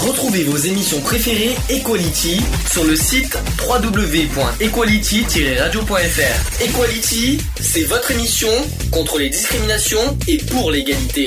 Retrouvez vos émissions préférées Equality sur le site www.equality-radio.fr. Equality, c'est votre émission contre les discriminations et pour l'égalité.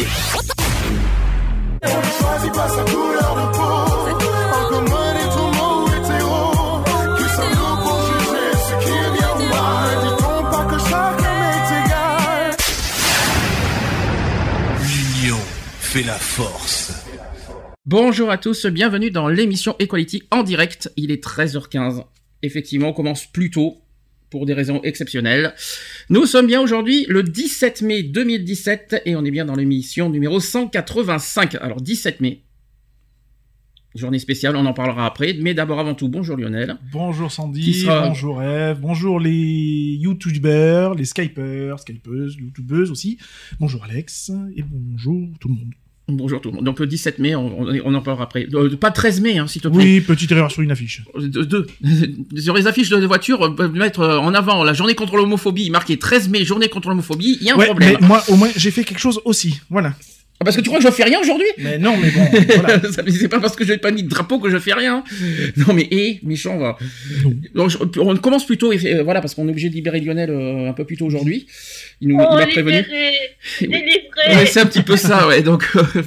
L'union fait la force. Bonjour à tous, bienvenue dans l'émission Equality en direct. Il est 13h15. Effectivement, on commence plus tôt pour des raisons exceptionnelles. Nous sommes bien aujourd'hui le 17 mai 2017 et on est bien dans l'émission numéro 185. Alors 17 mai, journée spéciale, on en parlera après. Mais d'abord, avant tout, bonjour Lionel. Bonjour Sandy, bonjour Eve, bonjour les youtubeurs, les skypeurs, skypeuses, youtubeuses aussi. Bonjour Alex et bonjour tout le monde. Bonjour tout le monde. Donc le 17 mai, on en parlera après. Pas 13 mai, hein, s'il te plaît. Oui, petite erreur sur une affiche. Sur les affiches de voitures, mettre en avant la journée contre l'homophobie, marqué 13 mai, journée contre l'homophobie, il y a un problème. Mais moi, au moins, j'ai fait quelque chose aussi, voilà. Parce que tu crois que je fais rien aujourd'hui? Mais non, mais bon, voilà. C'est pas parce que j'ai pas mis de drapeau que je fais rien. Non mais, méchant, va. Donc, on commence plus tôt, voilà, parce qu'on est obligé de libérer Lionel un peu plus tôt aujourd'hui. Il m'a prévenu. Délivré. Ouais, c'est un petit peu ça, ouais. Donc,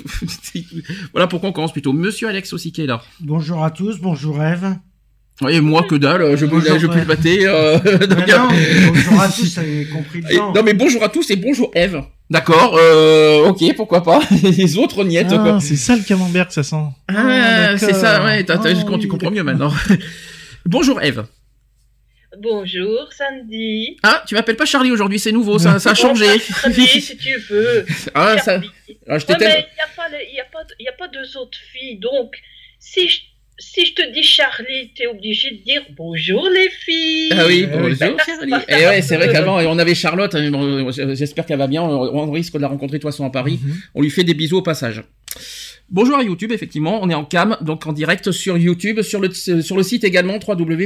voilà pourquoi on commence plus tôt. Monsieur Alex aussi qui est là. Bonjour à tous, bonjour Eve. Oui, moi que dalle, je peux le pâter. Non, bonjour à tous, avez compris le temps. Non mais bonjour à tous et bonjour Eve. D'accord, ok, pourquoi pas. Les autres niettes, quoi. C'est ça le camembert que ça sent. C'est ça, ouais, tu comprends mieux maintenant. Bonjour Eve. Bonjour Sandy. Ah, tu m'appelles pas Charlie aujourd'hui, c'est nouveau, ça a changé. Charlie, si tu veux. Ah, Charlie. Mais il y a pas deux autres filles, donc si je te dis Charlie, t'es obligé de dire bonjour les filles. Ah oui, bonjour Charlie. Et ouais, c'est vrai qu'avant, on avait Charlotte, j'espère qu'elle va bien, on risque de la rencontrer de toute façon à Paris. On lui fait des bisous au passage. Bonjour à YouTube, effectivement, on est en cam, donc en direct sur YouTube, sur le site également,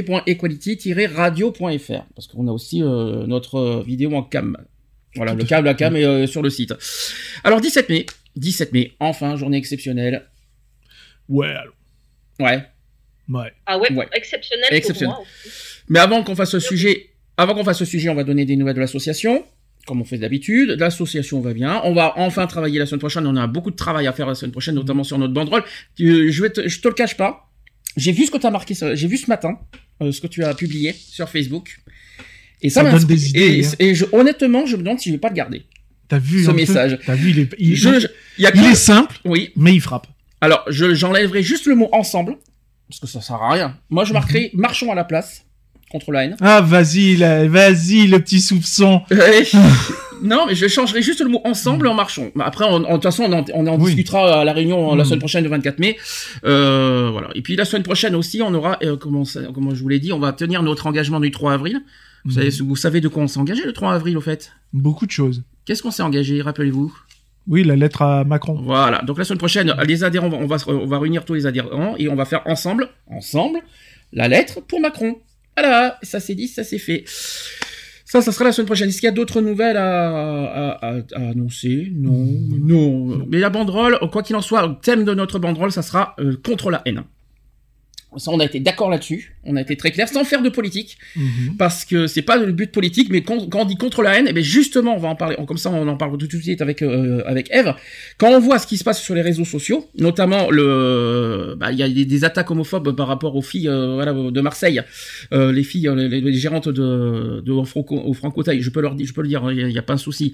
www.equality-radio.fr, parce qu'on a aussi notre vidéo en cam. Voilà, la cam est sur le site. Alors 17 mai, enfin, journée exceptionnelle. Ouais, alors. Ouais. Ah ouais. Exceptionnel. Pour moi aussi. Mais avant qu'on fasse ce sujet, on va donner des nouvelles de l'association, comme on fait d'habitude. L'association va bien. On va enfin travailler la semaine prochaine. On a beaucoup de travail à faire la semaine prochaine, notamment sur notre banderole. Je te le cache pas. J'ai vu ce que tu as marqué, j'ai vu ce matin, ce que tu as publié sur Facebook. Et ça donne des idées. Honnêtement, je me demande si je vais pas le garder. T'as vu ce message. T'as vu, il est simple, oui, mais il frappe. Alors, j'enlèverai juste le mot ensemble, parce que ça sert à rien. Moi, je marquerai marchons à la place, contre la haine. Ah, vas-y, le petit soupçon. Non, mais je changerai juste le mot ensemble en marchons. Après, de toute façon, on en discutera à la réunion la semaine prochaine, le 24 mai. Voilà. Et puis, la semaine prochaine aussi, on aura, comment je vous l'ai dit, on va tenir notre engagement du 3 avril. Vous savez de quoi on s'est engagé le 3 avril, au fait? Beaucoup de choses. Qu'est-ce qu'on s'est engagé, rappelez-vous? Oui, la lettre à Macron. Voilà. Donc la semaine prochaine, les adhérents, on va réunir tous les adhérents et on va faire ensemble, la lettre pour Macron. Voilà. Ça c'est dit, ça c'est fait. Ça sera la semaine prochaine. Est-ce qu'il y a d'autres nouvelles à annoncer? Non. Mais la banderole, quoi qu'il en soit, le thème de notre banderole, ça sera contre la haine. Ça, on a été d'accord là-dessus. On a été très clair, sans faire de politique, parce que c'est pas le but politique. Mais quand on dit contre la haine, eh bien justement, on va en parler. Comme ça, on en parle tout de suite avec Eve. Quand on voit ce qui se passe sur les réseaux sociaux, notamment il y a des attaques homophobes par rapport aux filles, de Marseille, les filles, les gérantes au Francotaille. Je peux le dire, il y a pas un souci.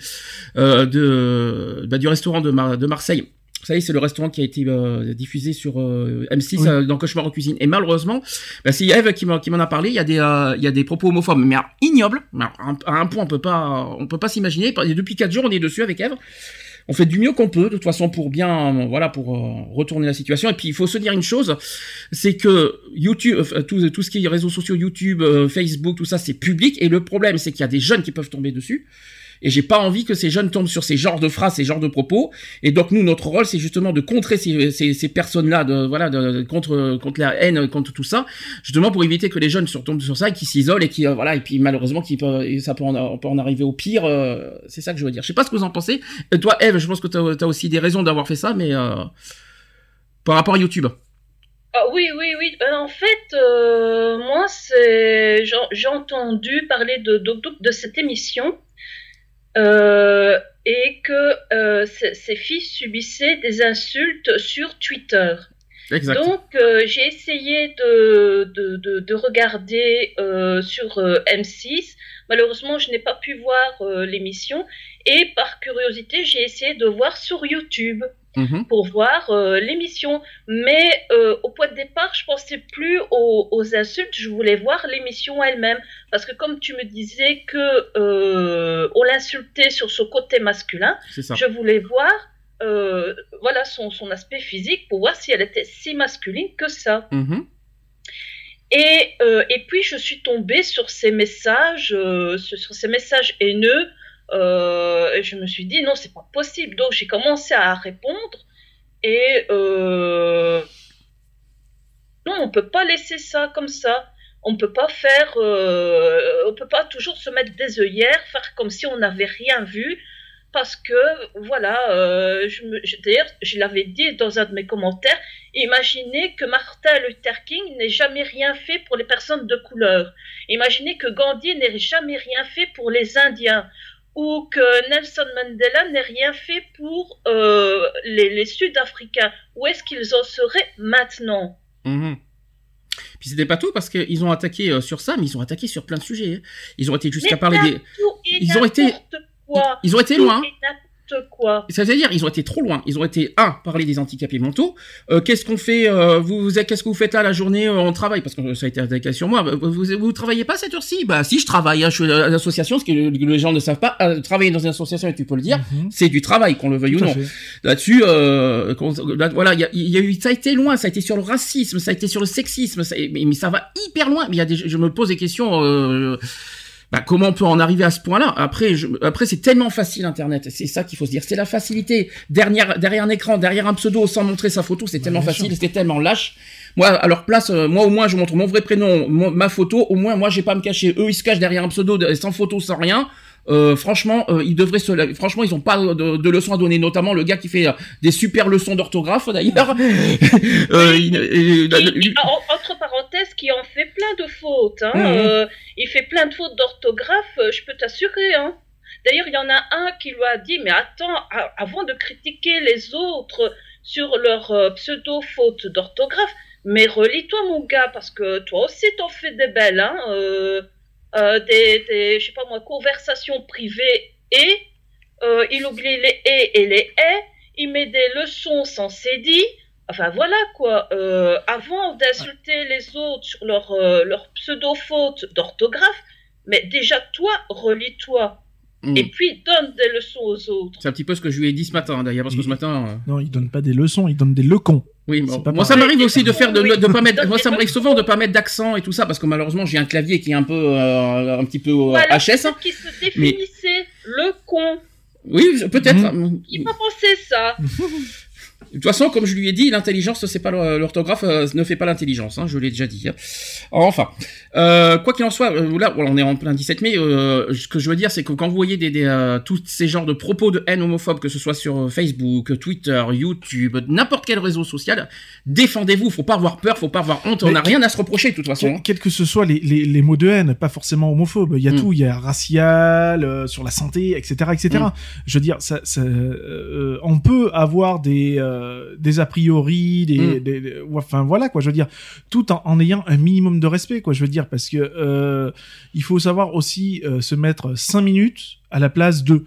Du restaurant de Marseille. Vous savez, c'est le restaurant qui a été diffusé sur M6 dans Cauchemar en cuisine. Et malheureusement, c'est Eve qui m'en a parlé. Il y a des propos homophobes, mais ignobles. À un point, on peut pas s'imaginer. Depuis 4 jours, on est dessus avec Eve. On fait du mieux qu'on peut, de toute façon, pour bien, pour retourner la situation. Et puis, il faut se dire une chose, c'est que YouTube, tout ce qui est réseaux sociaux, YouTube, Facebook, tout ça, c'est public. Et le problème, c'est qu'il y a des jeunes qui peuvent tomber dessus. Et j'ai pas envie que ces jeunes tombent sur ces genres de phrases, ces genres de propos. Et donc nous, notre rôle, c'est justement de contrer ces personnes-là, contre la haine, contre tout ça, justement pour éviter que les jeunes tombent sur ça et qu'ils s'isolent et et puis malheureusement on peut en arriver au pire. C'est ça que je veux dire. Je sais pas ce que vous en pensez. Toi, Eve, je pense que t'as aussi des raisons d'avoir fait ça, mais par rapport à YouTube. Ah, oui. En fait, moi, j'ai entendu parler de cette émission et que ces filles subissaient des insultes sur Twitter. Exact. Donc, j'ai essayé de regarder sur M6. Malheureusement, je n'ai pas pu voir l'émission. Et par curiosité, j'ai essayé de voir sur YouTube. Pour voir l'émission. Mais au point de départ, je pensais plus aux insultes, je voulais voir l'émission elle-même. Parce que comme tu me disais que on l'insultait sur son côté masculin, je voulais voir voilà son aspect physique pour voir si elle était si masculine que ça. Et puis je suis tombée sur ces messages, haineux. Et je me suis dit non, c'est pas possible. Donc j'ai commencé à répondre et non, on peut pas laisser ça comme ça. On peut pas on peut pas toujours se mettre des œillères, faire comme si on n'avait rien vu. Parce que, voilà, d'ailleurs, je l'avais dit dans un de mes commentaires, imaginez que Martin Luther King n'ait jamais rien fait pour les personnes de couleur. Imaginez que Gandhi n'ait jamais rien fait pour les Indiens. Ou que Nelson Mandela n'ait rien fait pour les Sud-Africains. Où est-ce qu'ils en seraient maintenant ? Puis c'était pas tout parce qu'ils ont attaqué sur ça, mais ils ont attaqué sur plein de sujets. Ils ont été jusqu'à parler des... Ils ont été loin. Quoi. C'est-à-dire, ils ont été trop loin. Ils ont été, parler des handicapés mentaux. Qu'est-ce qu'on fait, qu'est-ce que vous faites là la journée en travail? Parce que ça a été attaqué sur moi. Vous travaillez pas cette heure-ci? Bah, si, je travaille, je suis à l'association, ce que les gens ne savent pas. Travailler dans une association, et tu peux le dire, c'est du travail, qu'on le veuille ou non. Là-dessus, voilà, il y a eu, ça a été loin, ça a été sur le racisme, ça a été sur le sexisme, mais ça va hyper loin. Mais je me pose des questions, comment on peut en arriver à ce point-là? Après, c'est tellement facile Internet. C'est ça qu'il faut se dire. C'est la facilité. Derrière un écran, derrière un pseudo, sans montrer sa photo, c'est tellement facile, c'est tellement lâche. Moi, à leur place, moi au moins, je montre mon vrai prénom, ma photo. Au moins, moi, j'ai pas à me cacher. Eux, ils se cachent derrière un pseudo, sans photo, sans rien. Franchement, franchement, ils ont pas de leçons à donner, notamment le gars qui fait des super leçons d'orthographe d'ailleurs. Entre parenthèses, qui en fait plein de fautes. Il fait plein de fautes d'orthographe, je peux t'assurer. D'ailleurs, il y en a un qui lui a dit, mais attends, avant de critiquer les autres sur leur pseudo-fautes d'orthographe, mais relis-toi mon gars, parce que toi aussi t'en fais des belles, je sais pas moi, conversations privées et il oublie les et les il met des leçons sans dit. Enfin voilà quoi, avant d'insulter les autres sur leur pseudo-faute d'orthographe, mais déjà toi, relis-toi. Et puis donne des leçons aux autres. C'est un petit peu ce que je lui ai dit ce matin d'ailleurs, parce que ce matin... Non, il donne pas des leçons, il donne des lecons. Oui, moi ça m'arrive aussi de pas mettre, moi ça m'arrive souvent de pas mettre d'accent et tout ça, parce que malheureusement j'ai un clavier qui est un petit peu HS. Qui se définissait le con. Oui, peut-être. Il m'a pensé ça. De toute façon, comme je lui ai dit, l'intelligence, c'est pas l'orthographe, ne fait pas l'intelligence, je l'ai déjà dit. Enfin, quoi qu'il en soit, là, on est en plein 17 mai. Ce que je veux dire, c'est que quand vous voyez tous ces genres de propos de haine homophobe, que ce soit sur Facebook, Twitter, YouTube, n'importe quel réseau social, défendez-vous. Faut pas avoir peur, faut pas avoir honte. On n'a rien à se reprocher de toute façon. Quels que ce soit les mots de haine, pas forcément homophobes. Il y a tout, il y a racial, sur la santé, etc., etc. Je veux dire, on peut avoir des a priori, enfin voilà quoi, je veux dire, tout en ayant un minimum de respect quoi, je veux dire, parce que il faut savoir aussi se mettre 5 minutes à la place de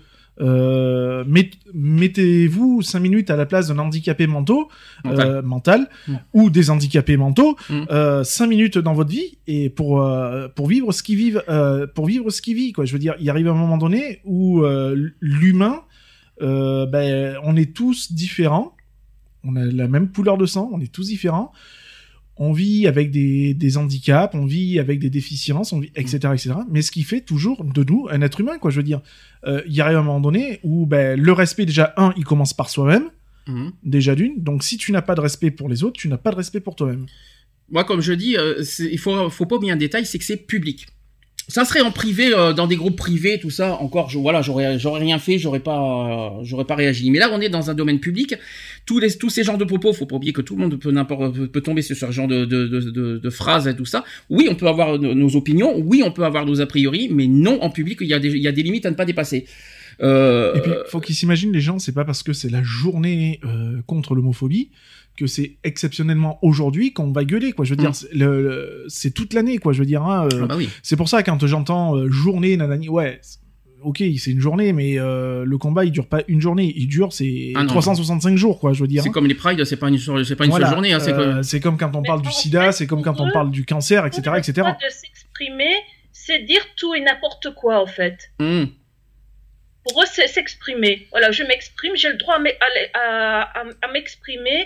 mettez-vous 5 minutes à la place d'un handicapé mental ou des handicapés mentaux, 5 minutes dans votre vie et pour vivre ce qu'ils vivent, quoi. Je veux dire, il arrive un moment donné où l'humain, on est tous différents. On a la même couleur de sang, on est tous différents. On vit avec des handicaps, on vit avec des déficiences, on vit, etc., etc. Mais ce qui fait toujours de nous un être humain, quoi. Je veux dire, il y a un moment donné où le respect, déjà, il commence par soi-même, déjà d'une. Donc, si tu n'as pas de respect pour les autres, tu n'as pas de respect pour toi-même. Moi, comme je dis, il faut pas oublier un détail, c'est que c'est public. Ça serait en privé, dans des groupes privés, tout ça. Encore, j'aurais rien fait, j'aurais pas réagi. Mais là, on est dans un domaine public. Tous ces genres de propos, faut pas oublier que tout le monde peut tomber sur ce genre de phrases et tout ça. Oui, on peut avoir nos opinions. Oui, on peut avoir nos a priori, mais non, en public, il y a des limites à ne pas dépasser. Et puis, faut qu'ils s'imaginent, les gens, c'est pas parce que c'est la journée contre l'homophobie que c'est exceptionnellement aujourd'hui qu'on va gueuler, quoi. Je veux dire, c'est toute l'année, quoi. Je veux dire, hein, bah oui. C'est pour ça quand j'entends journée, nanani, ouais, ok, c'est une journée, mais le combat il dure pas une journée, il dure 365 jours, quoi. Je veux dire. C'est comme les prides, c'est pas une seule journée. Hein, c'est comme quand on parle du sida, c'est comme quand on parle du cancer, etc., etc. Le droit de s'exprimer, c'est dire tout et n'importe quoi, en fait. Pour eux, c'est s'exprimer. Voilà, je m'exprime, j'ai le droit à m'exprimer.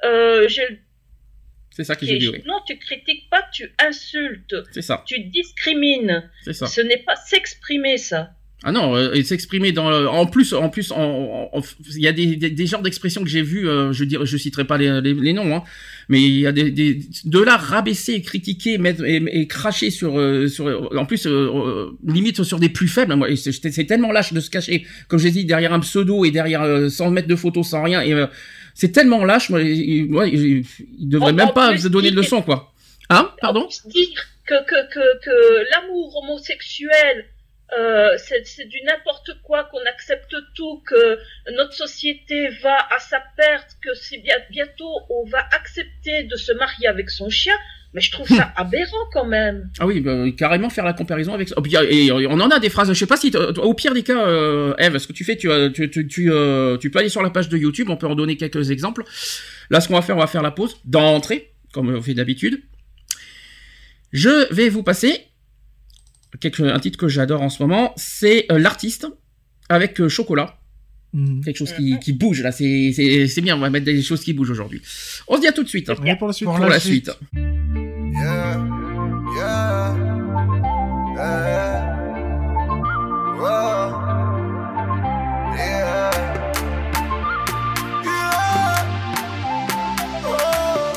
C'est ça que j'ai dit, oui. Non, tu critiques pas, tu insultes. C'est ça. Tu discrimines. C'est ça. Ce n'est pas s'exprimer, ça. Ah non, et s'exprimer en plus, il y a des genres d'expressions que j'ai vues, je citerai pas les noms, hein, mais il y a de là rabaisser, critiquer, mettre et cracher sur, en plus, limite sur des plus faibles. Moi, c'est tellement lâche de se cacher, comme j'ai dit, derrière un pseudo et derrière 100 mètres de photos sans rien, et c'est tellement lâche, il devrait même pas se donner de leçons, quoi. Hein, pardon? Dire que l'amour homosexuel, c'est du n'importe quoi, qu'on accepte tout, que notre société va à sa perte, que c'est bientôt on va accepter de se marier avec son chien, mais je trouve ça aberrant quand même. Ah oui, carrément faire la comparaison avec ça. Et on en a des phrases, je sais pas si au pire des cas, Eve, ce que tu fais, tu peux aller sur la page de YouTube, on peut en donner quelques exemples. Là, ce qu'on va faire la pause d'entrée, comme on fait d'habitude. Je vais vous passer un titre que j'adore en ce moment, c'est L'artiste avec Chocolat. Quelque chose qui bouge là, c'est bien, on va mettre des choses qui bougent aujourd'hui. On se dit à tout de suite. Et pour la suite. Pour la suite. Yeah, yeah, yeah, wow, yeah, yeah, oh,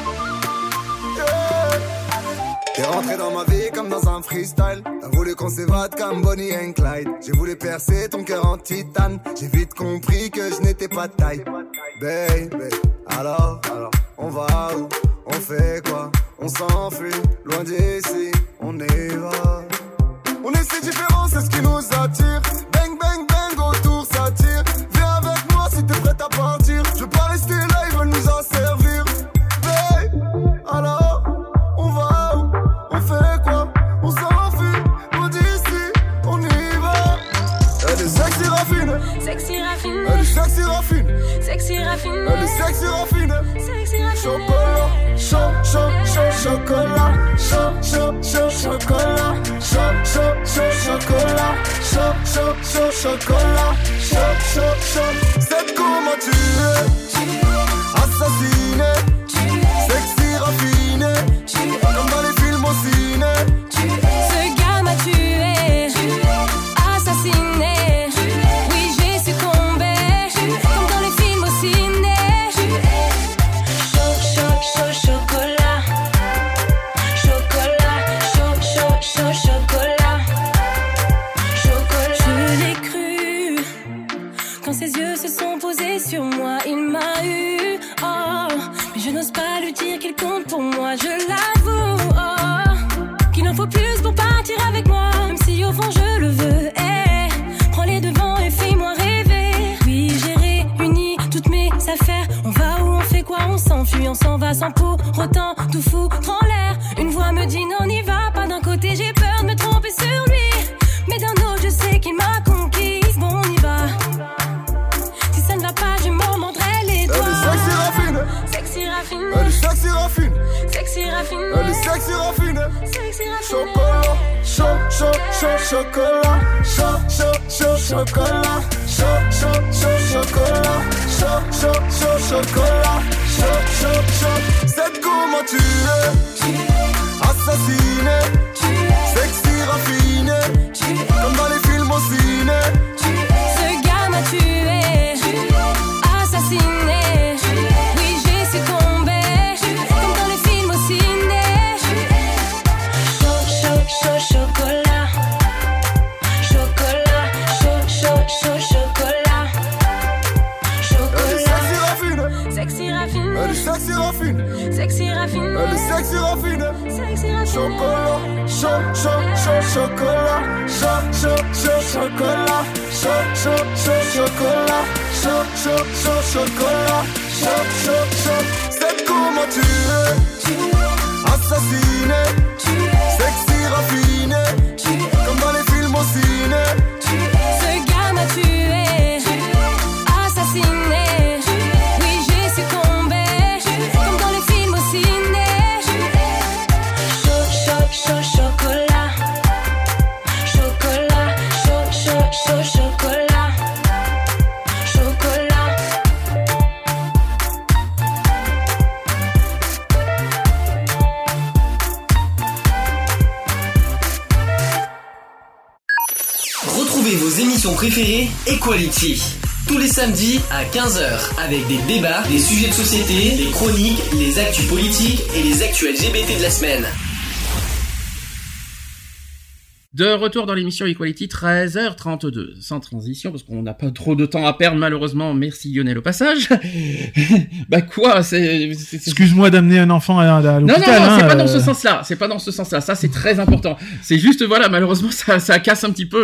yeah. T'es rentré dans ma vie comme dans un freestyle. T'as voulu qu'on s'évade comme Bonnie and Clyde. J'ai voulu percer ton cœur en titane. J'ai vite compris que je n'étais pas de taille. Baby, alors, on va où? On fait quoi? On s'enfuit, loin d'ici, on y va. On est si différents, c'est ce qui nous attire. Bang, bang, bang, autour ça tire. Viens avec moi si t'es prête à partir. Je veux pas rester là, ils veulent nous en servir. Babe, alors, on va où? On fait quoi? On s'enfuit, loin d'ici, on y va. Elle est sexy raffine. Sexy raffine. Elle est sexy raffine. Sexy raffine. Elle est sexy raffine. Sexy raffine. Chocolat. Chocolat, chocolat, chocolat, cette cour m'a tué, assassiné, sexy raffiné, comme dans les films au ciné. Ce gars m'a tué, assassiné, oui j'ai succombé, comme dans les films au ciné. Chocolat, je l'ai cru quand ses yeux se sont posés sur moi, il m'a eu, oh, mais je n'ose pas lui dire qu'il compte pour moi, je l'avoue, oh, qu'il en faut plus pour partir avec moi, même si au fond je le veux, prends les devants et fais-moi rêver, oui j'ai réuni toutes mes affaires, on va où, on fait quoi, on s'enfuit, on s'en va sans pour autant tout foutre en l'air, une voix me dit non n'y va pas, d'un côté j'ai peur de me tromper sur lui, mais d'un autre je sais qu'il m'a conquise, bon on y va, si ça ne va pas je m'en mordrai les doigts. Sexy raffine. Elle est sexy Elle raffine. est sexy raffine. Sexy raffine. Elle est sexy raffine. Sexy raffine. Chocolat, chocolat, chocolat, chocolat, cette gomme m'a tué, assassiné, sexy raffiné, comme dans les films au ciné. Ce gars m'a tué, assassiné, oui j'ai succombé, comme dans les films au ciné. Chocolat. Sexy raffiné. Elle est sexy raffiné. Sexy raffiné. Chocolat, chocolat, chocolat, chocolat. C'est comment tu es, assassiné, sexy raffiné, comme dans les films au ciné. Ce gars m'a tué, assassiné. Oui, j'ai succombé, comme dans les films au ciné. Chocolat, chocolat, chocolat, chocolat. Retrouvez vos émissions préférées Equality. Tous les samedis à 15h avec des débats, des sujets de société, des chroniques, les actus politiques et les actus LGBT de la semaine. De retour dans l'émission Equality, 13h32, sans transition, parce qu'on n'a pas trop de temps à perdre, malheureusement. Merci Lionel au passage. Bah quoi, c'est... Excuse-moi d'amener un enfant à l'hôpital. Non, c'est pas dans ce sens-là. C'est pas dans ce sens-là. Ça, c'est très important. C'est juste, voilà, malheureusement, ça casse un petit peu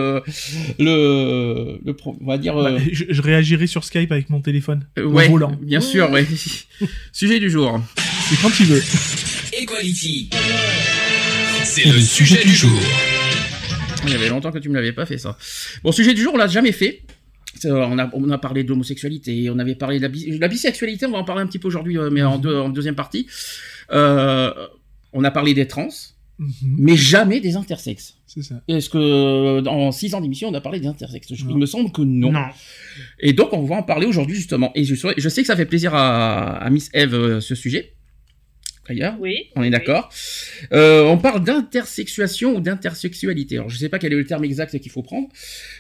on va dire. Je réagirai sur Skype avec mon téléphone. Ouais, au volant. bien sûr, ouais. Sujet du jour. C'est quand tu veux. Equality. C'est le sujet du jour. Il y avait longtemps que tu me l'avais pas fait, ça. Bon, sujet du jour, on l'a jamais fait. On a parlé de l'homosexualité, on avait parlé de la bisexualité, on va en parler un petit peu aujourd'hui, mais en deuxième partie. On a parlé des trans, mais jamais des intersexes. C'est ça. Est-ce que en 6 ans d'émission, on a parlé des intersexes? Il me semble que non. Et donc, on va en parler aujourd'hui, justement. Et je sais que ça fait plaisir à Miss Eve, ce sujet. D'ailleurs, oui, on est d'accord. On parle d'intersexuation ou d'intersexualité. Alors, je ne sais pas quel est le terme exact qu'il faut prendre.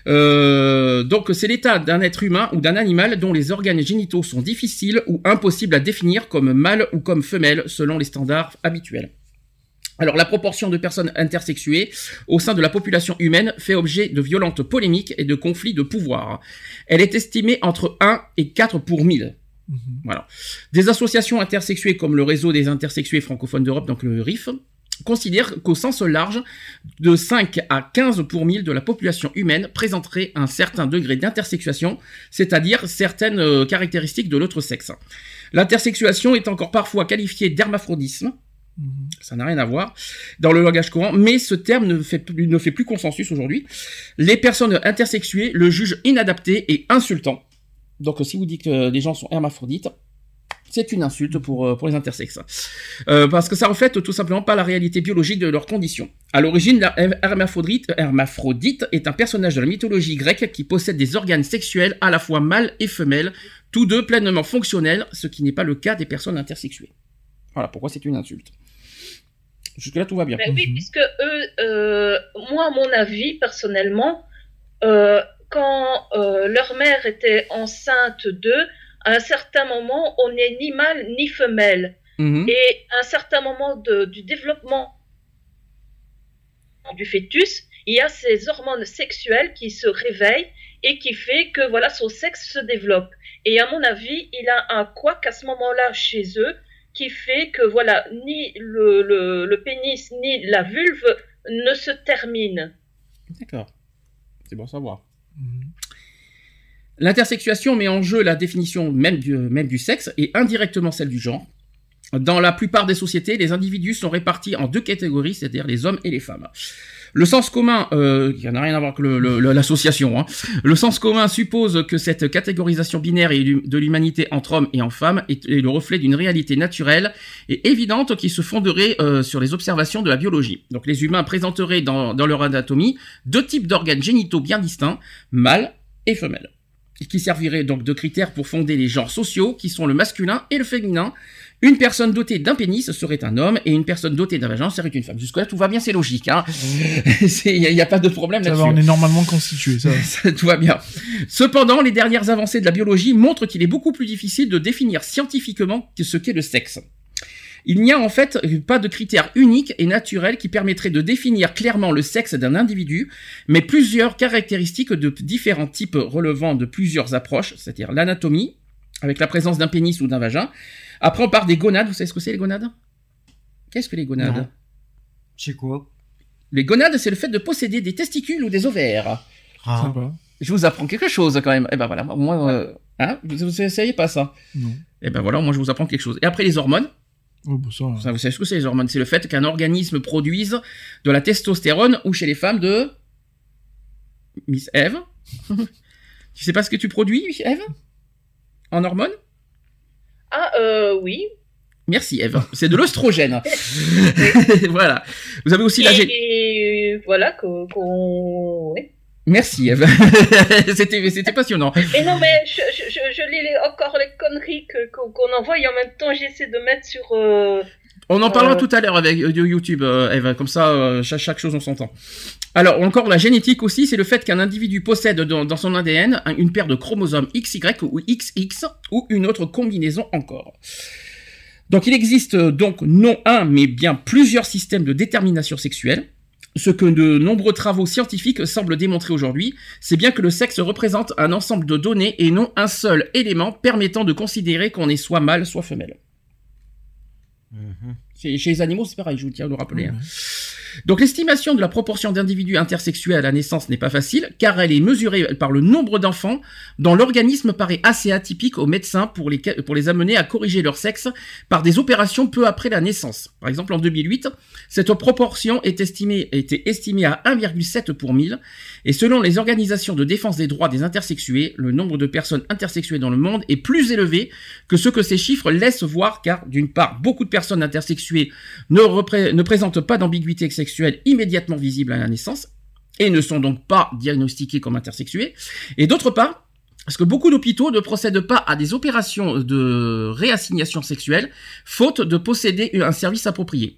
Donc, c'est l'état d'un être humain ou d'un animal dont les organes génitaux sont difficiles ou impossibles à définir comme mâle ou comme femelle selon les standards habituels. Alors, la proportion de personnes intersexuées au sein de la population humaine fait objet de violentes polémiques et de conflits de pouvoir. Elle est estimée entre 1 et 4 pour 1000. Voilà. Des associations intersexuées comme le réseau des intersexués francophones d'Europe, donc le RIF, considèrent qu'au sens large, de 5 à 15 pour 1000 de la population humaine présenterait un certain degré d'intersexuation, c'est-à-dire certaines caractéristiques de l'autre sexe. L'intersexuation est encore parfois qualifiée d'hermaphrodisme. Ça n'a rien à voir dans le langage courant, mais ce terme ne fait plus consensus aujourd'hui. Les personnes intersexuées le jugent inadapté et insultant. Donc, si vous dites que des gens sont hermaphrodites, c'est une insulte pour les intersexes. Parce que ça reflète tout simplement pas la réalité biologique de leurs conditions. À l'origine, l'hermaphrodite est un personnage de la mythologie grecque qui possède des organes sexuels à la fois mâles et femelles, tous deux pleinement fonctionnels, ce qui n'est pas le cas des personnes intersexuées. Voilà pourquoi c'est une insulte. Jusque-là, tout va bien. Mais oui, puisque moi, à mon avis, personnellement, quand leur mère était enceinte d'eux, à un certain moment, on n'est ni mâle ni femelle. Et à un certain moment du développement du fœtus, il y a ces hormones sexuelles qui se réveillent et qui fait que voilà, son sexe se développe. Et à mon avis, il a un couac à ce moment-là chez eux qui fait que voilà, ni le pénis ni la vulve ne se terminent. D'accord. C'est bon à savoir. L'intersexuation met en jeu la définition même du sexe et indirectement celle du genre. Dans la plupart des sociétés, les individus sont répartis en 2 catégories, c'est-à-dire les hommes et les femmes. Le sens commun, il n'a rien à voir avec l'association, hein. Le sens commun suppose que cette catégorisation binaire de l'humanité entre hommes et en femmes est le reflet d'une réalité naturelle et évidente qui se fonderait sur les observations de la biologie. Donc les humains présenteraient dans leur anatomie 2 types d'organes génitaux bien distincts, mâles et femelles, qui serviraient donc de critères pour fonder les genres sociaux qui sont le masculin et le féminin. Une personne dotée d'un pénis serait un homme et une personne dotée d'un vagin serait une femme. Jusque-là, tout va bien, c'est logique. Hein. Il n'y a pas de problème là-dessus. Ça va, on est normalement constitué. Ça. Tout va bien. Cependant, les dernières avancées de la biologie montrent qu'il est beaucoup plus difficile de définir scientifiquement ce qu'est le sexe. Il n'y a en fait pas de critères uniques et naturels qui permettraient de définir clairement le sexe d'un individu, mais plusieurs caractéristiques de différents types relevant de plusieurs approches, c'est-à-dire l'anatomie, avec la présence d'un pénis ou d'un vagin, Après, on parle des gonades. Vous savez ce que c'est, les gonades? Qu'est-ce que les gonades? Non. C'est quoi? Les gonades, c'est le fait de posséder des testicules ou des ovaires. Ah. Sympa. Je vous apprends quelque chose, quand même. Eh ben voilà, moi, hein, vous essayez pas ça? Non. Eh ben voilà, moi, je vous apprends quelque chose. Et après, les hormones. Oh, bah ça. Vous savez ce que c'est, les hormones? C'est le fait qu'un organisme produise de la testostérone ou chez les femmes de... Miss Eve. Tu sais pas ce que tu produis, Eve? En hormones? Ah, oui. Merci, Eve. C'est de l'oestrogène. Voilà. Vous avez aussi la... Et voilà, qu'on... Oui. Merci, Eve. C'était passionnant. Et non, mais je lis encore les conneries qu'on envoie et en même temps, j'essaie de mettre sur... On en parlera tout à l'heure avec YouTube, Eve. Comme ça, chaque chose, on s'entend. Alors, encore la génétique aussi, c'est le fait qu'un individu possède dans son ADN une paire de chromosomes XY ou XX ou une autre combinaison encore. Donc, il existe donc non un, mais bien plusieurs systèmes de détermination sexuelle. Ce que de nombreux travaux scientifiques semblent démontrer aujourd'hui, c'est bien que le sexe représente un ensemble de données et non un seul élément permettant de considérer qu'on est soit mâle, soit femelle. Chez les animaux, c'est pareil, je vous tiens à le rappeler. Hein. Donc l'estimation de la proportion d'individus intersexués à la naissance n'est pas facile, car elle est mesurée par le nombre d'enfants dont l'organisme paraît assez atypique aux médecins pour les amener à corriger leur sexe par des opérations peu après la naissance. Par exemple, en 2008, cette proportion était estimée à 1,7 pour 1000, et selon les organisations de défense des droits des intersexués, le nombre de personnes intersexuées dans le monde est plus élevé que ce que ces chiffres laissent voir, car d'une part, beaucoup de personnes intersexuées ne présentent pas d'ambiguïté sexuelle immédiatement visible à la naissance et ne sont donc pas diagnostiquées comme intersexuées, et d'autre part, parce que beaucoup d'hôpitaux ne procèdent pas à des opérations de réassignation sexuelle, faute de posséder un service approprié.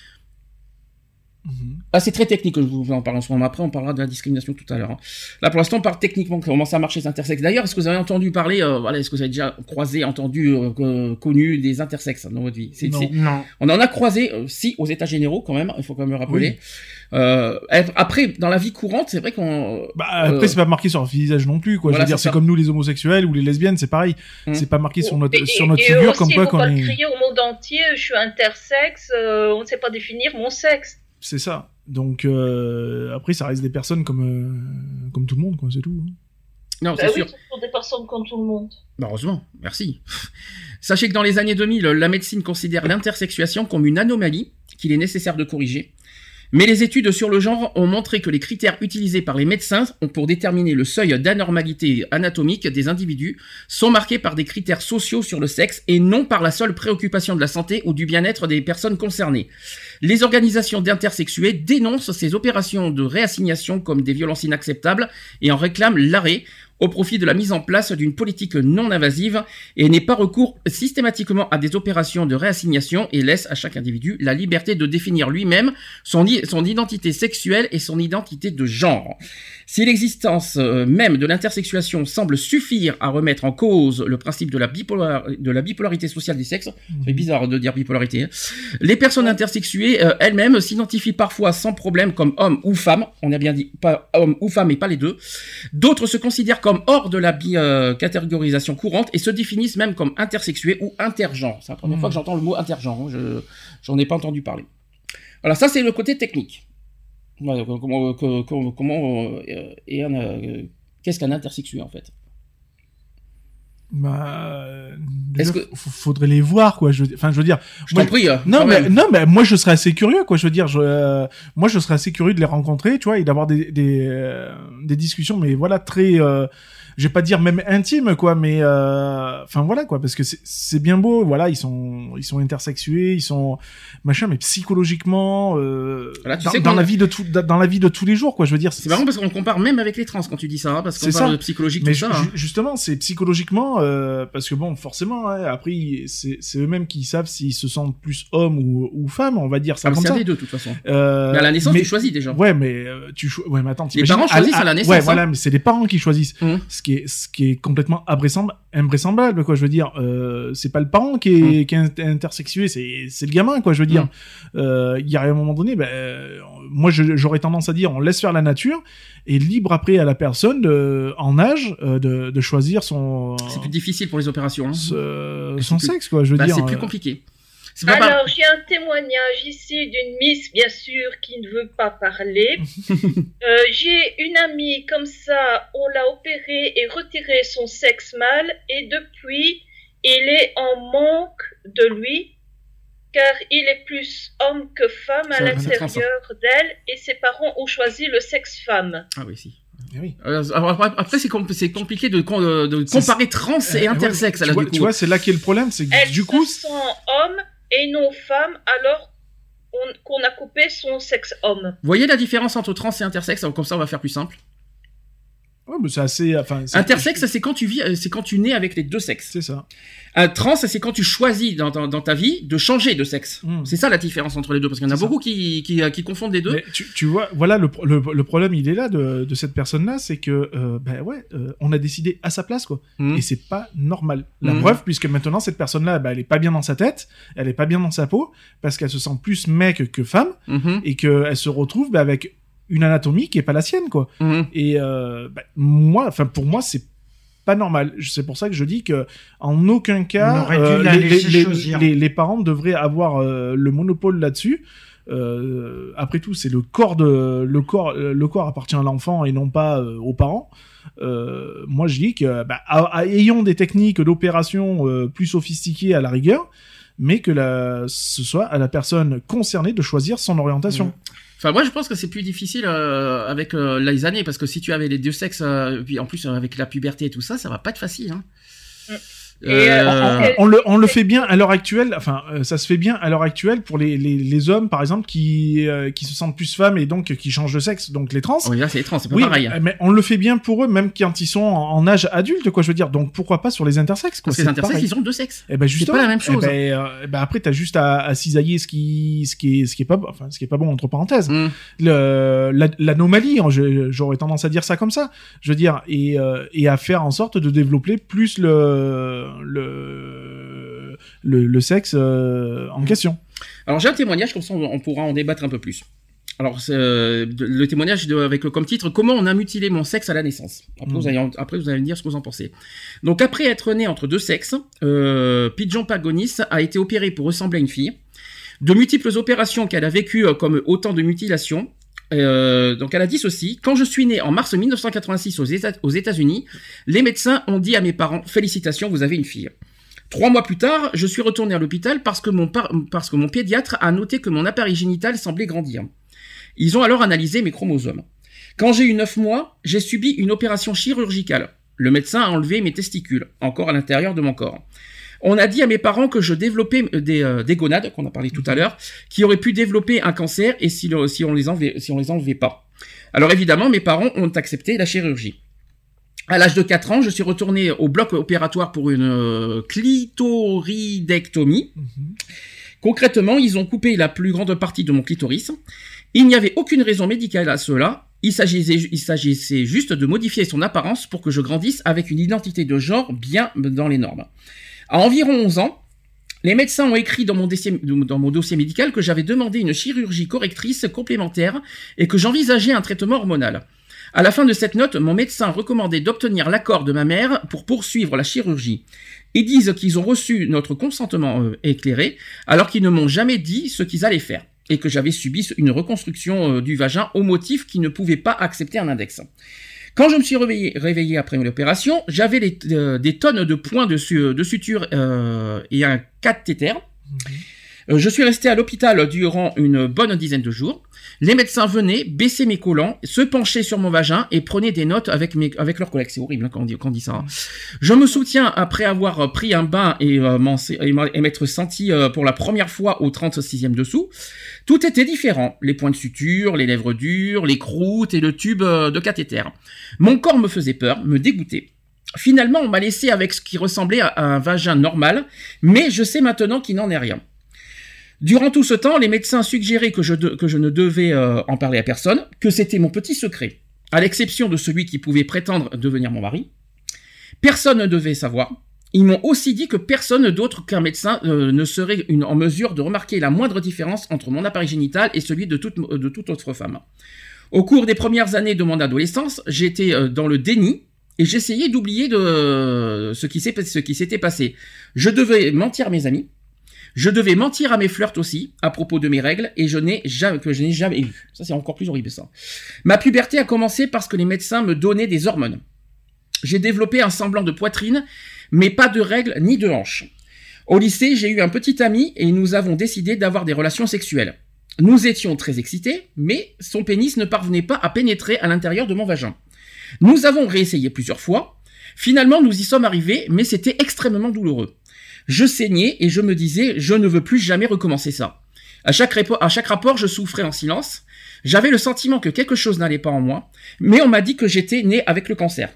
Ah, c'est très technique, je vous en parle en ce moment. Après, on parlera de la discrimination tout à l'heure. Hein. Là, pour l'instant, on parle techniquement comment ça marche les intersexes. D'ailleurs, est-ce que vous avez entendu parler, est-ce que vous avez déjà croisé, entendu, connu des intersexes dans votre vie? Non. On en a croisé, si, aux états généraux, quand même, il faut quand même le rappeler. Oui. Après, dans la vie courante, c'est vrai qu'on... après, c'est pas marqué sur leur visage non plus, quoi. Voilà, je veux dire, c'est comme nous, les homosexuels ou les lesbiennes, c'est pareil. C'est pas marqué sur notre figure aussi, comme quoi qu'on est... on va crier au monde entier, je suis intersexe, on ne sait pas définir mon sexe. C'est ça. Donc après, ça reste des personnes comme tout le monde, quoi. C'est tout. Hein. Non, c'est sûr. Ce sont des personnes comme tout le monde. Heureusement, merci. Sachez que dans les années 2000, la médecine considère l'intersexuation comme une anomalie qu'il est nécessaire de corriger. Mais les études sur le genre ont montré que les critères utilisés par les médecins pour déterminer le seuil d'anormalité anatomique des individus sont marqués par des critères sociaux sur le sexe et non par la seule préoccupation de la santé ou du bien-être des personnes concernées. Les organisations d'intersexués dénoncent ces opérations de réassignation comme des violences inacceptables et en réclament l'arrêt au profit de la mise en place d'une politique non invasive et n'est pas recours systématiquement à des opérations de réassignation et laisse à chaque individu la liberté de définir lui-même son identité sexuelle et son identité de genre. Si l'existence même de l'intersexuation semble suffire à remettre en cause le principe de la bipolarité sociale des sexes, c'est bizarre de dire bipolarité, hein, les personnes intersexuées elles-mêmes s'identifient parfois sans problème comme hommes ou femmes, on a bien dit pas hommes ou femmes et pas les deux. D'autres se considèrent comme hors de la catégorisation courante et se définissent même comme intersexués ou intergenres. C'est la première fois que j'entends le mot intergenre, j'en ai pas entendu parler. Voilà, ça c'est le côté technique. Voilà, qu'est-ce qu'un intersexué en fait? Est-ce que faudrait les voir, quoi. Je veux dire. Je t'en prie. Non, mais moi je serais assez curieux, quoi. Je veux dire, moi je serais assez curieux de les rencontrer, tu vois, et d'avoir des discussions, mais voilà, très. Je vais pas dire même intime, quoi, mais enfin voilà, quoi, parce que c'est bien beau, voilà, ils sont intersexués, ils sont machin, mais psychologiquement voilà, dans la vie de tous les jours, quoi. Je veux dire, c'est marrant parce qu'on compare même avec les trans quand tu dis ça, hein, parce qu'on parle de psychologique, mais tout ça. Hein. Justement, c'est psychologiquement parce que bon, forcément, hein, après c'est eux-mêmes qui savent s'ils se sentent plus hommes ou femmes, on va dire ça comme ça. C'est des deux de toute façon. Mais à la naissance, tu choisis déjà. Ouais, mais mais attends, les parents choisissent à la naissance. Ouais, voilà, mais c'est les parents qui choisissent. Ce qui est complètement invraisemblable, quoi. Je veux dire, c'est pas le parent qui est intersexué, c'est le gamin, quoi. Je veux dire, il y a un moment donné, moi j'aurais tendance à dire, on laisse faire la nature et libre après à la personne en âge de choisir son. C'est plus difficile pour les opérations. Son sexe, quoi. Je veux dire. C'est plus compliqué. Alors, j'ai un témoignage ici d'une miss, bien sûr, qui ne veut pas parler. J'ai une amie comme ça, on l'a opéré et retiré son sexe mâle, et depuis, il est en manque de lui, car il est plus homme que femme à l'intérieur d'elle, et ses parents ont choisi le sexe femme. Ah oui, si. Oui. Après, c'est compliqué de comparer trans et intersexe. Tu vois, c'est là qu'est le problème, c'est que du coup... Elle se sent homme et non femme, alors qu'on a coupé son sexe homme. Vous voyez la différence entre trans et intersexe? Comme ça, on va faire plus simple. Ouais, mais c'est assez. Intersexe, c'est quand tu nais avec les deux sexes. C'est ça. Trans, c'est quand tu choisis dans ta vie de changer de sexe. C'est ça la différence entre les deux, parce qu'il y en a beaucoup qui confondent les deux. Mais tu vois, voilà le problème, il est là de cette personne-là, c'est que on a décidé à sa place, quoi. Et c'est pas normal. La preuve, puisque maintenant cette personne-là, elle est pas bien dans sa tête, elle est pas bien dans sa peau, parce qu'elle se sent plus mec que femme, et qu'elle se retrouve avec une anatomie qui est pas la sienne, quoi. Et pour moi, c'est pas normal. C'est pour ça que je dis que en aucun cas les parents devraient avoir le monopole là-dessus. Après tout, c'est le corps appartient à l'enfant et non pas aux parents. Moi, je dis que ayons des techniques d'opération plus sophistiquées à la rigueur, mais que ce soit à la personne concernée de choisir son orientation. Enfin, moi, je pense que c'est plus difficile avec les années, parce que si tu avais les deux sexes, puis en plus avec la puberté et tout ça, ça va pas être facile. Hein. On le fait bien à l'heure actuelle. Enfin, ça se fait bien à l'heure actuelle pour les hommes, par exemple, qui se sentent plus femmes et donc qui changent de sexe, donc les trans. Oui, là c'est les trans, c'est pas pareil. Mais on le fait bien pour eux, même quand ils sont en âge adulte, quoi. Je veux dire, donc pourquoi pas sur les intersexes, quoi. Parce que les intersexes, ils ont deux sexes. Et c'est pas la même chose. Après, t'as juste à cisailler ce qui est pas bon entre parenthèses. L'anomalie, j'aurais tendance à dire ça comme ça. Je veux dire, et à faire en sorte de développer plus le sexe en question. Alors j'ai un témoignage, comme ça on pourra en débattre un peu plus. Alors le témoignage avec comme titre « Comment on a mutilé mon sexe à la naissance ». Après vous allez me dire ce que vous en pensez. Donc après être né entre deux sexes, Pigeon Pagonis a été opéré pour ressembler à une fille. De multiples opérations qu'elle a vécues comme autant de mutilations. Donc elle a dit ceci: quand je suis né en mars 1986 aux États-Unis, les médecins ont dit à mes parents « Félicitations, vous avez une fille ». 3 mois plus tard, je suis retourné à l'hôpital parce que mon pédiatre a noté que mon appareil génital semblait grandir. Ils ont alors analysé mes chromosomes. Quand j'ai eu 9 mois, j'ai subi une opération chirurgicale. Le médecin a enlevé mes testicules, encore à l'intérieur de mon corps. On a dit à mes parents que je développais des gonades, qu'on a parlé tout à l'heure, qui auraient pu développer un cancer et si on les enlevait pas. Alors évidemment, mes parents ont accepté la chirurgie. À l'âge de 4 ans, je suis retourné au bloc opératoire pour une clitoridectomie. Concrètement, ils ont coupé la plus grande partie de mon clitoris. Il n'y avait aucune raison médicale à cela. Il s'agissait juste de modifier son apparence pour que je grandisse avec une identité de genre bien dans les normes. À environ 11 ans, les médecins ont écrit dans mon dossier médical que j'avais demandé une chirurgie correctrice complémentaire et que j'envisageais un traitement hormonal. À la fin de cette note, mon médecin recommandait d'obtenir l'accord de ma mère pour poursuivre la chirurgie. Ils disent qu'ils ont reçu notre consentement éclairé, alors qu'ils ne m'ont jamais dit ce qu'ils allaient faire, et que j'avais subi une reconstruction du vagin au motif qu'ils ne pouvaient pas accepter un index. Quand je me suis réveillé après l'opération, j'avais des tonnes de points de suture et un cathéter. Je suis resté à l'hôpital durant une bonne dizaine de jours. Les médecins venaient, baissaient mes collants, se penchaient sur mon vagin et prenaient des notes avec leurs collègues. C'est horrible quand on dit ça. Hein. Je me souviens, après avoir pris un bain et m'être senti pour la première fois au 36e dessous, tout était différent. Les points de suture, les lèvres dures, les croûtes et le tube de cathéter. Mon corps me faisait peur, me dégoûtait. Finalement, on m'a laissé avec ce qui ressemblait à un vagin normal, mais je sais maintenant qu'il n'en est rien. Durant tout ce temps, les médecins suggéraient que je ne devais en parler à personne, que c'était mon petit secret, à l'exception de celui qui pouvait prétendre devenir mon mari. Personne ne devait savoir. Ils m'ont aussi dit que personne d'autre qu'un médecin ne serait en mesure de remarquer la moindre différence entre mon appareil génital et celui de toute autre femme. Au cours des premières années de mon adolescence, j'étais dans le déni et j'essayais d'oublier ce qui s'était passé. Je devais mentir à mes amis. Je devais mentir à mes flirts aussi, à propos de mes règles, et je n'ai jamais eu. Ça, c'est encore plus horrible, ça. Ma puberté a commencé parce que les médecins me donnaient des hormones. J'ai développé un semblant de poitrine, mais pas de règles ni de hanches. Au lycée, j'ai eu un petit ami et nous avons décidé d'avoir des relations sexuelles. Nous étions très excités, mais son pénis ne parvenait pas à pénétrer à l'intérieur de mon vagin. Nous avons réessayé plusieurs fois. Finalement, nous y sommes arrivés, mais c'était extrêmement douloureux. Je saignais et je me disais, je ne veux plus jamais recommencer ça. À chaque rapport, je souffrais en silence. J'avais le sentiment que quelque chose n'allait pas en moi, mais on m'a dit que j'étais né avec le cancer.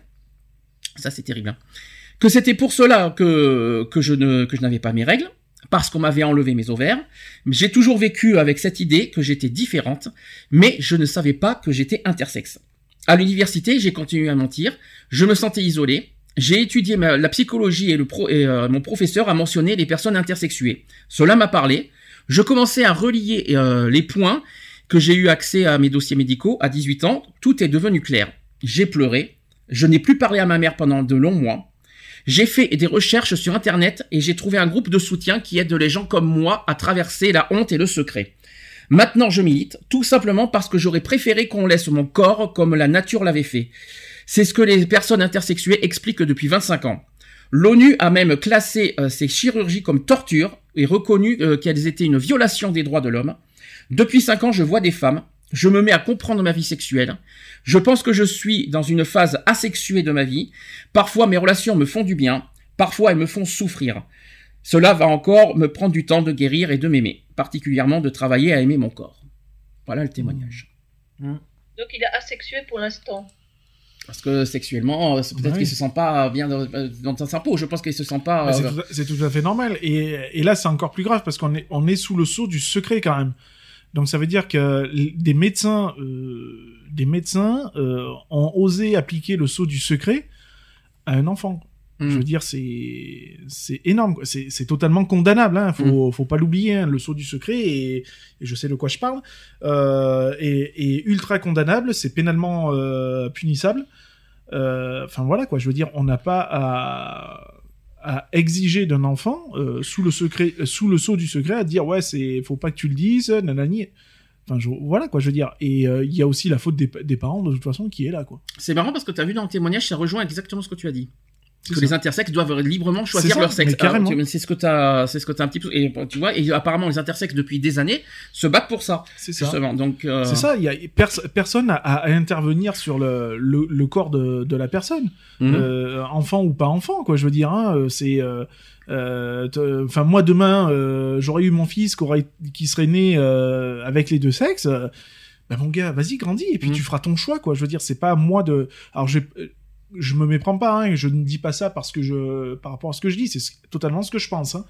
Ça, c'est terrible, hein. Que c'était pour cela que je n'avais pas mes règles, parce qu'on m'avait enlevé mes ovaires. J'ai toujours vécu avec cette idée que j'étais différente, mais je ne savais pas que j'étais intersexe. À l'université, j'ai continué à mentir. Je me sentais isolé. J'ai étudié la psychologie et mon professeur a mentionné les personnes intersexuées. Cela m'a parlé. Je commençais à relier les points que j'ai eu accès à mes dossiers médicaux à 18 ans. Tout est devenu clair. J'ai pleuré. Je n'ai plus parlé à ma mère pendant de longs mois. J'ai fait des recherches sur Internet et j'ai trouvé un groupe de soutien qui aide les gens comme moi à traverser la honte et le secret. Maintenant, je milite, tout simplement parce que j'aurais préféré qu'on laisse mon corps comme la nature l'avait fait. C'est ce que les personnes intersexuées expliquent depuis 25 ans. L'ONU a même classé ces chirurgies comme torture et reconnu qu'elles étaient une violation des droits de l'homme. Depuis 5 ans, je vois des femmes. Je me mets à comprendre ma vie sexuelle. Je pense que je suis dans une phase asexuée de ma vie. Parfois, mes relations me font du bien. Parfois, elles me font souffrir. Cela va encore me prendre du temps de guérir et de m'aimer. Particulièrement de travailler à aimer mon corps. Voilà le témoignage. Donc, il est asexué pour l'instant. Parce que sexuellement, c'est peut-être qu'il se sent pas bien dans sa peau. Je pense qu'il se sent pas... C'est tout à fait normal. Et là, c'est encore plus grave parce qu'on est sous le sceau du secret quand même. Donc ça veut dire que des médecins ont osé appliquer le sceau du secret à un enfant. Je veux dire, c'est énorme, quoi. C'est totalement condamnable, hein. Faut pas l'oublier, hein. Le sceau du secret, et je sais de quoi je parle, est ultra condamnable, c'est pénalement punissable. Enfin voilà, quoi. Je veux dire, on n'a pas à exiger d'un enfant sous le sceau du secret, à dire ouais, faut pas que tu le dises, nanani. Enfin, voilà, quoi, je veux dire. Et il y a aussi la faute des parents, de toute façon, qui est là, quoi. C'est marrant parce que tu as vu dans le témoignage, ça rejoint exactement ce que tu as dit. Que les intersexes doivent librement choisir leur sexe. Carrément. C'est ce que t'as un petit peu, et tu vois, et apparemment les intersexes depuis des années se battent pour ça. C'est ça. Justement. Donc, c'est ça, il y a personne à intervenir sur le corps de la personne. Enfant ou pas enfant, quoi, je veux dire, hein, enfin, moi demain, j'aurais eu mon fils qui serait né avec les deux sexes, bah mon gars, vas-y, grandis, et puis tu feras ton choix, quoi. Je veux dire, c'est pas à moi de... Alors, je me méprends pas, hein, je ne dis pas ça par rapport à ce que je dis, c'est totalement ce que je pense, hein.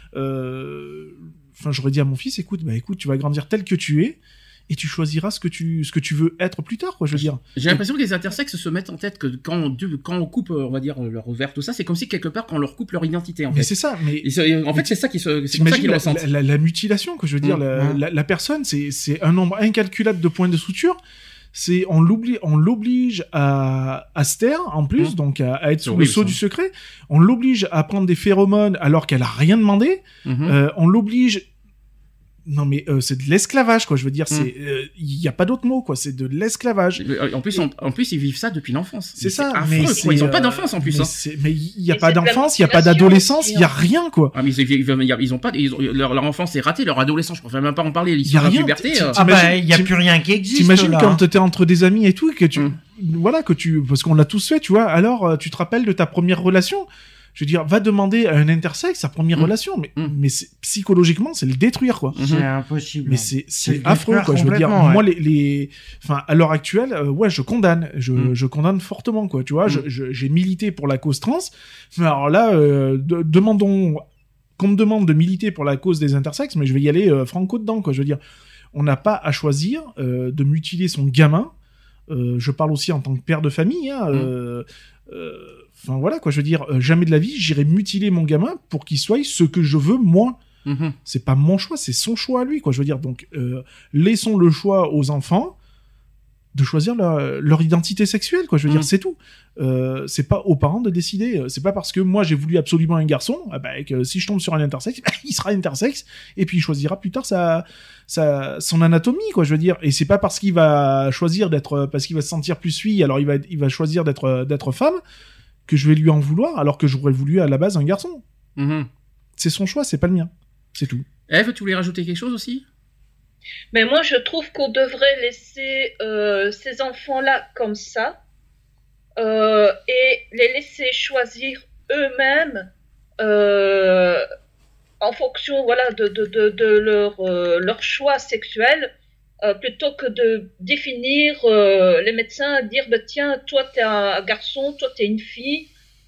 Enfin, j'aurais dit à mon fils, écoute, tu vas grandir tel que tu es, et tu choisiras ce que tu veux être plus tard, quoi, je veux dire. J'ai l'impression que les intersexes se mettent en tête que quand on coupe, on va dire, leur ovaire, tout ça, c'est comme si quelque part, quand on leur coupe leur identité, en fait. Mais c'est ça, mais... En fait, c'est ça qu'ils ressentent. La mutilation, quoi, je veux dire, la personne, c'est un nombre incalculable de points de suture. On l'oblige à se taire, en plus, donc à être sous le sceau du secret. On l'oblige à prendre des phéromones alors qu'elle a rien demandé. On l'oblige... Non, mais c'est de l'esclavage, quoi. Je veux dire, il y a pas d'autre mot, quoi. C'est de l'esclavage. En plus, ils vivent ça depuis l'enfance. C'est ça. Mais ils ont pas d'enfance, en plus. Mais il y a pas d'enfance, il y a pas d'adolescence, il y a rien, quoi. Ah, mais ils ont pas, leur enfance est ratée, leur adolescence, je préfère même pas en parler. Il y a la puberté. Il y a plus rien qui existe. T'imagines quand t'es entre des amis et tout, que parce qu'on l'a tous fait, tu vois. Alors, tu te rappelles de ta première relation. Je veux dire, va demander à un intersexe sa première relation, mais psychologiquement, c'est le détruire, quoi. C'est impossible. Mais c'est affreux, quoi. Je veux dire, moi, enfin, à l'heure actuelle, ouais, je condamne. Je condamne fortement, quoi. Tu vois, j'ai milité pour la cause trans. Mais alors là, qu'on me demande de militer pour la cause des intersexes, mais je vais y aller franco dedans, quoi. Je veux dire, on n'a pas à choisir de mutiler son gamin. Je parle aussi en tant que père de famille, hein. Enfin voilà quoi, je veux dire, jamais de la vie j'irai mutiler mon gamin pour qu'il soit ce que je veux moi. C'est pas mon choix, c'est son choix à lui quoi, je veux dire. Donc laissons le choix aux enfants de choisir leur identité sexuelle quoi, je veux dire, c'est tout. C'est pas aux parents de décider, c'est pas parce que moi j'ai voulu absolument un garçon que si je tombe sur un intersexe, il sera intersexe et puis il choisira plus tard son anatomie quoi, je veux dire. Et c'est pas parce qu'il va choisir parce qu'il va se sentir plus fille, alors il va choisir d'être femme, que je vais lui en vouloir alors que j'aurais voulu à la base un garçon. C'est son choix, c'est pas le mien. C'est tout. Eve, tu voulais rajouter quelque chose aussi ? Mais moi, je trouve qu'on devrait laisser ces enfants-là comme ça et les laisser choisir eux-mêmes en fonction de leur choix sexuel plutôt que de définir les médecins, dire tiens, toi t'es un garçon, toi t'es une fille.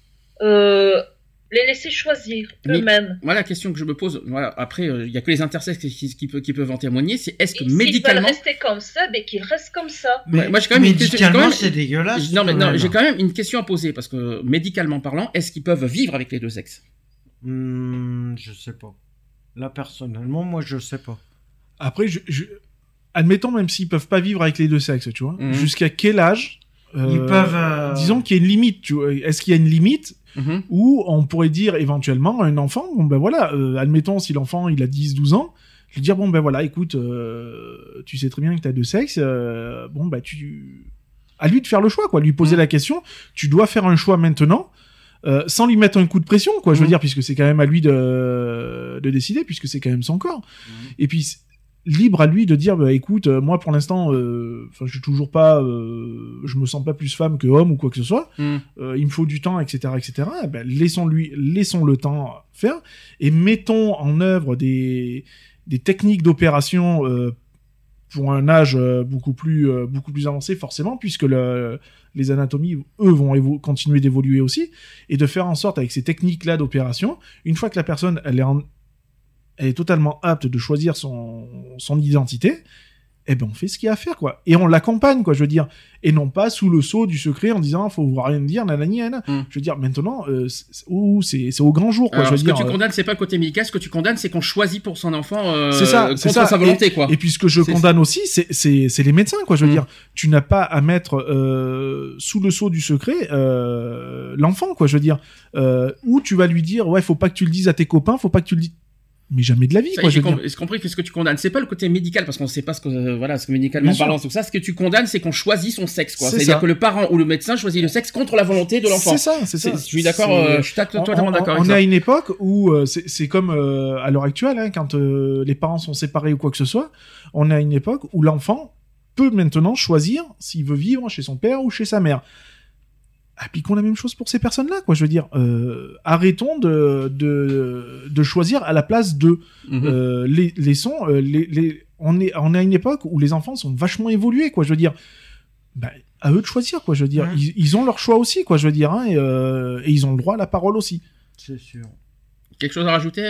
Les laisser choisir eux-mêmes. Voilà la question que je me pose. Voilà, après, il y a que les intersexes qui peuvent en témoigner. C'est est-ce que médicalement, s'ils veulent rester comme ça, qu'ils restent comme ça. Mais moi, j'ai quand même médicalement, c'est dégueulasse. Non, j'ai quand même une question à poser parce que médicalement parlant, est-ce qu'ils peuvent vivre avec les deux sexes ? Je sais pas. Là, personnellement, moi, je sais pas. Après, admettons même s'ils peuvent pas vivre avec les deux sexes, tu vois. Jusqu'à quel âge ils peuvent. Disons qu'il y a une limite. Tu vois. Est-ce qu'il y a une limite? Où on pourrait dire éventuellement à un enfant, admettons si l'enfant il a 10-12 ans, je vais dire écoute, tu sais très bien que tu as deux sexes, à lui de faire le choix quoi, lui poser la question, tu dois faire un choix maintenant, sans lui mettre un coup de pression quoi, je veux dire, puisque c'est quand même à lui de décider, puisque c'est quand même son corps. Et puis libre à lui de dire écoute, moi pour l'instant je suis toujours pas je me sens pas plus femme que homme ou quoi que ce soit, il me faut du temps, etc. Laissons le temps faire et mettons en œuvre des techniques d'opération pour un âge beaucoup plus avancé forcément, puisque les anatomies eux vont continuer d'évoluer aussi, et de faire en sorte avec ces techniques là d'opération, une fois que la personne elle est totalement apte de choisir son identité, on fait ce qu'il y a à faire, quoi. Et on l'accompagne, quoi, je veux dire. Et non pas sous le sceau du secret en disant, faut rien dire, nanani. Je veux dire, maintenant, c'est au grand jour, quoi. Alors, je veux dire, que tu condamnes, c'est pas le côté médical, ce que tu condamnes, c'est qu'on choisit pour son enfant, c'est ça, contre sa volonté, quoi. Et puis, ce que je condamne aussi, c'est les médecins, quoi. Je veux dire, tu n'as pas à mettre, sous le sceau du secret, l'enfant, quoi. Je veux dire, où tu vas lui dire, ouais, faut pas que tu le dises à tes copains, faut pas que tu le dises. Mais jamais de la vie, quoi. J'ai compris que ce que tu condamnes, c'est pas le côté médical, parce qu'on sait pas ce que médicalement parlant, tout ça. Ce que tu condamnes, c'est qu'on choisit son sexe, quoi. C'est-à-dire que le parent ou le médecin choisit le sexe contre la volonté de l'enfant. C'est ça. Je suis d'accord, je suis totalement d'accord. On est à une époque où c'est comme à l'heure actuelle, quand les parents sont séparés ou quoi que ce soit. On est à une époque où l'enfant peut maintenant choisir s'il veut vivre chez son père ou chez sa mère. Appliquons la même chose pour ces personnes-là, quoi. Je veux dire, arrêtons de choisir à la place de on est à une époque où les enfants sont vachement évolués, quoi. Je veux dire, à eux de choisir, quoi. Je veux dire, ils ont leur choix aussi, quoi. Je veux dire, et ils ont le droit à la parole aussi. C'est sûr. Quelque chose à rajouter, Eve ?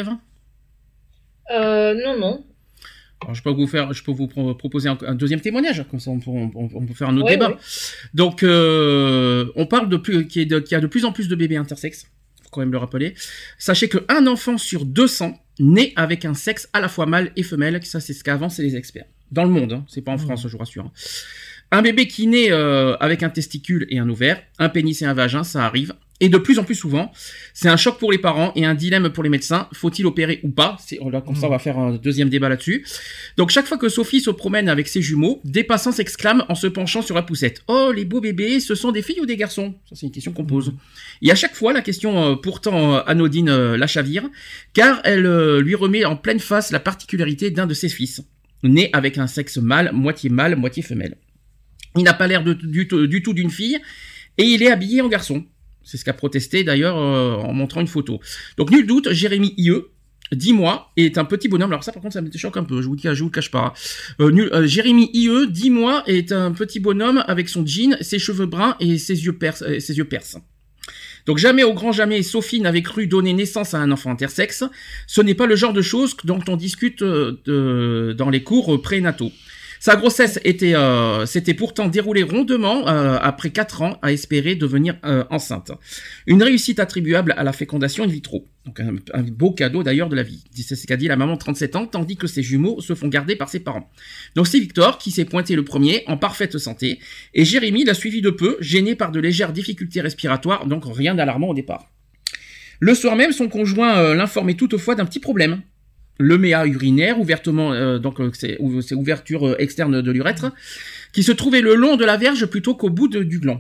Non. Alors, je peux vous proposer un deuxième témoignage, comme ça on peut faire un autre débat. Oui. Donc, on parle qu'il y a de plus en plus de bébés intersexes, faut quand même le rappeler. Sachez qu'un enfant sur 200 naît avec un sexe à la fois mâle et femelle, ça c'est ce qu'avancent les experts. Dans le monde, c'est pas en France, je vous rassure. Un bébé qui naît avec un testicule et un ovaire, un pénis et un vagin, ça arrive. Et de plus en plus souvent, c'est un choc pour les parents et un dilemme pour les médecins. Faut-il opérer ou pas ? Comme ça, on va faire un deuxième débat là-dessus. Donc, chaque fois que Sophie se promène avec ses jumeaux, des passants s'exclament en se penchant sur la poussette. « Oh, les beaux bébés, ce sont des filles ou des garçons ?» Ça, c'est une question qu'on pose. Et à chaque fois, la question pourtant anodine la chavire, car elle lui remet en pleine face la particularité d'un de ses fils, né avec un sexe mâle, moitié femelle. Il n'a pas l'air du tout d'une fille, et il est habillé en garçon. C'est ce qu'a protesté d'ailleurs en montrant une photo. Donc nul doute, Jérémy IE, 10 mois, est un petit bonhomme. Alors ça par contre ça me choque un peu, je vous le cache pas. Jérémy IE, 10 mois, est un petit bonhomme avec son jean, ses cheveux bruns et ses yeux perses. Donc jamais au grand jamais Sophie n'avait cru donner naissance à un enfant intersexe. Ce n'est pas le genre de choses dont on discute dans les cours prénataux. Sa grossesse s'était pourtant déroulée rondement après 4 ans à espérer devenir enceinte. Une réussite attribuable à la fécondation in vitro. Donc un beau cadeau d'ailleurs de la vie. C'est ce qu'a dit la maman de 37 ans, tandis que ses jumeaux se font garder par ses parents. Donc c'est Victor qui s'est pointé le premier, en parfaite santé, et Jérémy l'a suivi de peu, gêné par de légères difficultés respiratoires, donc rien d'alarmant au départ. Le soir même, son conjoint l'informait toutefois d'un petit problème. Le méa urinaire, c'est ouverture externe de l'urètre, qui se trouvait le long de la verge plutôt qu'au bout du gland.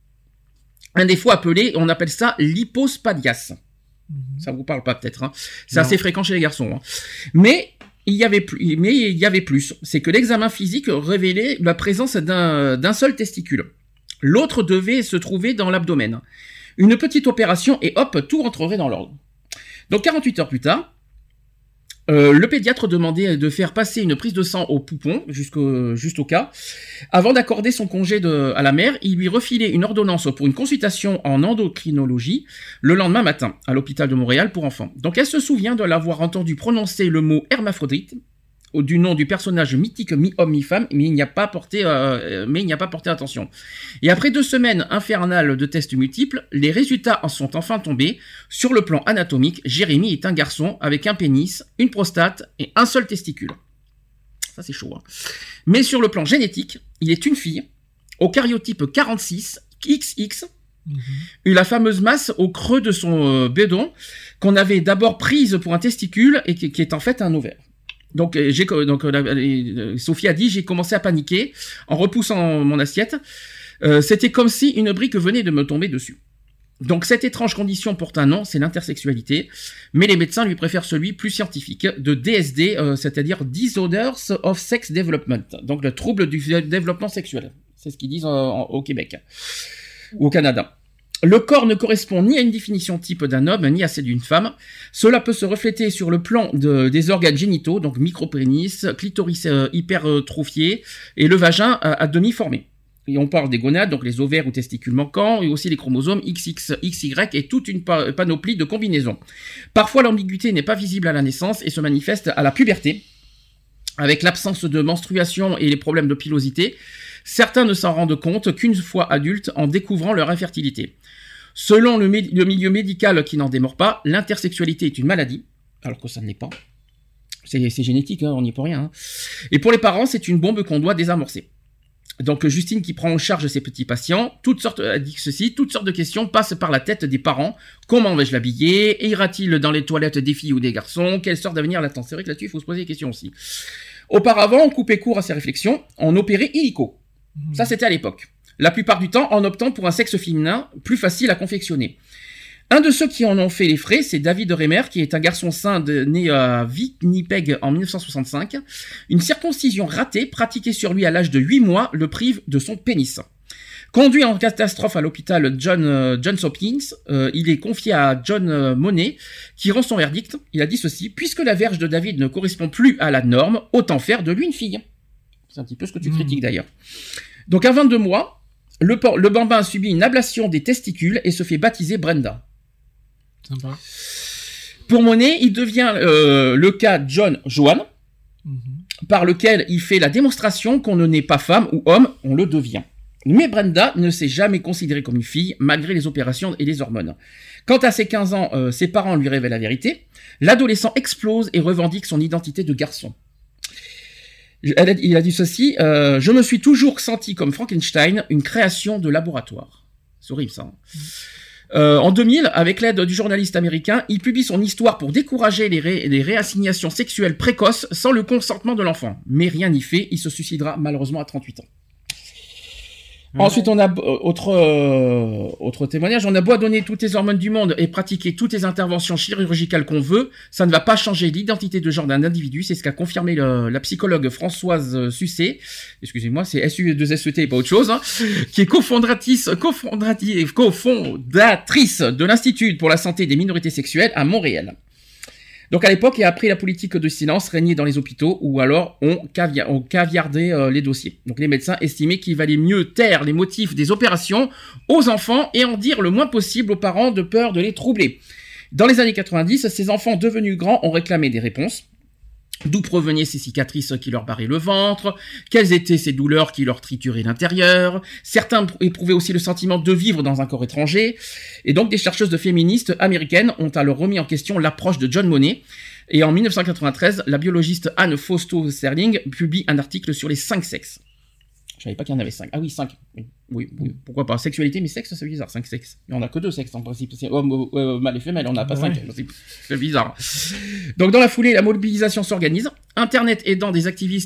Un défaut appelé, on appelle ça l'hypospadias. Ça vous parle pas peut-être, hein. C'est assez fréquent chez les garçons, hein. Mais il y avait plus. C'est que l'examen physique révélait la présence d'un seul testicule. L'autre devait se trouver dans l'abdomen. Une petite opération et hop, tout rentrerait dans l'ordre. Donc 48 heures plus tard, le pédiatre demandait de faire passer une prise de sang au poupon, jusqu'au cas. Avant d'accorder son congé à la mère, il lui refilait une ordonnance pour une consultation en endocrinologie le lendemain matin, à l'hôpital de Montréal pour enfants. Donc elle se souvient de l'avoir entendu prononcer le mot hermaphrodite, du nom du personnage mythique mi-homme mi-femme, mais il n'y a pas porté attention. Et après 2 semaines infernales de tests multiples, les résultats en sont enfin tombés. Sur le plan anatomique, Jérémy est un garçon avec un pénis, une prostate et un seul testicule. Ça c'est chaud, hein. Mais sur le plan génétique, il est une fille, au cariotype 46, XX, la fameuse masse au creux de son bédon, qu'on avait d'abord prise pour un testicule et qui est en fait un ovaire. Donc Sophie a dit, j'ai commencé à paniquer en repoussant mon assiette. C'était comme si une brique venait de me tomber dessus. Donc cette étrange condition porte un nom, c'est l'intersexualité, mais les médecins lui préfèrent celui plus scientifique de DSD, c'est-à-dire Disorders of Sex Development, donc le trouble du développement sexuel. C'est ce qu'ils disent au Québec ou au Canada. Le corps ne correspond ni à une définition type d'un homme, ni à celle d'une femme. Cela peut se refléter sur le plan des organes génitaux, donc micropénis, clitoris hypertrophié, et le vagin à demi formé. Et on parle des gonades, donc les ovaires ou testicules manquants, et aussi les chromosomes XX, XY, et toute une panoplie de combinaisons. Parfois, l'ambiguïté n'est pas visible à la naissance et se manifeste à la puberté, avec l'absence de menstruation et les problèmes de pilosité. Certains ne s'en rendent compte qu'une fois adultes en découvrant leur infertilité. Selon le milieu médical qui n'en démord pas, l'intersexualité est une maladie, alors que ça ne l'est pas. C'est génétique, hein, on n'y peut rien. Hein. Et pour les parents, c'est une bombe qu'on doit désamorcer. Donc Justine qui prend en charge ses petits patients, toutes sortes de questions passent par la tête des parents. Comment vais-je l'habiller? Ira-t-il dans les toilettes des filles ou des garçons? Quelle sorte d'avenir l'attend? C'est vrai que là-dessus, il faut se poser des questions aussi. Auparavant, on coupait court à ces réflexions, on opérait illico. Ça, c'était à l'époque. La plupart du temps, en optant pour un sexe féminin plus facile à confectionner. Un de ceux qui en ont fait les frais, c'est David Reimer, qui est un garçon sain né à Winnipeg en 1965. Une circoncision ratée, pratiquée sur lui à l'âge de 8 mois, le prive de son pénis. Conduit en catastrophe à l'hôpital Johns Hopkins, il est confié à John Monet, qui rend son verdict. Il a dit ceci: puisque la verge de David ne correspond plus à la norme, autant faire de lui une fille. C'est un petit peu ce que tu critiques d'ailleurs. Donc à 22 mois, le bambin a subi une ablation des testicules et se fait baptiser Brenda. Sympa. Pour Monet, il devient le cas John Joan, par lequel il fait la démonstration qu'on ne naît pas femme ou homme, on le devient. Mais Brenda ne s'est jamais considérée comme une fille, malgré les opérations et les hormones. Quant à ses 15 ans, ses parents lui révèlent la vérité. L'adolescent explose et revendique son identité de garçon. Il a dit ceci, je me suis toujours senti comme Frankenstein, une création de laboratoire. C'est horrible ça. En 2000, avec l'aide du journaliste américain, il publie son histoire pour décourager les réassignations sexuelles précoces sans le consentement de l'enfant. Mais rien n'y fait, il se suicidera malheureusement à 38 ans. Ensuite, on a autre témoignage. On a beau donner toutes les hormones du monde et pratiquer toutes les interventions chirurgicales qu'on veut, ça ne va pas changer l'identité de genre d'un individu. C'est ce qu'a confirmé la psychologue Françoise Sucet. Excusez-moi, c'est SU2SET et pas autre chose, hein, qui est cofondatrice de l'Institut pour la santé des minorités sexuelles à Montréal. Donc à l'époque et après, la politique de silence régnait dans les hôpitaux ou alors on caviardait les dossiers. Donc les médecins estimaient qu'il valait mieux taire les motifs des opérations aux enfants et en dire le moins possible aux parents de peur de les troubler. Dans les années 90, ces enfants devenus grands ont réclamé des réponses. d'où provenaient ces cicatrices qui leur barraient le ventre, quelles étaient ces douleurs qui leur trituraient l'intérieur. Certains éprouvaient aussi le sentiment de vivre dans un corps étranger. Et donc des chercheuses féministes américaines ont alors remis en question l'approche de John Monnet. Et en 1993, la biologiste Anne Fausto-Serling publie un article sur les 5 sexes. Je savais pas qu'il y en avait 5. Ah oui, 5. Oui, pourquoi pas. Sexualité, mais sexe, c'est bizarre. 5 sexes. Il n'y en a que 2 sexes en principe. C'est homme, mâle et femelle, on n'a pas 5. Ouais. C'est bizarre. Donc dans la foulée, la mobilisation s'organise. Internet aidant des activistes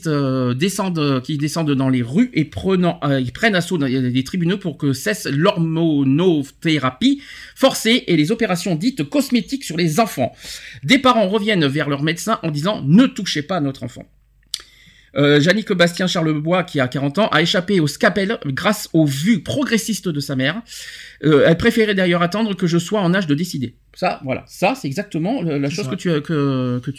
qui descendent dans les rues et ils prennent assaut des tribunaux pour que cesse l'hormonothérapie forcée et les opérations dites cosmétiques sur les enfants. Des parents reviennent vers leur médecin en disant « Ne touchez pas à notre enfant ». Jannick Bastien Charlebois, qui a 40 ans, a échappé au scalpel grâce aux vues progressistes de sa mère. Elle préférait d'ailleurs attendre que je sois en âge de décider. Ça, voilà. Ça, c'est exactement la chose que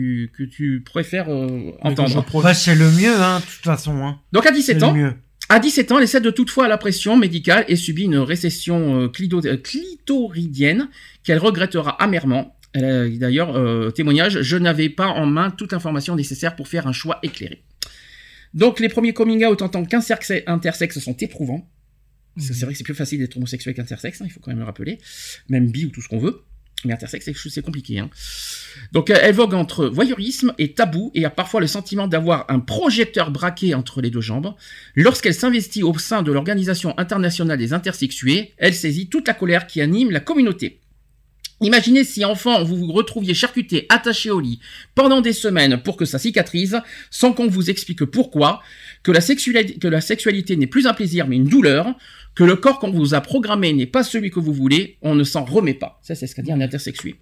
tu préfères entendre. C'est le mieux, hein, de toute façon. Hein. Donc à 17 ans, elle cède toutefois à la pression médicale et subit une récession clitoridienne qu'elle regrettera amèrement. Elle a d'ailleurs témoignage, je n'avais pas en main toute l'information nécessaire pour faire un choix éclairé. Donc les premiers coming out en tant qu'intersexe sont éprouvants. Parce que c'est vrai que c'est plus facile d'être homosexuel qu'intersexe, hein, il faut quand même le rappeler. Même bi ou tout ce qu'on veut. Mais intersexe, c'est compliqué. Hein. Donc elle vogue entre voyeurisme et tabou et a parfois le sentiment d'avoir un projecteur braqué entre les deux jambes. Lorsqu'elle s'investit au sein de l'Organisation internationale des intersexués, elle saisit toute la colère qui anime la communauté. Imaginez si enfant vous vous retrouviez charcuté, attaché au lit pendant des semaines pour que ça cicatrise, sans qu'on vous explique pourquoi, que la sexualité n'est plus un plaisir mais une douleur, que le corps qu'on vous a programmé n'est pas celui que vous voulez, on ne s'en remet pas. Ça, c'est ce qu'a dit un intersexué.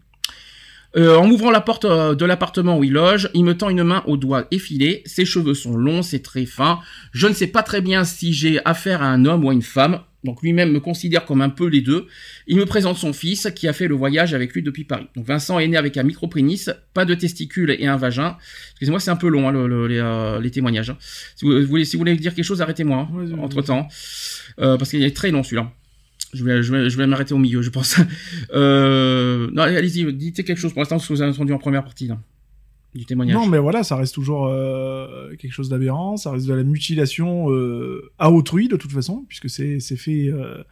En m'ouvrant la porte de l'appartement où il loge, il me tend une main au doigt effilé, ses cheveux sont longs, c'est très fin, je ne sais pas très bien si j'ai affaire à un homme ou à une femme, donc lui-même me considère comme un peu les deux. Il me présente son fils qui a fait le voyage avec lui depuis Paris. Donc Vincent est né avec un micro-pénis, pas de testicules et un vagin. Excusez-moi, c'est un peu long hein, les témoignages. Hein. Si vous voulez dire quelque chose, arrêtez-moi hein, entre-temps. Parce qu'il est très long celui-là. Je vais m'arrêter au milieu, je pense. Non, allez-y, dites quelque chose pour l'instant, ce que vous avez entendu en première partie là, du témoignage. Non, mais voilà, ça reste toujours quelque chose d'aberrant, ça reste de la mutilation à autrui, de toute façon, puisque c'est fait...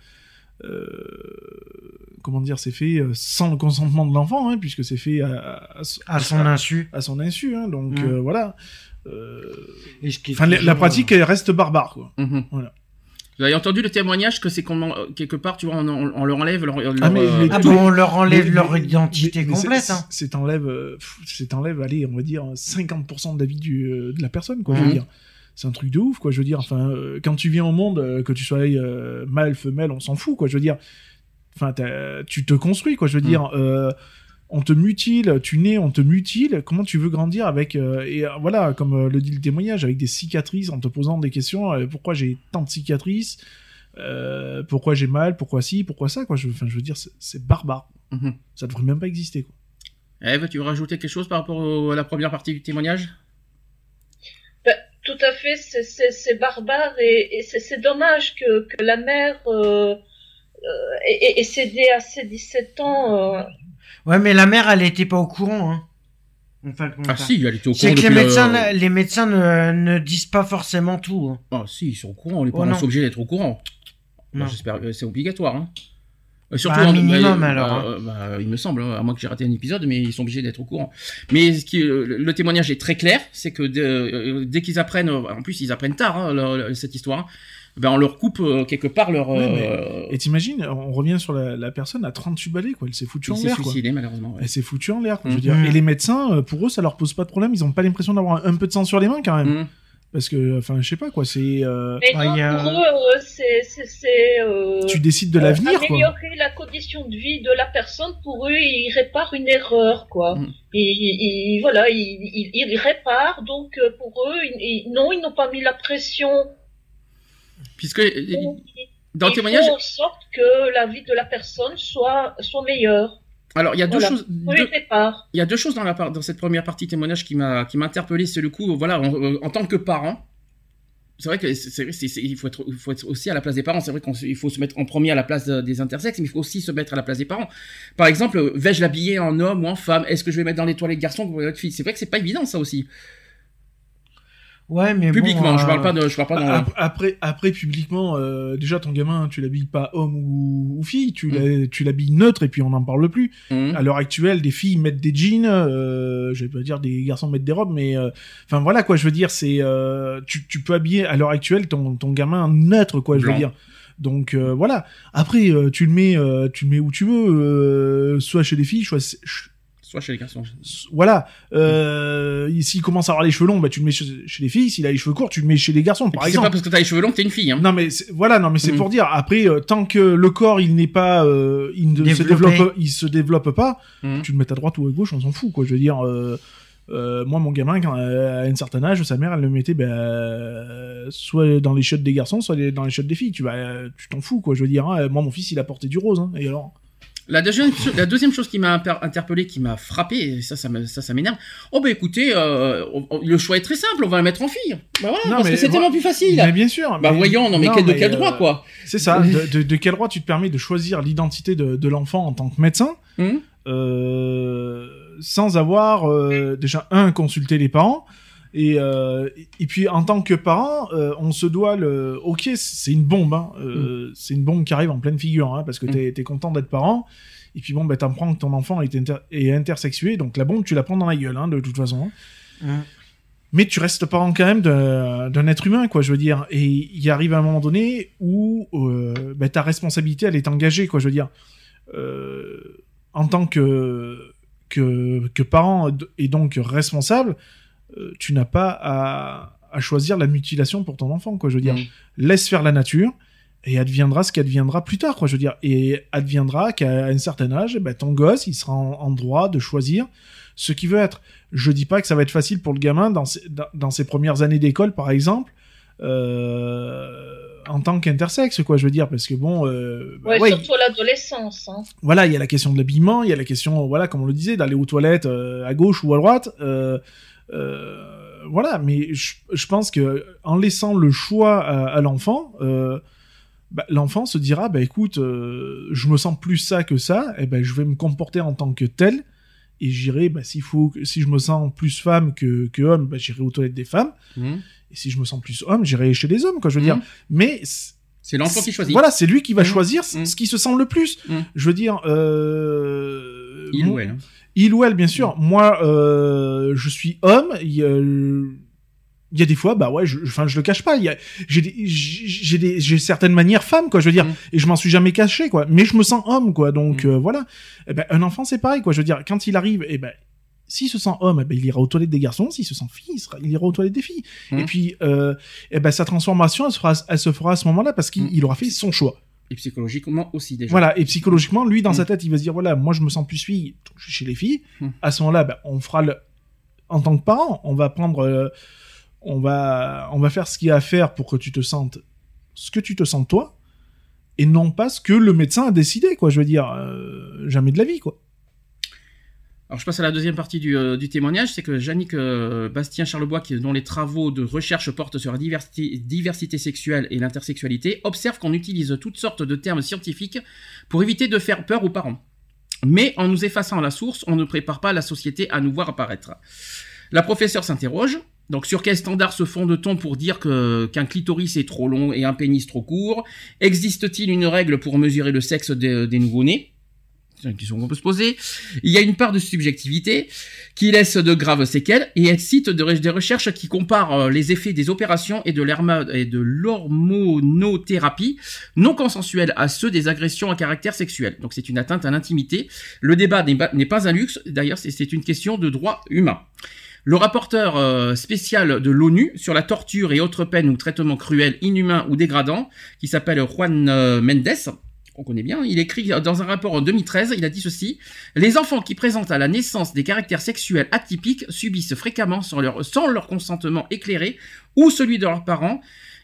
comment dire, c'est fait sans le consentement de l'enfant, hein, puisque c'est fait à son insu. À son insu, hein, donc voilà. La pratique, elle reste barbare, quoi. Voilà. Vous avez entendu le témoignage que c'est qu'on quelque part, tu vois, on leur enlève leur on leur enlève leur identité complète. Hein. C'est t'enlève, allez, on va dire 50% de la vie de la personne, quoi. Je veux dire, c'est un truc de ouf, quoi. Je veux dire, enfin, quand tu viens au monde, que tu sois mâle, femelle, on s'en fout, quoi. Je veux dire, enfin, tu te construis, quoi. Je veux dire. On te mutile, tu nais, on te mutile. Comment tu veux grandir avec voilà, comme le dit le témoignage, avec des cicatrices, en te posant des questions. Pourquoi j'ai tant de cicatrices pourquoi j'ai mal, pourquoi ci, pourquoi ça, quoi. Je veux dire, c'est barbare. Ça devrait même pas exister, quoi. Eve, tu veux rajouter quelque chose par rapport à la première partie du témoignage? Tout à fait, c'est barbare et c'est dommage que la mère ait cédé à ses 17 ans. Ouais, mais la mère, elle était pas au courant, hein. Enfin, si, elle était au courant. C'est que les médecins ne disent pas forcément tout. Hein. Ah si, ils sont au courant, les parents sont obligés d'être au courant. Bah, j'espère, c'est obligatoire, hein. Surtout un minimum, alors. Il me semble, à moins que j'ai raté un épisode, mais ils sont obligés d'être au courant. Mais le témoignage est très clair, c'est que dès qu'ils apprennent, en plus ils apprennent tard, hein, cette histoire, on leur coupe quelque part leur... Et t'imagines, on revient sur la personne à 38 balais, quoi. Elle s'est foutue en l'air, quoi. Elle s'est suicidée, malheureusement. Ouais. Elle s'est foutue en l'air, quoi. Je veux dire. Et les médecins, pour eux, ça leur pose pas de problème. Ils ont pas l'impression d'avoir un peu de sang sur les mains, quand même. Parce que, enfin, je sais pas, quoi. C'est. Mais pour eux, c'est. Tu décides de l'avenir, quoi. Améliorer la condition de vie de la personne, pour eux, ils réparent une erreur, quoi. Voilà, ils réparent, donc pour eux, non, ils n'ont pas mis la pression. Puisque dans le témoignage, ils font en sorte que la vie de la personne soit meilleure. Alors il y a deux choses. Il y a deux choses dans cette première partie témoignage qui m'a interpellé. C'est le coup, voilà, en tant que parent, c'est vrai que il faut être aussi à la place des parents. C'est vrai qu'il faut se mettre en premier à la place des intersexes, mais il faut aussi se mettre à la place des parents. Par exemple, vais-je l'habiller en homme ou en femme? Est-ce que je vais mettre dans les toilettes garçons ou toilettes filles? C'est vrai que c'est pas évident, ça aussi. Ouais, mais publiquement, bon, je parle pas dans après publiquement, déjà ton gamin, tu l'habilles pas homme ou fille, tu l'habilles neutre et puis on n'en parle plus. À l'heure actuelle, des filles mettent des jeans, je vais pas dire des garçons mettent des robes, mais enfin voilà quoi, je veux dire, c'est tu peux habiller à l'heure actuelle ton gamin neutre quoi, je veux dire. Donc voilà. Après tu le mets où tu veux, soit chez les filles, soit chez les garçons. Voilà. S'il commence à avoir les cheveux longs, bah tu le mets chez les filles. S'il a les cheveux courts, tu le mets chez les garçons, par exemple. C'est pas parce que t'as les cheveux longs que t'es une fille. Hein. Non mais c'est pour dire. Après, tant que le corps il n'est pas, il se développe pas, tu le mets à droite ou à gauche, on s'en fout quoi. Je veux dire. Moi, mon gamin, quand à un certain âge, sa mère, elle le mettait soit dans les chiottes des garçons, soit dans les chiottes des filles. Tu t'en fous quoi. Je veux dire. Hein. Moi, mon fils, il a porté du rose. Hein, et alors. La deuxième chose qui m'a interpellé, qui m'a frappé, et ça m'énerve. Oh bah écoutez, le choix est très simple, on va la mettre en fille. Bah voilà, parce que c'est tellement plus facile. Mais bien sûr. Bah voyons, de quel droit quoi? C'est ça. De quel droit tu te permets de choisir l'identité de l'enfant en tant que médecin, sans avoir déjà consulté les parents. Et puis en tant que parent, on se doit ok, c'est une bombe, hein, c'est une bombe qui arrive en pleine figure, hein, parce que t'es content d'être parent. Et puis bon, bah t'apprends que ton enfant est intersexué, donc la bombe tu la prends dans la gueule, hein, de toute façon. Hein. Mais tu restes parent quand même d'un être humain, quoi, je veux dire. Et il arrive à un moment donné où ta responsabilité elle est engagée, quoi, je veux dire. En tant que parent et donc responsable. Tu n'as pas à choisir la mutilation pour ton enfant, quoi, je veux dire. Laisse faire la nature, et adviendra ce qu'adviendra plus tard, quoi, je veux dire. Et adviendra qu'à un certain âge, ton gosse, il sera en droit de choisir ce qu'il veut être. Je dis pas que ça va être facile pour le gamin dans ses premières années d'école, par exemple, en tant qu'intersexe, quoi, je veux dire, parce que bon... surtout à l'adolescence. Hein. Voilà, il y a la question de l'habillement, il y a la question, voilà, comme on le disait, d'aller aux toilettes à gauche ou à droite... voilà, mais je pense que en laissant le choix à l'enfant, l'enfant se dira, écoute, je me sens plus ça que ça, et je vais me comporter en tant que tel, et j'irai, si je me sens plus femme que homme, j'irai aux toilettes des femmes, et si je me sens plus homme, j'irai chez les hommes, quoi, je veux dire. Mais c'est l'enfant qui choisit. Voilà, c'est lui qui va choisir ce qui se sent le plus. Je veux dire, il ou elle. Il ou elle, bien sûr. Moi, je suis homme. Il y a des fois, je le cache pas. J'ai certaines manières femmes, quoi. Je veux dire, et je m'en suis jamais caché, quoi. Mais je me sens homme, quoi. Donc voilà. Un enfant, c'est pareil, quoi. Je veux dire, quand il arrive, s'il se sent homme, il ira aux toilettes des garçons. S'il se sent fille, il ira aux toilettes des filles. Et puis, sa transformation, elle se fera à ce moment-là parce qu'il aura fait son choix. Et psychologiquement aussi, déjà. Voilà, et psychologiquement, lui, dans sa tête, il va se dire, voilà, moi, je me sens plus fille, je suis chez les filles. À ce moment-là, on fera en tant que parent, on va prendre, on va faire ce qu'il y a à faire pour que tu te sentes ce que tu te sens toi, et non pas ce que le médecin a décidé, quoi, je veux dire, jamais de la vie, quoi. Alors je passe à la deuxième partie du témoignage, c'est que Yannick Bastien-Charlebois, dont les travaux de recherche portent sur la diversité sexuelle et l'intersexualité, observe qu'on utilise toutes sortes de termes scientifiques pour éviter de faire peur aux parents. Mais en nous effaçant à la source, on ne prépare pas la société à nous voir apparaître. La professeure s'interroge, donc sur quel standard se fonde-t-on pour dire qu'un clitoris est trop long et un pénis trop court? Existe-t-il une règle pour mesurer le sexe des nouveau-nés? C'est une question qu'on peut se poser. Il y a une part de subjectivité qui laisse de graves séquelles et elle cite des recherches qui comparent les effets des opérations et de l'hormonothérapie non consensuelle à ceux des agressions à caractère sexuel. Donc c'est une atteinte à l'intimité. Le débat n'est pas un luxe, d'ailleurs c'est une question de droit humain. Le rapporteur spécial de l'ONU sur la torture et autres peines ou traitements cruels, inhumains ou dégradants, qui s'appelle Juan Mendes, on connaît bien, il écrit dans un rapport en 2013, il a dit ceci: les enfants qui présentent à la naissance des caractères sexuels atypiques subissent fréquemment sans leur consentement éclairé ou celui de leurs parents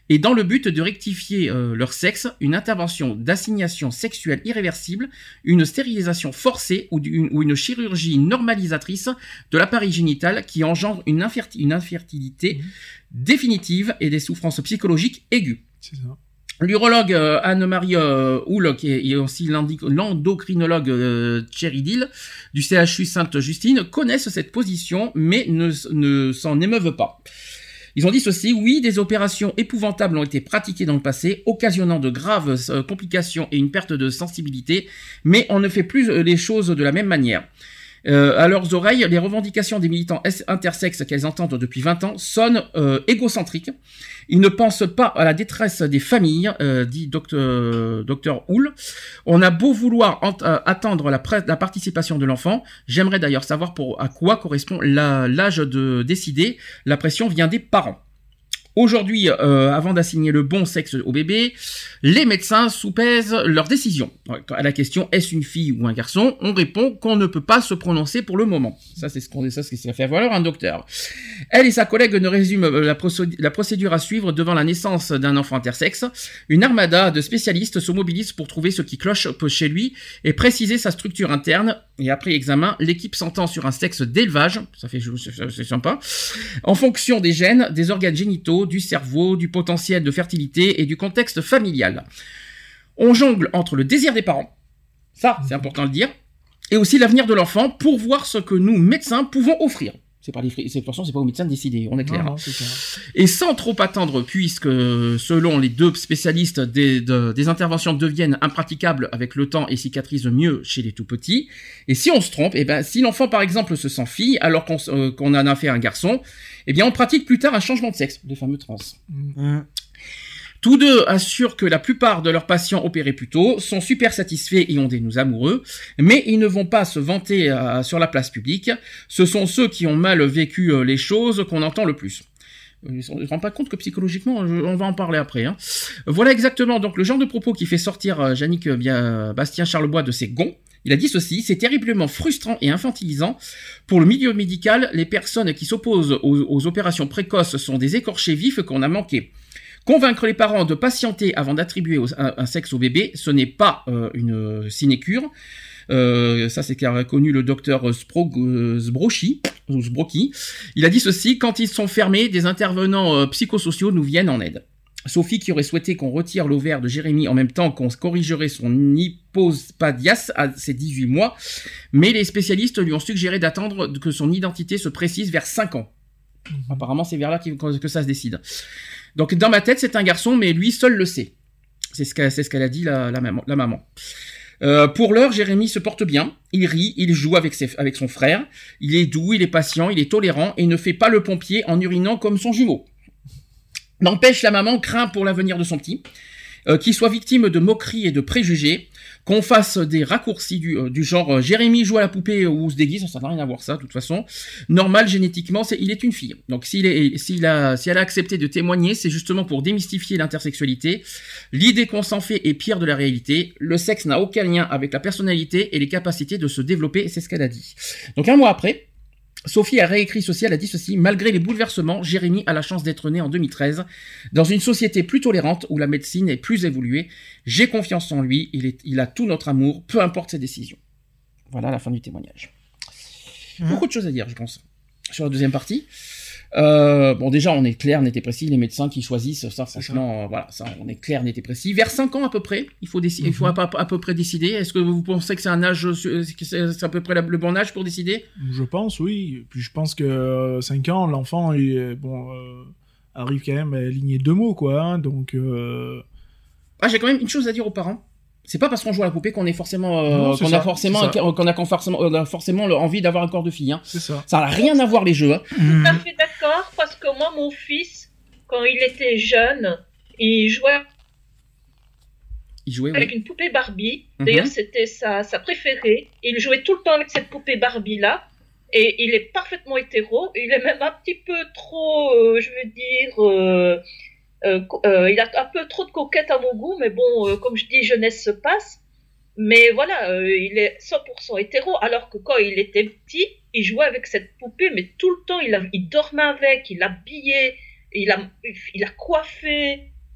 et dans le but de rectifier leur sexe, une intervention d'assignation sexuelle irréversible, une stérilisation forcée ou une chirurgie normalisatrice de l'appareil génital qui engendre une infertilité définitive et des souffrances psychologiques aiguës. C'est ça. L'urologue Anne-Marie Houle, qui est aussi l'endocrinologue Thierry Dill du CHU Sainte-Justine, connaissent cette position, mais ne s'en émeuvent pas. Ils ont dit ceci: oui, des opérations épouvantables ont été pratiquées dans le passé, occasionnant de graves complications et une perte de sensibilité, mais on ne fait plus les choses de la même manière. À leurs oreilles, les revendications des militants intersexes qu'elles entendent depuis 20 ans sonnent égocentriques. Ils ne pensent pas à la détresse des familles, dit Dr Houle. On a beau vouloir attendre la participation de l'enfant. J'aimerais d'ailleurs savoir à quoi correspond l'âge de décider. La pression vient des parents. Aujourd'hui, avant d'assigner le bon sexe au bébé, les médecins soupèsent leur décision. À la question « est-ce une fille ou un garçon ?», on répond qu'on ne peut pas se prononcer pour le moment. Ça, c'est ce que fait valoir un docteur. Elle et sa collègue ne résument la procédure à suivre devant la naissance d'un enfant intersexe. Une armada de spécialistes se mobilise pour trouver ce qui cloche chez lui et préciser sa structure interne. Et après examen, l'équipe s'entend sur un sexe d'élevage, c'est sympa, en fonction des gènes, des organes génitaux, du cerveau, du potentiel de fertilité et du contexte familial. On jongle entre le désir des parents, ça c'est important de le dire, et aussi l'avenir de l'enfant pour voir ce que nous, médecins, pouvons offrir. C'est pas aux médecins de décider, on est clair. Non, c'est clair. Et sans trop attendre, puisque selon les deux spécialistes, des interventions deviennent impraticables avec le temps et cicatrisent mieux chez les tout petits. Et si on se trompe, si l'enfant par exemple se sent fille alors qu'on en a fait un garçon, on pratique plus tard un changement de sexe, les fameux trans. Tous deux assurent que la plupart de leurs patients opérés plus tôt sont super satisfaits et ont des nous amoureux, mais ils ne vont pas se vanter sur la place publique. Ce sont ceux qui ont mal vécu les choses qu'on entend le plus. On ne se rend pas compte que psychologiquement, on va en parler après. Voilà exactement donc le genre de propos qui fait sortir Yannick Bastien Charlebois de ses gonds. Il a dit ceci: c'est terriblement frustrant et infantilisant. Pour le milieu médical, les personnes qui s'opposent aux opérations précoces sont des écorchés vifs qu'on a manqués. Convaincre les parents de patienter avant d'attribuer un sexe au bébé, ce n'est pas une sinécure. Ça, c'est qu'a connu le docteur Sbrocchi. Il a dit ceci: quand ils sont fermés, des intervenants psychosociaux nous viennent en aide. Sophie, qui aurait souhaité qu'on retire l'ovaire de Jérémy en même temps qu'on corrigerait son hypospadias à ses 18 mois, mais les spécialistes lui ont suggéré d'attendre que son identité se précise vers 5 ans. Apparemment, c'est vers là que ça se décide. Donc, dans ma tête, c'est un garçon, mais lui seul le sait. C'est ce qu'elle a dit, la maman. Pour l'heure, Jérémy se porte bien. Il rit, il joue avec son frère. Il est doux, il est patient, il est tolérant et ne fait pas le pompier en urinant comme son jumeau. N'empêche, la maman craint pour l'avenir de son petit, qu'il soit victime de moqueries et de préjugés, qu'on fasse des raccourcis du genre Jérémy joue à la poupée ou se déguise, ça n'a rien à voir ça, de toute façon. Normal, génétiquement, il est une fille. Donc si elle a accepté de témoigner, c'est justement pour démystifier l'intersexualité. L'idée qu'on s'en fait est pire de la réalité. Le sexe n'a aucun lien avec la personnalité et les capacités de se développer, c'est ce qu'elle a dit. Donc un mois après, Sophie a réécrit ceci, elle a dit ceci: malgré les bouleversements, Jérémy a la chance d'être né en 2013, dans une société plus tolérante où la médecine est plus évoluée. J'ai confiance en lui, il a tout notre amour, peu importe ses décisions. Voilà la fin du témoignage. Beaucoup de choses à dire, je pense, sur la deuxième partie. Bon, déjà, on est clair, net et précis, les médecins qui choisissent, ça, franchement, voilà, ça, on est clair, net et précis. Vers 5 ans à peu près, il faut à peu près décider. Est-ce que vous pensez que c'est un âge, c'est à peu près le bon âge pour décider? Je pense, oui. Puis je pense que 5 ans, l'enfant, arrive quand même à aligner 2 mots, quoi, donc... j'ai quand même une chose à dire aux parents. C'est pas parce qu'on joue à la poupée qu'on est forcément, qu'on a forcément envie d'avoir un corps de fille. C'est ça. Ça n'a rien à voir les jeux. Tout à fait d'accord, parce que moi, mon fils, quand il était jeune, il jouait avec une poupée Barbie. D'ailleurs, c'était sa préférée. Il jouait tout le temps avec cette poupée Barbie-là. Et il est parfaitement hétéro. Il est même un petit peu trop, il a un peu trop de coquette à mon goût, mais bon, comme je dis, jeunesse se passe. Mais voilà, il est 100% hétéro, alors que quand il était petit, il jouait avec cette poupée, mais tout le temps, il dormait avec, il l'habillait, il a coiffé.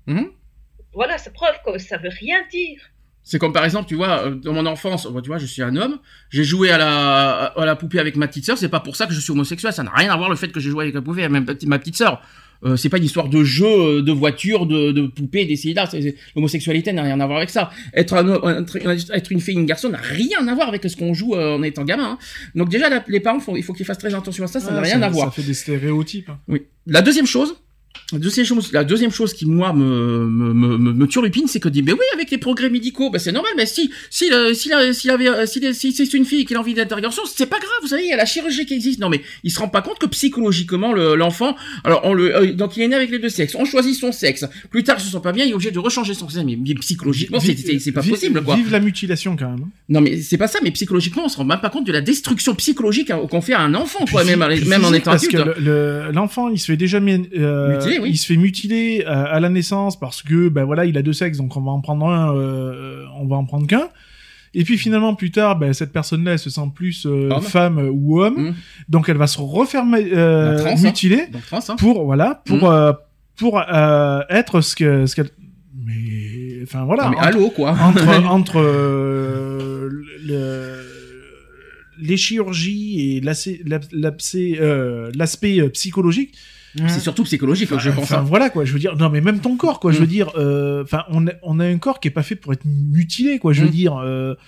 Voilà, ça preuve que ça veut rien dire. C'est comme par exemple, tu vois, dans mon enfance, tu vois, je suis un homme, j'ai joué à la poupée avec ma petite sœur, c'est pas pour ça que je suis homosexuel, ça n'a rien à voir le fait que j'ai joué avec la poupée, même ma petite sœur. C'est pas une histoire de jeu, de voiture, de poupée, d'essayer là. L'homosexualité n'a rien à voir avec ça. Être une fille, une garçon n'a rien à voir avec ce qu'on joue en étant gamin. Hein. Donc déjà, les parents, il faut qu'ils fassent très attention à ça, ça n'a rien à voir. Ça fait des stéréotypes. Oui. La deuxième chose qui moi me turlupine, c'est que dit mais oui, avec les progrès médicaux, c'est normal, mais si c'est une fille qui a envie d'être garçon, c'est pas grave, vous savez, il y a la chirurgie qui existe. Non mais il se rend pas compte que psychologiquement l'enfant, alors donc il est né avec les deux sexes, on choisit son sexe, plus tard il se sent pas bien, il est obligé de rechanger son sexe, mais psychologiquement c'est pas possible quoi. Vive la mutilation quand même. Non mais c'est pas ça, mais psychologiquement on se rend même pas compte de la destruction psychologique qu'on fait à un enfant quoi, même en étant adulte. Parce que l'enfant il se fait déjà mutiler, oui. Il se fait mutiler à la naissance parce que voilà, il a deux sexes, donc on va en prendre on va en prendre qu'un. Et puis finalement plus tard, cette personne-là elle se sent plus femme ou homme, donc elle va se refaire mutiler pour être ce qu'elle. Mais enfin voilà. Mais allô quoi. entre les chirurgies et l'aspect psychologique. C'est surtout psychologique, je pense. Enfin, voilà, quoi. Je veux dire, non, mais même ton corps, quoi. Je veux dire, on a un corps qui est pas fait pour être mutilé, quoi. Je veux dire,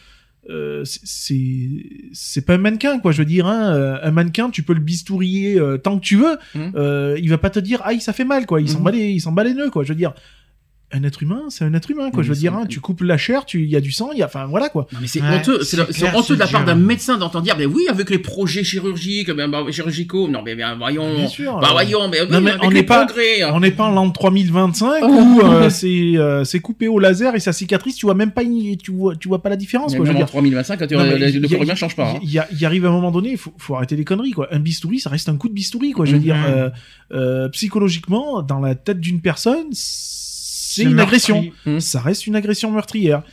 c'est pas un mannequin, quoi. Je veux dire, un mannequin, tu peux le bistourier tant que tu veux. Il va pas te dire, aïe, ça fait mal, quoi. Il s'en bat les nœuds, quoi. Je veux dire. Un être humain, c'est un être humain, quoi. Je veux dire, tu coupes la chair, il y a du sang, enfin, voilà, quoi. Non, mais c'est honteux, c'est honteux de la part d'un médecin d'entendre dire, mais oui, avec les projets chirurgicaux, non, mais voyons. Bien sûr. Voyons, mais on n'est pas en l'an 3025 où c'est coupé au laser et sa cicatrice, tu vois même pas, tu vois pas la différence, quoi. Je veux dire, en 3025, le corps humain change pas. Il arrive à un moment donné, faut arrêter les conneries, quoi. Un bistouri, ça reste un coup de bistouri, quoi. Je veux dire, psychologiquement, dans la tête d'une personne, c'est une agression. Ça reste une agression meurtrière.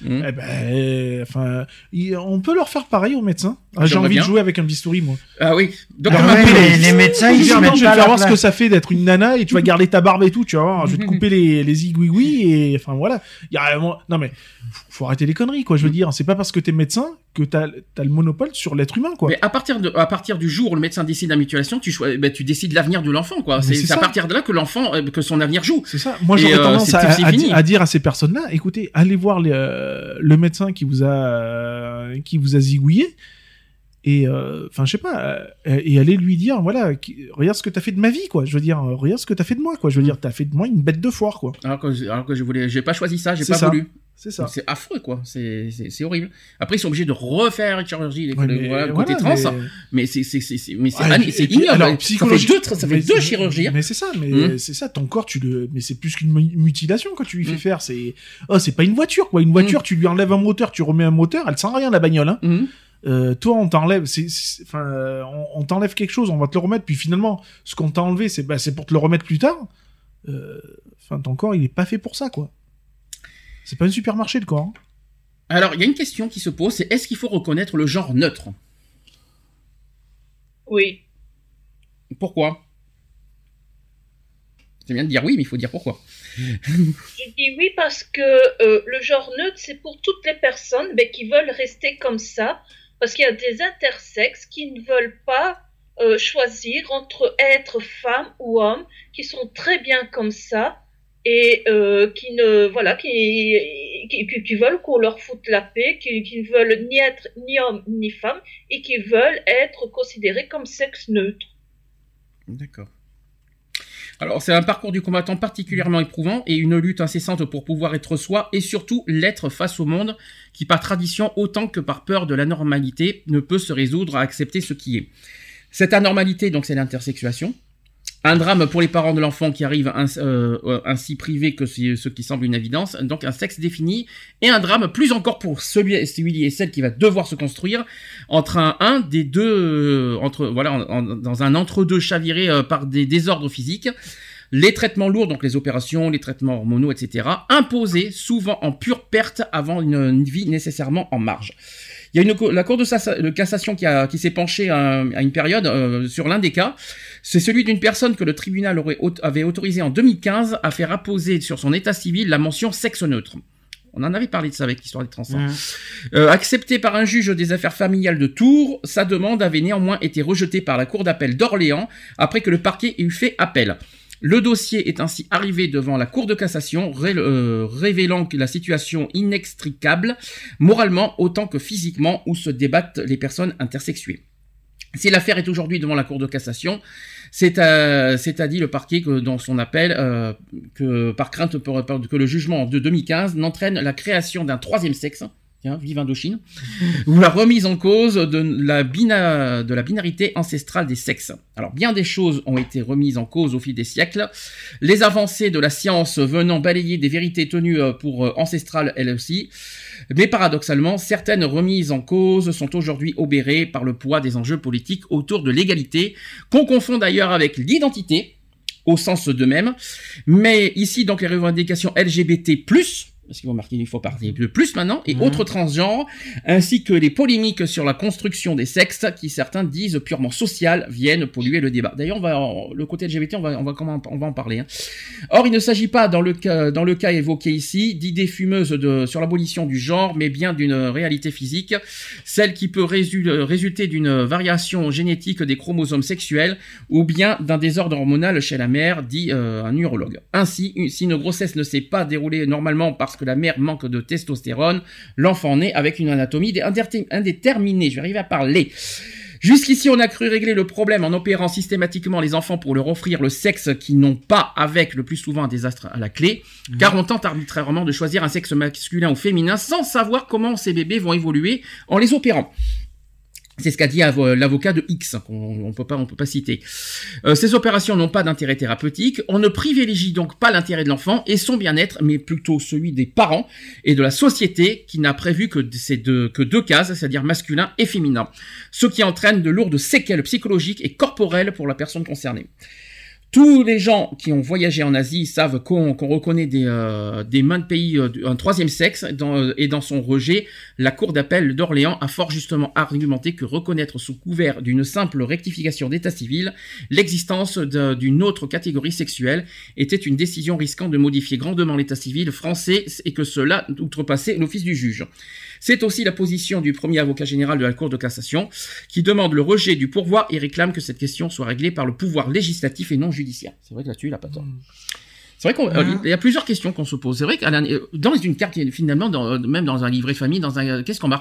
On peut leur faire pareil aux médecins. J'ai envie de jouer avec un bistouri, moi. Ah oui. Donc les médecins, ils se mettent je vais te voir ce que ça fait d'être une nana et tu vas garder ta barbe et tout, tu vas voir. Je vais te couper les igouigouis et enfin voilà. Non mais faut arrêter les conneries, quoi. Je veux dire, c'est pas parce que t'es médecin que t'as le monopole sur l'être humain, quoi. Mais à partir du jour où le médecin décide la mutilation, tu décides l'avenir de l'enfant, quoi. C'est à partir de là que l'enfant, que son avenir joue. C'est ça. Moi, j'aurais tendance à dire à ces personnes-là, écoutez, allez voir le médecin qui vous a zigouillé. Et enfin je sais pas, et aller lui dire voilà, regarde ce que t'as fait de ma vie, quoi. Je veux dire, regarde ce que t'as fait de moi, quoi. Je veux dire, t'as fait de moi une bête de foire, quoi. Alors que j'ai pas choisi ça, j'ai pas voulu. C'est ça. Donc c'est affreux, quoi. C'est horrible. Après ils sont obligés de refaire une chirurgie côté trans, mais c'est ignoble. Alors, ça fait deux chirurgies. Mais c'est ça, c'est ça. Ton corps, mais c'est plus qu'une mutilation que tu lui fais faire. C'est pas une voiture, quoi. Une voiture, tu lui enlèves un moteur, tu remets un moteur, elle sent rien la bagnole, hein. Toi on t'enlève on t'enlève quelque chose, on va te le remettre, puis finalement ce qu'on t'a enlevé c'est pour te le remettre plus tard. Ton corps il est pas fait pour ça, quoi. C'est pas un supermarché, le corps, hein. Alors il y a une question qui se pose, c'est est-ce qu'il faut reconnaître le genre neutre? Oui. Pourquoi? C'est bien de dire oui, mais il faut dire pourquoi. Je dis oui parce que le genre neutre, c'est pour toutes les personnes qui veulent rester comme ça, parce qu'il y a des intersexes qui ne veulent pas choisir entre être femme ou homme, qui sont très bien comme ça, et qui veulent qu'on leur foute la paix, qui ne veulent ni être ni homme ni femme, et qui veulent être considérés comme sexe neutre. D'accord. Alors, c'est un parcours du combattant particulièrement éprouvant et une lutte incessante pour pouvoir être soi et surtout l'être face au monde qui, par tradition autant que par peur de l'anormalité, ne peut se résoudre à accepter ce qui est. Cette anormalité, donc, c'est l'intersexuation. Un drame pour les parents de l'enfant qui arrive ainsi privé que ce qui semble une évidence, donc un sexe défini, et un drame plus encore pour celui et celle qui va devoir se construire entre un des deux, dans un entre-deux chaviré par des désordres physiques, les traitements lourds, donc les opérations, les traitements hormonaux, etc., imposés souvent en pure perte avant une vie nécessairement en marge. Il y a la Cour de cassation qui s'est penchée à une période sur l'un des cas. C'est celui d'une personne que le tribunal avait autorisé en 2015 à faire apposer sur son état civil la mention sexe neutre. On en avait parlé de ça avec l'histoire des trans. Accepté par un juge des affaires familiales de Tours, sa demande avait néanmoins été rejetée par la Cour d'appel d'Orléans après que le parquet ait eu fait appel. Le dossier est ainsi arrivé devant la Cour de cassation, révélant que la situation inextricable, moralement autant que physiquement, où se débattent les personnes intersexuées. Si l'affaire est aujourd'hui devant la Cour de cassation, c'est dit le parquet que dans son appel, que par crainte que le jugement de 2015 n'entraîne la création d'un troisième sexe, vive Indochine, ou la remise en cause de la binarité ancestrale des sexes. Alors bien des choses ont été remises en cause au fil des siècles, les avancées de la science venant balayer des vérités tenues pour ancestrales elles aussi, mais paradoxalement, certaines remises en cause sont aujourd'hui obérées par le poids des enjeux politiques autour de l'égalité, qu'on confond d'ailleurs avec l'identité, au sens de même, mais ici donc les revendications LGBT+, parce qu'il faut marquer, il faut parler de plus maintenant, et autres transgenres, ainsi que les polémiques sur la construction des sexes, qui certains disent purement sociales, viennent polluer le débat. D'ailleurs, le côté LGBT, on va en parler. Or, il ne s'agit pas, dans le cas évoqué ici, d'idées fumeuses sur l'abolition du genre, mais bien d'une réalité physique, celle qui peut résulter d'une variation génétique des chromosomes sexuels, ou bien d'un désordre hormonal chez la mère, dit un urologue. Ainsi, si une grossesse ne s'est pas déroulée normalement parce que la mère manque de testostérone, l'enfant naît avec une anatomie indéterminée. Je vais arriver à parler. Jusqu'ici, on a cru régler le problème en opérant systématiquement les enfants pour leur offrir le sexe qu'ils n'ont pas, avec le plus souvent un désastre à la clé, car on tente arbitrairement de choisir un sexe masculin ou féminin sans savoir comment ces bébés vont évoluer en les opérant. C'est ce qu'a dit l'avocat de X, qu'on peut pas citer. Ces opérations n'ont pas d'intérêt thérapeutique. On ne privilégie donc pas l'intérêt de l'enfant et son bien-être, mais plutôt celui des parents et de la société qui n'a prévu que deux cases, c'est-à-dire masculin et féminin. Ce qui entraîne de lourdes séquelles psychologiques et corporelles pour la personne concernée. Tous les gens qui ont voyagé en Asie savent qu'on reconnaît des mains de pays un troisième sexe et dans son rejet, la Cour d'appel d'Orléans a fort justement argumenté que reconnaître sous couvert d'une simple rectification d'état civil l'existence d'une autre catégorie sexuelle était une décision risquant de modifier grandement l'état civil français et que cela outrepassait l'office du juge. C'est aussi la position du premier avocat général de la Cour de cassation qui demande le rejet du pourvoi et réclame que cette question soit réglée par le pouvoir législatif et non judiciaire. C'est vrai que là-dessus, il n'a pas tort. C'est vrai qu'il y a plusieurs questions qu'on se pose. C'est vrai que dans une carte, finalement, même dans un livret famille, qu'est-ce qu'on marque?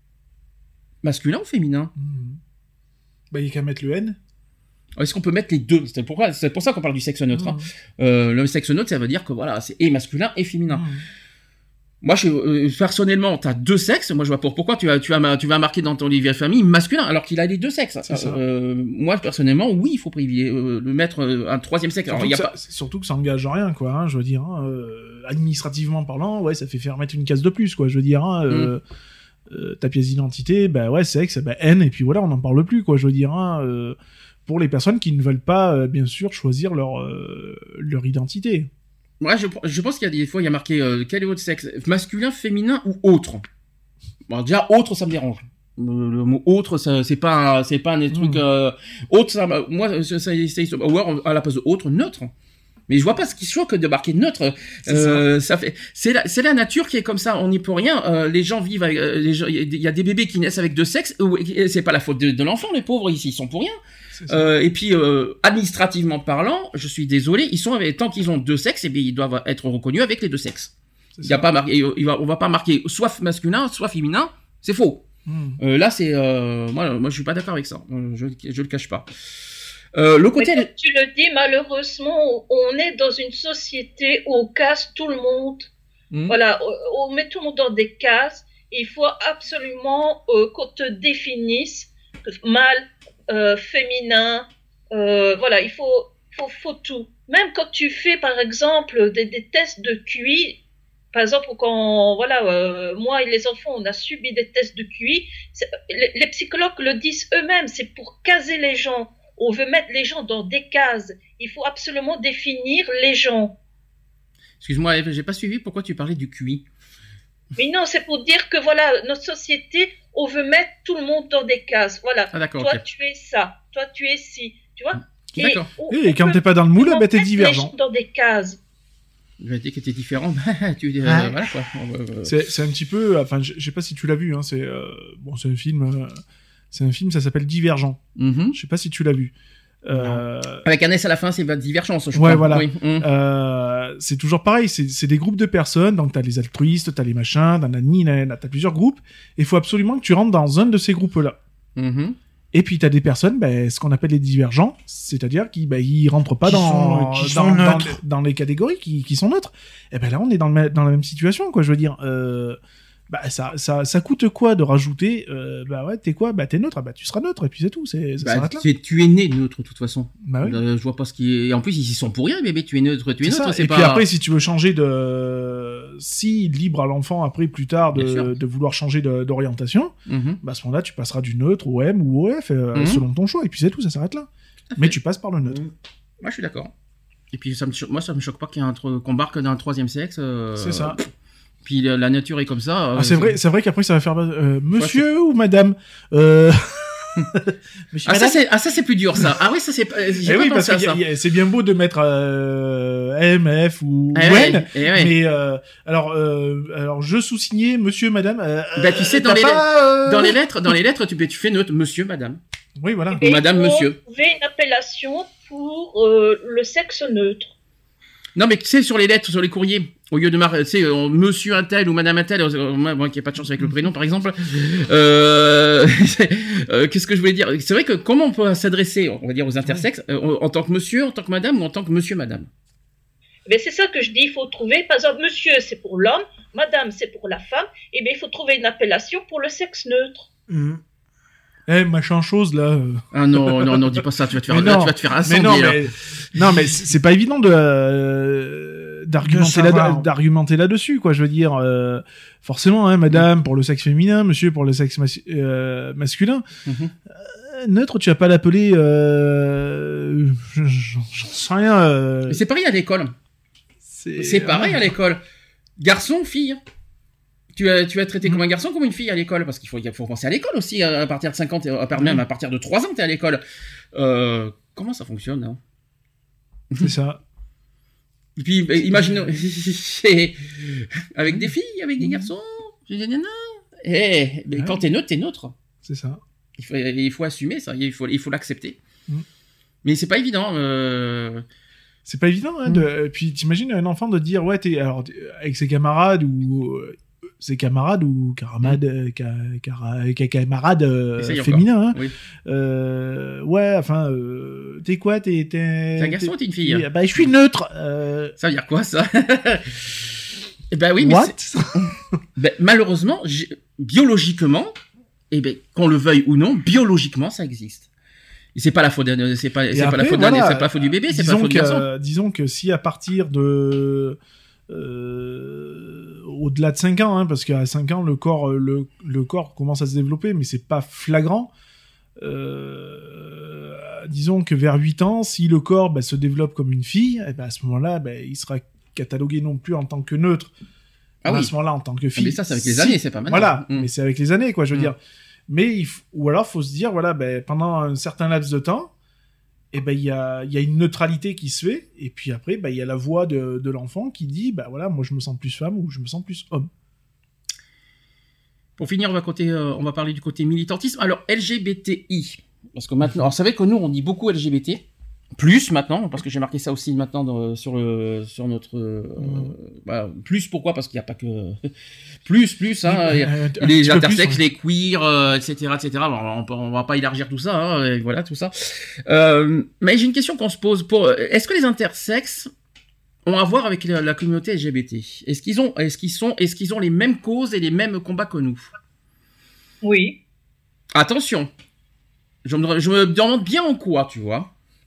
Masculin ou féminin? Il n'y a qu'à mettre le N. Est-ce qu'on peut mettre les deux? C'est pour ça qu'on parle du sexe neutre. Le sexe neutre, ça veut dire que voilà, c'est et masculin et féminin. Moi, personnellement, t'as deux sexes. Moi, je vois pourquoi tu vas marquer dans ton livret famille masculin alors qu'il a les deux sexes. Moi, personnellement, oui, il faut privilégier le mettre un troisième sexe. Alors, surtout que ça engage rien, quoi. Je veux dire, administrativement parlant, ouais, ça fait faire mettre une case de plus, quoi. Je veux dire, ta pièce d'identité, sexe, N, et puis voilà, on n'en parle plus, quoi. Je veux dire, pour les personnes qui ne veulent pas, bien sûr, choisir leur identité. Ouais, je pense qu'il y a des fois, il y a marqué quel est votre sexe, masculin, féminin ou autre. Bon, déjà, autre, ça me dérange. Le mot autre, c'est pas un truc autre. Ça, moi, ça à la place de autre, neutre. Mais je vois pas ce qui choque de marquer neutre. C'est la nature qui est comme ça. On n'y peut rien. Les gens vivent avec, il y a des bébés qui naissent avec deux sexes. C'est pas la faute de l'enfant. Les pauvres ici, ils sont pour rien. Et puis administrativement parlant, je suis désolé, tant qu'ils ont deux sexes, ils doivent être reconnus avec les deux sexes. Il y a pas marqué, on va pas marquer soit masculin, soit féminin. C'est faux. Là, c'est moi, je suis pas d'accord avec ça. Je le cache pas. Le côté. Mais comme tu le dis, malheureusement, on est dans une société où on casse tout le monde. Voilà, on met tout le monde dans des cases. Il faut absolument qu'on te définisse mâle, féminin. Voilà, il faut tout. Même quand tu fais, par exemple, des tests de QI. Par exemple, quand moi et les enfants, on a subi des tests de QI. Les psychologues le disent eux-mêmes. C'est pour caser les gens. On veut mettre les gens dans des cases. Il faut absolument définir les gens. Excuse-moi, Eve, j'ai pas suivi pourquoi tu parlais du QI. Mais non, c'est pour dire que voilà, notre société, on veut mettre tout le monde dans des cases. Voilà. Ah, d'accord, toi, ok. tu es ça. Toi, tu es ci. Tu vois? D'accord. Et quand t'es pas dans le moule, bah, t'es divergent. Les gens dans des cases. Je dis que t'es différent, voilà quoi. C'est un petit peu, enfin, je sais pas si tu l'as vu, hein, c'est un film, ça s'appelle Divergent. Je sais pas si tu l'as vu. Avec un S à la fin, c'est Divergence, je ouais, crois. voilà. Oui. C'est toujours pareil, c'est des groupes de personnes, donc t'as les altruistes, t'as les machins, t'as plusieurs groupes, et il faut absolument que tu rentres dans un de ces groupes-là. Et puis t'as des personnes, ce qu'on appelle les divergents, c'est-à-dire qui ils rentrent pas dans les catégories, qui sont neutres. Et ben là on est dans la même situation, quoi. Je veux dire, ça coûte quoi de rajouter t'es quoi, t'es neutre, tu seras neutre, et puis c'est tout, ça s'arrête là. Tu es né neutre de toute façon. Bah oui. Je vois pas ce qui est. Et en plus ils y sont pour rien, bébé. Tu es neutre, tu es neutre. Et puis après, si tu veux changer si libre à l'enfant après plus tard de vouloir changer d'orientation, à ce moment-là tu passeras du neutre au M ou au F selon ton choix, et puis c'est tout, ça s'arrête là. Mais tu passes par le neutre. Moi je suis d'accord. Et puis ça me choque pas qu'il y ait qu'on barque d'un troisième sexe. C'est ça. Puis la nature est comme ça. C'est vrai qu'après ça va faire monsieur ou madame. Ça c'est plus dur ça. Ah oui, ça c'est. J'ai pas parce pensé à ça. C'est bien beau de mettre M, F ou N, mais alors je sous-signais monsieur, madame. Tu sais dans les lettres tu fais neutre monsieur, madame. Oui, voilà. Ou madame, monsieur. Vous pouvez une appellation pour le sexe neutre. Non, mais tu sais, sur les lettres, sur les courriers, au lieu de monsieur un tel ou madame un tel, moi qui n'ai pas de chance avec le prénom, par exemple, qu'est-ce que je voulais dire? C'est vrai que comment on peut s'adresser, on va dire, aux intersexes, en tant que monsieur, en tant que madame, ou en tant que monsieur, madame? Mais c'est ça que je dis, il faut trouver, par exemple, monsieur, c'est pour l'homme, madame, c'est pour la femme, et bien il faut trouver une appellation pour le sexe neutre. Machin chose là. Ah non, dis pas ça, tu vas te faire incendier. Mais c'est pas évident d'argumenter là-dessus, quoi. Je veux dire, forcément, madame pour le sexe féminin, monsieur pour le sexe masculin. Neutre, tu vas pas l'appeler. J'en sais rien. Mais c'est pareil à l'école. C'est pareil à l'école. Garçon, fille. Tu vas être traité comme un garçon ou comme une fille à l'école, parce qu'il faut penser à l'école aussi, à partir de 5 ans, même à partir de 3 ans, t'es à l'école. Comment ça fonctionne, hein? C'est ça. Et puis, imaginons, avec des filles, avec des garçons, mais quand t'es neutre. C'est ça. Il faut assumer ça, il faut l'accepter. Mais c'est pas évident. C'est pas évident, hein, puis t'imagines un enfant de dire, alors, avec ses camarades ou camarades féminins, hein. Oui. T'es quoi, t'es un garçon ou t'es une fille? Je suis neutre. Ça veut dire quoi, ça? Oui, mais malheureusement, biologiquement, qu'on le veuille ou non, biologiquement, ça existe. C'est pas la faute du bébé, c'est pas la faute du garçon. Disons que si à partir de au-delà de 5 ans, hein, parce qu'à 5 ans le corps commence à se développer, mais c'est pas flagrant. Disons que vers 8 ans, si le corps se développe comme une fille, à ce moment-là, il sera catalogué non plus en tant que neutre, à ce moment-là en tant que fille. Mais ça, c'est avec les années, c'est pas maintenant. Voilà, mais c'est avec les années, quoi, je veux dire. Mais ou alors faut se dire, pendant un certain laps de temps, il y a une neutralité qui se fait, et puis après, il y a la voix de l'enfant qui dit, moi je me sens plus femme ou je me sens plus homme. Pour finir, on va parler du côté militantisme. Alors, LGBTI. Parce que maintenant, alors, vous savez que nous, on dit beaucoup LGBT. Plus maintenant, parce que j'ai marqué ça aussi maintenant sur notre plus. Pourquoi? Parce qu'il n'y a pas que plus hein, les intersexes, les queers, etc. On va pas élargir tout ça, hein, et voilà tout ça. Mais j'ai une question qu'on se pose est-ce que les intersexes ont à voir avec la communauté LGBT? Est-ce qu'ils ont les mêmes causes et les mêmes combats que nous? Oui. Attention, je me demande bien en quoi, tu vois.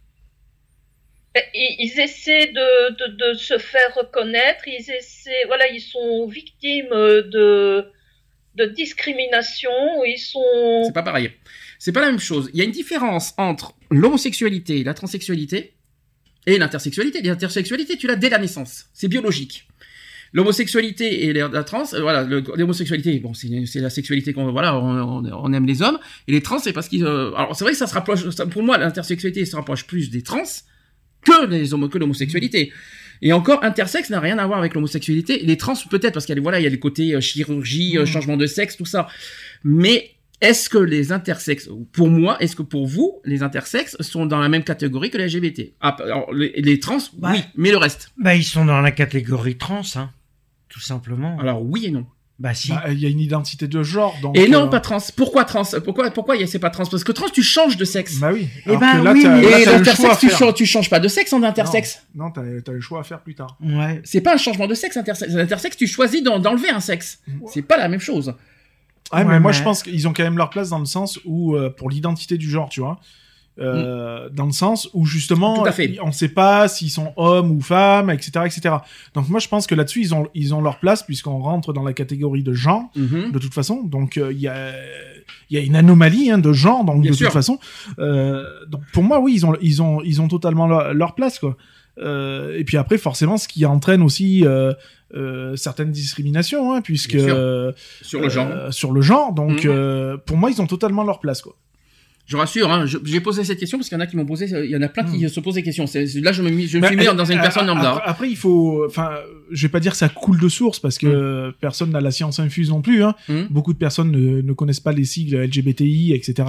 Ils essaient de se faire reconnaître, ils sont victimes de discrimination, C'est pas pareil. C'est pas la même chose. Il y a une différence entre l'homosexualité, la transsexualité et l'intersexualité. L'intersexualité, tu l'as dès la naissance. C'est biologique. L'homosexualité et la trans, voilà, l'homosexualité, bon, c'est la sexualité qu'on, voilà, on aime les hommes, et les trans, c'est parce qu'ils, alors c'est vrai que ça se rapproche, pour moi, l'intersexualité se rapproche plus des trans que l'homosexualité. Et encore, intersexe n'a rien à voir avec l'homosexualité. Les trans, peut-être, parce qu'il y a les côtés chirurgie, changement de sexe, tout ça. Mais est-ce que les intersexes, pour moi, est-ce que pour vous, les intersexes sont dans la même catégorie que les LGBT? Alors, les trans, oui, mais le reste? Ils sont dans la catégorie trans, hein, tout simplement. Alors, oui et non. Si. Il y a une identité de genre. Donc, et non, pas trans. Pourquoi trans? Pourquoi c'est pas trans? Parce que trans, tu changes de sexe. Bah oui. Et l'intersexe, tu changes pas de sexe en intersexe. Non, t'as le choix à faire plus tard. Ouais. C'est pas un changement de sexe, intersexe. L'intersexe, tu choisis d'enlever un sexe. C'est pas la même chose. Mais moi, je pense qu'ils ont quand même leur place dans le sens où, pour l'identité du genre, tu vois. Dans le sens où justement on ne sait pas s'ils sont hommes ou femmes, etc. Donc moi je pense que là-dessus ils ont leur place puisqu'on rentre dans la catégorie de genre de toute façon. Donc il y a une anomalie de genre donc bien de sûr. Toute façon. Donc pour moi oui ils ont totalement leur place quoi. Et puis après forcément ce qui entraîne aussi certaines discriminations puisque sur le genre donc pour moi ils ont totalement leur place quoi. Je rassure, j'ai posé cette question parce qu'il y en a qui m'ont posé, il y en a plein qui se posent des questions. Là, je me suis mis dans une personne lambda. Après, il faut, je vais pas dire que ça coule de source parce que personne n'a la science infuse non plus. Beaucoup de personnes ne connaissent pas les sigles LGBTI, etc.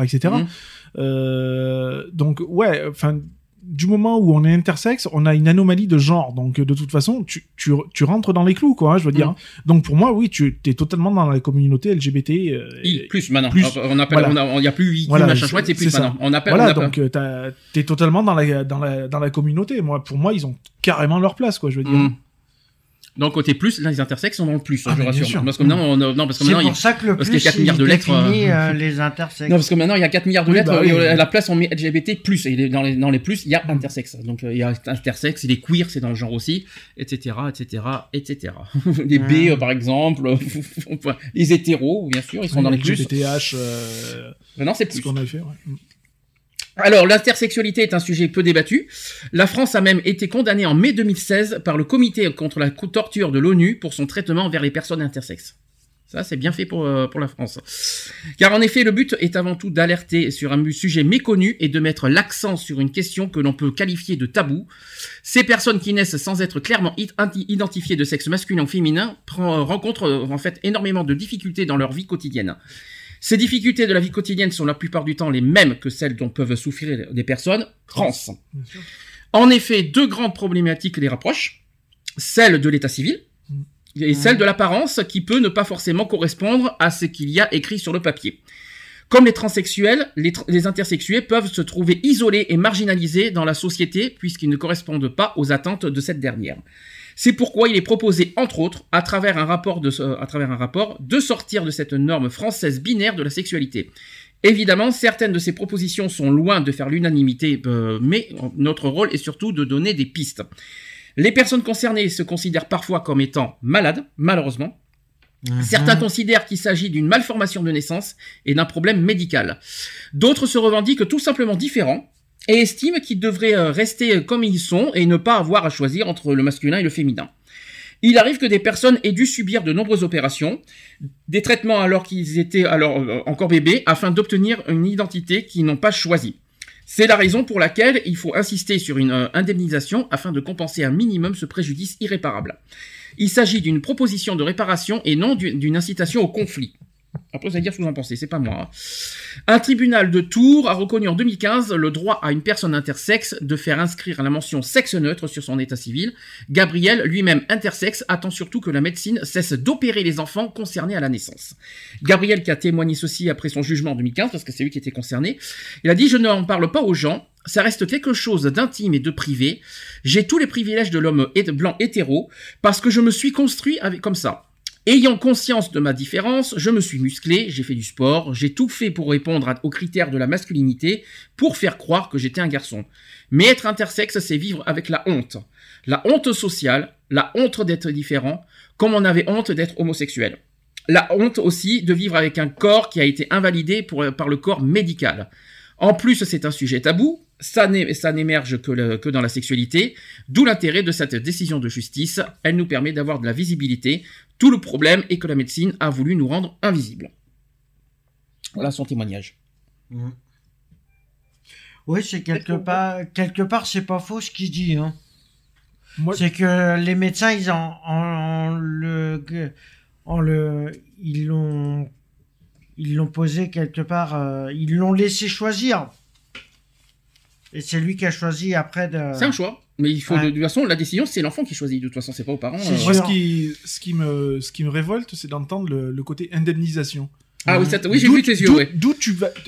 Donc, du moment où on est intersexe, on a une anomalie de genre. Donc, de toute façon, tu rentres dans les clous, quoi, je veux dire. Donc, pour moi, oui, tu es totalement dans la communauté LGBT. Plus, maintenant. On appelle, il y a plus I, machin chouette, c'est plus maintenant. On appelle, donc, t'es totalement dans la communauté. Pour moi, ils ont carrément leur place, quoi, je veux dire. Donc côté plus, là les intersexes sont dans le plus, je rassure. Parce que maintenant, c'est pour ça que le plus, il y a 4 milliards de lettres. Les intersexes. Non, parce que maintenant il y a 4 milliards de lettres, à la place on met LGBT+, et dans les plus, il y a intersexe. Donc il y a intersexe, et les queers, c'est dans le genre aussi, etc. Les B, par exemple, les hétéros, bien sûr, ils sont dans les plus. LGBTH, maintenant c'est plus. Ce qu'on a fait, Alors, l'intersexualité est un sujet peu débattu. La France a même été condamnée en mai 2016 par le Comité contre la torture de l'ONU pour son traitement envers les personnes intersexes. Ça, c'est bien fait pour la France. Car en effet, le but est avant tout d'alerter sur un sujet méconnu et de mettre l'accent sur une question que l'on peut qualifier de tabou. Ces personnes qui naissent sans être clairement identifiées de sexe masculin ou féminin rencontrent en fait énormément de difficultés dans leur vie quotidienne. Ces difficultés de la vie quotidienne sont la plupart du temps les mêmes que celles dont peuvent souffrir des personnes trans. En effet, deux grandes problématiques les rapprochent. Celle de l'état civil et celle de l'apparence qui peut ne pas forcément correspondre à ce qu'il y a écrit sur le papier. Comme les transsexuels, les intersexués peuvent se trouver isolés et marginalisés dans la société puisqu'ils ne correspondent pas aux attentes de cette dernière. C'est pourquoi il est proposé, entre autres, à travers un rapport, de sortir de cette norme française binaire de la sexualité. Évidemment, certaines de ces propositions sont loin de faire l'unanimité, mais notre rôle est surtout de donner des pistes. Les personnes concernées se considèrent parfois comme étant malades, malheureusement. Certains considèrent qu'il s'agit d'une malformation de naissance et d'un problème médical. D'autres se revendiquent tout simplement différents et estiment qu'ils devraient rester comme ils sont et ne pas avoir à choisir entre le masculin et le féminin. Il arrive que des personnes aient dû subir de nombreuses opérations, des traitements alors qu'ils étaient encore bébés, afin d'obtenir une identité qu'ils n'ont pas choisie. C'est la raison pour laquelle il faut insister sur une indemnisation afin de compenser un minimum ce préjudice irréparable. Il s'agit d'une proposition de réparation et non d'une incitation au conflit. Après, vous allez dire ce que vous en pensez, c'est pas moi. Un tribunal de Tours a reconnu en 2015 le droit à une personne intersexe de faire inscrire la mention sexe neutre sur son état civil. Gabriel, lui-même intersexe, attend surtout que la médecine cesse d'opérer les enfants concernés à la naissance. Gabriel, qui a témoigné ceci après son jugement en 2015, parce que c'est lui qui était concerné, il a dit « Je n'en parle pas aux gens, ça reste quelque chose d'intime et de privé. J'ai tous les privilèges de l'homme blanc hétéro, parce que je me suis construit comme ça. Ayant conscience de ma différence, je me suis musclé, j'ai fait du sport, j'ai tout fait pour répondre aux critères de la masculinité, pour faire croire que j'étais un garçon. Mais être intersexe, c'est vivre avec la honte. La honte sociale, la honte d'être différent, comme on avait honte d'être homosexuel. La honte aussi de vivre avec un corps qui a été invalidé par le corps médical. En plus, c'est un sujet tabou, ça n'émerge que dans la sexualité, d'où l'intérêt de cette décision de justice. Elle nous permet d'avoir de la visibilité. Tout le problème est que la médecine a voulu nous rendre invisibles. Voilà son témoignage. Oui, c'est quelque part, c'est pas faux ce qu'il dit. Hein. Moi, c'est que les médecins, ils l'ont posé quelque part, ils l'ont laissé choisir. Et c'est lui qui a choisi après de... C'est un choix. Mais il faut, de toute façon, la décision, c'est l'enfant qui choisit. De toute façon, c'est pas aux parents. Moi, ce qui me révolte, c'est d'entendre le côté indemnisation. Ah oui, oui, j'ai vu tes yeux, ouais. D'où tu vas...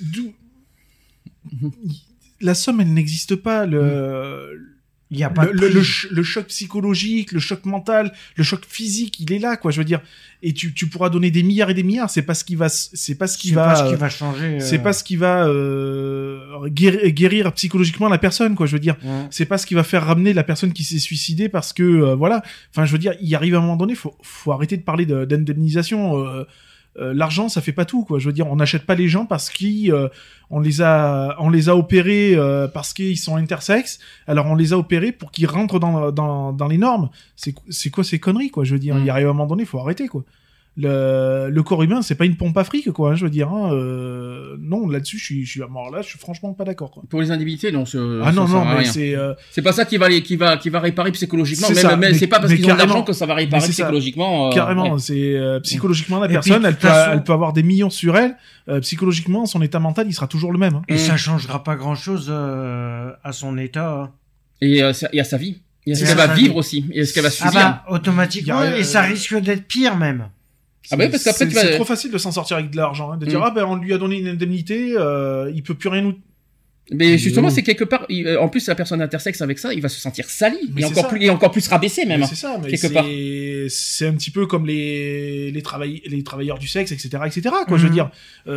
La somme, elle n'existe pas. Il y a pas le choc psychologique, le choc mental, le choc physique, il est là, quoi. Je veux dire, et tu pourras donner des milliards et des milliards. C'est pas ce qui va changer. C'est pas ce qui va guérir psychologiquement la personne, quoi. Je veux dire, c'est pas ce qui va faire ramener la personne qui s'est suicidée parce que voilà. Enfin, je veux dire, il arrive à un moment donné, faut arrêter de parler d'indemnisation. L'argent, ça fait pas tout, quoi. Je veux dire, on n'achète pas les gens parce qu'on les a opérés parce qu'ils sont intersexes. Alors on les a opérés pour qu'ils rentrent dans les normes. C'est quoi ces conneries, quoi. Je veux dire, il arrive à un moment donné, faut arrêter, quoi. Le corps humain, c'est pas une pompe à fric, quoi. Hein, je veux dire, non, là-dessus, je suis franchement pas d'accord, quoi. Pour les indemnités, non. Mais c'est pas ça qui va réparer psychologiquement. Mais c'est pas parce qu'ils ont de l'argent que ça va réparer psychologiquement. Carrément, c'est psychologiquement la personne, elle peut avoir des millions sur elle. Psychologiquement, son état mental, il sera toujours le même. Hein. Et ça changera pas grand-chose à son état. Hein. Et à sa vie. Et à ce qu'elle va vivre aussi. Et à ce qu'elle va subir. Automatiquement. Et ça risque d'être pire même. Ah bah oui, parce qu'après c'est trop facile de s'en sortir avec de l'argent, hein, de dire on lui a donné une indemnité, il peut plus rien nous. Mais justement, c'est quelque part. En plus, la personne intersexe avec ça, il va se sentir sali et encore plus rabaissé même. C'est ça, mais c'est un petit peu comme les travailleurs du sexe, etc., quoi. Je veux dire,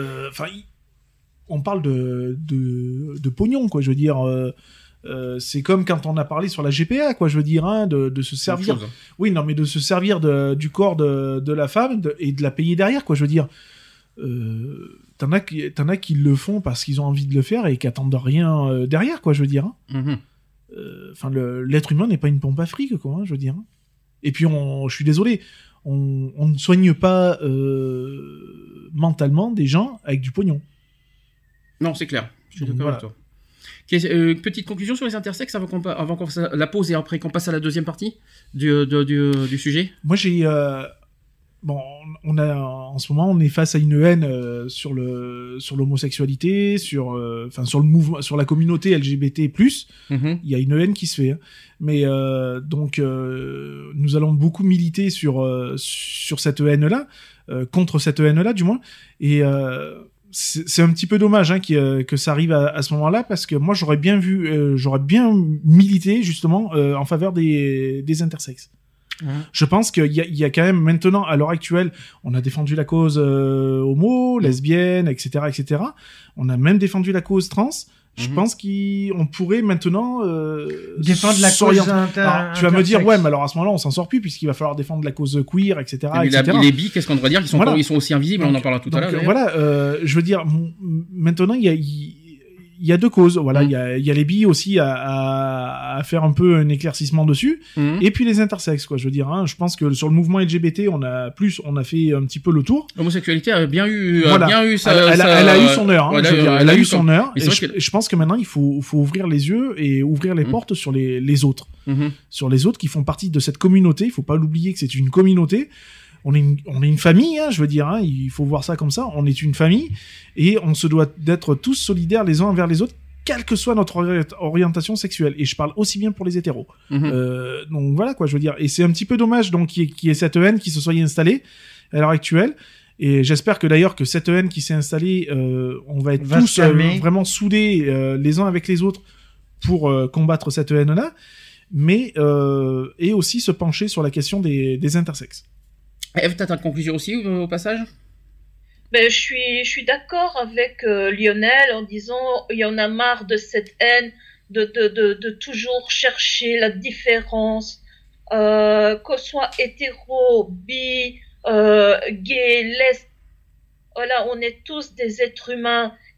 on parle de pognon, quoi. Je veux dire. C'est comme quand on a parlé sur la GPA, quoi, je veux dire, hein, de se servir. Oui, non, mais de se servir du corps de la femme et de la payer derrière, quoi, je veux dire. T'en as qui le font parce qu'ils ont envie de le faire et qui attendent rien derrière, quoi, je veux dire. Hein. L'être humain n'est pas une pompe à fric, quoi, hein, je veux dire. Hein. Et puis, je suis désolé, on ne soigne pas mentalement des gens avec du pognon. Non, c'est clair. Je suis d'accord avec toi. Petite conclusion sur les intersexes avant qu'on fasse la pause et après qu'on passe à la deuxième partie du sujet. Moi j'ai en ce moment on est face à une haine sur l'homosexualité, sur le mouvement, sur la communauté LGBT+. Il y a une haine qui se fait. Hein. Mais donc nous allons beaucoup militer sur cette haine-là, contre cette haine-là du moins. Et c'est un petit peu dommage hein, que ça arrive à ce moment-là parce que moi j'aurais bien milité justement en faveur des intersexes. Je pense qu'il y a quand même maintenant à l'heure actuelle, on a défendu la cause homo, lesbienne, etc. On a même défendu la cause trans. Je pense qu'on pourrait maintenant défendre la cause tu vas me dire ouais, mais alors à ce moment-là on s'en sort plus puisqu'il va falloir défendre la cause queer, etc. Les bi, qu'est-ce qu'on devrait dire, ils sont aussi invisibles, on en parlera tout à l'heure. Voilà, je veux dire maintenant il y a deux causes, voilà, il y a les bi aussi à faire un peu un éclaircissement dessus, et puis les intersexes, quoi. Je veux dire, hein, je pense que sur le mouvement LGBT, on a fait un petit peu le tour. L'homosexualité a bien eu, elle a eu son heure. Hein, elle a eu son heure. Et je pense que maintenant il faut ouvrir les yeux et ouvrir les portes sur les autres, sur les autres qui font partie de cette communauté. Il faut pas l'oublier que c'est une communauté. On est une famille, hein, je veux dire, hein, il faut voir ça comme ça. On est une famille et on se doit d'être tous solidaires les uns envers les autres, quelle que soit notre orientation sexuelle. Et je parle aussi bien pour les hétéros. Donc voilà, quoi, je veux dire. Et c'est un petit peu dommage donc qu'il y ait cette haine qui se soit installée à l'heure actuelle. Et j'espère que d'ailleurs que cette haine qui s'est installée, on va être tous vraiment soudés les uns avec les autres pour combattre cette haine-là, mais et aussi se pencher sur la question des intersexes. Eve, t'as ta conclusion aussi au passage ? Ben, je suis d'accord avec Lionel en disant il y en a marre de cette haine, de toujours chercher la différence, qu'on soit hétéro, bi, gay, lesbe. Voilà, on est tous des êtres humains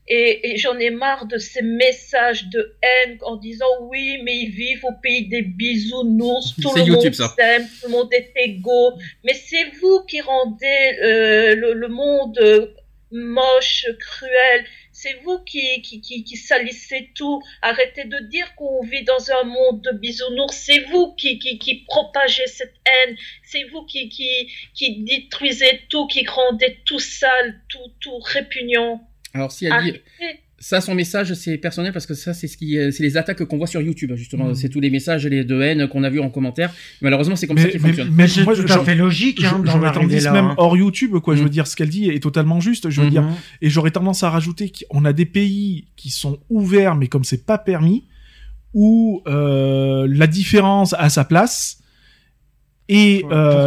Et j'en ai marre de ces messages de haine en disant oui, mais ils vivent au pays des bisounours, tout le monde s'aime, tout le monde est égaux. Mais c'est vous qui rendez le monde moche, cruel. C'est vous qui salissez tout. Arrêtez de dire qu'on vit dans un monde de bisounours. C'est vous qui propagez cette haine. C'est vous qui détruisez tout, qui rendez tout sale, tout répugnant. Alors si elle dit ça, son message, c'est personnel parce que ça, c'est c'est les attaques qu'on voit sur YouTube justement. C'est tous les messages de haine qu'on a vus en commentaire. Malheureusement, c'est comme ça qu'il fonctionne. Mais c'est tout à fait logique. J'aurais tendance même hors YouTube, quoi. Je veux dire, ce qu'elle dit est totalement juste. Je veux dire, et j'aurais tendance à rajouter qu'on a des pays qui sont ouverts, mais comme c'est pas permis, où la différence a sa place et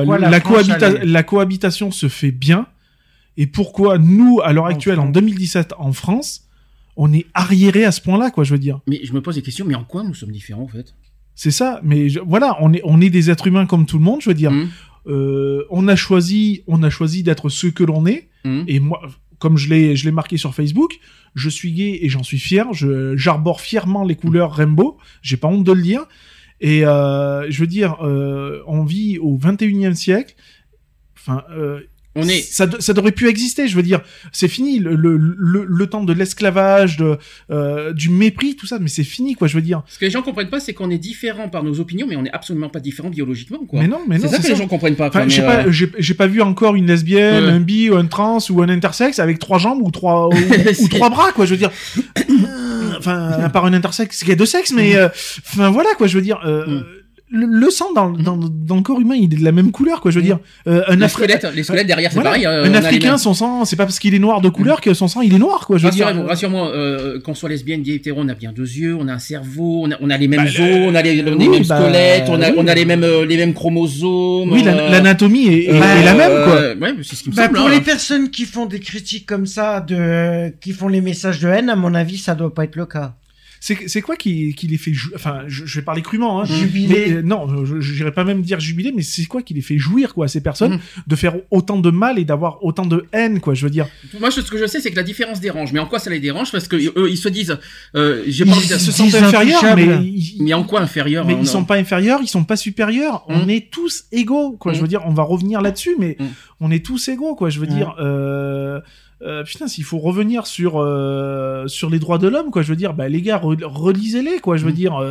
la cohabitation se fait bien. Et pourquoi nous, à l'heure actuelle, en 2017, en France, on est arriéré à ce point-là, quoi, je veux dire. Mais je me pose des questions, mais en quoi nous sommes différents, en fait ? C'est ça, mais voilà, on est des êtres humains comme tout le monde, je veux dire. On a choisi d'être ceux que l'on est, et moi, comme je l'ai marqué sur Facebook, je suis gay et j'en suis fier, j'arbore fièrement les couleurs rainbow, j'ai pas honte de le dire, et je veux dire, on vit au 21e siècle, enfin... Ça devrait plus exister, je veux dire. C'est fini le temps de l'esclavage, du mépris, tout ça, mais c'est fini, quoi, je veux dire. Ce que les gens comprennent pas, c'est qu'on est différents par nos opinions, mais on est absolument pas différents biologiquement, quoi. Mais non, c'est ça que les gens comprennent pas. Enfin, j'ai pas vu encore une lesbienne, un bi, ou un trans, ou un intersexe avec 3 jambes ou 3 bras, quoi, je veux dire. Enfin, à part un intersexe qui a 2 sexes, mais enfin voilà, quoi, je veux dire. Le sang dans le corps humain, il est de la même couleur, quoi, je veux dire. Les squelettes derrière, c'est pareil. Un Africain, son sang, c'est pas parce qu'il est noir de couleur que son sang, il est noir, quoi, je veux dire. Rassure-moi, qu'on soit lesbienne, gay, hétéro, on a bien 2 yeux, on a un cerveau, on a les mêmes os, on a les mêmes squelettes, on a les mêmes chromosomes. Oui, l'anatomie est la même, quoi. Ouais, c'est ce qui me semble. Pour les personnes qui font des critiques comme ça, qui font les messages de haine, à mon avis, ça doit pas être le cas. C'est quoi qui les fait enfin je vais parler crûment, hein, jubiler. Mais, non, j'irais pas même dire jubiler, mais c'est quoi qui les fait jouir, quoi, ces personnes, de faire autant de mal et d'avoir autant de haine, quoi, je veux dire. Moi, ce que je sais, c'est que la différence dérange, mais en quoi ça les dérange? Parce que eux, ils se disent, ils se sentent inférieurs, mais en quoi inférieurs? Mais ils sont pas inférieurs, ils sont pas supérieurs. On est tous égaux, quoi. Je veux dire, on va revenir là-dessus, mais on est tous égaux, quoi. Je veux dire. Putain, s'il faut revenir sur les droits de l'homme, quoi, je veux dire, bah les gars, relisez-les, quoi, je veux dire,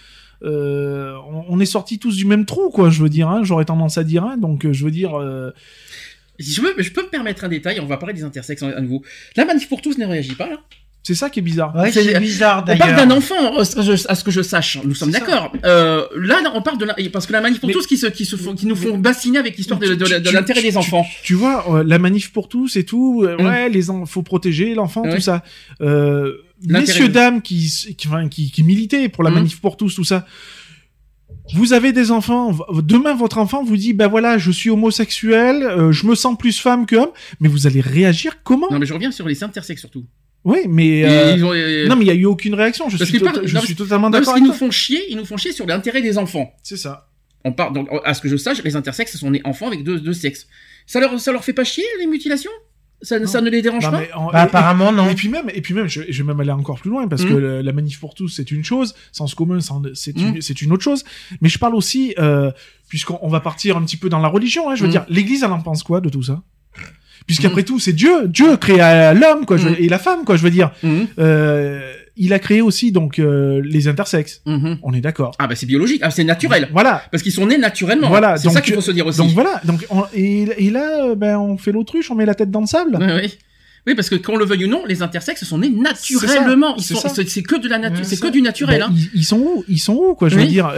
on est sortis tous du même trou, quoi, je veux dire, hein, j'aurais tendance à dire, hein, donc je veux dire. Je peux me permettre un détail, on va parler des intersexes à nouveau. La Manif pour tous ne réagit pas là. C'est ça qui est bizarre. Ouais, c'est bizarre d'ailleurs. On parle d'un enfant, à ce que je sache. Nous sommes d'accord. Là, on parle parce que la Manif pour tous qui nous font bassiner avec l'histoire de l'intérêt des enfants. Tu vois, la Manif pour tous et tout, ouais, faut protéger l'enfant, tout ça. Messieurs, dames qui militaient pour la Manif pour tous, tout ça. Vous avez des enfants, demain votre enfant vous dit, bah voilà, je suis homosexuel, je me sens plus femme que homme, mais vous allez réagir comment? Non, mais je reviens sur les intersexes surtout. Oui, mais non, mais il y a eu aucune réaction. Je suis totalement d'accord. Parce qu'ils nous font chier sur l'intérêt des enfants. C'est ça. On parle donc, à ce que je sache, les intersexes sont nés enfants avec deux sexes. Ça leur fait pas chier les mutilations? Ça ne les dérange pas? Apparemment non. Et puis même, je vais même aller encore plus loin parce que la Manif pour tous c'est une chose, sens commun c'est une autre chose. Mais je parle aussi, puisqu'on va partir un petit peu dans la religion, hein, je veux dire, l'Église elle en pense quoi de tout ça? Puisqu'après tout, c'est Dieu créa l'homme, quoi, et la femme, quoi, je veux dire. Il a créé aussi, donc, les intersexes. On est d'accord. Ah, bah, c'est biologique. Ah, c'est naturel. Voilà. Parce qu'ils sont nés naturellement. Voilà. C'est ça qu'il faut se dire aussi. Donc, voilà. Donc, et là, on fait l'autruche, on met la tête dans le sable. Oui, parce que qu'on le veuille ou non, les intersexes sont nés naturellement. C'est que de la nature, c'est que du naturel, hein. Ils sont où, quoi, je veux dire,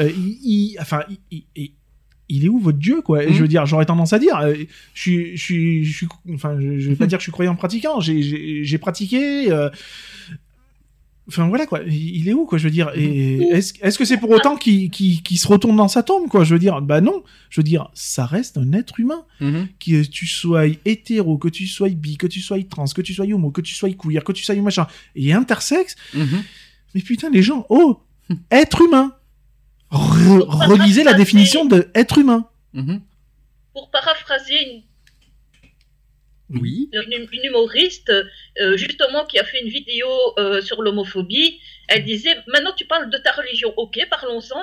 il est où votre Dieu, quoi? Et je veux dire, j'aurais tendance à dire, enfin, je vais pas dire que je suis croyant pratiquant, j'ai pratiqué, enfin voilà, quoi. Il est où, quoi, je veux dire? Et est-ce que c'est pour autant qu'il se retourne dans sa tombe, quoi? Je veux dire, bah non. Je veux dire, ça reste un être humain. Que tu sois hétéro, que tu sois bi, que tu sois trans, que tu sois homo, que tu sois queer, que tu sois machin, et intersexe. Mais putain, les gens, être humain. Relisez la définition de être humain. Pour paraphraser Oui. Une humoriste, justement, qui a fait une vidéo sur l'homophobie. Elle disait, maintenant tu parles de ta religion, ok, parlons-en.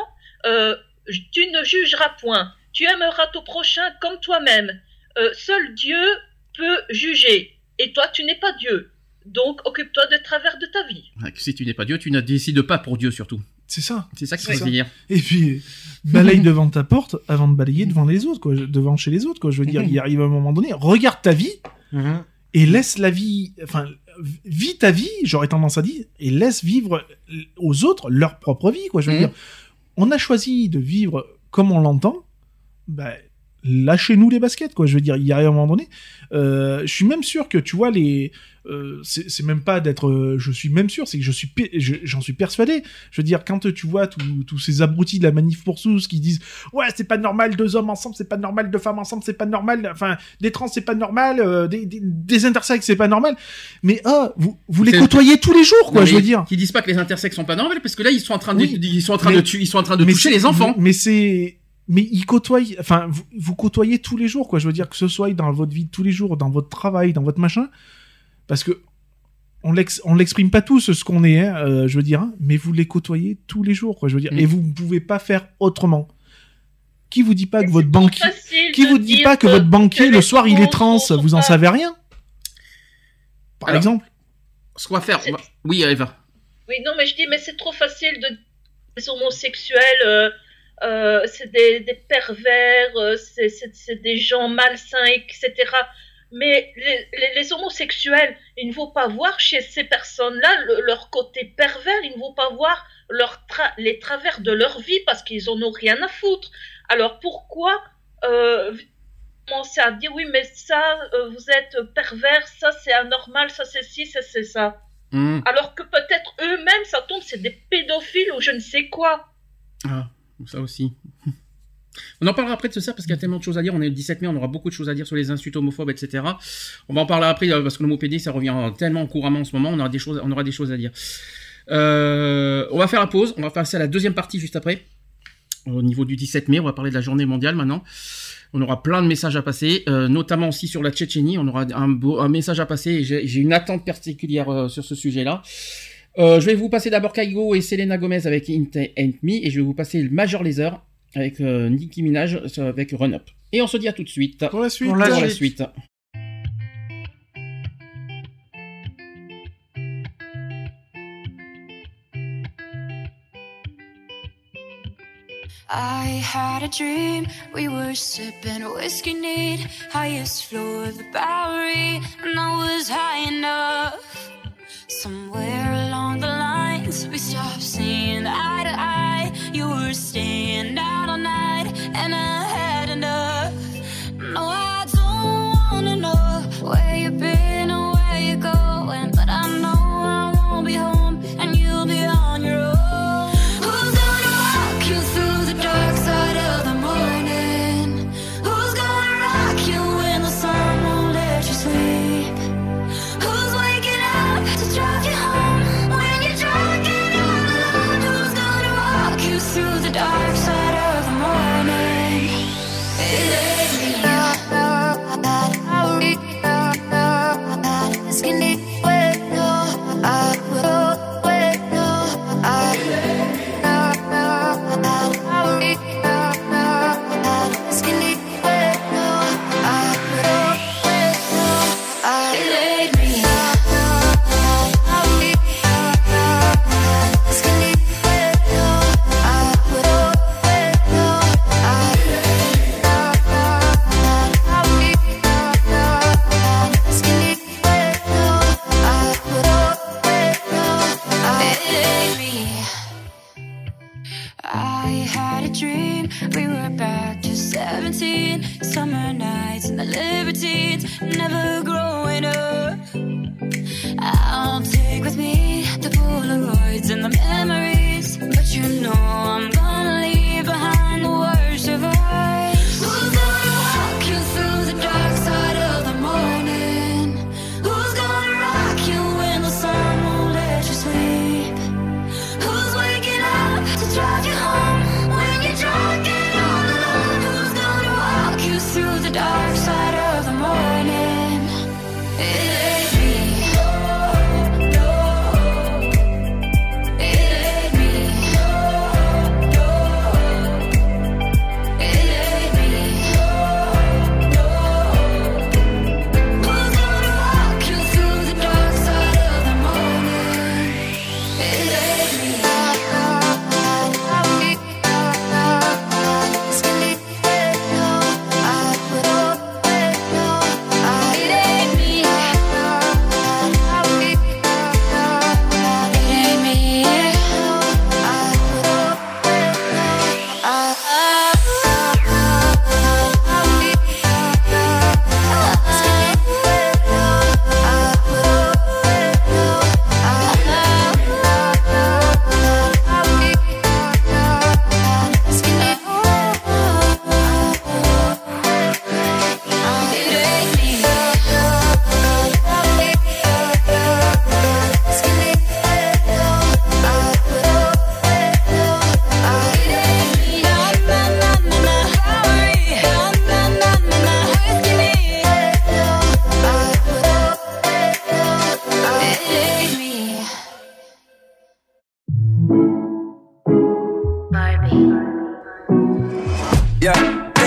Tu ne jugeras point. Tu aimeras ton prochain comme toi-même. Seul Dieu peut juger. Et toi, tu n'es pas Dieu. Donc, occupe-toi des travers de ta vie. Si tu n'es pas Dieu, tu ne décides pas pour Dieu, surtout. C'est ça. C'est ça que ça veut dire. Et puis, balaye devant ta porte avant de balayer devant les autres, quoi. Devant chez les autres, quoi. Je veux dire, il arrive un moment donné, regarde ta vie et laisse la vie... Enfin, vis ta vie, j'aurais tendance à dire, et laisse vivre aux autres leur propre vie, quoi. Je veux dire, on a choisi de vivre comme on l'entend, bah... lâchez-nous les baskets, quoi. Je veux dire, il y a un moment donné, je suis même sûr que, tu vois, c'est même pas d'être, je suis même sûr, c'est que j'en suis persuadé. Je veux dire, quand tu vois tous ces abrutis de la manif pour tous qui disent, ouais, c'est pas normal, 2 hommes ensemble, c'est pas normal, 2 femmes ensemble, c'est pas normal, enfin, des trans, c'est pas normal, des intersexes, c'est pas normal. Mais, vous les côtoyez tous les jours, quoi, non, je veux dire. Qui disent pas que les intersexes sont pas normaux, parce que là, ils sont en train de toucher les enfants. Mais ils côtoient, enfin, vous côtoyez tous les jours, quoi. Je veux dire, que ce soit dans votre vie de tous les jours, dans votre travail, dans votre machin, parce que on l'exprime pas tous ce qu'on est, hein, je veux dire, hein, mais vous les côtoyez tous les jours, quoi. Je veux dire, et vous ne pouvez pas faire autrement. Qui vous dit pas que votre banquier, le soir il est trans, vous en savez rien? Par exemple. Ce qu'on va faire, oui, Eva. Oui, non, mais je dis, mais c'est trop facile de des homosexuels. C'est des pervers, c'est des gens malsains, etc. Mais les homosexuels, il ne faut pas voir chez ces personnes-là leur côté pervers, il ne faut pas voir les travers de leur vie parce qu'ils en ont rien à foutre. Alors pourquoi commencer à dire oui, mais ça, vous êtes pervers, ça c'est anormal, ça c'est ci, ça c'est ça. Alors que peut-être eux-mêmes, ça tombe, c'est des pédophiles ou je ne sais quoi. Ah. Ça aussi. On en parlera après de ça parce qu'il y a tellement de choses à dire. On est le 17 mai, on aura beaucoup de choses à dire sur les insultes homophobes, etc. On va en parler après parce que le mot PD, ça revient tellement couramment en ce moment. On aura des choses à dire. On va faire la pause. On va passer à la deuxième partie juste après. Au niveau du 17 mai, on va parler de la journée mondiale maintenant. On aura plein de messages à passer, notamment aussi sur la Tchétchénie. On aura un message à passer et j'ai une attente particulière sur ce sujet-là. Je vais vous passer d'abord Kaigo et Selena Gomez avec Int and Me et je vais vous passer le Major Lazer avec Nicki Minaj avec Run Up. Et on se dit à tout de suite. Pour la suite. Pour la suite. I had a dream, we were sipping whiskey neat, highest floor of the Bowery, and I was high enough. Somewhere along the lines, we stopped seeing eye to eye. You were staying out all night, and I had enough. No, I don't wanna know where you've been or where you're going, but I know I won't be home, and you'll be on your own. Who's gonna walk you through the dark side of the morning? Who's gonna rock you when the sun won't let you sleep? Who's waking up to drive you home when you're drunk and all alone? Who's gonna walk you through the dark side of the morning? I had a dream, we were back to 17, summer nights and the libertines, never growing up. I'll take with me the Polaroids and the memories, but you know I'm gonna leave behind the worst of us. Who's gonna walk you through the dark side of the morning? Who's gonna rock you when the sun won't let you sleep? Who's waking up to drive you home when you're drunk and all alone? Who's gonna walk you through the dark side of the morning?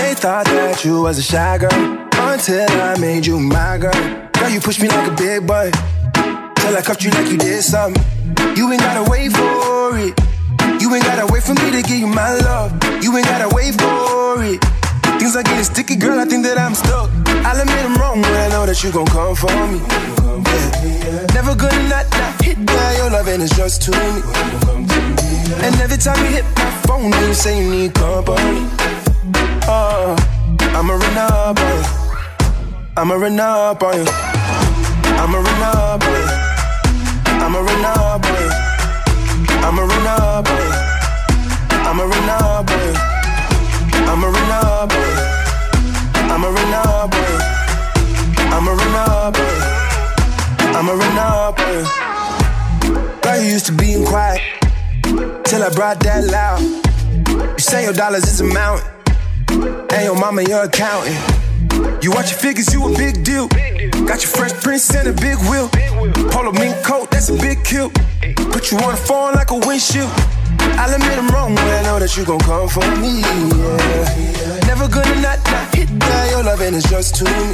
They thought that you was a shy girl until I made you my girl. Girl, you pushed me like a big boy till I cuffed you like you did something. You ain't gotta wait for it. You ain't gotta wait for me to give you my love. You ain't gotta wait for it. Things are getting sticky, girl, I think that I'm stuck. I'll admit I'm wrong, but I know that you gon' come for me. Yeah. Never gonna not hit that, your loving is just to me. And every time you hit my phone, you say you need company. Oh, I'ma run up on you. I'ma run up on you. I'ma run up on you. I'ma run up on you. I'ma run up on you. I'ma run up on you. I'ma run up on you. I'ma run up on you. I'ma run up on you. I'ma run up on you. Girl, you used to being quiet till I brought that loud. You say your dollars is a mountain, and your mama your accountant. You watch your figures, you a big deal. Got your Fresh Prince and a big wheel. Polo mink coat, that's a big kill. Put you on the phone like a windshield. I'll admit I'm wrong, but I know that you gon' come for me, yeah. Never gonna not hit that, your loving is just to me.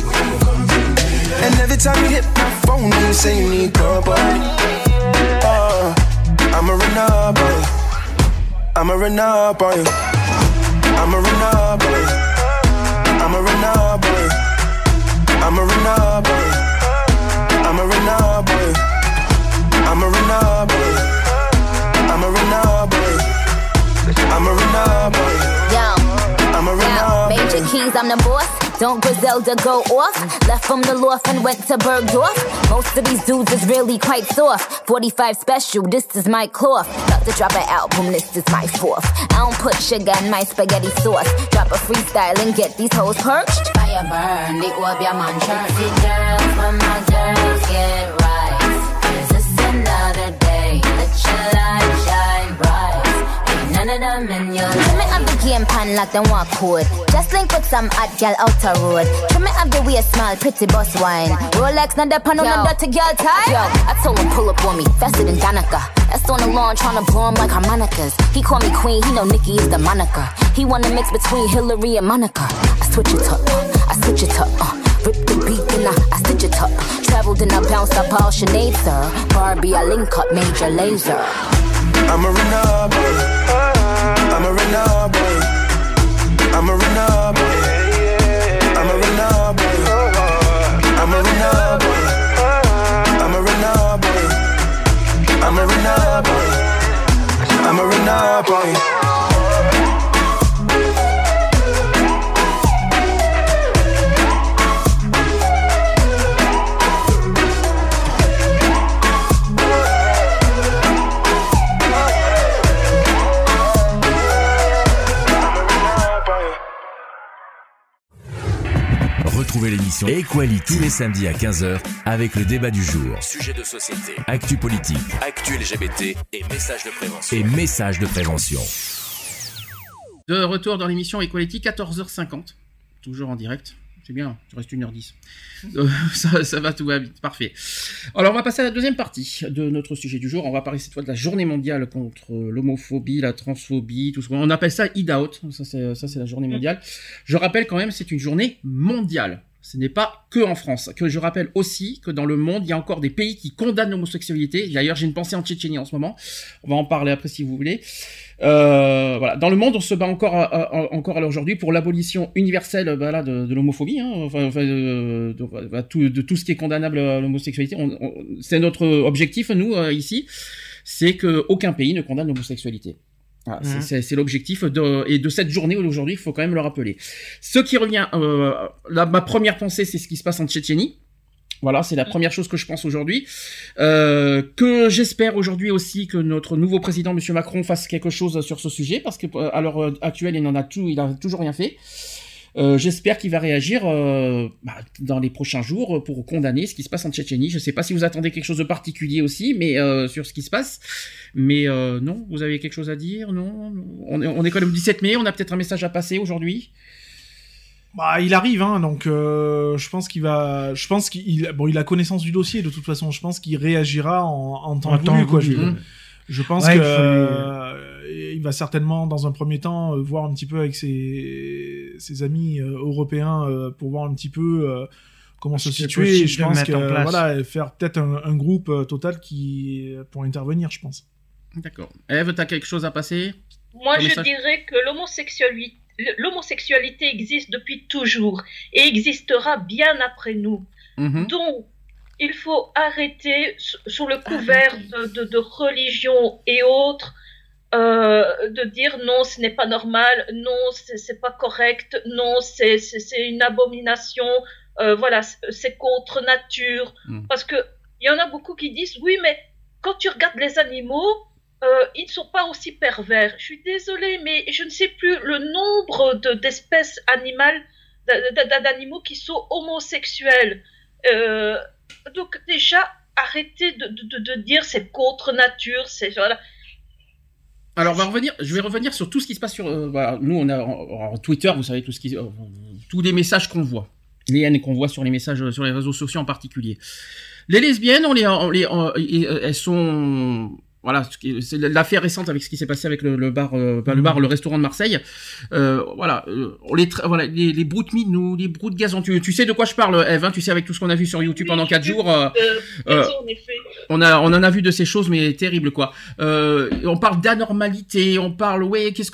And every time you hit my phone, you say you need company. Oh, I'ma run up on you. I'ma run up on you. I'ma run up on you. I'ma run up on you. I'ma run up on you. I'ma run up on you. I'ma run up on you. I'ma run up on you. I'ma run up on you. I'ma run up on you. Major Keys, I'm the boss. Don't Griselda go off? Left from the loft and went to Bergdorf. Most of these dudes is really quite soft. 45 special, this is my cloth. About to drop an album, this is my fourth. I don't put sugar in my spaghetti sauce. Drop a freestyle and get these hoes perched. Fire burn, the orb your man church. The girls, when my girls get right. 'Cause it's another day. Let your light shine bright. Ain't none of them in your life. Trim it up the game pan like them walk code. Just link with some hot gal outer road. Trim it up the way smile, pretty boss wine. Rolex, not the pan on the dirty girl tie. Yo, I told him pull up on me, faster than Danica. That's on the lawn tryna blow him like harmonicas. He call me queen, he know Nikki is the moniker. He wanna mix between Hillary and Monica. I switch it up, I switch it up, rip the beat and I stitch it up. Traveled and I bounced up all Sinead, sir. Barbie, I link up Major Lazer. I'ma run up on you. I'ma run up on you. I'ma run up on you. I'ma run up on you. I'ma run up on you. I'ma run up on you. I'ma run up on you. I'ma run up on you. Retrouvez l'émission Equality tous les samedis à 15h avec le débat du jour. Sujet de société, actu politique, actu LGBT et messages de prévention. De retour dans l'émission Equality, 14h50. Toujours en direct. C'est bien, tu restes 1h10. Ça va, tout va vite, parfait. Alors on va passer à la deuxième partie de notre sujet du jour. On va parler cette fois de la journée mondiale contre l'homophobie, la transphobie, tout ce qu'on appelle ça Eat Out. Ça c'est la journée mondiale. Je rappelle quand même, c'est une journée mondiale. Ce n'est pas que en France. Que je rappelle aussi que dans le monde, il y a encore des pays qui condamnent l'homosexualité. D'ailleurs, j'ai une pensée en Tchétchénie en ce moment. On va en parler après si vous voulez. Voilà. Dans le monde, on se bat encore à l'aujourd'hui pour l'abolition universelle de l'homophobie, hein, de tout ce qui est condamnable à l'homosexualité. C'est notre objectif, nous, ici, c'est qu'aucun pays ne condamne l'homosexualité. Voilà, c'est l'objectif de cette journée aujourd'hui, il faut quand même le rappeler. Ce qui revient, ma première pensée, c'est ce qui se passe en Tchétchénie. Voilà, c'est la première chose que je pense aujourd'hui. Que j'espère aujourd'hui aussi que notre nouveau président, Monsieur Macron, fasse quelque chose sur ce sujet, parce que à l'heure actuelle, il a toujours rien fait. J'espère qu'il va réagir dans les prochains jours pour condamner ce qui se passe en Tchétchénie. Je ne sais pas si vous attendez quelque chose de particulier aussi, mais sur ce qui se passe. Mais non, vous avez quelque chose à dire? Non, on est quand même le 17 mai, on a peut-être un message à passer aujourd'hui. Bah, il arrive, hein, donc je pense qu'il a connaissance du dossier de toute façon. Je pense qu'il réagira en temps voulu, quoi. Je pense que il va certainement, dans un premier temps, voir un petit peu avec ses amis européens pour voir un petit peu comment se situer. Et je pense que voilà, faire peut-être un groupe total pour intervenir, je pense. D'accord. Ève, t'as quelque chose à passer? Moi, je dirais que l'homosexualité existe depuis toujours et existera bien après nous. Donc, il faut arrêter, sous le couvert de religion et autres, de dire non, ce n'est pas normal, non, c'est pas correct, non, c'est une abomination, voilà, c'est contre nature. Parce que il y en a beaucoup qui disent oui, mais quand tu regardes les animaux, ils ne sont pas aussi pervers. Je suis désolée, mais je ne sais plus le nombre d'espèces animales, d'animaux qui sont homosexuels. Donc déjà, arrêtez de dire c'est contre nature, c'est voilà. Alors je vais revenir sur tout ce qui se passe sur. Voilà, nous on a en Twitter, vous savez tous les messages qu'on voit, les haines qu'on voit sur les messages sur les réseaux sociaux en particulier. Les lesbiennes, elles sont. Voilà, c'est l'affaire récente avec ce qui s'est passé avec le restaurant de Marseille. Voilà, les broutes nous, les broutes gazon. Tu sais de quoi je parle, Ève, hein, tu sais, avec tout ce qu'on a vu sur YouTube pendant 4 jours. On en a vu de ces choses, mais terribles, quoi. On parle d'anormalité, on parle,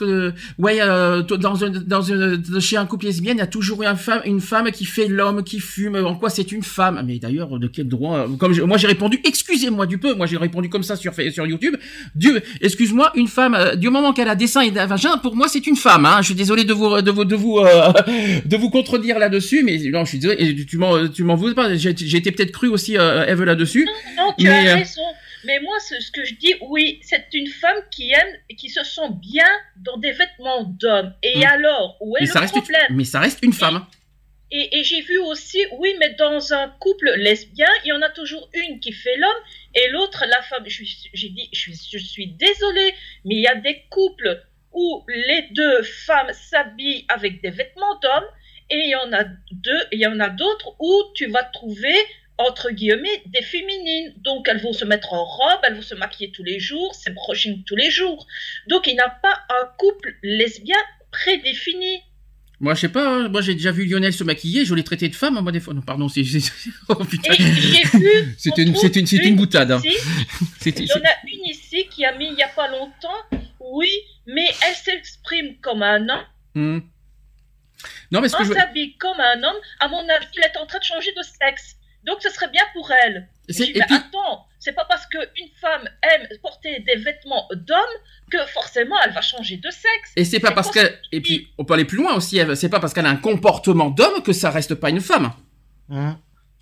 chez un couple lesbien, il y a toujours une femme qui fait l'homme, qui fume. En quoi c'est une femme? Mais d'ailleurs, de quel droit? Moi j'ai répondu, excusez-moi du peu, moi j'ai répondu comme ça sur YouTube. Dieu, excuse-moi, une femme, du moment qu'elle a des seins et un vagin, pour moi c'est une femme. Hein. Je suis désolé de vous contredire là-dessus, mais non, je suis désolé. Tu m'en veux pas. J'ai été peut-être cru aussi, Ève, là-dessus. Non, tu as raison. Mais moi, ce que je dis, oui, c'est une femme qui aime et qui se sent bien dans des vêtements d'homme. Et alors, où est le problème? Mais ça reste une femme. Et j'ai vu aussi, oui, mais dans un couple lesbien, il y en a toujours une qui fait l'homme et l'autre la femme. J'ai dit, je suis désolée, mais il y a des couples où les deux femmes s'habillent avec des vêtements d'homme et il y en a d'autres où tu vas trouver, entre guillemets, des féminines. Donc elles vont se mettre en robe, elles vont se maquiller tous les jours, c'est brushing tous les jours. Donc il n'y a pas un couple lesbien prédéfini. Moi, je sais pas, hein. Moi, j'ai déjà vu Lionel se maquiller, je l'ai traité de femme, moi, des fois. Non, pardon, oh, putain. Et j'ai vu. C'est une boutade, hein. Il y en a une ici qui a mis il y a pas longtemps, oui, mais elle s'exprime comme un homme. Non, mais elle s'habille comme un homme, à mon avis, elle est en train de changer de sexe. Donc, ce serait bien pour elle. Mais attends, c'est pas parce qu'une femme aime porter des vêtements d'homme que forcément elle va changer de sexe. Et c'est pas parce qu'elle. Et puis, on peut aller plus loin aussi, Ève. C'est pas parce qu'elle a un comportement d'homme que ça reste pas une femme. Mais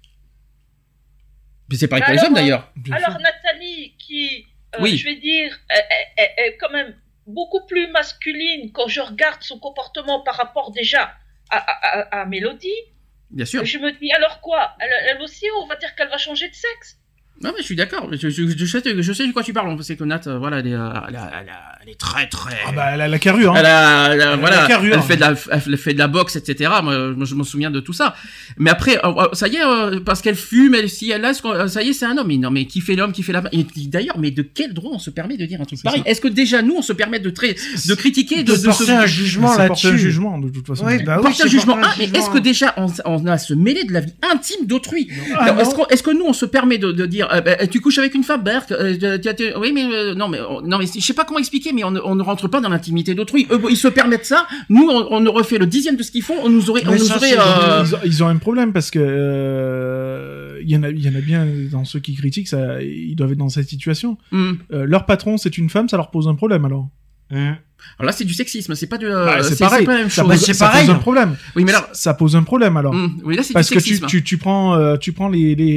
c'est pareil pour les hommes d'ailleurs. Alors, Nathalie, qui, oui. Je vais dire, est quand même beaucoup plus masculine quand je regarde son comportement par rapport déjà à Mélodie. Bien sûr. Je me dis, alors quoi, elle aussi, on va dire qu'elle va changer de sexe? Non, mais je suis d'accord. Je sais de quoi tu parles. C'est que Nat, voilà, elle est très. Ah bah, elle a la carrure, hein. Elle fait de la boxe, etc. Moi, je me souviens de tout ça. Mais après, ça y est, parce qu'elle fume, ça y est, c'est un homme. Non, mais qui fait l'homme, qui fait la femme. Et d'ailleurs, mais de quel droit on se permet de dire un truc pareil? Est-ce que déjà, nous, on se permet de critiquer, de porter un jugement là-dessus? Porter un jugement, de toute façon. Oui, bah porter un jugement. Mais est-ce que déjà, on a se mêler de la vie intime d'autrui? Est-ce que nous, on se permet de dire, tu couches avec une femme, Berk, oui, mais non, mais je sais pas comment expliquer, mais on ne rentre pas dans l'intimité d'autrui. Eux, ils se permettent ça. Nous, on aurait fait le 10e de ce qu'ils font. Ils ont un problème parce que il y en a bien dans ceux qui critiquent ça. Ils doivent être dans cette situation. Leur patron, c'est une femme, ça leur pose un problème alors. Alors là, c'est du sexisme, c'est pas du. C'est pareil. Pas la même chose. Ça pose un problème. Oui, mais alors, ça pose un problème alors. Oui, là, c'est parce du sexisme. Que tu prends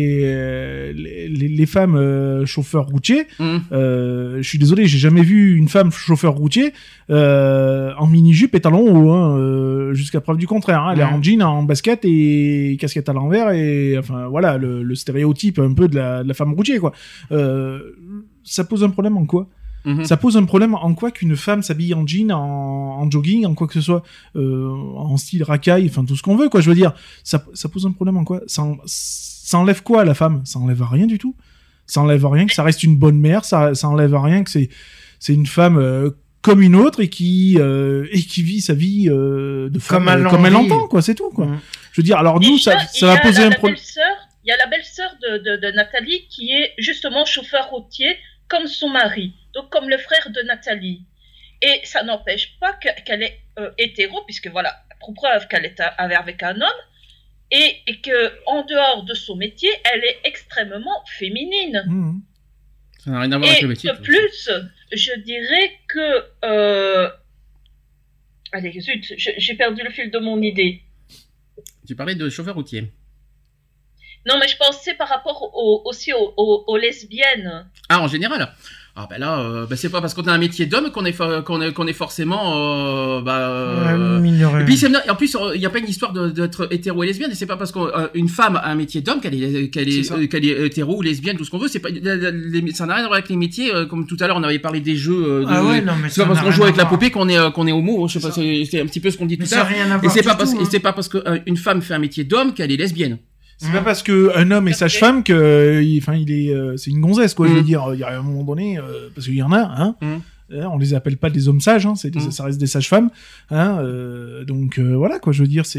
les femmes chauffeurs routiers. Je suis désolé, j'ai jamais vu une femme chauffeur routier en mini-jupe et talons hauts, hein, jusqu'à preuve du contraire. Hein. Elle est en jean, en basket et casquette à l'envers et enfin voilà le stéréotype un peu de la femme routier quoi. Ça pose un problème en quoi? Ça pose un problème en quoi qu'une femme s'habille en jean, en jogging, en quoi que ce soit, en style racaille, enfin tout ce qu'on veut, quoi. Je veux dire, ça pose un problème en quoi? Ça enlève quoi à la femme? Ça enlève rien du tout. Ça enlève rien que ça reste une bonne mère. Ça enlève rien que c'est une femme comme une autre et qui vit sa vie de femme comme elle l'entend, quoi. C'est tout, quoi. Je veux dire, alors nous, ça va poser un problème. Il y a la belle-sœur de Nathalie qui est justement chauffeur routier comme son mari, donc comme le frère de Nathalie. Et ça n'empêche pas qu'elle est hétéro, puisque voilà, pour preuve qu'elle est avec un homme, et que en dehors de son métier, elle est extrêmement féminine. Mmh. Ça n'a rien à voir avec le métier. Et de plus, je dirais que... Allez, zut, j'ai perdu le fil de mon idée. Tu parlais de chauffeur routier. Non, mais je pensais par rapport aussi aux lesbiennes. Ah, en général. Ah ben là, c'est pas parce qu'on a un métier d'homme qu'on est forcément minoré. Et puis en plus il y a pas une histoire d'être hétéro et lesbienne, et c'est pas parce qu'une femme a un métier d'homme qu'elle est hétéro ou lesbienne, tout ce qu'on veut. C'est pas, ça n'a rien à voir avec les métiers. Comme tout à l'heure on avait parlé des jeux. C'est pas parce qu'on joue avec la poupée qu'on est homo. Je sais pas, c'est un petit peu ce qu'on dit tout à l'heure. Et c'est pas parce qu'une femme fait un métier d'homme qu'elle est lesbienne. C'est pas parce que un homme est sage-femme que, c'est une gonzesse, quoi. Je veux dire, il y a un moment donné, parce qu'il y en a, hein. On les appelle pas des hommes sages, hein. Ça reste des sages-femmes, hein. Donc voilà, quoi. Je veux dire,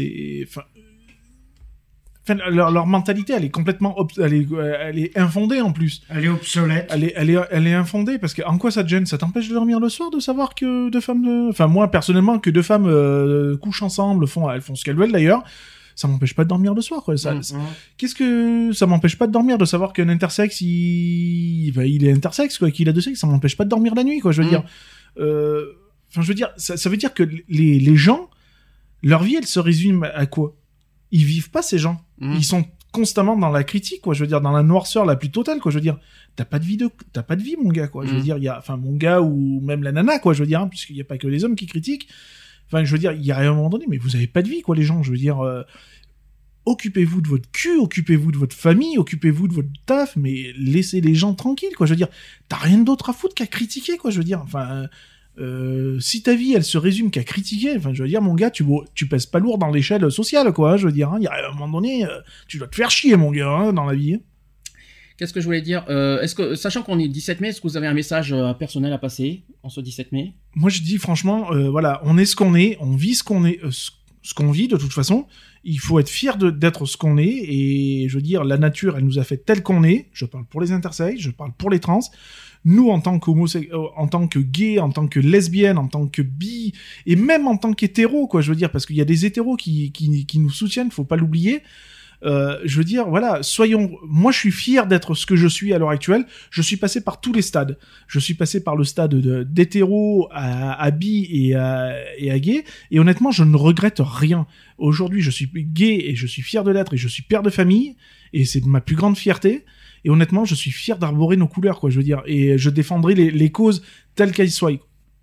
leur mentalité, elle est complètement, elle est infondée en plus. Elle est obsolète. Elle est infondée parce que en quoi ça te gêne? Ça t'empêche de dormir le soir de savoir que deux femmes, moi personnellement, que deux femmes couchent ensemble, elles font ce qu'elles veulent d'ailleurs. Ça m'empêche pas de dormir le soir, quoi. Qu'est-ce que ça m'empêche pas de dormir, de savoir qu'un intersexe il est intersexe, quoi, qu'il a deux sexes, ça m'empêche pas de dormir la nuit, quoi. Je veux dire, ça veut dire que les gens, leur vie, elle se résume à quoi? Ils vivent pas, ces gens. Ils sont constamment dans la critique, quoi. Je veux dire, dans la noirceur la plus totale, quoi. Je veux dire, t'as pas de vie, mon gars, quoi. Je veux dire, mon gars ou même la nana, quoi. Je veux dire, hein, puisqu'il y a pas que les hommes qui critiquent. Enfin, je veux dire, il y a un moment donné, mais vous avez pas de vie, quoi, les gens. Je veux dire, occupez-vous de votre cul, occupez-vous de votre famille, occupez-vous de votre taf, mais laissez les gens tranquilles, quoi. Je veux dire, t'as rien d'autre à foutre qu'à critiquer, quoi. Je veux dire, enfin, si ta vie, elle se résume qu'à critiquer, enfin, je veux dire, mon gars, tu pèses pas lourd dans l'échelle sociale, quoi. Je veux dire, il y a un moment donné, tu dois te faire chier, mon gars, hein, dans la vie. Qu'est-ce que je voulais dire, est-ce que, sachant qu'on est le 17 mai, est-ce que vous avez un message personnel à passer en ce 17 mai? Moi, je dis franchement, voilà, on est ce qu'on est, on vit ce qu'on est, ce qu'on vit de toute façon. Il faut être fier d'être ce qu'on est, et je veux dire, la nature, elle nous a fait tel qu'on est. Je parle pour les intersexes, je parle pour les trans. Nous, en tant en tant que gay, en tant que lesbienne, en tant que bi, et même en tant qu'hétéro, quoi, je veux dire, parce qu'il y a des hétéros qui nous soutiennent, faut pas l'oublier. Je veux dire, voilà, moi je suis fier d'être ce que je suis à l'heure actuelle. Je suis passé par tous les stades. Je suis passé par le stade d'hétéro à bi et à gay. Et honnêtement, je ne regrette rien. Aujourd'hui, je suis gay et je suis fier de l'être, et je suis père de famille, et c'est ma plus grande fierté. Et honnêtement, je suis fier d'arborer nos couleurs, quoi, je veux dire. Et je défendrai les causes telles qu'elles soient.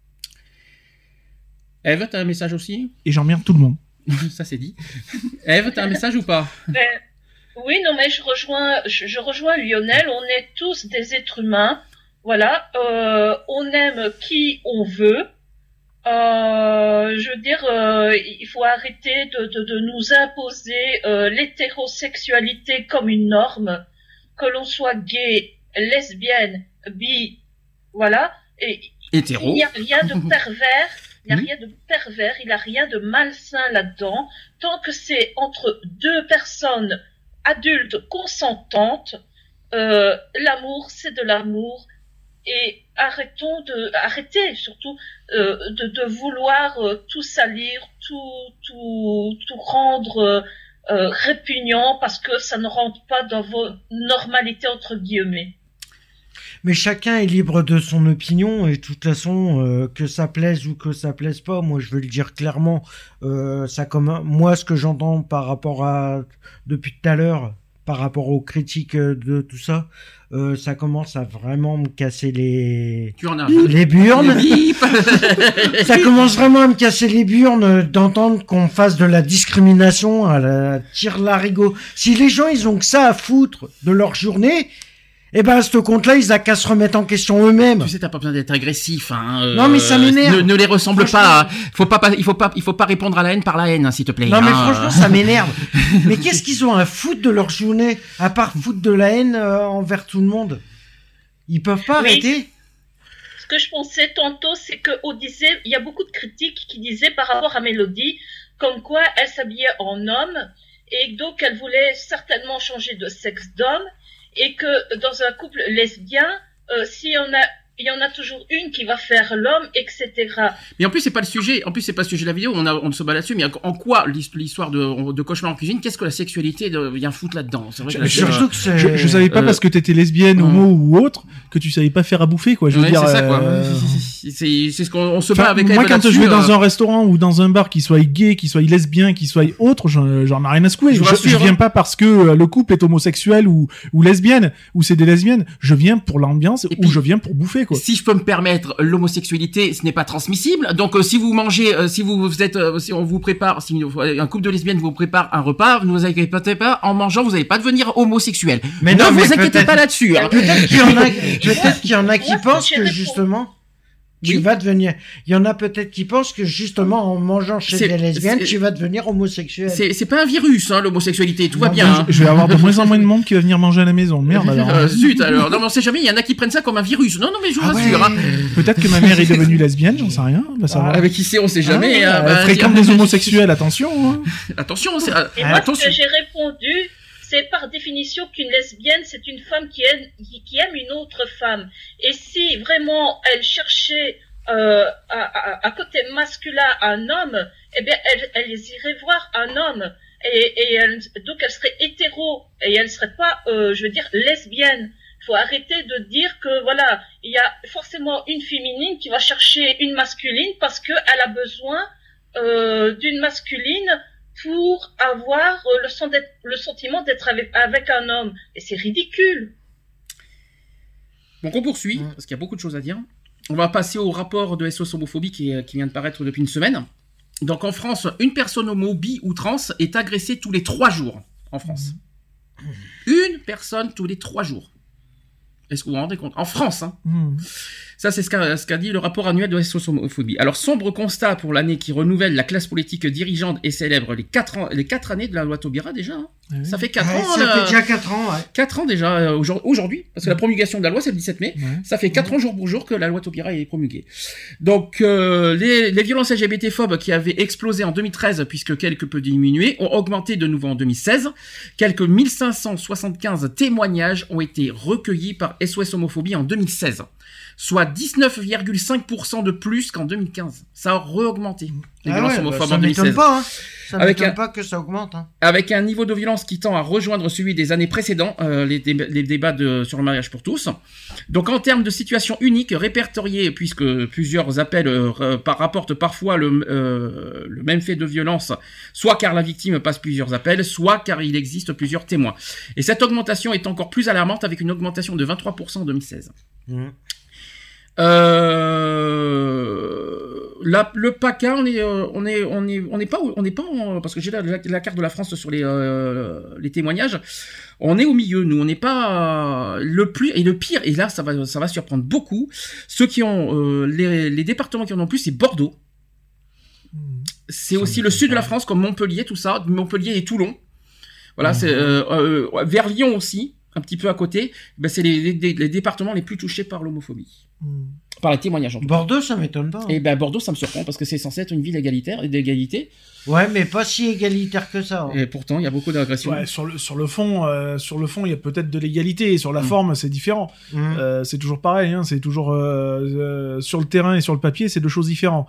Eve, t'as un message aussi? Et j'emmerde tout le monde. Ça c'est dit. Eve, t'as un message ou pas? Oui, non, mais je rejoins Lionel. On est tous des êtres humains. Voilà, on aime qui on veut. Je veux dire, il faut arrêter de nous imposer l'hétérosexualité comme une norme. Que l'on soit gay, lesbienne, bi, voilà. Et hétéro. Il n'y a rien de pervers. Il n'y a rien de pervers, il n'y a rien de malsain là-dedans. Tant que c'est entre deux personnes adultes consentantes, l'amour, c'est de l'amour. Et arrêtez surtout de vouloir tout salir, tout rendre répugnant, parce que ça ne rentre pas dans vos normalités, entre guillemets. Mais chacun est libre de son opinion, et de toute façon, que ça plaise ou que ça plaise pas, moi je veux le dire clairement, moi ce que j'entends par rapport à, depuis tout à l'heure, par rapport aux critiques de tout ça, ça commence à vraiment me casser les burnes. Ça commence vraiment à me casser les burnes d'entendre qu'on fasse de la discrimination à la tire-larigot. Si les gens ils ont que ça à foutre de leur journée, eh ben, à ce compte-là, ils a qu'à se remettre en question eux-mêmes. Tu sais, t'as pas besoin d'être agressif, hein. Non, mais ça m'énerve. Ne les ressemble pas. Il faut pas répondre à la haine par la haine, hein, s'il te plaît. Non, mais franchement, ça m'énerve. Mais qu'est-ce qu'ils ont à foutre de leur journée, à part foutre de la haine envers tout le monde? Ils peuvent pas arrêter? que je pensais tantôt, c'est qu'on disait, il y a beaucoup de critiques qui disaient par rapport à Mélodie, comme quoi elle s'habillait en homme, et donc elle voulait certainement changer de sexe d'homme, et que dans un couple lesbien, il y en a toujours une qui va faire l'homme, etc. Mais en plus, c'est pas le sujet. En plus, c'est pas le sujet de la vidéo. On se bat là-dessus. Mais en quoi l'histoire de Cauchemar en cuisine, qu'est-ce que la sexualité vient foutre là-dedans? C'est vrai que je savais pas parce que t'étais lesbienne, homo ou autre, que tu savais pas faire à bouffer, quoi. Je veux dire. C'est ça, quoi. C'est ce qu'on se bat avec. Moi, quand je vais dans un restaurant ou dans un bar qui soit gay, qui soit lesbien, qui soit autre, j'en ai rien à secouer. Je viens pas parce que le couple est homosexuel ou lesbienne, ou c'est des lesbiennes. Je viens pour l'ambiance ou je viens pour bouffer, quoi. Si je peux me permettre, l'homosexualité, ce n'est pas transmissible. Donc, si vous mangez, si on vous prépare, si un couple de lesbiennes vous prépare un repas, ne vous inquiétez pas, en mangeant, vous n'allez pas devenir homosexuel. Mais ne vous inquiétez pas là-dessus. Hein. Peut-être qu'il y en a qui pensent que justement, tu vas devenir. Il y en a peut-être qui pensent que justement, en mangeant chez des lesbiennes, tu vas devenir homosexuel. C'est pas un virus, hein, l'homosexualité. Tout va bien. Hein. Je vais avoir de moins en moins de monde qui va venir manger à la maison. Merde alors. Zut alors. Non mais on sait jamais. Il y en a qui prennent ça comme un virus. Non mais je vous rassure. Hein. Peut-être que ma mère est devenue lesbienne, j'en sais rien. Avec qui c'est, on sait jamais. Elle fréquente des homosexuels. Attention. Hein. Attention. Et moi, ce que j'ai répondu, c'est par définition qu'une lesbienne, c'est une femme qui aime une autre femme. Et si vraiment elle cherchait à côté masculin un homme, eh bien elle irait voir un homme. Donc elle serait hétéro et elle serait pas, je veux dire, lesbienne. Il faut arrêter de dire que voilà, il y a forcément une féminine qui va chercher une masculine parce qu'elle a besoin d'une masculine pour avoir le sentiment d'être avec un homme. Et c'est ridicule. Donc on poursuit, parce qu'il y a beaucoup de choses à dire. On va passer au rapport de SOS Homophobie qui vient de paraître depuis une semaine. Donc en France, une personne homo, bi ou trans est agressée tous les 3 jours en France. Une personne tous les 3 jours. Est-ce que vous vous rendez compte? En France, hein. Ça, c'est ce qu'a dit le rapport annuel de SOS Homophobie. Alors, sombre constat pour l'année qui renouvelle la classe politique dirigeante et célèbre les 4 années de la loi Taubira déjà. Hein. Oui. Ça fait 4 ans. Ça fait déjà 4 ans, ouais. 4 ans déjà, aujourd'hui, parce que la promulgation de la loi, c'est le 17 mai. Ouais. Ça fait 4 ans jour pour jour que la loi Taubira est promulguée. Donc, les violences LGBT-phobes qui avaient explosé en 2013, puisque quelque peu diminué, ont augmenté de nouveau en 2016. Quelques 1575 témoignages ont été recueillis par SOS Homophobie en 2016. Soit 19,5% de plus qu'en 2015. Ça a re-augmenté. Les violences homophobes en 2016. M'étonne pas, hein. Ça m'étonne pas que ça augmente. Hein. Avec un niveau de violence qui tend à rejoindre celui des années précédentes, les débats sur le mariage pour tous. Donc en termes de situation unique, répertoriée, puisque plusieurs appels rapportent parfois le même fait de violence, soit car la victime passe plusieurs appels, soit car il existe plusieurs témoins. Et cette augmentation est encore plus alarmante avec une augmentation de 23% en 2016. Le PACA, on n'est pas parce que j'ai la carte de la France sur les témoignages. On est au milieu, nous. On n'est pas le plus et le pire. Et là, ça va surprendre beaucoup. Ceux qui ont les départements qui en ont plus, c'est Bordeaux. C'est aussi le sud de la France, comme Montpellier, tout ça, Montpellier et Toulon. Voilà, c'est vers Lyon aussi. Un petit peu à côté, ben c'est les départements les plus touchés par l'homophobie. Par les témoignages. En tout Bordeaux, ça m'étonne pas. Hein. Et ben Bordeaux, ça me surprend parce que c'est censé être une ville d'égalité. Ouais, mais pas si égalitaire que ça. Hein. Et pourtant, il y a beaucoup d'agressions. Ouais, sur le fond, il y a peut-être de l'égalité. Et sur la forme, c'est différent. C'est toujours pareil. Hein, c'est toujours sur le terrain et sur le papier, c'est deux choses différentes.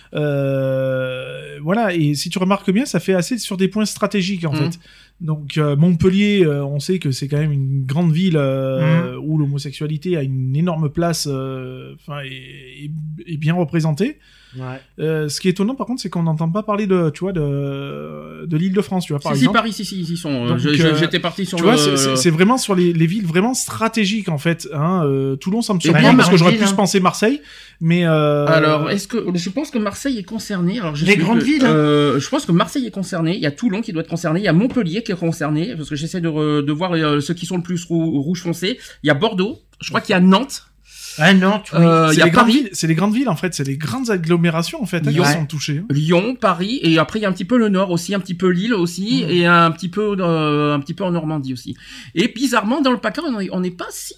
Voilà. Et si tu remarques bien, ça fait assez sur des points stratégiques en fait. Donc Montpellier, on sait que c'est quand même une grande ville où l'homosexualité a une énorme place, est bien représentée. Ouais. Ce qui est étonnant par contre, c'est qu'on n'entend pas parler de l'Île-de-France, tu vois, par exemple. Paris, ils sont. Donc, j'étais parti sur. Tu vois, c'est vraiment sur les villes vraiment stratégiques en fait. Hein. Toulon, ça me surprend parce que j'aurais plus pensé Marseille, mais. Alors, je pense que Marseille est concerné. Alors, les grandes villes. Je pense que Marseille est concerné. Il y a Toulon qui doit être concerné. Il y a Montpellier qui est concerné parce que j'essaie de voir ceux qui sont le plus rouge foncé. Il y a Bordeaux. Je crois qu'il y a Nantes. Nantes, oui. Il y a Paris. C'est les grandes villes, en fait. C'est les grandes agglomérations, en fait, qui sont touchées. Lyon, Paris, et après, il y a un petit peu le Nord aussi, un petit peu Lille aussi, et un petit peu en Normandie aussi. Et bizarrement, dans le PACA, on n'est pas si,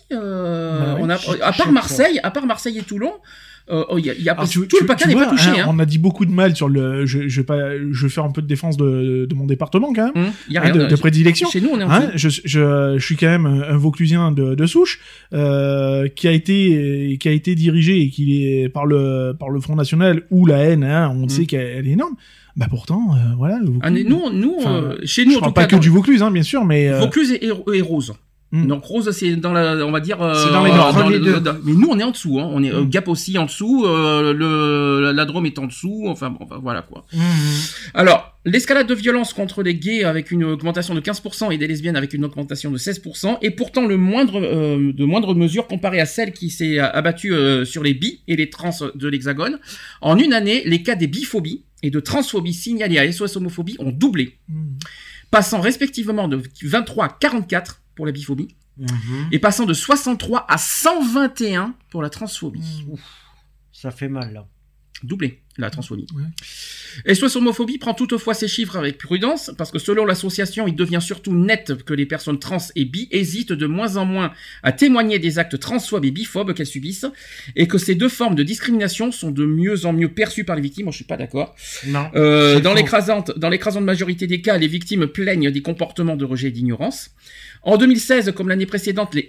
à part Marseille et Toulon, tout le PACA n'est pas touché. On a dit beaucoup de mal sur le. Je vais faire un peu de défense de mon département quand même. Y a rien de prédilection. Chez nous, on est en dessous. Je suis quand même un Vauclusien de souche qui a été dirigé et qui est par le Front National où la haine, on sait qu'elle est énorme. Bah pourtant, voilà. Chez nous, je parle pas que du Vaucluse, bien sûr, mais. Vaucluse et Rose. Donc Rose, c'est dans on va dire, c'est dans les Nord. Mais nous, on est en dessous, On est Gap aussi en dessous, la Drôme est en dessous. Enfin bon, voilà quoi. Alors, l'escalade de violence contre les gays avec une augmentation de 15% et des lesbiennes avec une augmentation de 16%, est pourtant de moindres mesures comparée à celle qui s'est abattue sur les bi et les trans de l'Hexagone. En une année, les cas des biphobies et de transphobie signalés à SOS Homophobie ont doublé, passant respectivement de 23 à 44 pour la biphobie, et passant de 63 à 121 pour la transphobie. Ça fait mal, là. Doublé, la transphobie. SOS Homophobie prend toutefois ces chiffres avec prudence, parce que selon l'association, il devient surtout net que les personnes trans et bi hésitent de moins en moins à témoigner des actes transphobes et biphobes qu'elles subissent, et que ces deux formes de discrimination sont de mieux en mieux perçues par les victimes. Moi, je suis pas d'accord. Non. Dans l'écrasante majorité des cas, les victimes plaignent des comportements de rejet et d'ignorance. En 2016, comme l'année précédente, les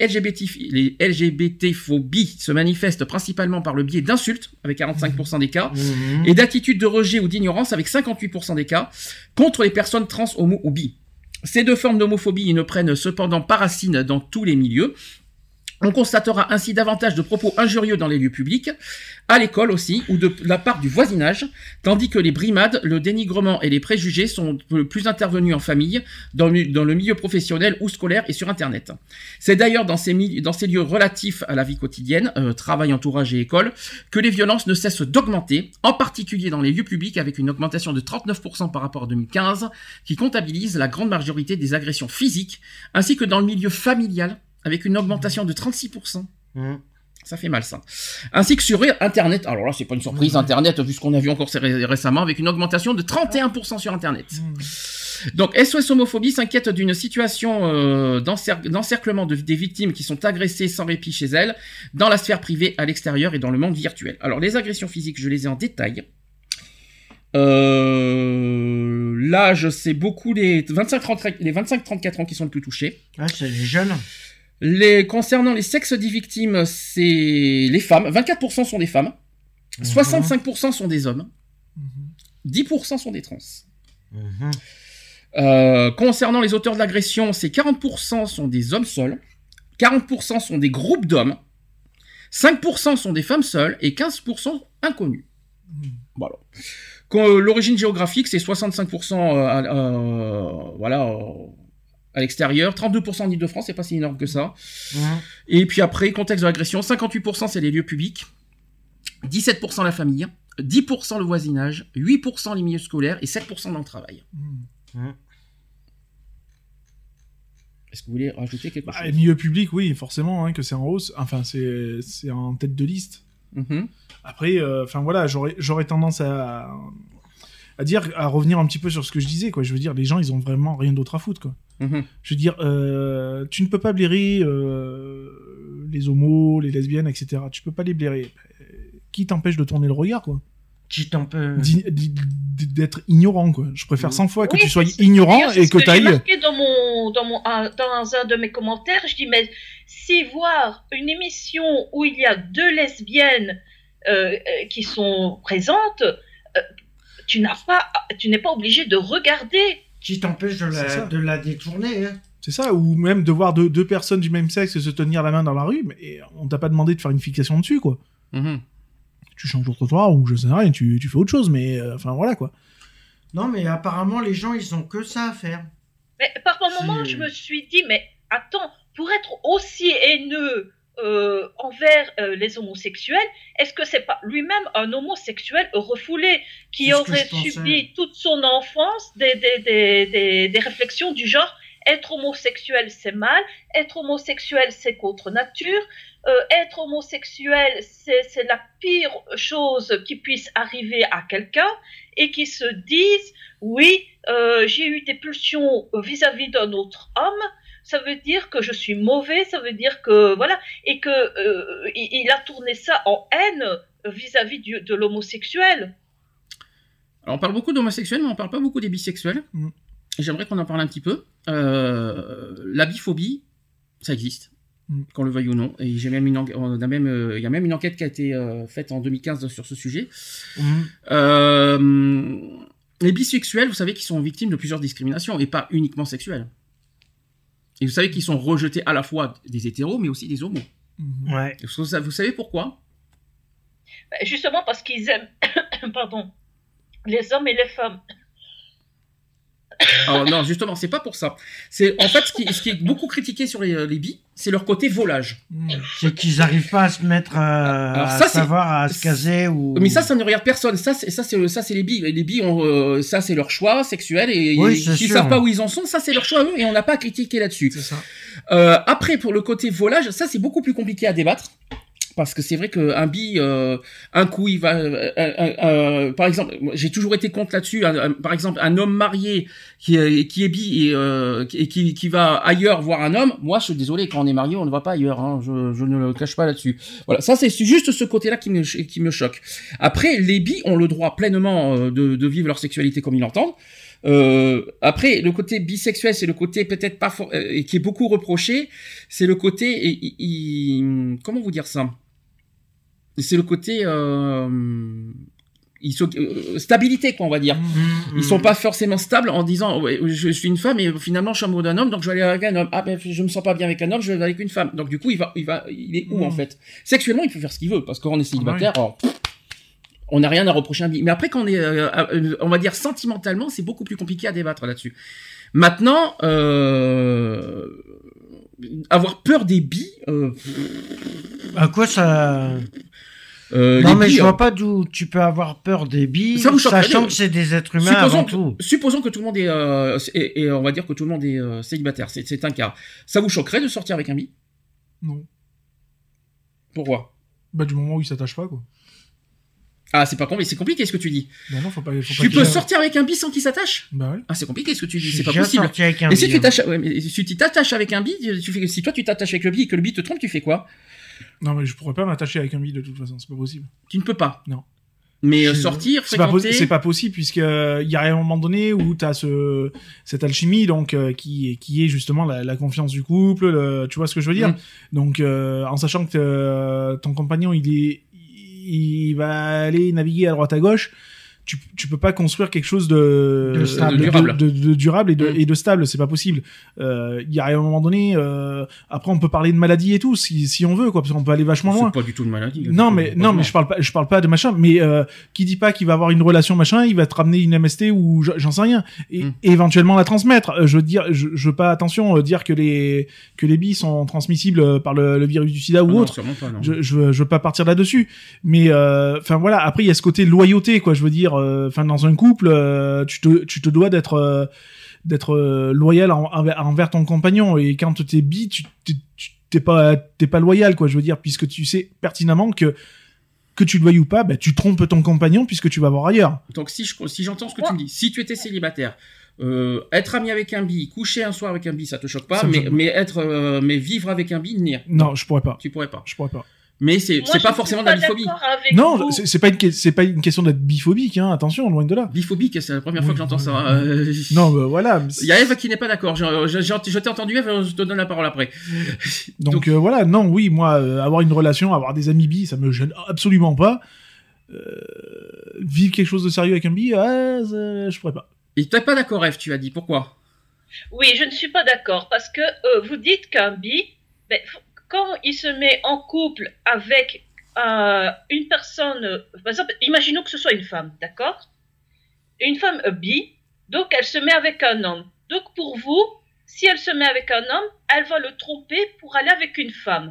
LGBT-phobies se manifestent principalement par le biais d'insultes, avec 45% des cas, et d'attitudes de rejet ou d'ignorance, avec 58% des cas, contre les personnes trans, homo ou bi. Ces deux formes d'homophobie ne prennent cependant pas racine dans tous les milieux. On constatera ainsi davantage de propos injurieux dans les lieux publics, à l'école aussi, ou de la part du voisinage, tandis que les brimades, le dénigrement et les préjugés sont le plus intervenus en famille, dans le milieu professionnel ou scolaire et sur Internet. C'est d'ailleurs dans ces lieux relatifs à la vie quotidienne, travail, entourage et école, que les violences ne cessent d'augmenter, en particulier dans les lieux publics avec une augmentation de 39% par rapport à 2015, qui comptabilise la grande majorité des agressions physiques, ainsi que dans le milieu familial, avec une augmentation de 36%. Ça fait mal, ça. Ainsi que sur Internet. Alors là, c'est pas une surprise, Internet, vu ce qu'on a vu encore récemment, avec une augmentation de 31% sur Internet. Donc, SOS Homophobie s'inquiète d'une situation d'encerclement des victimes qui sont agressées sans répit chez elles, dans la sphère privée, à l'extérieur et dans le monde virtuel. Alors, les agressions physiques, je les ai en détail. L'âge, c'est beaucoup les 25-34 ans qui sont le plus touchés. Ah, c'est les jeunes. Concernant les sexes des victimes, c'est les femmes. 24% sont des femmes. 65% sont des hommes. 10% sont des trans. Concernant les auteurs de l'agression, c'est 40% sont des hommes seuls. 40% sont des groupes d'hommes. 5% sont des femmes seules. Et 15% inconnus. Voilà. L'origine géographique, c'est 65% à l'extérieur, 32% en Ile-de-France, c'est pas si énorme que ça. Et puis après, contexte de l'agression, 58% c'est les lieux publics, 17% la famille, 10% le voisinage, 8% les milieux scolaires et 7% dans le travail. Est-ce que vous voulez rajouter quelque chose ? Les milieux publics, oui, forcément, que c'est en hausse. Enfin, c'est en tête de liste. Après, j'aurais tendance à revenir un petit peu sur ce que je disais, quoi. Je veux dire, les gens, ils ont vraiment rien d'autre à foutre, quoi. Je veux dire, tu ne peux pas blairer les homos, les lesbiennes, etc. Tu peux pas les blairer. Qui t'empêche de tourner le regard, quoi ? Qui t'empêche d'être ignorant, quoi. Je préfère 100 fois que tu sois ignorant et que t'ailles. J'ai marqué dans un de mes commentaires, je dis, mais si voir une émission où il y a 2 lesbiennes qui sont présentes, tu n'es pas obligé de regarder. Qui t'empêche de la détourner, hein. C'est ça, ou même de voir deux personnes du même sexe se tenir la main dans la rue, mais on t'a pas demandé de faire une fixation dessus, quoi. Tu changes de trottoir ou je sais rien, tu fais autre chose, mais voilà, quoi. Non, mais apparemment, les gens, ils ont que ça à faire. Mais par moment, je me suis dit, mais attends, pour être aussi haineux envers les homosexuels, est-ce que c'est pas lui-même un homosexuel refoulé qui aurait subi toute son enfance des réflexions du genre être homosexuel c'est mal, être homosexuel c'est contre nature, être homosexuel c'est la pire chose qui puisse arriver à quelqu'un, et qui se disent oui, j'ai eu des pulsions vis-à-vis d'un autre homme, ça veut dire que je suis mauvais, ça veut dire que voilà, et que il a tourné ça en haine vis-à-vis de l'homosexuel. Alors on parle beaucoup d'homosexuels, mais on parle pas beaucoup des bisexuels. J'aimerais qu'on en parle un petit peu. La biphobie, ça existe, qu'on le veuille ou non. Et j'ai même il y a même une enquête qui a été faite en 2015 sur ce sujet. Les bisexuels, vous savez qu'ils sont victimes de plusieurs discriminations, et pas uniquement sexuelles. Et vous savez qu'ils sont rejetés à la fois des hétéros, mais aussi des homos. Ouais. Vous savez pourquoi ? Justement parce qu'ils aiment pardon, les hommes et les femmes. Alors non, justement, c'est pas pour ça. C'est en fait ce qui est beaucoup critiqué sur les bis, c'est leur côté volage. C'est qu'ils n'arrivent pas à se mettre à se caser ou. Mais ça ne regarde personne. Ça c'est les bis. Les bis ont ça c'est leur choix sexuel, et s'ils savent pas où ils en sont, ça c'est leur choix à eux, et on n'a pas à critiquer là-dessus. C'est ça. Après, pour le côté volage, ça c'est beaucoup plus compliqué à débattre. Parce que c'est vrai qu'un bi, un coup, il va... par exemple, j'ai toujours été contre là-dessus. Par exemple, un homme marié qui est bi et qui va ailleurs voir un homme, moi, je suis désolé, quand on est marié, on ne va pas ailleurs. Hein, je ne le cache pas là-dessus. Voilà, ça, c'est juste ce côté-là qui me choque. Après, les bi ont le droit pleinement de vivre leur sexualité comme ils l'entendent. Après, le côté bisexuel, c'est le côté peut-être pas et qui est beaucoup reproché. C'est le côté... comment vous dire ça ? C'est le côté stabilité, quoi, on va dire. Ils sont pas forcément stables en disant ouais, je suis une femme et finalement je suis amoureux d'un homme, donc je vais aller avec un homme. Ah ben je me sens pas bien avec un homme, je vais aller avec une femme. Donc du coup il est où en fait ? Sexuellement il peut faire ce qu'il veut parce qu'on est célibataire. Alors, on n'a rien à reprocher à un bi. Mais après quand on est on va dire sentimentalement, c'est beaucoup plus compliqué à débattre là-dessus. Maintenant avoir peur des bi, à quoi ça non mais je vois pas d'où tu peux avoir peur des bi, sachant que c'est des êtres humains avant tout. Supposons que tout le monde est et on va dire que tout le monde est célibataire, c'est un cas. Ça vous choquerait de sortir avec un bi ? Non. Pourquoi ? Bah du moment où il s'attache pas, quoi. Ah, c'est pas compliqué, c'est compliqué ce que tu dis. Bah non, faut pas tu peux sortir avec un bi sans qu'il s'attache ? Bah ouais. Ah, c'est compliqué ce que tu dis, c'est pas possible. Et si tu t'attaches avec un bi, si toi tu t'attaches avec le bi et que le bi te trompe, tu fais quoi ? Non, mais je pourrais pas m'attacher avec un bi de toute façon, c'est pas possible. Tu ne peux pas ? Non. Mais sortir, fréquenter... C'est pas possible, puisque il y a un moment donné où t'as cette alchimie, donc, qui est justement la confiance du couple, tu vois ce que je veux dire ? Donc, en sachant que ton compagnon, il va aller naviguer à droite à gauche, tu peux pas construire quelque chose de durable et de stable, c'est pas possible. Il y a un moment donné, après on peut parler de maladie et tout si on veut, quoi, parce qu'on peut aller vachement loin. C'est pas du tout de maladie. Non mais je parle pas de machin, mais qui dit pas qu'il va avoir une relation machin, il va te ramener une MST ou j'en sais rien, et éventuellement la transmettre. Je veux dire, je veux pas dire que les bis sont transmissibles par le virus du sida ou autre. Pas, je veux pas partir là-dessus, mais enfin voilà, après il y a ce côté loyauté, quoi, je veux dire. Enfin, dans un couple, tu te dois d'être loyal envers ton compagnon, et quand t'es bi, t'es pas loyal, quoi, je veux dire, puisque tu sais pertinemment que tu le veuilles ou pas, bah, tu trompes ton compagnon puisque tu vas voir ailleurs. Donc si j'entends ce que tu me dis, si tu étais célibataire, être ami avec un bi, coucher un soir avec un bi, ça te choque pas, mais vivre avec un bi, non, je pourrais pas. Tu pourrais pas. Je pourrais pas. Mais c'est pas forcément de la biphobie. Non, c'est pas une question d'être biphobique, hein. Attention, loin de là. Biphobique, c'est la première fois que j'entends ça. Non, bah, voilà. Il y a Eve qui n'est pas d'accord. Je t'ai entendu, Eve, je te donne la parole après. Donc voilà, non, oui, moi, avoir une relation, avoir des amis bi, ça me gêne absolument pas. Vivre quelque chose de sérieux avec un bi, je pourrais pas. Et t'es pas d'accord, Eve, tu as dit. Pourquoi ? Oui, je ne suis pas d'accord, parce que vous dites qu'un bi, quand il se met en couple avec une personne, par exemple, imaginons que ce soit une femme, d'accord ? Une femme bi, donc elle se met avec un homme. Donc pour vous, si elle se met avec un homme, elle va le tromper pour aller avec une femme.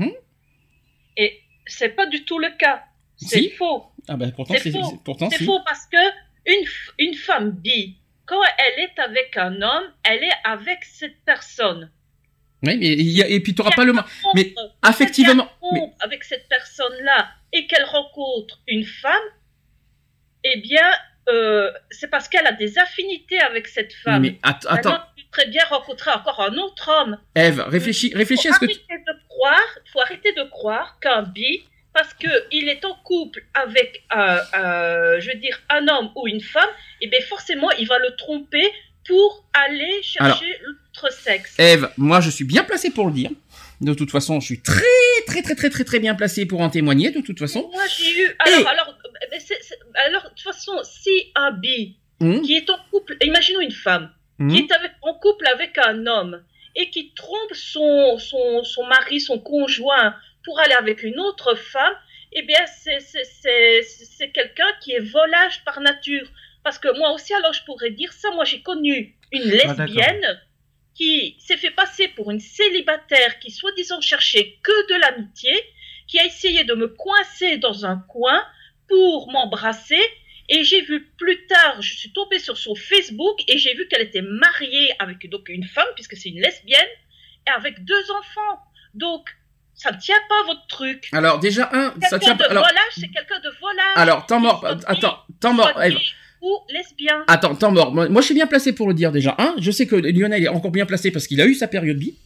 Et c'est pas du tout le cas. C'est faux. Ah ben pourtant c'est faux parce que une femme bi quand elle est avec un homme, elle est avec cette personne. Oui, mais et puis tu n'auras pas le... Mais Si affectivement... elle rencontre avec cette personne-là et qu'elle rencontre une femme, eh bien, c'est parce qu'elle a des affinités avec cette femme. Mais attends... Maintenant, tu peux très bien rencontrer encore un autre homme. Ève, réfléchis à ce que tu... Il faut arrêter de croire qu'un bi, parce qu'il est en couple avec un homme ou une femme, et bien forcément, il va le tromper pour aller chercher l'autre sexe. Ève, moi je suis bien placé pour le dire. De toute façon, je suis très bien placé pour en témoigner, de toute façon. Moi j'ai eu... Alors, de toute façon, si un bi qui est en couple, imaginons une femme, qui est en couple avec un homme, et qui trompe son mari, son conjoint, pour aller avec une autre femme, eh bien, c'est quelqu'un qui est volage par nature. Parce que moi aussi, alors, je pourrais dire ça. Moi, j'ai connu une lesbienne qui s'est fait passer pour une célibataire qui, soi-disant, cherchait que de l'amitié, qui a essayé de me coincer dans un coin pour m'embrasser. Et j'ai vu plus tard, je suis tombée sur son Facebook et j'ai vu qu'elle était mariée avec donc une femme, puisque c'est une lesbienne, et avec 2 enfants. Donc, ça ne tient pas votre truc. Alors, déjà, ça tient pas... Volage, c'est quelqu'un de volage. Alors, temps mort, Ève. Ou lesbien. Attends, temps mort. Moi, je suis bien placé pour le dire, déjà. Je sais que Lionel est encore bien placé parce qu'il a eu sa période bi.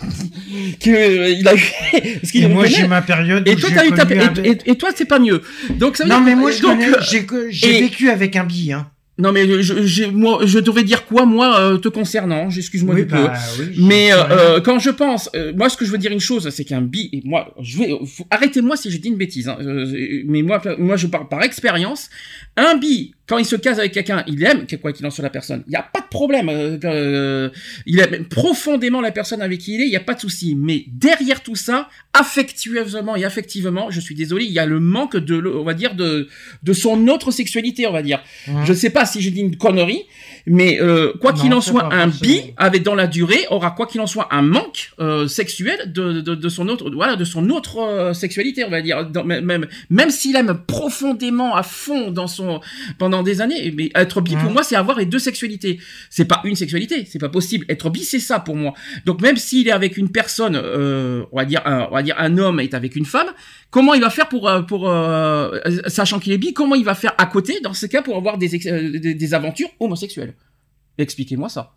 Moi j'ai ma période. Et toi t'as eu ta et toi c'est pas mieux. Donc ça veut dire mais moi j'ai vécu avec un bi. Non mais moi je devrais dire quoi moi te concernant, excuse-moi du peu. Mais quand je pense, moi ce que je veux dire une chose, c'est qu'un bi, et moi arrêtez-moi si j'ai dit une bêtise, mais moi je parle par expérience. Un bi, quand il se case avec quelqu'un, il aime quoi qu'il en soit la personne. Il y a pas de problème. Il aime profondément la personne avec qui il est. Il y a pas de souci. Mais derrière tout ça, affectueusement et affectivement, je suis désolé, il y a le manque on va dire de son autre sexualité, on va dire. Je sais pas si je dis une connerie, mais quoi qu'il en soit, un bi avec dans la durée aura quoi qu'il en soit un manque sexuel de son autre sexualité, on va dire. Même s'il aime profondément à fond pendant des années, mais être bi pour moi c'est avoir les 2 sexualités. C'est pas une sexualité, c'est pas possible. Être bi c'est ça pour moi. Donc même s'il est avec une personne, on va dire un homme est avec une femme, comment il va faire pour sachant qu'il est bi, comment il va faire à côté dans ce cas pour avoir des aventures homosexuelles? Expliquez-moi ça.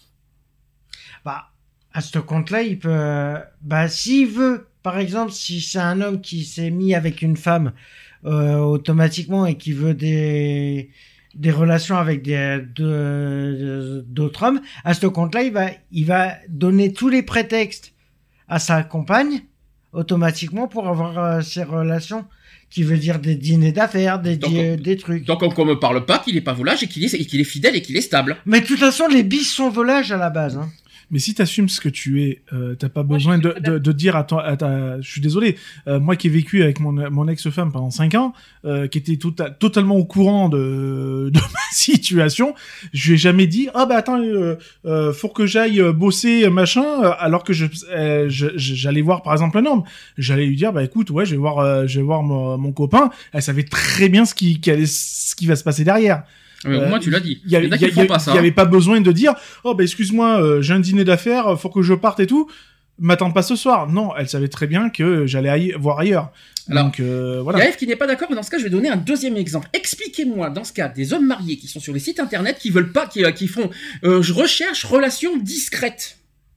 À ce compte-là, il peut, s'il veut, par exemple, si c'est un homme qui s'est mis avec une femme automatiquement et qui veut des relations avec d'autres hommes, à ce compte-là, il va donner tous les prétextes à sa compagne automatiquement pour avoir ces relations, qui veut dire des dîners d'affaires, des trucs. Donc on me parle pas qu'il est pas volage et qu'il est fidèle et qu'il est stable. Mais de toute façon, les bis sont volages à la base. Mais si t'assumes ce que tu es, t'as pas besoin de dire à je suis désolé, moi qui ai vécu avec mon ex-femme pendant 5 ans, qui était totalement au courant de ma situation, je lui ai jamais dit attends, faut que j'aille bosser machin, alors que j'allais voir par exemple un homme. J'allais lui dire écoute, ouais, je vais voir mon copain. Elle savait très bien ce qui va se passer derrière. Moi, tu l'as dit. Il y avait pas besoin de dire excuse-moi, j'ai un dîner d'affaires, faut que je parte et tout. M'attends pas ce soir. Non, elle savait très bien que j'allais voir ailleurs. Alors, donc voilà. Il y a Ève qui n'est pas d'accord, mais dans ce cas, je vais donner un deuxième exemple. Expliquez-moi dans ce cas des hommes mariés qui sont sur les sites internet qui veulent pas, qui font je recherche relations discrètes.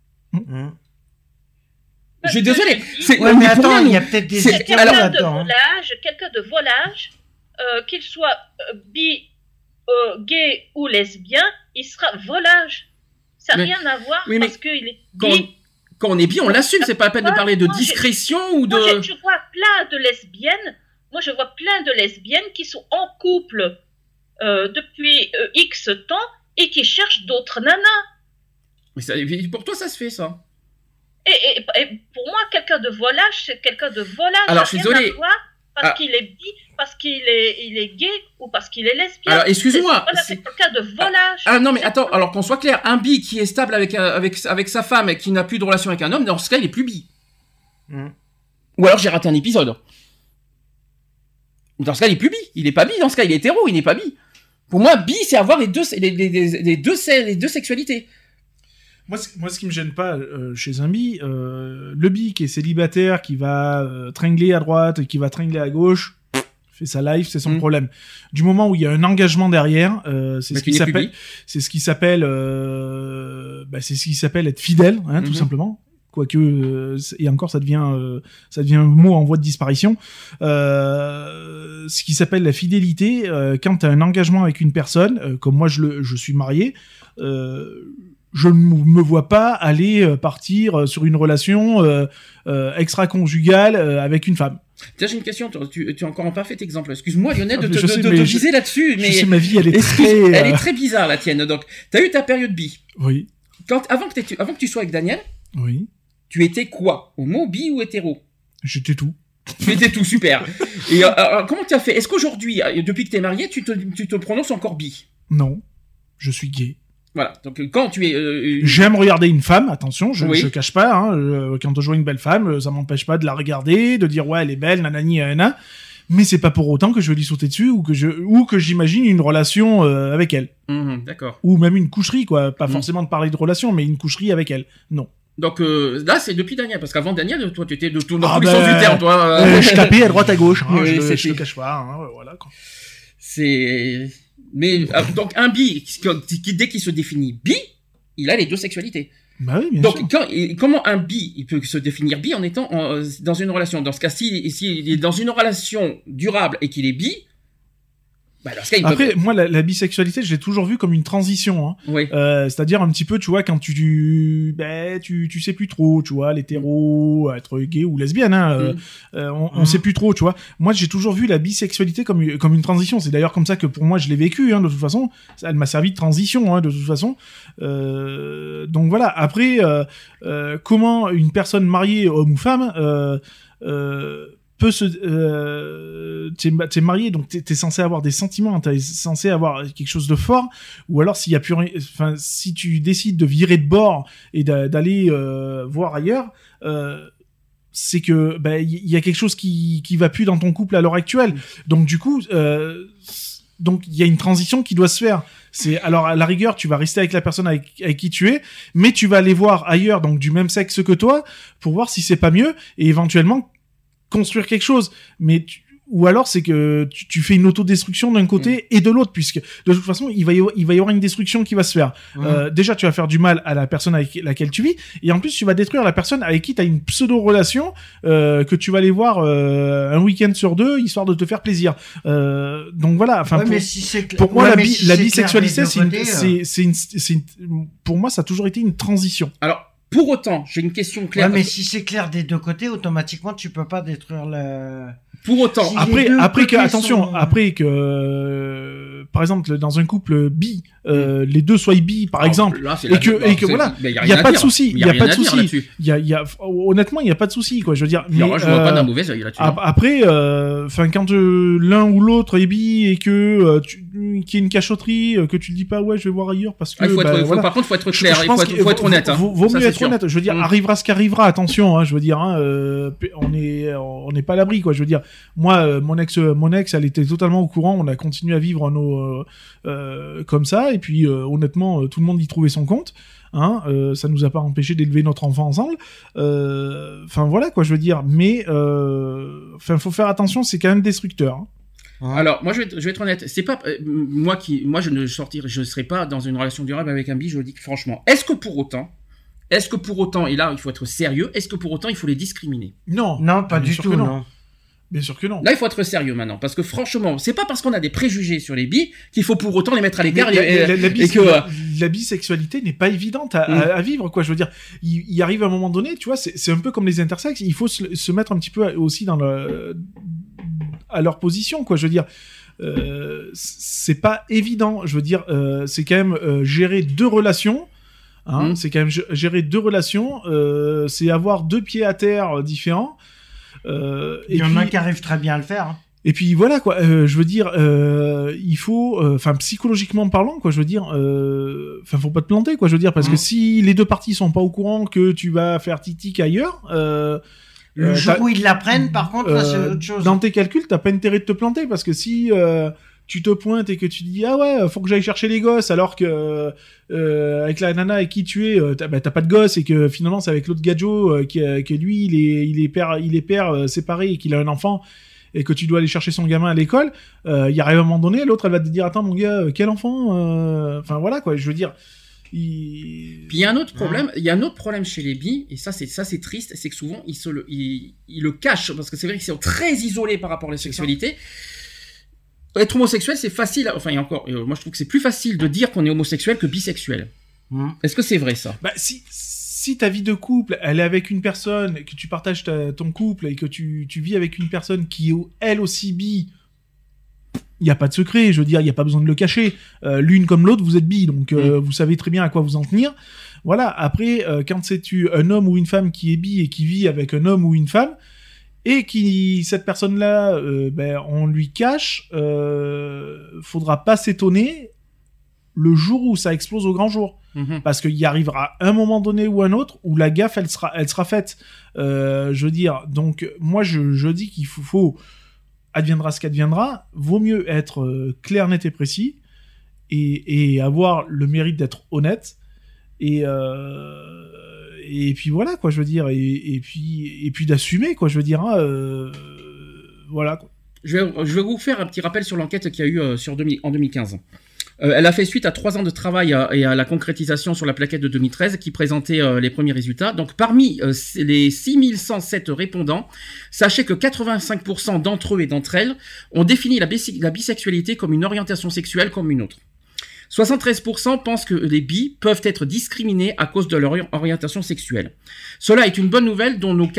Je suis désolé. Mais attends, il y a peut-être des quelqu'un de volage, qu'il soit bi, gay ou lesbien, il sera volage. Ça n'a rien à voir parce qu'il est bi. Quand on est bi, on l'assume. C'est pas la peine de parler de discrétion ou de... Je vois plein de lesbiennes. Moi, je vois plein de lesbiennes qui sont en couple depuis X temps et qui cherchent d'autres nanas. Mais pour toi, ça se fait, ça. Et pour moi, quelqu'un de volage, c'est quelqu'un de volage. Alors, je suis désolé. Parce qu'il est bi, parce qu'il est gay ou parce qu'il est lesbien. Alors, excuse-moi. C'est quelqu'un de volage. Non, mais attends, alors qu'on soit clair, un bi qui est stable avec sa femme et qui n'a plus de relation avec un homme, dans ce cas, il est plus bi. Ou alors j'ai raté un épisode. Dans ce cas, il est plus bi. Il est pas bi, dans ce cas, il est hétéro, il n'est pas bi. Pour moi, bi, c'est avoir les deux sexualités. Moi, ce qui me gêne pas chez un bi, le bi qui est célibataire, qui va tringler à droite et qui va tringler à gauche, fait sa life, c'est son problème. Du moment où il y a un engagement derrière, c'est ce qui s'appelle être fidèle, hein, tout simplement. Quoique, et encore, ça devient un mot en voie de disparition. Ce qui s'appelle la fidélité, quand tu as un engagement avec une personne, comme moi je suis marié, je ne me vois pas aller partir sur une relation extra-conjugale avec une femme. Tiens, j'ai une question. Tu es encore un parfait exemple. Excuse-moi, Lionel, de te viser là-dessus. Mais je sais, ma vie, elle est elle est très bizarre, la tienne. Donc, t'as eu ta période bi. Oui. Avant que tu sois avec Daniel. Oui. Tu étais quoi? Homo, bi ou hétéro? J'étais tout. Tu étais tout, super. Et comment tu as fait? Est-ce qu'aujourd'hui, depuis que t'es marié, tu te prononces encore bi? Non, je suis gay. Voilà. Donc quand tu es, j'aime regarder une femme. Attention, je cache pas. Hein, quand je vois une belle femme, ça m'empêche pas de la regarder, de dire ouais, elle est belle, nanani, nanana. Mais c'est pas pour autant que je vais lui sauter dessus ou que j'imagine une relation avec elle. D'accord. Ou même une coucherie, quoi. Pas forcément de parler de relation, mais une coucherie avec elle. Non. Donc là, c'est depuis Daniel, parce qu'avant Daniel, toi, tu étais dans tous les sens du terme, toi. Je tapais à droite à gauche. Hein, je le cache pas. Hein, voilà. Quoi. Mais donc un bi, dès qu'il se définit bi, il a les deux sexualités. Bah oui, bien donc sûr. comment un bi il peut se définir bi en étant dans une relation? Dans ce cas, s'il est dans une relation durable et qu'il est bi, bah dans ce cas, après, moi, la bisexualité, je l'ai toujours vu comme une transition. Hein. Oui. C'est-à-dire un petit peu, tu vois, quand tu sais plus trop, tu vois, l'hétéro, être gay ou lesbienne, hein, on sait plus trop, tu vois. Moi, j'ai toujours vu la bisexualité comme une transition. C'est d'ailleurs comme ça que pour moi, je l'ai vécu, hein, de toute façon. Elle m'a servi de transition, hein, de toute façon. Donc voilà. Après, comment une personne mariée, homme ou femme, peut t'es marié, donc t'es censé avoir des sentiments, t'es censé avoir quelque chose de fort, ou alors s'il y a plus rien, enfin si tu décides de virer de bord et d'aller voir ailleurs, c'est que il y a quelque chose qui va plus dans ton couple à l'heure actuelle. Donc du coup, donc il y a une transition qui doit se faire. C'est alors à la rigueur, tu vas rester avec la personne avec qui tu es, mais tu vas aller voir ailleurs, donc du même sexe que toi, pour voir si c'est pas mieux et éventuellement construire quelque chose. Mais ou alors c'est que tu fais une autodestruction d'un côté et de l'autre, puisque de toute façon il va y avoir une destruction qui va se faire. Déjà tu vas faire du mal à la personne avec laquelle tu vis, et en plus tu vas détruire la personne avec qui tu as une pseudo relation que tu vas aller voir un week-end sur deux histoire de te faire plaisir. Donc voilà, enfin pour moi la bisexualité pour moi ça a toujours été une transition. Alors pour autant, j'ai une question claire. Ouais, mais si c'est clair des deux côtés, automatiquement, tu peux pas détruire le... Pour autant, si après que, par exemple, dans un couple bi, les deux soient bi, par exemple, là, et que voilà, il y a pas de souci, il y a pas de souci, honnêtement, il y a pas de souci, quoi, je veux dire. Mais je vois pas d'un mauvais œil là-dessus. Après, enfin, quand l'un ou l'autre est bi et que qu'il y ait une cachotterie, que tu le dis pas, ouais, je vais voir ailleurs parce que. Par contre, faut être clair, faut être honnête. Vaut mieux être honnête. Je veux dire, arrivera ce qu'arrivera. Attention, hein, je veux dire, on n'est pas à l'abri, quoi. Je veux dire, moi, mon ex, elle était totalement au courant. On a continué à vivre comme ça, et puis honnêtement, tout le monde y trouvait son compte. Hein, ça nous a pas empêché d'élever notre enfant ensemble. Enfin voilà, quoi, je veux dire. Mais enfin, faut faire attention. C'est quand même destructeur. Hein. Alors moi je vais être honnête, c'est pas moi je ne serai pas dans une relation durable avec un bi, je le dis franchement. Est-ce que pour autant, et là il faut être sérieux, est-ce que pour autant il faut les discriminer? Non, pas du tout, non. Bien sûr que non. Là, il faut être sérieux maintenant, parce que franchement, c'est pas parce qu'on a des préjugés sur les bi qu'il faut pour autant les mettre à l'écart. La bisexualité n'est pas évidente à vivre, quoi. Je veux dire, il arrive à un moment donné, tu vois, c'est un peu comme les intersexes. Il faut se mettre un petit peu aussi à leur position, quoi. Je veux dire, c'est pas évident. Je veux dire, c'est quand même gérer deux relations. Hein, c'est quand même gérer deux relations. C'est avoir deux pieds à terre différents. Il y en a qui arrivent très bien à le faire. Hein. Et puis voilà, quoi. Je veux dire, il faut, enfin psychologiquement parlant, quoi. Je veux dire, enfin faut pas te planter, quoi. Je veux dire, parce que si les deux parties sont pas au courant que tu vas faire tic-tic ailleurs, le jour où ils l'apprennent, par contre, là, c'est autre chose. Dans tes calculs, t'as pas intérêt de te planter, parce que si tu te pointes et que tu te dis ah ouais, faut que j'aille chercher les gosses, alors que avec la nana avec qui tu es, t'as pas de gosses, et que finalement c'est avec l'autre gadjo que lui il est père séparé et qu'il a un enfant, et que tu dois aller chercher son gamin à l'école, il arrive à un moment donné, l'autre elle va te dire attends mon gars, quel enfant, enfin voilà quoi, je veux dire. Puis il y a un autre problème, chez les bi, et ça c'est triste, c'est que souvent ils le cachent, parce que c'est vrai qu'ils sont très isolés par rapport à la sexualité. Être homosexuel, c'est facile, enfin et encore, moi je trouve que c'est plus facile de dire qu'on est homosexuel que bisexuel. Est-ce que c'est vrai ça? Bah si ta vie de couple, elle est avec une personne, que tu partages ton couple et que tu vis avec une personne qui est elle aussi bi, il y a pas de secret, je veux dire, il y a pas besoin de le cacher. L'une comme l'autre, vous êtes bi, donc vous savez très bien à quoi vous en tenir. Voilà. Après, quand c'est un homme ou une femme qui est bi et qui vit avec un homme ou une femme, et cette personne-là, on lui cache, faudra pas s'étonner le jour où ça explose au grand jour. Parce qu'il y arrivera un moment donné ou un autre où la gaffe, elle sera faite. Je veux dire, donc moi je dis qu'il faut adviendra ce qu'adviendra, vaut mieux être clair, net et précis, et avoir le mérite d'être honnête, et puis voilà quoi, je veux dire, et puis d'assumer quoi, je veux dire, voilà quoi. Je vais vous faire un petit rappel sur l'enquête qu'il y a eu en 2015. Elle a fait suite à 3 ans de travail et à la concrétisation sur la plaquette de 2013 qui présentait les premiers résultats. Donc parmi les 6107 répondants, sachez que 85% d'entre eux et d'entre elles ont défini la bisexualité comme une orientation sexuelle comme une autre. 73% pensent que les bi peuvent être discriminés à cause de leur orientation sexuelle. Cela est une bonne nouvelle dont il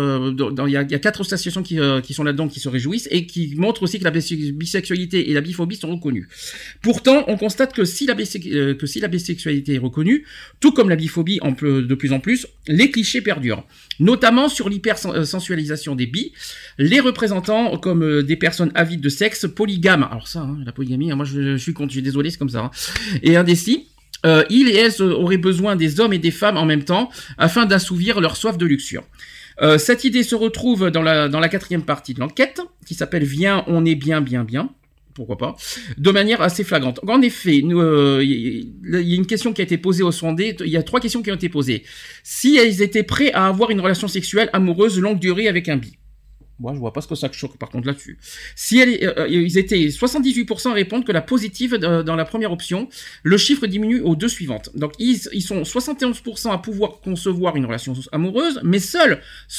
y a 4 associations qui sont là-dedans, qui se réjouissent et qui montrent aussi que la bisexualité et la biphobie sont reconnues. Pourtant, on constate que si la bisexualité est reconnue, tout comme la biphobie de plus en plus, les clichés perdurent. Notamment sur l'hypersensualisation des bi, les représentant comme des personnes avides de sexe, polygames. Alors ça, la polygamie, moi je suis contre, je suis désolé, c'est comme ça. Et indécis, ils et elles auraient besoin des hommes et des femmes en même temps afin d'assouvir leur soif de luxure. Cette idée se retrouve dans la 4e partie de l'enquête qui s'appelle « Viens, on est bien, bien, bien ». Pourquoi pas, de manière assez flagrante. En effet, il y a une question qui a été posée aux sondés, il y a 3 questions qui ont été posées. Si ils étaient prêts à avoir une relation sexuelle amoureuse longue durée avec un bi. Moi, je vois pas ce que ça choque par contre là-dessus. Si ils étaient 78% à répondre que la positive dans la première option, le chiffre diminue aux 2 suivantes. Donc ils sont 71% à pouvoir concevoir une relation amoureuse, mais seuls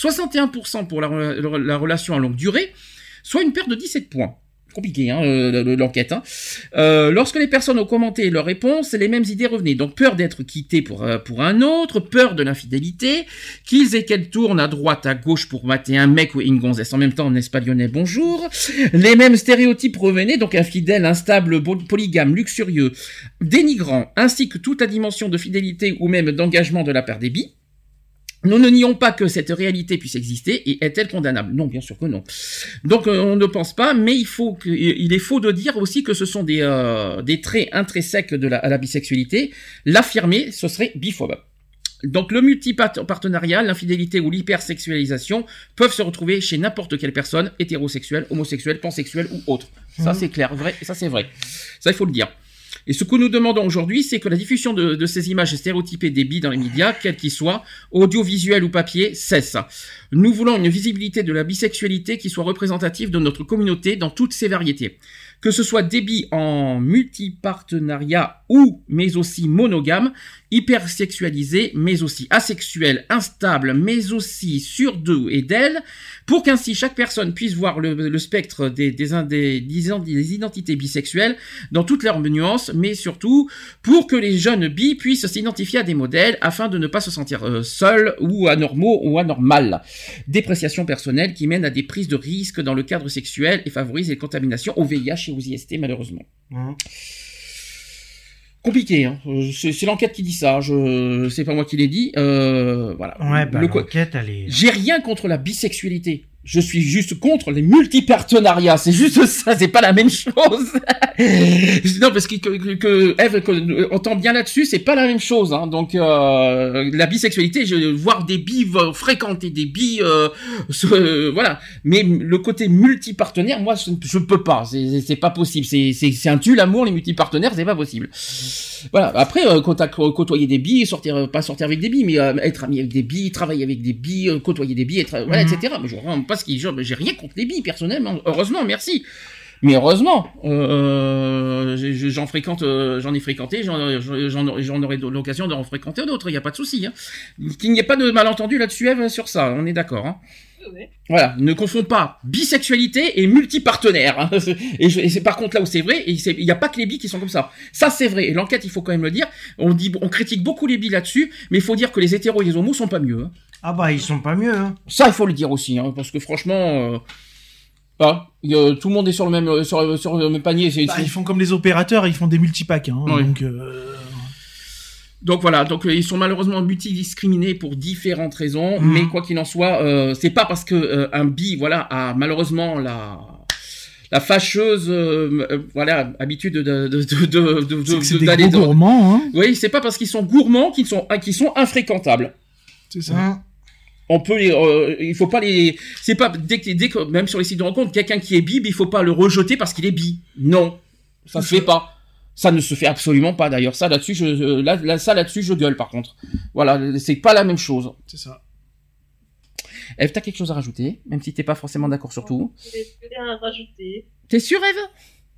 61% pour la relation à longue durée, soit une perte de 17 points. Compliqué l'enquête. Lorsque les personnes ont commenté leurs réponses, les mêmes idées revenaient. Donc peur d'être quitté pour un autre, peur de l'infidélité, qu'ils et qu'elles tournent à droite, à gauche pour mater un mec ou une gonzesse en même temps, n'est-ce pas lyonnais, bonjour. Les mêmes stéréotypes revenaient, donc infidèle, instable, polygame, luxurieux, dénigrant, ainsi que toute la dimension de fidélité ou même d'engagement de la part des bi. Nous ne nions pas que cette réalité puisse exister et est-elle condamnable? Non, bien sûr que non. Donc on ne pense pas, mais il est faux de dire aussi que ce sont des traits intrinsèques à la bisexualité. L'affirmer, ce serait biphobe. Donc le multipartenariat, l'infidélité ou l'hypersexualisation peuvent se retrouver chez n'importe quelle personne, hétérosexuelle, homosexuelle, pansexuelle ou autre. Ça c'est clair, vrai, ça c'est vrai. Ça il faut le dire. Et ce que nous demandons aujourd'hui, c'est que la diffusion de ces images stéréotypées des bi dans les médias, quels qu'ils soient, audiovisuels ou papier, cesse. Nous voulons une visibilité de la bisexualité qui soit représentative de notre communauté dans toutes ses variétés. Que ce soit des bi en multipartenariat mais aussi monogame, hypersexualisé, mais aussi asexuel, instable, mais aussi sûr d'eux et d'elles, pour qu'ainsi chaque personne puisse voir le spectre des identités bisexuelles dans toutes leurs nuances, mais surtout pour que les jeunes bi puissent s'identifier à des modèles afin de ne pas se sentir seuls ou anormaux ou anormales. Dépréciation personnelle qui mène à des prises de risques dans le cadre sexuel et favorise les contaminations au VIH et aux IST malheureusement. Compliqué, hein. C'est l'enquête qui dit ça. C'est pas moi qui l'ai dit. Voilà. Ouais, l'enquête, elle est. J'ai rien contre la bisexualité. Je suis juste contre les multipartenariats. C'est juste ça, c'est pas la même chose. Non, parce que Eve entend bien là-dessus, c'est pas la même chose. Hein. Donc, la bisexualité, voir des bis fréquenter des bis, voilà. Mais le côté multipartenaire, moi, je peux pas. C'est pas possible. C'est un tue l'amour, les multipartenaires, c'est pas possible. Voilà. Après, côtoyer des bis, pas sortir avec des bis, mais être ami avec des bis, travailler avec des bis, côtoyer des bis, voilà, etc. Mais je vois pas j'ai rien contre les bis personnellement. Heureusement, merci. Mais heureusement, j'en ai fréquenté, j'en aurai l'occasion d'en fréquenter d'autres. Il y a pas de souci. Hein. Qu'il n'y ait pas de malentendu là-dessus, Eve, sur ça. On est d'accord. Hein. Oui. Voilà, ne confonds pas bisexualité et multipartenaire. Hein. Et c'est par contre là où c'est vrai, il n'y a pas que les bis qui sont comme ça. Ça c'est vrai. Et l'enquête, il faut quand même le dire. On critique beaucoup les bis là-dessus, mais il faut dire que les hétéros et les homos sont pas mieux. Hein. Ah bah ils sont pas mieux. Hein. Ça, il faut le dire aussi, hein, parce que franchement. Tout le monde est sur le même panier. Ils font comme les opérateurs, ils font des multipacks. Hein, oui. Donc voilà, ils sont malheureusement multidiscriminés pour différentes raisons, mais quoi qu'il en soit, c'est pas parce que un bi, voilà, a malheureusement la fâcheuse, habitude d'aller gourmands. Hein. Oui, c'est pas parce qu'ils sont gourmands qu'ils sont infréquentables. C'est ça. On peut il faut pas c'est pas dès que même sur les sites de rencontre, quelqu'un qui est bi, il faut pas le rejeter parce qu'il est bi. Non, ça se fait pas. Ça ne se fait absolument pas d'ailleurs. Ça là-dessus, là-dessus, je gueule par contre. Voilà, c'est pas la même chose. C'est ça. Eve, t'as quelque chose à rajouter, même si t'es pas forcément d'accord sur tout. J'ai rien à rajouter. T'es sûre, Eve ?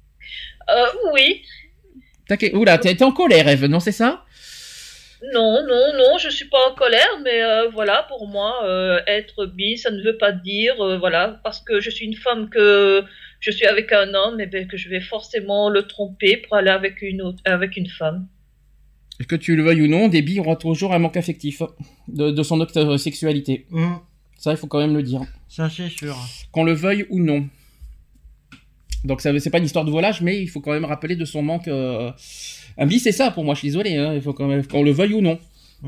Oui. Oula, t'es en colère, Eve, non, c'est ça ? Non, je suis pas en colère, mais voilà, pour moi, être bi, ça ne veut pas dire, voilà, parce que je suis une femme, que je suis avec un homme, et bien que je vais forcément le tromper pour aller avec une femme. Que tu le veuilles ou non, des bi aura toujours un manque affectif de son autre sexualité. Ça, il faut quand même le dire. Ça, c'est sûr. Qu'on le veuille ou non. Donc, c'est pas une histoire de volage, mais il faut quand même rappeler de son manque. Un bi, c'est ça pour moi, je suis désolé. Hein, il faut quand même qu'on le veuille ou non.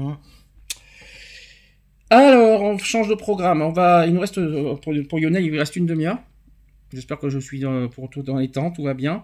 Alors, on change de programme. Il nous reste, pour Lionel, il lui reste une demi-heure. J'espère que je suis pour tout dans les temps, tout va bien.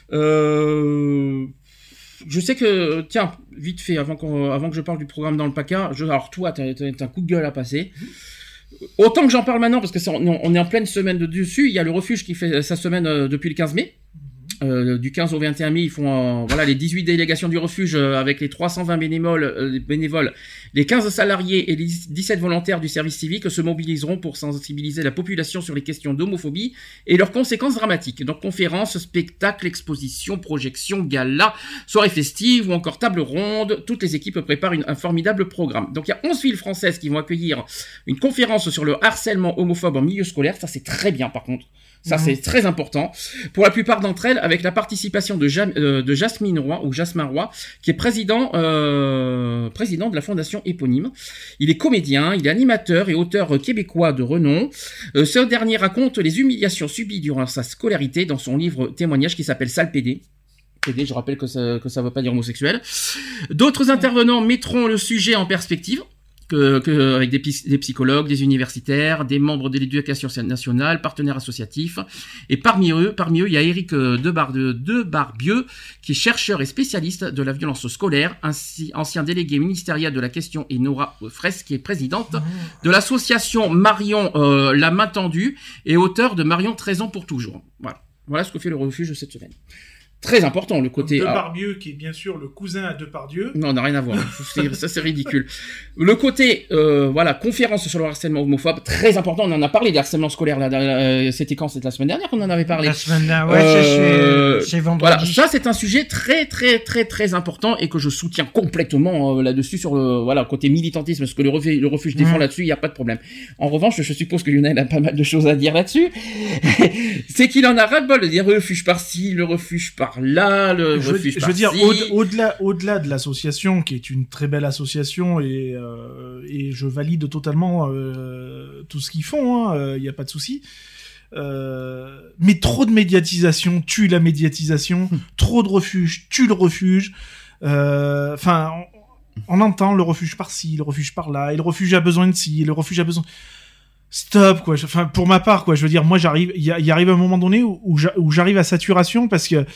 Je sais que, tiens, vite fait, avant que je parle du programme dans le PACA, alors toi, t'as un coup de gueule à passer. Autant que j'en parle maintenant, parce que on est en pleine semaine de dessus, il y a le refuge qui fait sa semaine depuis le 15 mai. Du 15 au 21 mai, ils font les 18 délégations du refuge avec les 320 bénévoles, les 15 salariés et les 17 volontaires du service civique se mobiliseront pour sensibiliser la population sur les questions d'homophobie et leurs conséquences dramatiques. Donc conférences, spectacles, expositions, projections, galas, soirées festives ou encore table ronde, toutes les équipes préparent un formidable programme. Donc il y a 11 villes françaises qui vont accueillir une conférence sur le harcèlement homophobe en milieu scolaire, ça c'est très bien par contre. Ça, c'est très important. Pour la plupart d'entre elles, avec la participation de Jasmine Roy, ou Jasmin Roy, qui est président de la fondation éponyme. Il est comédien, il est animateur et auteur québécois de renom. Ce dernier raconte les humiliations subies durant sa scolarité dans son livre témoignage qui s'appelle Sale PD. PD, je rappelle que ça veut pas dire homosexuel. D'autres intervenants mettront le sujet en perspective. Avec des psychologues, des universitaires, des membres de l'éducation nationale, partenaires associatifs. Et parmi eux, il y a Éric Debarbieux, qui est chercheur et spécialiste de la violence scolaire, ainsi ancien délégué ministériel de la question, et Nora Fraisse, qui est présidente de l'association Marion La Main Tendue et auteur de Marion 13 ans pour toujours. Voilà ce que fait le refuge cette semaine. Très important, le côté... Depardieu, qui est bien sûr le cousin à Depardieu. Non, on n'a rien à voir. Ça, c'est ridicule. Le côté, conférence sur le harcèlement homophobe, très important. On en a parlé des harcèlements scolaires. C'était quand? C'était la semaine dernière qu'on en avait parlé. La semaine dernière, c'est vendredi. Voilà, ça, c'est un sujet très, très, très, très important et que je soutiens complètement là-dessus sur le côté militantisme, ce que le refuge défend là-dessus, il n'y a pas de problème. En revanche, je suppose que Lionel a pas mal de choses à dire là-dessus. C'est qu'il en a ras-le-bol de dire refuge par-ci, le refuge par là, le refuge par-ci. Je veux dire, au-delà de l'association, qui est une très belle association, et je valide totalement tout ce qu'ils font, il n'y a pas de souci. Mais trop de médiatisation tue la médiatisation, trop de refuge tue le refuge. Enfin, on entend le refuge par-ci, le refuge par-là, et le refuge a besoin de ci, et le refuge a besoin... stop, quoi. Enfin, pour ma part, quoi. Je veux dire, moi, il y arrive un moment donné où j'arrive à saturation parce que,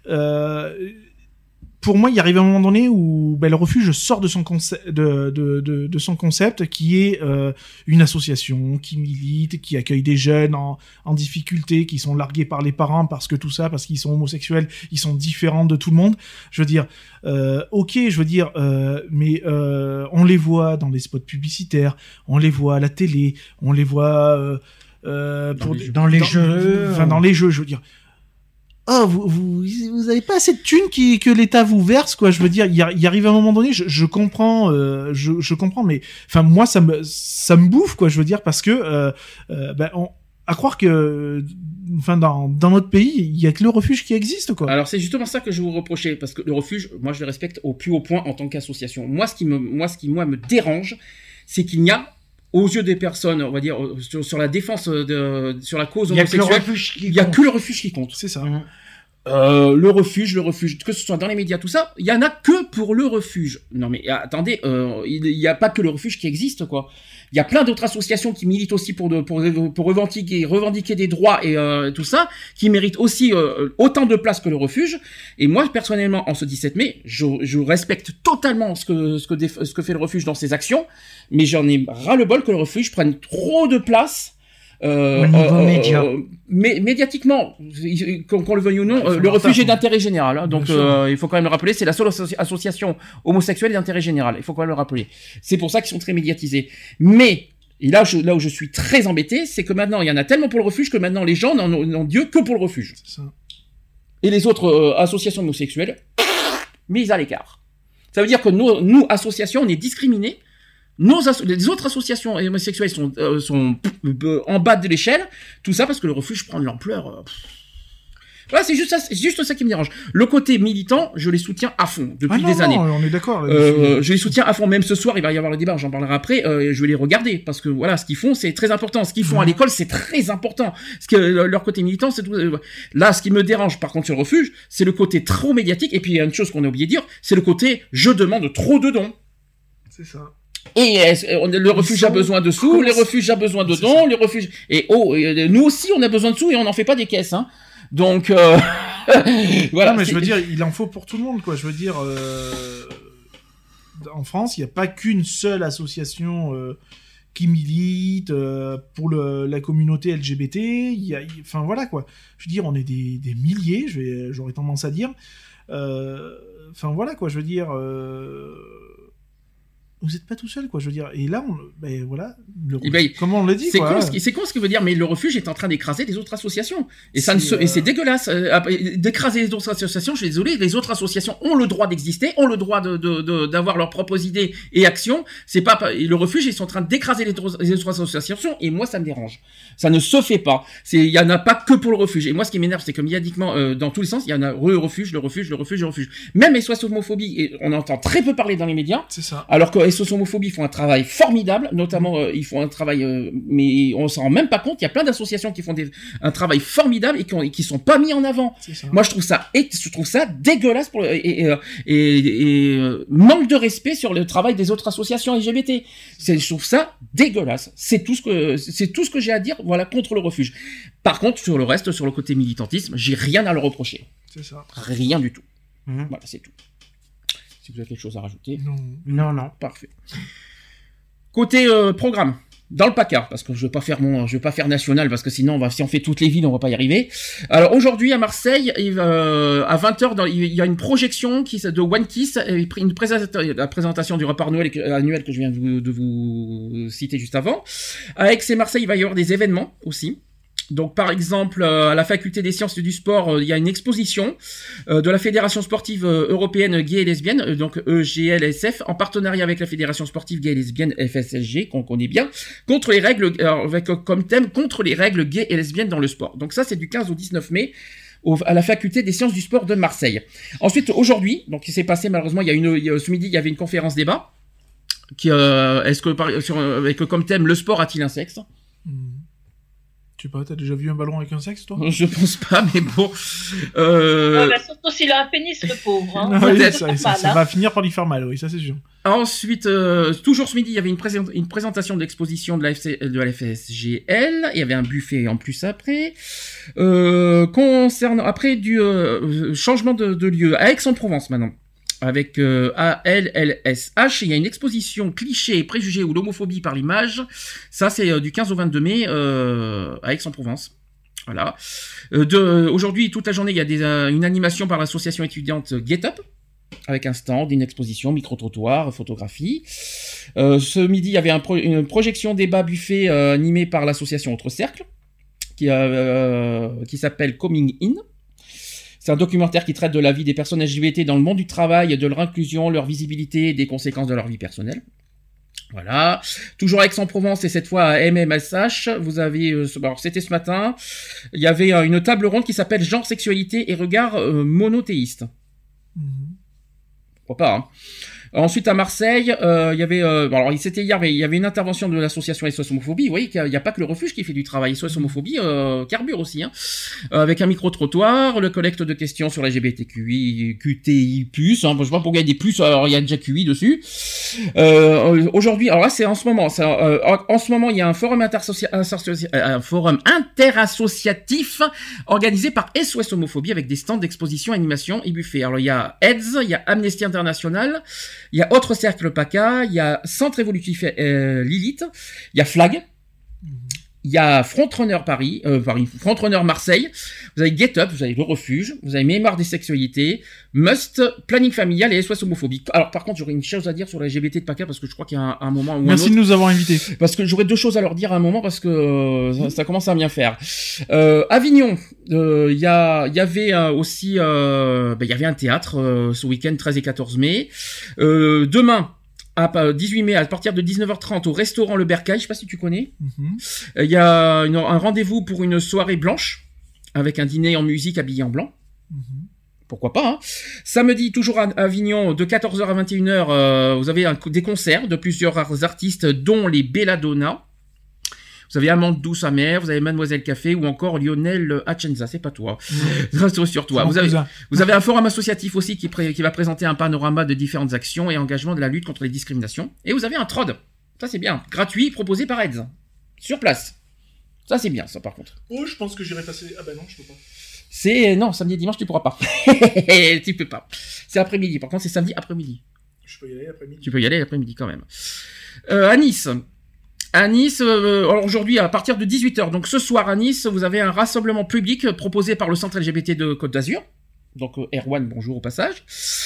pour moi, il arrive un moment donné où le refuge sort de son concept, de son concept, qui est une association qui milite, qui accueille des jeunes en difficulté, qui sont largués par les parents parce qu'ils sont homosexuels, ils sont différents de tout le monde. Je veux dire, ok, je veux dire, mais on les voit dans les spots publicitaires, on les voit à la télé, on les voit dans les jeux. Enfin, dans les jeux, je veux dire. Oh, vous avez pas assez de thunes que l'État vous verse, quoi. Je veux dire, il y arrive un moment donné, je comprends, je comprends, mais enfin moi ça me bouffe, quoi. Je veux dire, parce que à croire que, enfin dans notre pays, il y a que le refuge qui existe, quoi. Alors c'est justement ça que je vous reprochais, parce que le refuge, moi je le respecte au plus haut point en tant qu'association. Moi ce qui me dérange, c'est qu'il n'y a, aux yeux des personnes, on va dire, sur la défense sur la cause homosexuelle, il y a que le refuge qui compte. C'est ça. Le refuge, que ce soit dans les médias, tout ça, il y en a que pour le refuge. Non mais attendez, il y a pas que le refuge qui existe, quoi. Il y a plein d'autres associations qui militent aussi pour revendiquer des droits et tout ça, qui méritent aussi autant de place que le refuge. Et moi personnellement, en ce 17 mai, je respecte totalement ce que fait le refuge dans ses actions, mais j'en ai ras-le-bol que le refuge prenne trop de place. Au niveau média. Médiatiquement, qu'on le veuille ou non, le refuge est d'intérêt général. Hein, donc, il faut quand même le rappeler, c'est la seule association homosexuelle d'intérêt général. Il faut quand même le rappeler. C'est pour ça qu'ils sont très médiatisés. Mais, et là où je suis très embêté, c'est que maintenant, il y en a tellement pour le refuge que maintenant, les gens n'ont Dieu que pour le refuge. C'est ça. Et les autres associations homosexuelles, mises à l'écart. Ça veut dire que nous associations, on est discriminés. Les autres associations homosexuelles sont en bas de l'échelle, tout ça parce que le refuge prend de l'ampleur. Voilà, c'est juste ça qui me dérange. Le côté militant, je les soutiens à fond depuis des années. On est d'accord. Je les soutiens à fond. Même ce soir, il va y avoir le débat, j'en parlerai après. Je vais les regarder parce que voilà, ce qu'ils font, c'est très important. Ce qu'ils font à l'école, c'est très important. Parce que leur côté militant, c'est tout. Là, ce qui me dérange, par contre, sur le refuge, c'est le côté trop médiatique. Et puis il y a une chose qu'on a oublié de dire, c'est le côté je demande trop de dons. C'est ça. Et le refuge a besoin de sous, les refuges a besoin de dons, les refuges et nous aussi on a besoin de sous et on n'en fait pas des caisses, hein. Donc voilà. Non, mais je veux dire, il en faut pour tout le monde, quoi. Je veux dire, en France, il n'y a pas qu'une seule association qui milite pour la communauté LGBT. Enfin voilà, quoi. Je veux dire, on est des milliers. J'aurais tendance à dire. Enfin voilà, quoi. Je veux dire. Vous n'êtes pas tout seul, quoi, je veux dire. Et là, voilà, comment on l'a dit, quoi. C'est con ce que veut dire, mais le refuge est en train d'écraser les autres associations. Et c'est dégueulasse. D'écraser les autres associations, je suis désolé, les autres associations ont le droit d'exister, ont le droit d'avoir leurs propres idées et actions. C'est pas, le refuge, ils sont en train d'écraser les autres associations, et moi, ça me dérange. Ça ne se fait pas. Il y en a pas que pour le refuge. Et moi, ce qui m'énerve, c'est que médiatiquement, dans tous les sens, il y en a le refuge. Même SOS Homophobie, et on entend très peu parler dans les médias. C'est ça. Alors que SOS Homophobie font un travail formidable, notamment ils font un travail, mais on s'en rend même pas compte. Il y a plein d'associations qui font un travail formidable et qui sont pas mis en avant. Moi, je trouve ça dégueulasse et manque de respect sur le travail des autres associations LGBT. Je trouve ça dégueulasse. C'est tout ce que j'ai à dire, voilà, contre le refuge. Par contre, sur le reste, sur le côté militantisme, j'ai rien à le reprocher. C'est ça. Rien du tout. Voilà, c'est tout. Si vous avez quelque chose à rajouter. Non. Parfait. Côté programme, dans le PACA, parce que je vais pas faire national, parce que sinon, si on fait toutes les villes, on va pas y arriver. Alors aujourd'hui, à Marseille, à 20h, il y a une projection de One Kiss, la présentation du rapport annuel que je viens de vous citer juste avant. Avec ces Marseille, il va y avoir des événements aussi. Donc, par exemple, à la Faculté des Sciences et du Sport, il y a une exposition de la Fédération Sportive Européenne Gay et Lesbienne, donc EGLSF, en partenariat avec la Fédération Sportive Gay et Lesbienne FSLG, qu'on connaît bien, contre les règles, avec comme thème contre les règles gays et lesbiennes dans le sport. Donc ça, c'est du 15 au 19 mai. À la Faculté des Sciences du Sport de Marseille. Ensuite, aujourd'hui, donc il s'est passé malheureusement, ce midi, il y avait une conférence débat avec comme thème le sport a-t-il un sexe? Je sais pas, t'as déjà vu un ballon avec un sexe, toi? Je pense pas, mais bon. Surtout s'il a un pénis, le pauvre. Hein. Non, oui, ça va finir par lui faire mal, oui, ça c'est sûr. Ensuite, toujours ce midi, il y avait une présentation de l'exposition de la FSGL. Il y avait un buffet en plus après. Concernant après du changement de lieu à Aix-en-Provence maintenant. Avec ALLSH, il y a une exposition clichés et préjugés ou l'homophobie par l'image. Ça, c'est du 15 au 22 mai à Aix-en-Provence. Voilà. Aujourd'hui, toute la journée, il y a une animation par l'association étudiante Get Up, avec un stand, une exposition, micro-trottoir, photographie. Ce midi, il y avait une projection débat buffet animée par l'association Autre Cercle, qui s'appelle Coming In. C'est un documentaire qui traite de la vie des personnes LGBT dans le monde du travail, de leur inclusion, leur visibilité et des conséquences de leur vie personnelle. Voilà. Toujours à Aix-en-Provence et cette fois à MMSH, vous avez, alors c'était ce matin, il y avait une table ronde qui s'appelle Genre, sexualité et regard monothéiste. Pourquoi pas, hein. Ensuite à Marseille, il y avait, alors c'était hier, mais il y avait une intervention de l'association SOS Homophobie. Vous voyez qu'il n'y a pas que le refuge qui fait du travail. SOS Homophobie carbure aussi, hein, avec un micro-trottoir, le collecte de questions sur la LGBTQI, QTI+, hein, je sais pas pourquoi il y a des plus, alors il y a déjà QI dessus. Aujourd'hui, alors là c'est en ce moment, en ce moment il y a un forum interassociatif organisé par SOS Homophobie avec des stands d'exposition, animation et buffet. Alors il y a AIDS, il y a Amnesty International, il y a Autre Cercle PACA, il y a Centre Évolutif Lilith, il y a Flag, il y a Frontrunner Frontrunner Marseille, vous avez Get Up, vous avez Le Refuge, vous avez Mémoire des sexualités, Must, Planning familial et SOS Homophobie. Alors par contre, j'aurais une chose à dire sur la LGBT de PACA parce que je crois qu'il y a un moment où Merci de nous avoir invités. Parce que j'aurais deux choses à leur dire à un moment parce que ça commence à bien faire. Avignon, il y avait aussi, il y avait un théâtre ce week-end 13 et 14 mai. Demain, à 18 mai, à partir de 19h30 au restaurant Le Bercail, je sais pas si tu connais. Il y a un rendez-vous pour une soirée blanche avec un dîner en musique habillé en blanc. Pourquoi pas, hein. Samedi, toujours à Avignon, de 14h à 21h, vous avez des concerts de plusieurs artistes, dont les Belladonna. Vous avez Amande Douce Amère, vous avez Mademoiselle Café ou encore Lionel Hachenza, c'est pas toi. C'est sur toi. Vous avez un forum associatif aussi qui va présenter un panorama de différentes actions et engagements de la lutte contre les discriminations. Et vous avez un TROD, ça c'est bien, gratuit, proposé par AIDS, sur place. Ça c'est bien, ça par contre. Oh, je pense que j'irai passer. Ah bah non, je peux pas. Non, samedi et dimanche tu pourras pas. Tu peux pas. C'est après-midi, par contre c'est samedi après-midi. Je peux y aller après-midi. Tu peux y aller après-midi quand même. À Nice, alors aujourd'hui, à partir de 18h, donc ce soir à Nice, vous avez un rassemblement public proposé par le centre LGBT de Côte d'Azur. Donc Erwan, bonjour au passage.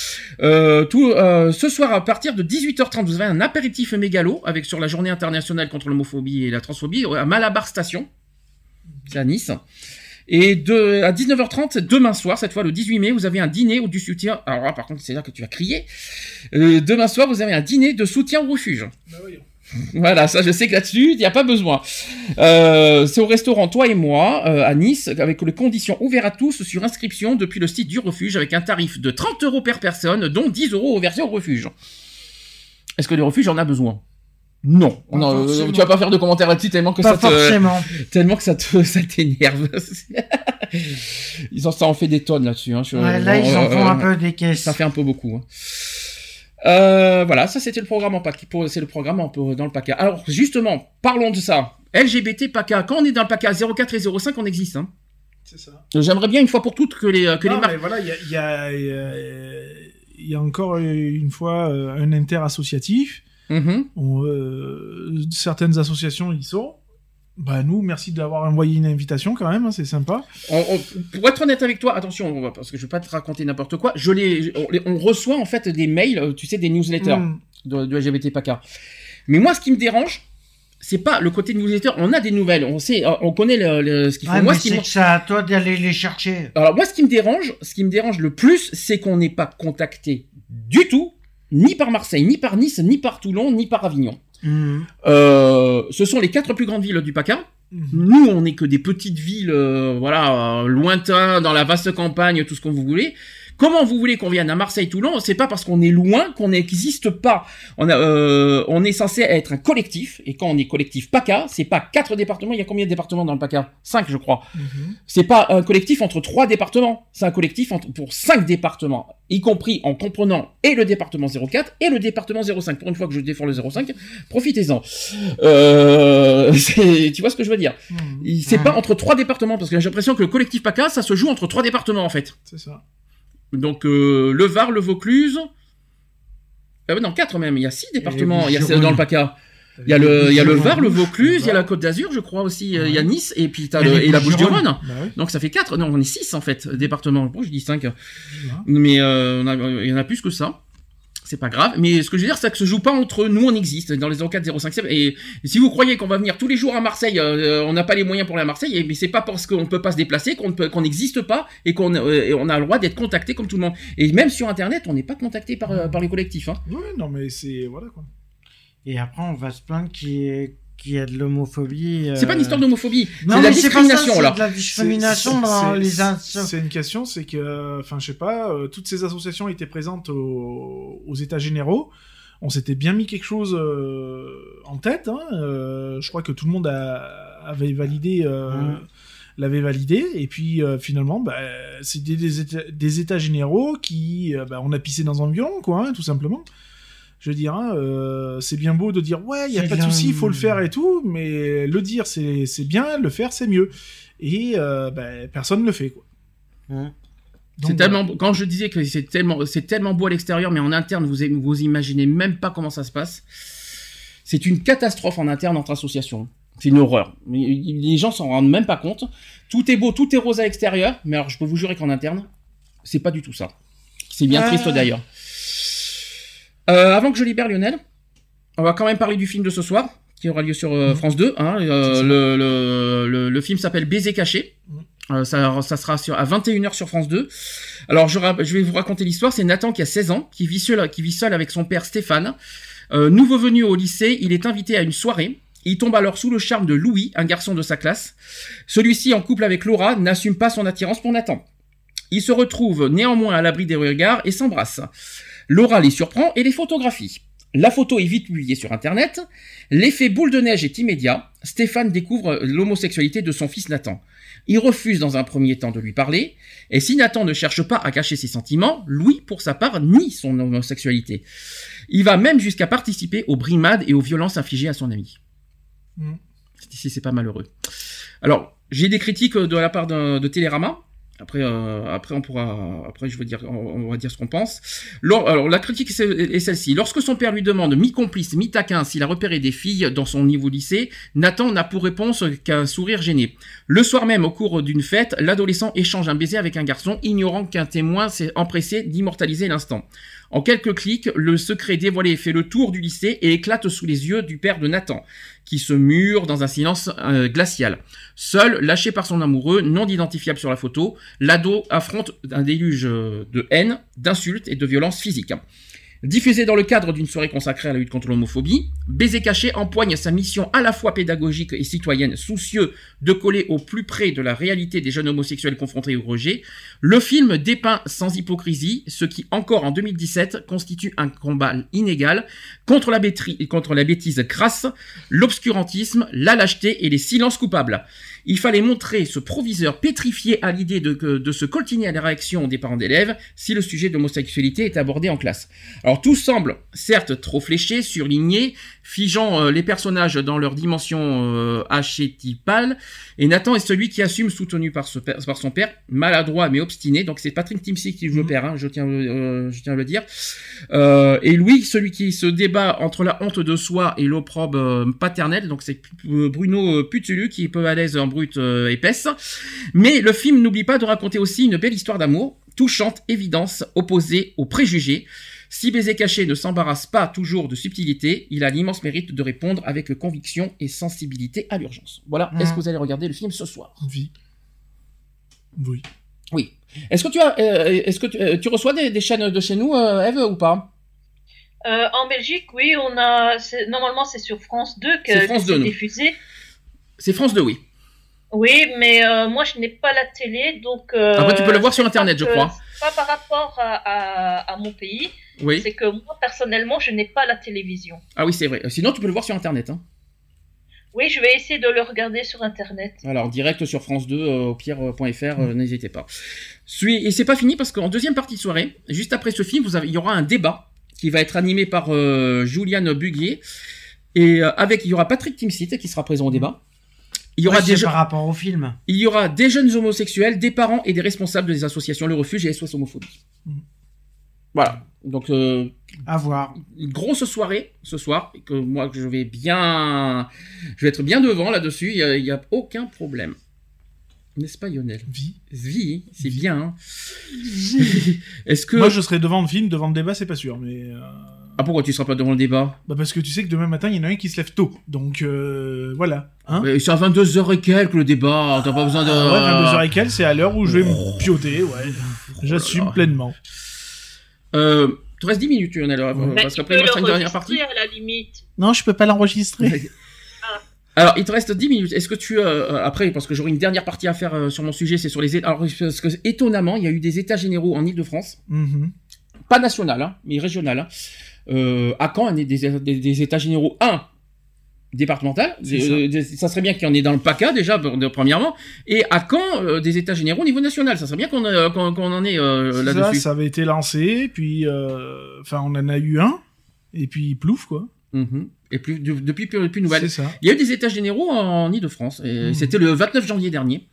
Ce soir, à partir de 18h30, vous avez un apéritif mégalo sur la journée internationale contre l'homophobie et la transphobie à Malabar Station. C'est à Nice. Et à 19h30, demain soir, cette fois le 18 mai, vous avez un dîner du soutien. Alors là, par contre, c'est là que tu vas crier. Demain soir, vous avez un dîner de soutien au refuge. Bah oui. Voilà, ça je sais que là-dessus, il n'y a pas besoin. C'est au restaurant Toi et Moi, à Nice, avec les conditions ouvertes à tous sur inscription depuis le site du refuge, avec un tarif de 30 € per personne, dont 10 € versés au refuge. Est-ce que le refuge en a besoin ? Non. Tu vas pas faire de commentaires là-dessus tellement que ça t'énerve. Ça en fait des tonnes là-dessus. Hein, là, ils en font un peu des caisses. Ça fait un peu beaucoup. Hein. Voilà, ça c'était le programme c'est le programme dans le PACA. Alors justement, parlons de ça. LGBT PACA, quand on est dans le PACA 04 et 05, on existe, hein. C'est ça. J'aimerais bien une fois pour toutes que les marques. Voilà, il y a encore une fois un interassociatif. Certaines associations y sont. Bah nous, merci d'avoir envoyé une invitation quand même, hein, c'est sympa. Pour être honnête avec toi, attention, parce que je vais pas te raconter n'importe quoi, on reçoit en fait des mails, tu sais, des newsletters de LGBT PACA. Mais moi, ce qui me dérange, c'est pas le côté newsletter, on a des nouvelles, on connaît ce qu'ils font. Moi, c'est à toi d'aller les chercher. Alors moi, ce qui me dérange le plus, c'est qu'on n'est pas contacté du tout, ni par Marseille, ni par Nice, ni par Toulon, ni par Avignon. Ce sont les 4 plus grandes villes du PACA. Nous, on n'est que des petites villes, lointaines, dans la vaste campagne, tout ce qu'on vous voulez. Comment vous voulez qu'on vienne à Marseille-Toulon? C'est pas parce qu'on est loin qu'on n'existe pas. On est censé être un collectif, et quand on est collectif PACA, c'est pas 4 départements. Il y a combien de départements dans le PACA? 5, je crois. C'est pas un collectif entre 3 départements. C'est un collectif pour 5 départements, y compris en comprenant et le département 04 et le département 05. Pour une fois que je défends le 05, profitez-en. Tu vois ce que je veux dire? C'est pas entre 3 départements, parce que j'ai l'impression que le collectif PACA, ça se joue entre 3 départements, en fait. C'est ça. Donc, le Var, le Vaucluse... non, 4 même. Il y a 6 départements dans le PACA. Il y a le Var, le Vaucluse, il y a la Côte d'Azur, je crois aussi, il y a Nice, et puis et la Bouches-du-Rhône. Bah oui. Donc ça fait 4, non, on est 6 en fait, départements. Bon, je dis 5. Mais il y en a plus que ça. C'est pas grave, mais ce que je veux dire, c'est que ça se joue pas entre nous, on existe dans les 04, 05, et si vous croyez qu'on va venir tous les jours à Marseille, on n'a pas les moyens pour aller à Marseille, mais c'est pas parce qu'on peut pas se déplacer qu'on n'existe pas et qu'on a le droit d'être contacté comme tout le monde. Et même sur Internet, on n'est pas contacté par les collectifs. Hein. Ouais, non, mais c'est voilà quoi. Et après, on va se plaindre qu'il y a de l'homophobie. C'est pas une histoire d'homophobie, c'est de la discrimination là. C'est de la discrimination dans les. C'est une question, c'est que, enfin, je sais pas, toutes ces associations étaient présentes aux États généraux. On s'était bien mis quelque chose en tête. Hein. Je crois que tout le monde avait validé. L'avait validé, et puis finalement, c'est des États généraux qui, on a pissé dans un violon, quoi, hein, tout simplement. Je veux dire, c'est bien beau de dire ouais, il y a pas de souci, il faut le faire et tout, mais le dire c'est bien, le faire c'est mieux. Et personne ne le fait quoi. Donc, c'est tellement quand je disais que c'est tellement beau à l'extérieur, mais en interne vous imaginez même pas comment ça se passe. C'est une catastrophe en interne entre associations. C'est une horreur. Les gens s'en rendent même pas compte. Tout est beau, tout est rose à l'extérieur, mais alors je peux vous jurer qu'en interne, c'est pas du tout ça. C'est bien triste d'ailleurs. Avant que je libère Lionel, on va quand même parler du film de ce soir, qui aura lieu sur France 2. Hein, le film s'appelle Baiser caché. Ça sera à 21h sur France 2. Alors, je vais vous raconter l'histoire. C'est Nathan qui a 16 ans, qui vit seul avec son père Stéphane. Nouveau venu au lycée, il est invité à une soirée. Il tombe alors sous le charme de Louis, un garçon de sa classe. Celui-ci, en couple avec Laura, n'assume pas son attirance pour Nathan. Ils se retrouvent néanmoins à l'abri des regards et s'embrassent. Laura les surprend et les photographie. La photo est vite publiée sur Internet. L'effet boule de neige est immédiat. Stéphane découvre l'homosexualité de son fils Nathan. Il refuse dans un premier temps de lui parler. Et si Nathan ne cherche pas à cacher ses sentiments, Louis, pour sa part, nie son homosexualité. Il va même jusqu'à participer aux brimades et aux violences infligées à son ami. Ici, c'est pas malheureux. Alors, j'ai des critiques de la part de Télérama. Après, je veux dire, on va dire ce qu'on pense. Alors, la critique est celle-ci. Lorsque son père lui demande, mi-complice, mi-taquin, s'il a repéré des filles dans son niveau lycée, Nathan n'a pour réponse qu'un sourire gêné. Le soir même, au cours d'une fête, l'adolescent échange un baiser avec un garçon, ignorant qu'un témoin s'est empressé d'immortaliser l'instant. En quelques clics, le secret dévoilé fait le tour du lycée et éclate sous les yeux du père de Nathan, qui se mure dans un silence glacial. Seul, lâché par son amoureux, non identifiable sur la photo, l'ado affronte un déluge de haine, d'insultes et de violences physiques. Diffusé dans le cadre d'une soirée consacrée à la lutte contre l'homophobie, Baiser caché empoigne sa mission à la fois pédagogique et citoyenne, soucieux de coller au plus près de la réalité des jeunes homosexuels confrontés au rejet. Le film dépeint sans hypocrisie ce qui, encore en 2017, constitue un combat inégal contre la bêtise crasse, l'obscurantisme, la lâcheté et les silences coupables. Il fallait montrer ce proviseur pétrifié à l'idée de se coltiner à la réaction des parents d'élèves si le sujet de l'homosexualité est abordé en classe. Alors tout semble certes trop fléché, surligné, figeant les personnages dans leur dimension archétypale, et Nathan est celui qui assume, soutenu par son père, maladroit mais obstiné. Donc c'est Patrick Timsit qui joue le père, hein, je tiens à le dire. Et Louis, celui qui se débat entre la honte de soi et l'opprobre paternel. Donc c'est Bruno Putulu qui peut à l'aise en brute épaisse. Mais le film n'oublie pas de raconter aussi une belle histoire d'amour, touchante, évidence, opposée aux préjugés. Si Baiser caché ne s'embarrasse pas toujours de subtilité, il a l'immense mérite de répondre avec conviction et sensibilité à l'urgence. Voilà. Est-ce que vous allez regarder le film ce soir ? Oui. Est-ce que tu reçois des chaînes de chez nous, Eve, ou pas ? En Belgique, oui, normalement c'est sur France 2 que c'est diffusé. C'est France 2, oui. Oui, mais moi je n'ai pas la télé, donc... Après tu peux le voir sur Internet, je crois. pas par rapport à mon pays. Oui. C'est que moi, personnellement, je n'ai pas la télévision. Ah oui, c'est vrai. Sinon, tu peux le voir sur Internet. Hein. Oui, je vais essayer de le regarder sur Internet. Alors, direct sur France 2, au pire.fr, n'hésitez pas. Et c'est pas fini parce qu'en deuxième partie de soirée, juste après ce film, il y aura un débat qui va être animé par Juliane Buguier. Et il y aura Patrick Timsit qui sera présent au débat. Il y aura par rapport au film. Il y aura des jeunes homosexuels, des parents et des responsables des associations Le Refuge et SOS Homophobie. Voilà. Donc, à voir. Une grosse soirée ce soir. Et que moi, je vais être bien devant là-dessus. Il y a aucun problème. N'est-ce pas, Lionel? Vie, c'est bien. Hein. Est-ce que... Moi, je serai devant le film, devant le débat, c'est pas sûr, mais... Ah, pourquoi tu seras pas devant le débat? Bah parce que tu sais que demain matin, il y en a un qui se lève tôt. Donc, voilà. Hein, c'est à 22h et quelques, le débat. T'as pas besoin de... Ouais, 22h et quelques, c'est à l'heure où je vais me pioter, ouais. J'assume pleinement. Tu restes 10 minutes, Lionel, parce qu'après, moi, c'est une dernière partie. À la limite. Non, je peux pas l'enregistrer. Alors, il te reste 10 minutes. Est-ce que tu... après, parce que j'aurai une dernière partie à faire sur mon sujet, c'est sur les... Alors, parce que, étonnamment, il y a eu des états généraux en Ile-de-France. Pas national, hein, mais régional. Hein. À Caen, des états généraux, départemental. Ça serait bien qu'il y en ait dans le PACA, déjà, premièrement. Et à Caen, des états généraux au niveau national. Ça serait bien qu'on en ait là-dessus. Ça avait été lancé, puis... Enfin, on en a eu un, et puis plouf, quoi. Et depuis plus nouvelle. C'est ça. Il y a eu des états généraux en Ile-de-France. Et c'était le 29 janvier dernier.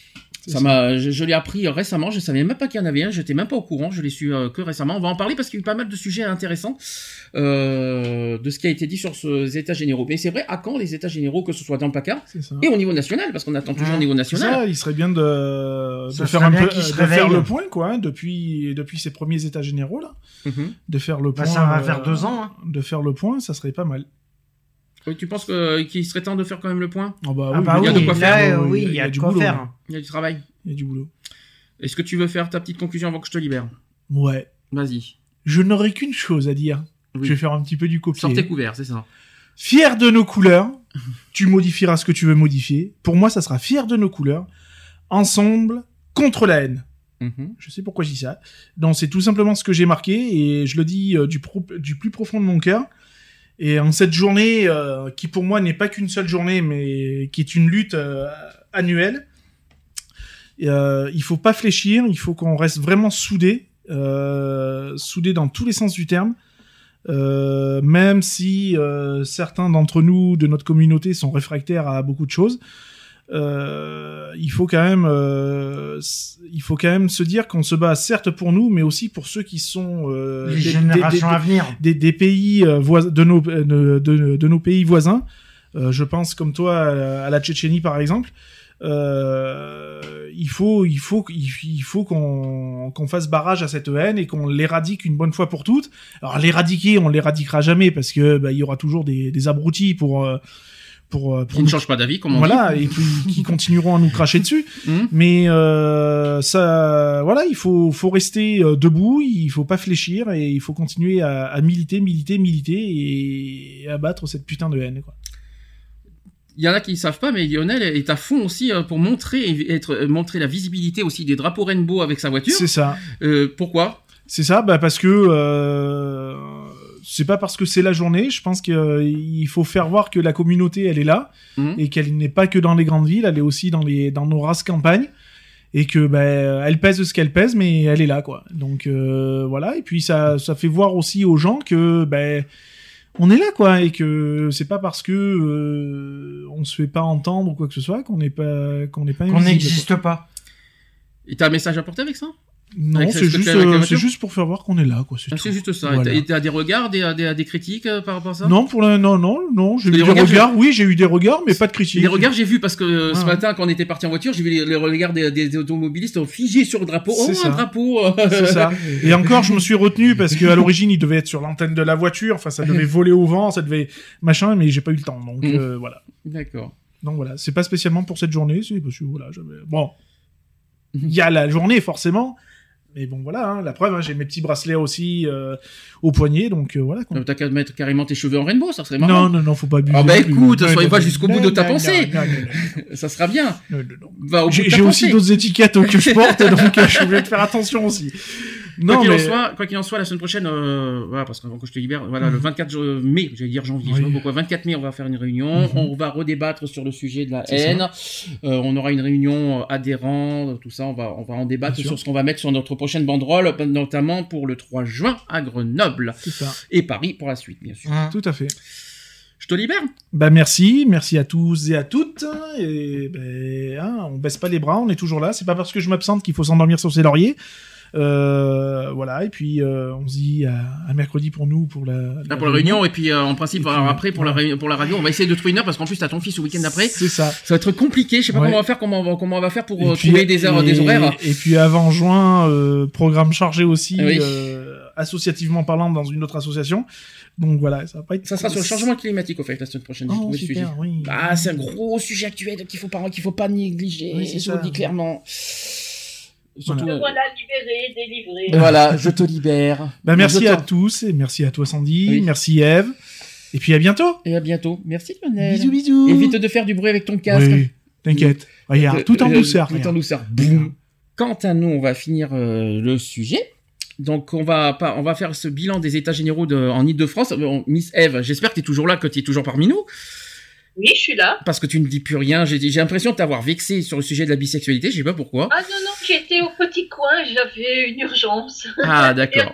Je l'ai appris récemment, je savais même pas qu'il y en avait un, j'étais même pas au courant, je l'ai su que récemment. On va en parler parce qu'il y a eu pas mal de sujets intéressants de ce qui a été dit sur ces états généraux. Mais c'est vrai, à Caen, les états généraux, que ce soit dans le PACA et au niveau national, parce qu'on attend toujours au niveau national. Ça, il serait bien de faire le point, quoi, hein, depuis ces premiers états généraux là, de faire le point. Ça va faire 2 ans. Hein. De faire le point, ça serait pas mal. Oui, tu penses qu'il serait temps de faire quand même le point? Oui, il y a de quoi faire. Oui, il y a de quoi faire. Il y a du travail. Il y a du boulot. Est-ce que tu veux faire ta petite conclusion avant que je te libère? Ouais. Vas-y. Je n'aurai qu'une chose à dire. Oui. Je vais faire un petit peu du copier. Sors tes couverts, c'est ça. Fier de nos couleurs. Tu modifieras ce que tu veux modifier. Pour moi, ça sera fier de nos couleurs. Ensemble, contre la haine. Je sais pourquoi je dis ça. Donc, c'est tout simplement ce que j'ai marqué et je le dis du plus profond de mon cœur. Et en cette journée, qui pour moi n'est pas qu'une seule journée, mais qui est une lutte annuelle, il faut pas fléchir, il faut qu'on reste vraiment soudés dans tous les sens du terme, même si certains d'entre nous, de notre communauté, sont réfractaires à beaucoup de choses. Il faut quand même se dire qu'on se bat certes pour nous, mais aussi pour ceux qui sont les générations à venir, des pays de nos pays voisins. Je pense comme toi à la Tchétchénie par exemple. Il faut qu'on fasse barrage à cette haine et qu'on l'éradique une bonne fois pour toutes. Alors l'éradiquer, on l'éradiquera jamais parce que il y aura toujours des abrutis pour qui ne changent pas d'avis, comme on dit. Voilà, et puis qui continueront à nous cracher dessus. Mais ça, voilà, il faut rester debout, il faut pas fléchir et il faut continuer à militer et à battre cette putain de haine, quoi. Il y en a qui ne savent pas, mais Lionel est à fond aussi pour montrer la visibilité aussi des drapeaux rainbow avec sa voiture. C'est ça. Pourquoi? C'est ça, parce que c'est pas parce que c'est la journée. Je pense qu'il faut faire voir que la communauté, elle est là et qu'elle n'est pas que dans les grandes villes, elle est aussi dans nos races campagnes et que elle pèse ce qu'elle pèse, mais elle est là, quoi. Donc voilà. Et puis ça fait voir aussi aux gens que on est là, quoi, et que c'est pas parce que on se fait pas entendre ou quoi que ce soit qu'on n'existe pas. Et t'as un message à porter avec ça? Non, c'est juste pour faire voir qu'on est là, quoi. C'est juste ça. Voilà. Et t'as des regards, des critiques par rapport à ça? Non, non. J'ai eu des regards. Oui, j'ai eu des regards, mais pas de critiques. Les regards, j'ai vu parce que ce matin, quand on était parti en voiture, j'ai vu les regards des automobilistes figés sur le drapeau. Un drapeau. C'est ça. Et encore, je me suis retenu parce qu'à l'origine, il devait être sur l'antenne de la voiture. Enfin, ça devait voler au vent, ça devait machin, mais j'ai pas eu le temps. Donc voilà. D'accord. Donc voilà, c'est pas spécialement pour cette journée, c'est parce que voilà, bon. Il y a la journée forcément. Mais bon, voilà, hein, la preuve, hein, j'ai mes petits bracelets aussi au poignet, donc voilà. Quoi. T'as qu'à mettre carrément tes cheveux en rainbow, ça serait marrant. Non, faut pas abuser. Ah bah écoute, soyez pas jusqu'au bout de ta pensée. Ça sera bien. Non. J'ai aussi d'autres étiquettes que je porte, donc je suis obligé de faire attention aussi. Non, quoi qu'il en soit, la semaine prochaine, voilà, parce que je te libère, voilà, le 24 mai, j'allais dire janvier, je sais pas pourquoi, 24 mai, on va faire une réunion, on va redébattre sur le sujet de la haine, on aura une réunion adhérent, tout ça, on va en débattre sur ce qu'on va mettre sur notre prochaine banderole, notamment pour le 3 juin à Grenoble. C'est ça. Et Paris pour la suite, bien sûr. Tout à fait. Je te libère. Bah merci à tous et à toutes. Et on baisse pas les bras, on est toujours là. C'est pas parce que je m'absente qu'il faut s'endormir sur ses lauriers. Voilà, et puis on se dit à mercredi pour nous pour la réunion, et puis en principe puis, après pour la radio on va essayer de trouver une heure parce qu'en plus t'as ton fils au week-end d'après. C'est ça. Ça va être compliqué, je sais pas comment on va faire pour trouver des horaires. Et puis avant juin, programme chargé aussi, associativement parlant dans une autre association. Donc voilà, ça va pas être. Ça sera sur le changement climatique au fait la semaine prochaine. Oh, super, oui. Ah, c'est un gros sujet actuel qu'il faut pas négliger. Oui, c'est je le dis clairement. Surtout, voilà, libéré, délivré. Voilà, je te libère. Merci à tous et merci à toi Sandy, merci Eve. Et puis à bientôt. Et à bientôt. Merci Lionel. Bisous. Évite de faire du bruit avec ton casque. Oui, t'inquiète. Regarde, tout en douceur. Tout en douceur. Boum. Quant à nous, on va finir le sujet. Donc on va faire ce bilan des états généraux en Ile-de-France. Miss Eve, j'espère que tu es toujours là, que tu es toujours parmi nous. Oui, je suis là. Parce que tu ne dis plus rien. J'ai l'impression de t'avoir vexé sur le sujet de la bisexualité. Je sais pas pourquoi. Ah non, j'étais au petit coin. J'avais une urgence. Ah d'accord.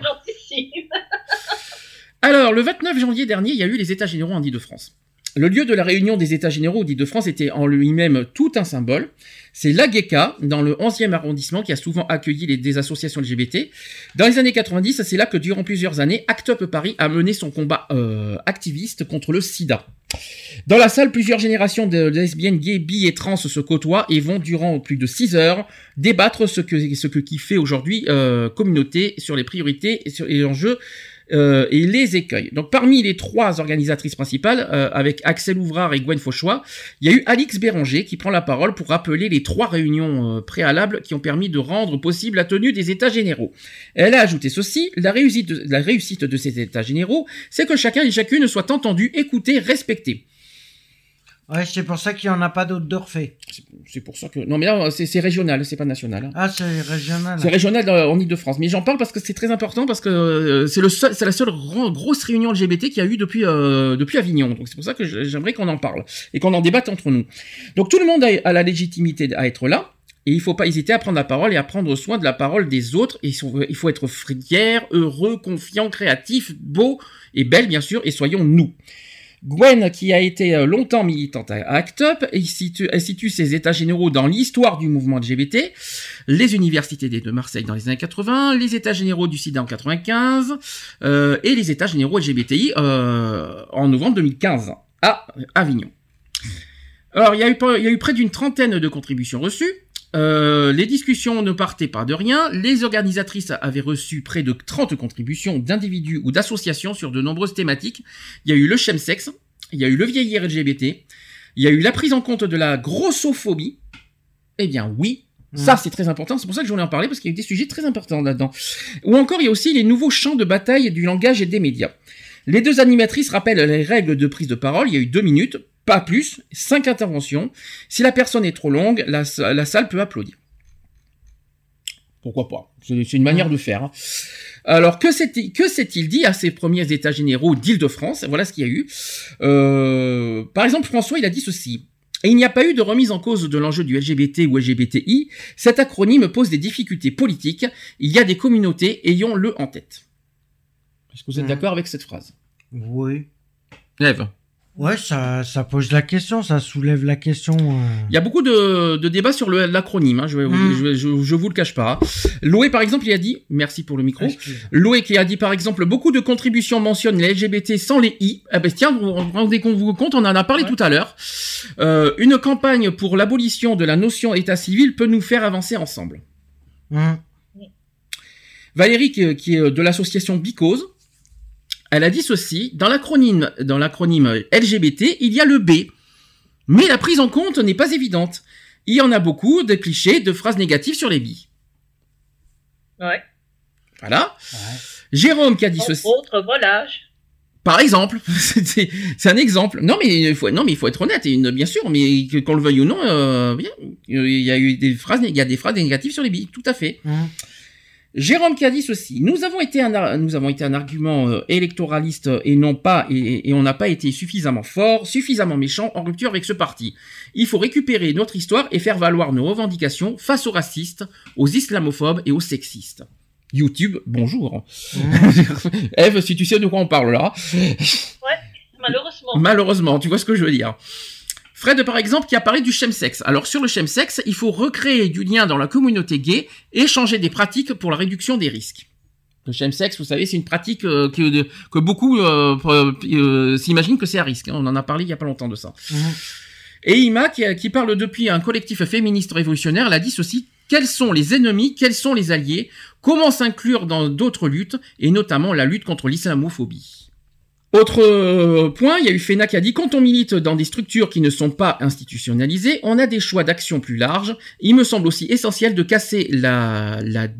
Alors, le 29 janvier dernier, il y a eu les états généraux en Ile-de-France. Le lieu de la réunion des états généraux d'Île-de-France était en lui-même tout un symbole. C'est l'AGECA, dans le 11e arrondissement, qui a souvent accueilli des associations LGBT. Dans les années 90, c'est là que durant plusieurs années, ACT UP Paris a mené son combat activiste contre le sida. Dans la salle, plusieurs générations de lesbiennes, gays, bi et trans se côtoient et vont durant plus de 6 heures débattre ce qui fait aujourd'hui communauté sur les priorités et les enjeux et les écueils. Donc parmi les 3 organisatrices principales, avec Axel Ouvrard et Gwen Fauchois, il y a eu Alix Béranger qui prend la parole pour rappeler les 3 réunions préalables qui ont permis de rendre possible la tenue des états généraux. Elle a ajouté ceci: la réussite de ces états généraux, c'est que chacun et chacune soit entendu, écouté, respecté. Ouais, c'est pour ça qu'il n'y en a pas d'autres de refait. C'est pour ça que... Non, mais là, c'est régional, c'est pas national. Ah, c'est régional. C'est régional en Ile-de-France. Mais j'en parle parce que c'est très important, parce que c'est la seule grosse réunion LGBT qu'il y a eu depuis Avignon. Donc c'est pour ça que j'aimerais qu'on en parle et qu'on en débatte entre nous. Donc tout le monde a la légitimité à être là. Et il faut pas hésiter à prendre la parole et à prendre soin de la parole des autres. Et il faut être fier, heureux, confiant, créatif, beau et belle, bien sûr, et soyons nous. Gwen, qui a été longtemps militante à ACT UP, elle situe ses états généraux dans l'histoire du mouvement LGBT, les universités de Marseille dans les années 80, les états généraux du sida en 95, et les états généraux LGBTI en novembre 2015 à Avignon. Alors, il y a eu près d'une trentaine de contributions reçues. Les discussions ne partaient pas de rien. Les organisatrices avaient reçu près de 30 contributions d'individus ou d'associations sur de nombreuses thématiques. Il y a eu le chemsex, il y a eu le vieillir LGBT, il y a eu la prise en compte de la grossophobie. Eh bien oui, ça c'est très important, c'est pour ça que je voulais en parler, parce qu'il y a eu des sujets très importants là-dedans. Ou encore il y a aussi les nouveaux champs de bataille du langage et des médias. Les 2 animatrices rappellent les règles de prise de parole. Il y a eu 2 minutes. Pas plus, 5 interventions. Si la personne est trop longue, la salle peut applaudir. Pourquoi pas? C'est une manière de faire. Hein. Alors, que s'est-il dit à ces premiers états généraux d'Île-de-France? Voilà ce qu'il y a eu. Par exemple, François, il a dit ceci. Et il n'y a pas eu de remise en cause de l'enjeu du LGBT ou LGBTI. Cet acronyme pose des difficultés politiques. Il y a des communautés, ayons-le en tête. Est-ce que vous êtes d'accord avec cette phrase? Oui. Ève. Ouais, ça pose la question, ça soulève la question. Il y a beaucoup de débats sur l'acronyme, hein, je vous le cache pas. Loé, par exemple, il a dit, merci pour le micro, Loé qui a dit, par exemple, beaucoup de contributions mentionnent les LGBT sans les I. Eh ben, tiens, vous vous rendez compte, on en a parlé tout à l'heure. Une campagne pour l'abolition de la notion état civil peut nous faire avancer ensemble. Valérie, qui est de l'association Bicose, elle a dit ceci: dans l'acronyme LGBT, il y a le B, mais la prise en compte n'est pas évidente. Il y en a beaucoup de clichés, de phrases négatives sur les bi. Ouais. Voilà. Ouais. Jérôme qui a dit ceci. Autre volage. Par exemple, c'est un exemple. Non mais il faut être honnête, bien sûr, mais qu'on le veuille ou non, il y a eu des phrases négatives sur les billes, tout à fait. Jérôme qui a dit ceci. Nous avons été un argument électoraliste et on n'a pas été suffisamment fort, suffisamment méchant en rupture avec ce parti. Il faut récupérer notre histoire et faire valoir nos revendications face aux racistes, aux islamophobes et aux sexistes. YouTube, bonjour. Eve, si tu sais de quoi on parle là. Ouais, malheureusement. Malheureusement, tu vois ce que je veux dire. Fred, par exemple, qui a parlé du chemsex. Alors, sur le chemsex, il faut recréer du lien dans la communauté gay et changer des pratiques pour la réduction des risques. Le chemsex, vous savez, c'est une pratique que beaucoup s'imaginent que c'est à risque. On en a parlé il y a pas longtemps de ça. Et Ima, qui parle depuis un collectif féministe révolutionnaire, elle a dit ceci. Quels sont les ennemis, quels sont les alliés, comment s'inclure dans d'autres luttes, et notamment la lutte contre l'islamophobie. Autre point, il y a eu Fena qui a dit, quand on milite dans des structures qui ne sont pas institutionnalisées, on a des choix d'action plus larges. Il me semble aussi essentiel de casser la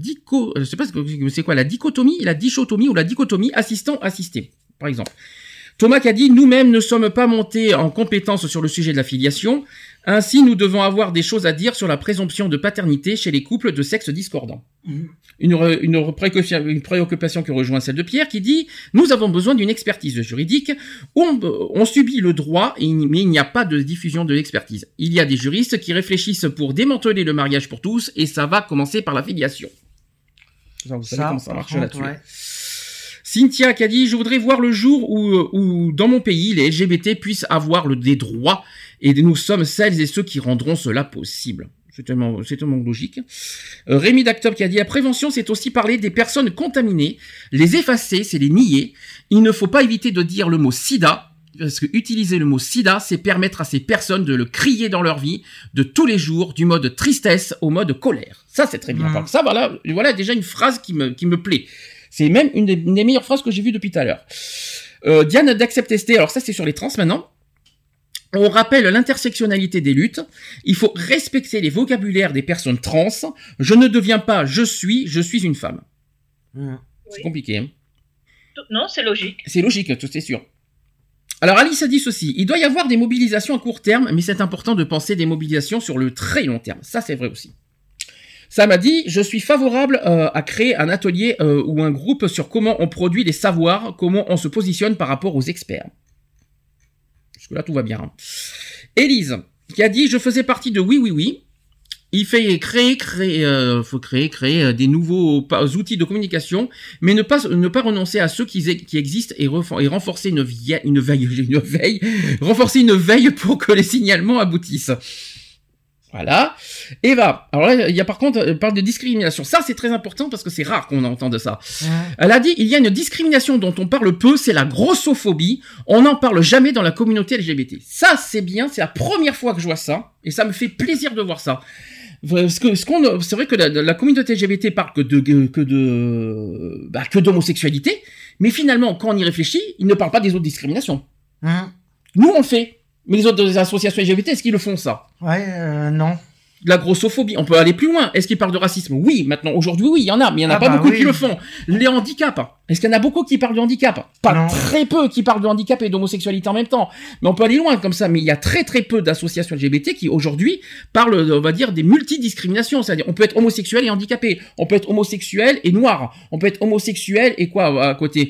dichotomie ou la dichotomie assistant-assisté, par exemple. Thomas qui a dit, nous-mêmes ne sommes pas montés en compétence sur le sujet de la filiation. Ainsi, nous devons avoir des choses à dire sur la présomption de paternité chez les couples de sexe discordants. Une préoccupation que rejoint celle de Pierre qui dit « Nous avons besoin d'une expertise juridique. On subit le droit, mais il n'y a pas de diffusion de l'expertise. Il y a des juristes qui réfléchissent pour démanteler le mariage pour tous et ça va commencer par la filiation. » Vous savez comment ça marche là-dessus. Ouais. Cynthia qui a dit « Je voudrais voir le jour où dans mon pays, les LGBT puissent avoir des droits et nous sommes celles et ceux qui rendront cela possible. » C'est tellement logique. Rémi Dactop qui a dit « La prévention, c'est aussi parler des personnes contaminées. Les effacer, c'est les nier. Il ne faut pas éviter de dire le mot sida, parce que utiliser le mot sida, c'est permettre à ces personnes de le crier dans leur vie, de tous les jours, du mode tristesse au mode colère. » Ça, c'est très bien. Alors, ça, voilà déjà une phrase qui me plaît. C'est même une des meilleures phrases que j'ai vues depuis tout à l'heure. Diane d'Accept-ST, alors ça, c'est sur les trans maintenant. On rappelle l'intersectionnalité des luttes. Il faut respecter les vocabulaires des personnes trans. Je ne deviens pas je suis une femme. C'est compliqué. Hein. Non, c'est logique. C'est logique, c'est sûr. Alors Alice a dit ceci. Il doit y avoir des mobilisations à court terme, mais c'est important de penser des mobilisations sur le très long terme. Ça, c'est vrai aussi. Sam a dit, je suis favorable à créer un atelier ou un groupe sur comment on produit les savoirs, comment on se positionne par rapport aux experts. Parce que là, tout va bien. Élise, qui a dit, je faisais partie de Oui. Il faut créer des nouveaux outils de communication, mais ne pas renoncer à ceux qui existent et renforcer une veille pour que les signalements aboutissent. Voilà. Eva, alors là, il y a par contre, elle parle de discrimination. Ça, c'est très important parce que c'est rare qu'on entende ça. Elle a dit, il y a une discrimination dont on parle peu, c'est la grossophobie. On n'en parle jamais dans la communauté LGBT. Ça, c'est bien, c'est la première fois que je vois ça, et ça me fait plaisir de voir ça. Parce que c'est vrai que la communauté LGBT parle que d'homosexualité, mais finalement, quand on y réfléchit, ils ne parlent pas des autres discriminations. Nous, on le fait. Mais les autres associations LGBT, est-ce qu'ils le font ça? Non. La grossophobie, on peut aller plus loin. Est-ce qu'ils parlent de racisme? Oui, maintenant, aujourd'hui, oui, il y en a, mais il y en a pas beaucoup qui le font. Les handicaps. Est-ce qu'il y en a beaucoup qui parlent de handicap? Pas très peu qui parlent de handicap et d'homosexualité en même temps. Mais on peut aller loin comme ça, mais il y a très très peu d'associations LGBT qui, aujourd'hui, parlent, on va dire, des multidiscriminations. C'est-à-dire, on peut être homosexuel et handicapé. On peut être homosexuel et noir. On peut être homosexuel et quoi, à côté?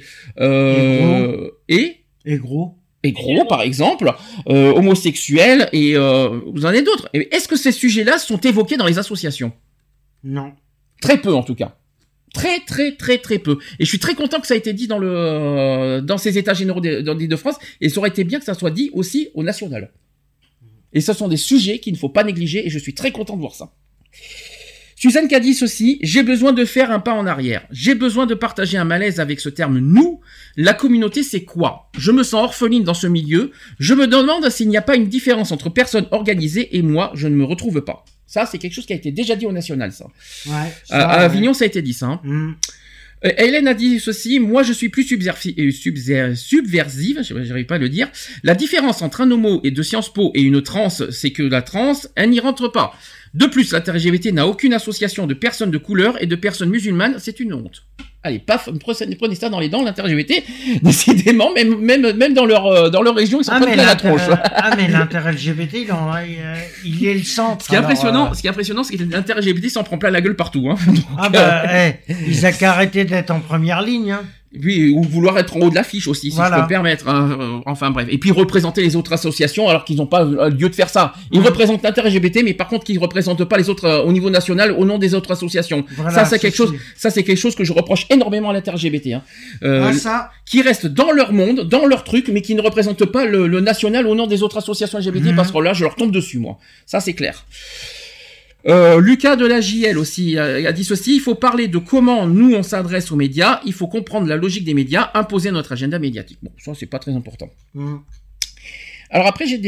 Et gros. Et gros, par exemple, homosexuels, et vous en avez d'autres. Est-ce que ces sujets-là sont évoqués dans les associations? Non. Très peu, en tout cas. Très peu. Et je suis très content que ça ait été dit dans ces états généraux d'Île-de-France, et ça aurait été bien que ça soit dit aussi au national. Et ce sont des sujets qu'il ne faut pas négliger, et je suis très content de voir ça. Suzanne qui a dit ceci, j'ai besoin de faire un pas en arrière. J'ai besoin de partager un malaise avec ce terme « nous ». La communauté, c'est quoi? Je me sens orpheline dans ce milieu. Je me demande s'il n'y a pas une différence entre personnes organisées et moi, je ne me retrouve pas. Ça, c'est quelque chose qui a été déjà dit au national, ça. Ouais. À Avignon, ça a été dit, ça. Hélène a dit ceci, moi je suis plus subversive, j'arrive pas à le dire. La différence entre un homo et de Sciences Po et une trans, c'est que la trans, elle n'y rentre pas. De plus, l'inter-LGBT n'a aucune association de personnes de couleur et de personnes musulmanes, c'est une honte. Allez, paf, prenez ça dans les dents, l'inter-LGBT, décidément, même dans leur région, ils sont pas plein la tronche. Mais l'inter-LGBT, il est le centre. Ce qui est impressionnant, c'est que l'inter-LGBT s'en prend plein la gueule partout. Hein. Ils ont qu'à arrêter d'être en première ligne. Hein. Oui, ou vouloir être en haut de l'affiche aussi, si je peux me permettre. Hein. Enfin bref. Et puis représenter les autres associations alors qu'ils n'ont pas lieu de faire ça. Ils représentent l'inter-LGBT, mais par contre qu'ils ne représentent pas les autres au niveau national au nom des autres associations. Voilà, c'est quelque chose que je reproche énormément à l'inter-LGBT. Hein. Qui restent dans leur monde, dans leur truc, mais qui ne représentent pas le national au nom des autres associations LGBT, parce que là, je leur tombe dessus, moi. Ça, c'est clair. Lucas de la JL aussi a dit ceci: il faut parler de comment nous on s'adresse aux médias, il faut comprendre la logique des médias, imposer notre agenda médiatique. Bon, ça c'est pas très important. Alors après j'ai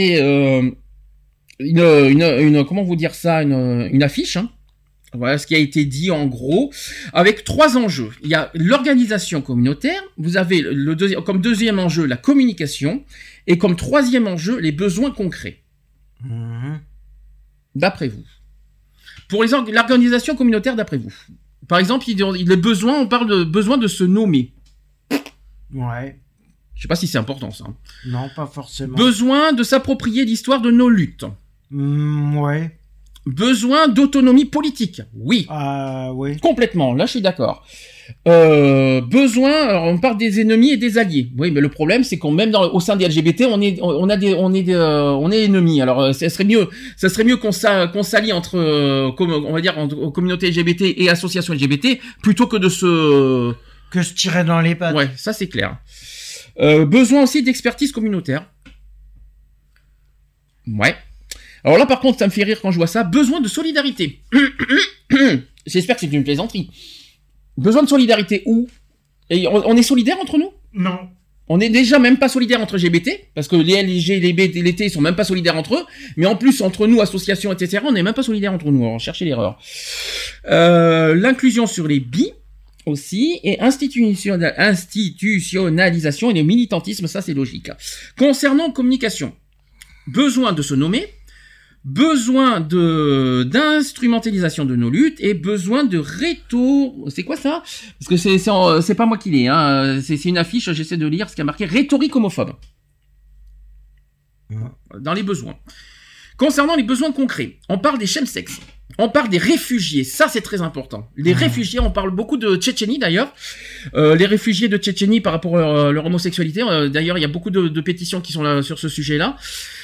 comment vous dire ça, une affiche. Hein. Voilà ce qui a été dit en gros, avec 3 enjeux. Il y a l'organisation communautaire, vous avez comme deuxième enjeu la communication, et comme troisième enjeu les besoins concrets. D'après vous. Pour l'organisation communautaire, d'après vous. Par exemple, on parle de besoin de se nommer. Ouais. Je sais pas si c'est important, ça. Non, pas forcément. Besoin de s'approprier l'histoire de nos luttes. Ouais. Besoin d'autonomie politique. Oui. Oui. Complètement. Là, je suis d'accord. Alors, on parle des ennemis et des alliés. Oui, mais le problème, c'est qu'on même au sein des LGBT, on est ennemis. Alors, ça serait mieux qu'on s'allie entre, on va dire, entre communauté LGBT et association LGBT, plutôt que de se tirer dans les pattes. Ouais, ça c'est clair. Besoin aussi d'expertise communautaire. Ouais. Alors là, par contre, ça me fait rire quand je vois ça. Besoin de solidarité. J'espère que c'est une plaisanterie. Besoin de solidarité où? Et on est solidaires entre nous? Non. On est déjà même pas solidaires entre LGBT, parce que les LGBT, les T, ils sont même pas solidaires entre eux, mais en plus, entre nous, associations, etc., on n'est même pas solidaires entre nous. Alors, cherchez l'erreur. L'inclusion sur les bi, aussi, et institutionnalisation et le militantisme, ça c'est logique. Concernant communication, besoin de se nommer, besoin d'instrumentalisation de nos luttes et besoin de c'est quoi ça? Parce que c'est pas moi qui l'ai, hein. C'est une affiche, j'essaie de lire ce qui a marqué rhétorique homophobe. Dans les besoins. Concernant les besoins concrets, on parle des chemsex, on parle des réfugiés, ça c'est très important. Les réfugiés, on parle beaucoup de Tchétchénie d'ailleurs. Les réfugiés de Tchétchénie par rapport à leur homosexualité, d'ailleurs il y a beaucoup de pétitions qui sont là sur ce sujet-là.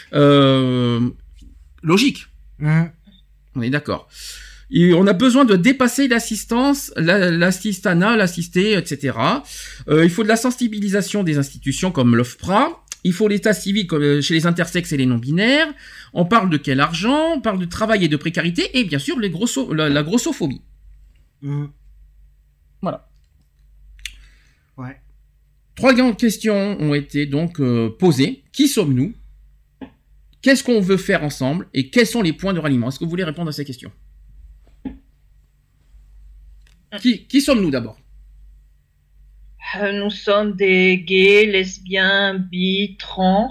Logique. On est d'accord. Et on a besoin de dépasser l'assistance, l'assistanat, l'assisté, etc. Il faut de la sensibilisation des institutions comme l'OFPRA. Il faut l'état civil comme chez les intersexes et les non-binaires. On parle de quel argent? On parle de travail et de précarité. Et bien sûr, la grossophobie. Voilà. Ouais. 3 grandes questions ont été donc posées. Qui sommes-nous? Qu'est-ce qu'on veut faire ensemble et quels sont les points de ralliement? Est-ce que vous voulez répondre à ces questions? Qui sommes-nous d'abord? Nous sommes des gays, lesbiens, bi, trans.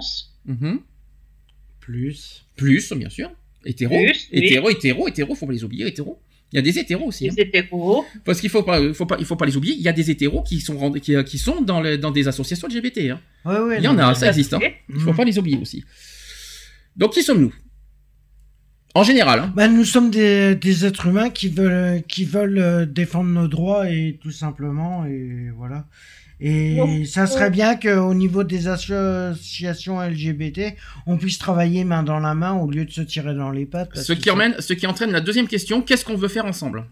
Plus, bien sûr. Hétéro, faut pas les oublier, hétéro. Il y a des hétéros aussi. Des hétéros. Parce qu'il faut pas les oublier. Il y a des hétéros qui sont dans des associations LGBT. Hein. Ouais, il y en a, ça existe. Hein. Il faut pas les oublier aussi. Donc, qui sommes-nous? En général. Hein. Nous sommes des êtres humains qui veulent défendre nos droits et tout simplement, et voilà. Et ça serait bien qu'au niveau des associations LGBT, on puisse travailler main dans la main au lieu de se tirer dans les pattes. Ce qui entraîne la deuxième question, qu'est-ce qu'on veut faire ensemble?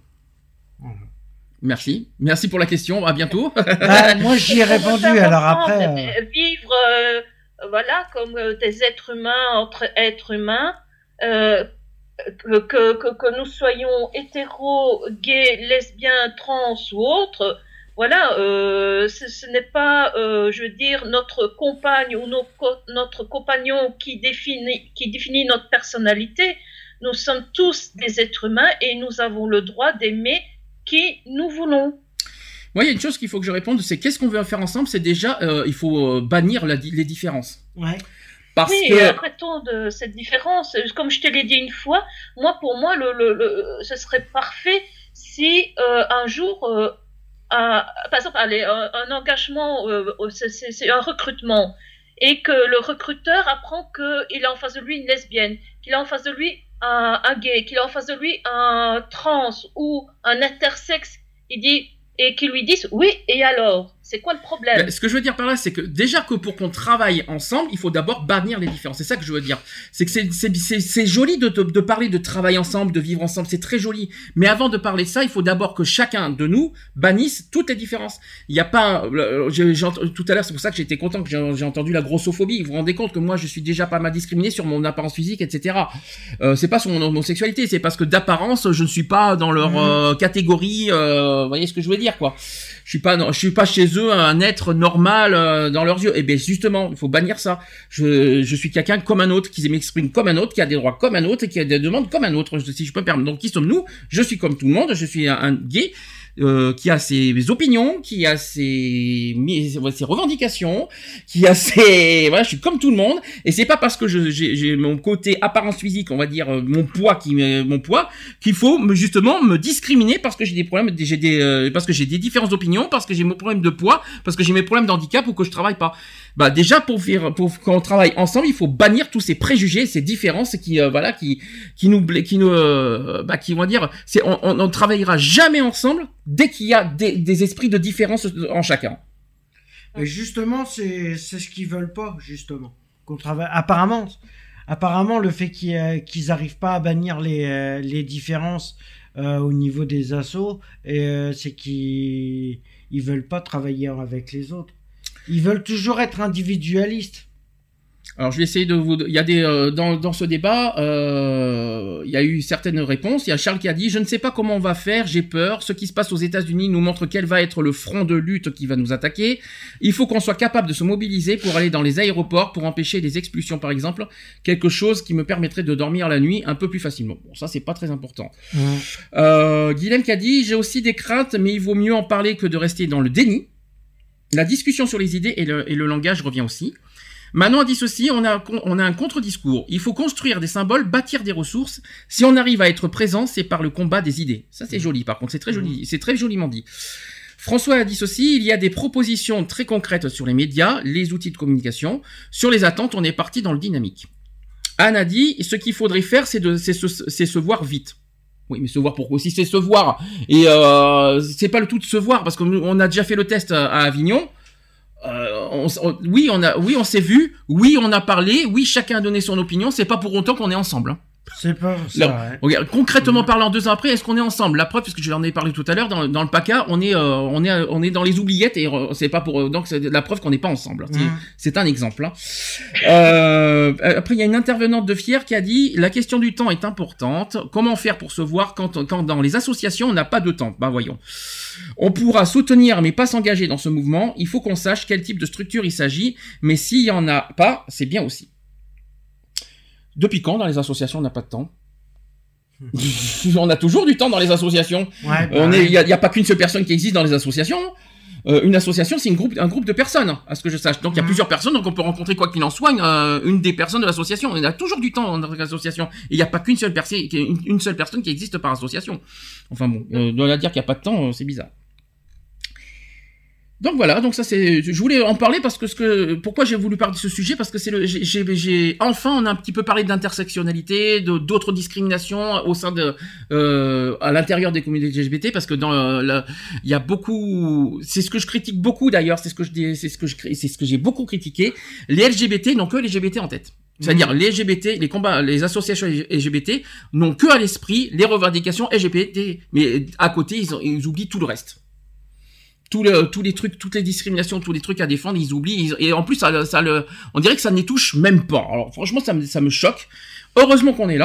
Merci pour la question, à bientôt. Moi j'y ai répondu, alors après... Vivre... voilà, comme des êtres humains entre êtres humains, que nous soyons hétéros, gays, lesbiens, trans ou autres, voilà, ce n'est pas, je veux dire, notre compagne ou notre compagnon qui définit notre personnalité. Nous sommes tous des êtres humains et nous avons le droit d'aimer qui nous voulons. Moi, il y a une chose qu'il faut que je réponde, c'est qu'est-ce qu'on veut faire ensemble? C'est déjà, il faut bannir les différences. Ouais. Parce oui, que... arrêtons de cette différence. Comme je te l'ai dit une fois, pour moi, ce serait parfait si un jour, par exemple, un engagement, c'est un recrutement, et que le recruteur apprend qu'il a en face de lui une lesbienne, qu'il a en face de lui un gay, qu'il a en face de lui un trans ou un intersexe, et qu'ils lui disent oui, et alors, c'est quoi le problème? Ce que je veux dire par là, c'est que déjà que pour qu'on travaille ensemble, il faut d'abord bannir les différences. C'est ça que je veux dire. C'est que c'est joli de parler de travailler ensemble, de vivre ensemble, c'est très joli. Mais avant de parler de ça, il faut d'abord que chacun de nous bannisse toutes les différences. Il n'y a pas, tout à l'heure, c'est pour ça que j'étais content que j'ai entendu la grossophobie. Vous vous rendez compte que moi, je suis déjà pas mal discriminé sur mon apparence physique, etc. C'est pas sur mon homosexualité, c'est parce que d'apparence, je ne suis pas dans leur catégorie. Vous voyez ce que je veux dire, quoi. Je suis pas chez eux un être normal dans leurs yeux. Et bien justement, il faut bannir ça. Je suis quelqu'un comme un autre, qui m'exprime comme un autre, qui a des droits comme un autre et qui a des demandes comme un autre, si je peux me permettre. Donc qui sommes-nous? Je suis comme tout le monde, je suis un gay qui a ses opinions, qui a ses revendications, qui a je suis comme tout le monde, et c'est pas parce que j'ai mon côté apparence physique, on va dire mon poids qu'il faut justement me discriminer parce que j'ai des problèmes, parce que j'ai des différences d'opinion, parce que j'ai mes problèmes de poids, parce que j'ai mes problèmes d'handicap ou que je travaille pas. Déjà pour quand on travaille ensemble, il faut bannir tous ces préjugés, ces différences qui on va dire, on travaillera jamais ensemble dès qu'il y a des esprits de différence en chacun. Et justement, c'est ce qu'ils veulent pas, justement. Qu'on travaille. Apparemment, le fait qu'ils arrivent pas à bannir les différences au niveau des assos, c'est qu'ils veulent pas travailler avec les autres. Ils veulent toujours être individualistes. Alors je vais essayer il y a des dans ce débat, il y a eu certaines réponses. Il y a Charles qui a dit: je ne sais pas comment on va faire, j'ai peur. Ce qui se passe aux États-Unis nous montre quel va être le front de lutte qui va nous attaquer. Il faut qu'on soit capable de se mobiliser pour aller dans les aéroports pour empêcher les expulsions, par exemple, quelque chose qui me permettrait de dormir la nuit un peu plus facilement. Bon, ça c'est pas très important. Guilhem qui a dit: j'ai aussi des craintes, mais il vaut mieux en parler que de rester dans le déni. La discussion sur les idées et le langage revient aussi. Manon a dit ceci: on a un contre-discours. Il faut construire des symboles, bâtir des ressources. Si on arrive à être présent, c'est par le combat des idées. Ça, c'est joli, par contre. C'est très joli. C'est très joliment dit. François a dit ceci: il y a des propositions très concrètes sur les médias, les outils de communication. Sur les attentes, on est parti dans le dynamique. Anne a dit: ce qu'il faudrait faire, c'est se voir vite. Oui, mais se voir pourquoi? Si c'est se voir, et c'est pas le tout de se voir, parce qu'on a déjà fait le test à Avignon. On s'est vu, oui, on a parlé, oui, chacun a donné son opinion. C'est pas pour autant qu'on est ensemble. Hein. C'est pas ça. Là, regarde, concrètement parlant, 2 ans après, est-ce qu'on est ensemble? La preuve, puisque je l'en ai parlé tout à l'heure, dans le PACA, on est dans les oubliettes, et c'est pas pour donc c'est la preuve qu'on n'est pas ensemble. C'est un exemple. Hein. Après, il y a une intervenante de Fier qui a dit: la question du temps est importante. Comment faire pour se voir quand dans les associations on n'a pas de temps? Voyons. On pourra soutenir mais pas s'engager dans ce mouvement. Il faut qu'on sache quel type de structure il s'agit, mais s'il y en a pas, c'est bien aussi. Depuis quand dans les associations on n'a pas de temps? On a toujours du temps dans les associations. Il y a pas qu'une seule personne qui existe dans les associations. Une association, c'est un groupe de personnes, à ce que je sache. Donc il y a plusieurs personnes, donc on peut rencontrer quoi qu'il en soit une des personnes de l'association. On a toujours du temps dans l'association. Et il n'y a pas qu'une seule personne, une seule personne qui existe par association. Enfin bon, de là dire qu'il n'y a pas de temps, c'est bizarre. Donc voilà, donc ça c'est, je voulais en parler parce que pourquoi j'ai voulu parler de ce sujet, parce que c'est on a un petit peu parlé d'intersectionnalité, d'autres discriminations au sein à l'intérieur des communautés LGBT, parce que il y a beaucoup, c'est ce que je critique beaucoup d'ailleurs, c'est ce que j'ai beaucoup critiqué, les LGBT n'ont que les LGBT en tête. C'est-à-dire les LGBT, les associations LGBT n'ont que à l'esprit les revendications LGBT, mais à côté ils oublient tout le reste. Tous les trucs, toutes les discriminations, tous les trucs à défendre, ils oublient, et en plus, on dirait que ça ne les touche même pas. Alors, franchement, ça me choque. Heureusement qu'on est là.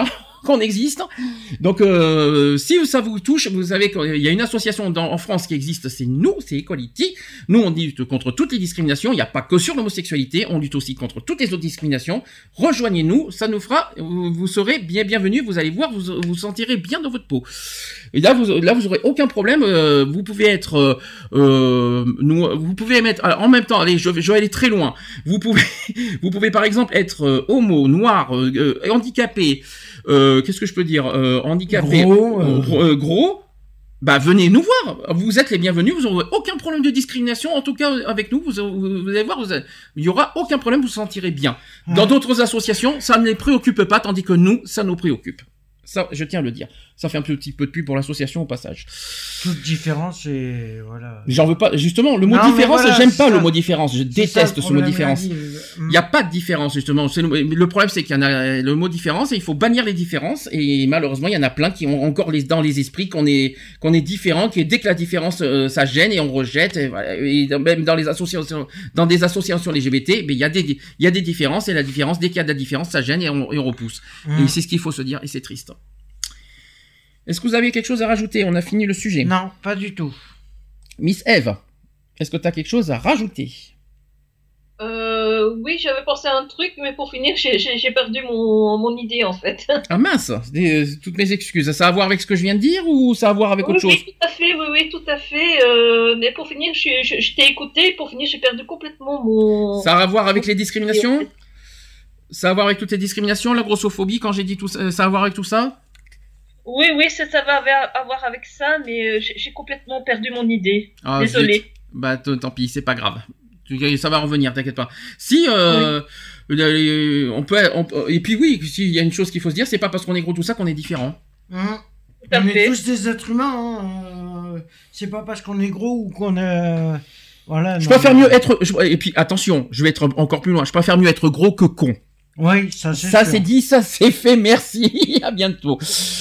qu'on existe. Donc, si ça vous touche, vous savez qu'il y a une association en France qui existe, c'est nous, c'est Equality. Nous, on lutte contre toutes les discriminations. Il n'y a pas que sur l'homosexualité, on lutte aussi contre toutes les autres discriminations. Rejoignez-nous, ça nous fera, vous serez bienvenus. Vous allez voir, vous sentirez bien dans votre peau. Et là, vous aurez aucun problème. Vous pouvez être, vous pouvez mettre en même temps. Allez, je vais aller très loin. Vous pouvez par exemple être homo, noir, handicapé. Qu'est-ce que je peux dire, handicapé, gros. Bah venez nous voir. Vous êtes les bienvenus. Vous n'aurez aucun problème de discrimination. En tout cas, avec nous, vous allez voir, il y aura aucun problème. Vous vous sentirez bien. Dans d'autres associations, ça ne les préoccupe pas, tandis que nous, ça nous préoccupe. Ça, je tiens à le dire. Ça fait un petit peu de pub pour l'association au passage. Toute différence et voilà. J'en veux pas. Justement, le mot différence, voilà, j'aime pas le mot différence. Je déteste ce mot différence. Il n'y a pas de différence, justement. Le problème, c'est qu'il y en a le mot différence et il faut bannir les différences. Et malheureusement, il y en a plein qui ont encore dans les esprits qu'on est différent, que dès que la différence, ça gêne et on rejette. Et voilà. Et même dans des associations LGBT, il y a des différences et la différence, dès qu'il y a de la différence, ça gêne et on repousse. Et c'est ce qu'il faut se dire et c'est triste. Est-ce que vous avez quelque chose à rajouter? On a fini le sujet. Non, pas du tout. Miss Eve, est-ce que tu as quelque chose à rajouter? Oui, j'avais pensé à un truc, mais pour finir, j'ai perdu mon idée en fait. Ah mince, toutes mes excuses. Ça a à voir avec ce que je viens de dire ou ça a à voir avec autre chose? Oui, tout à fait. Mais pour finir, je t'ai écouté. Pour finir, j'ai perdu complètement mon. Ça a à voir avec les discriminations? Ça a à voir avec toutes les discriminations, la grossophobie, quand j'ai dit tout ça, ça a à voir avec tout ça? Oui, ça va avoir avec ça, mais j'ai complètement perdu mon idée. Ah, désolé. Bah tant pis, c'est pas grave. Ça va revenir, t'inquiète pas. Si oui. on peut et puis oui, s'il y a une chose qu'il faut se dire, c'est pas parce qu'on est gros tout ça qu'on est différent. On est tous des êtres humains. C'est pas parce qu'on est gros ou qu'on est voilà. Je préfère mieux être et puis attention, je vais être encore plus loin. Je préfère mieux être gros que con. Oui, ça c'est dit, ça c'est fait, merci, à bientôt.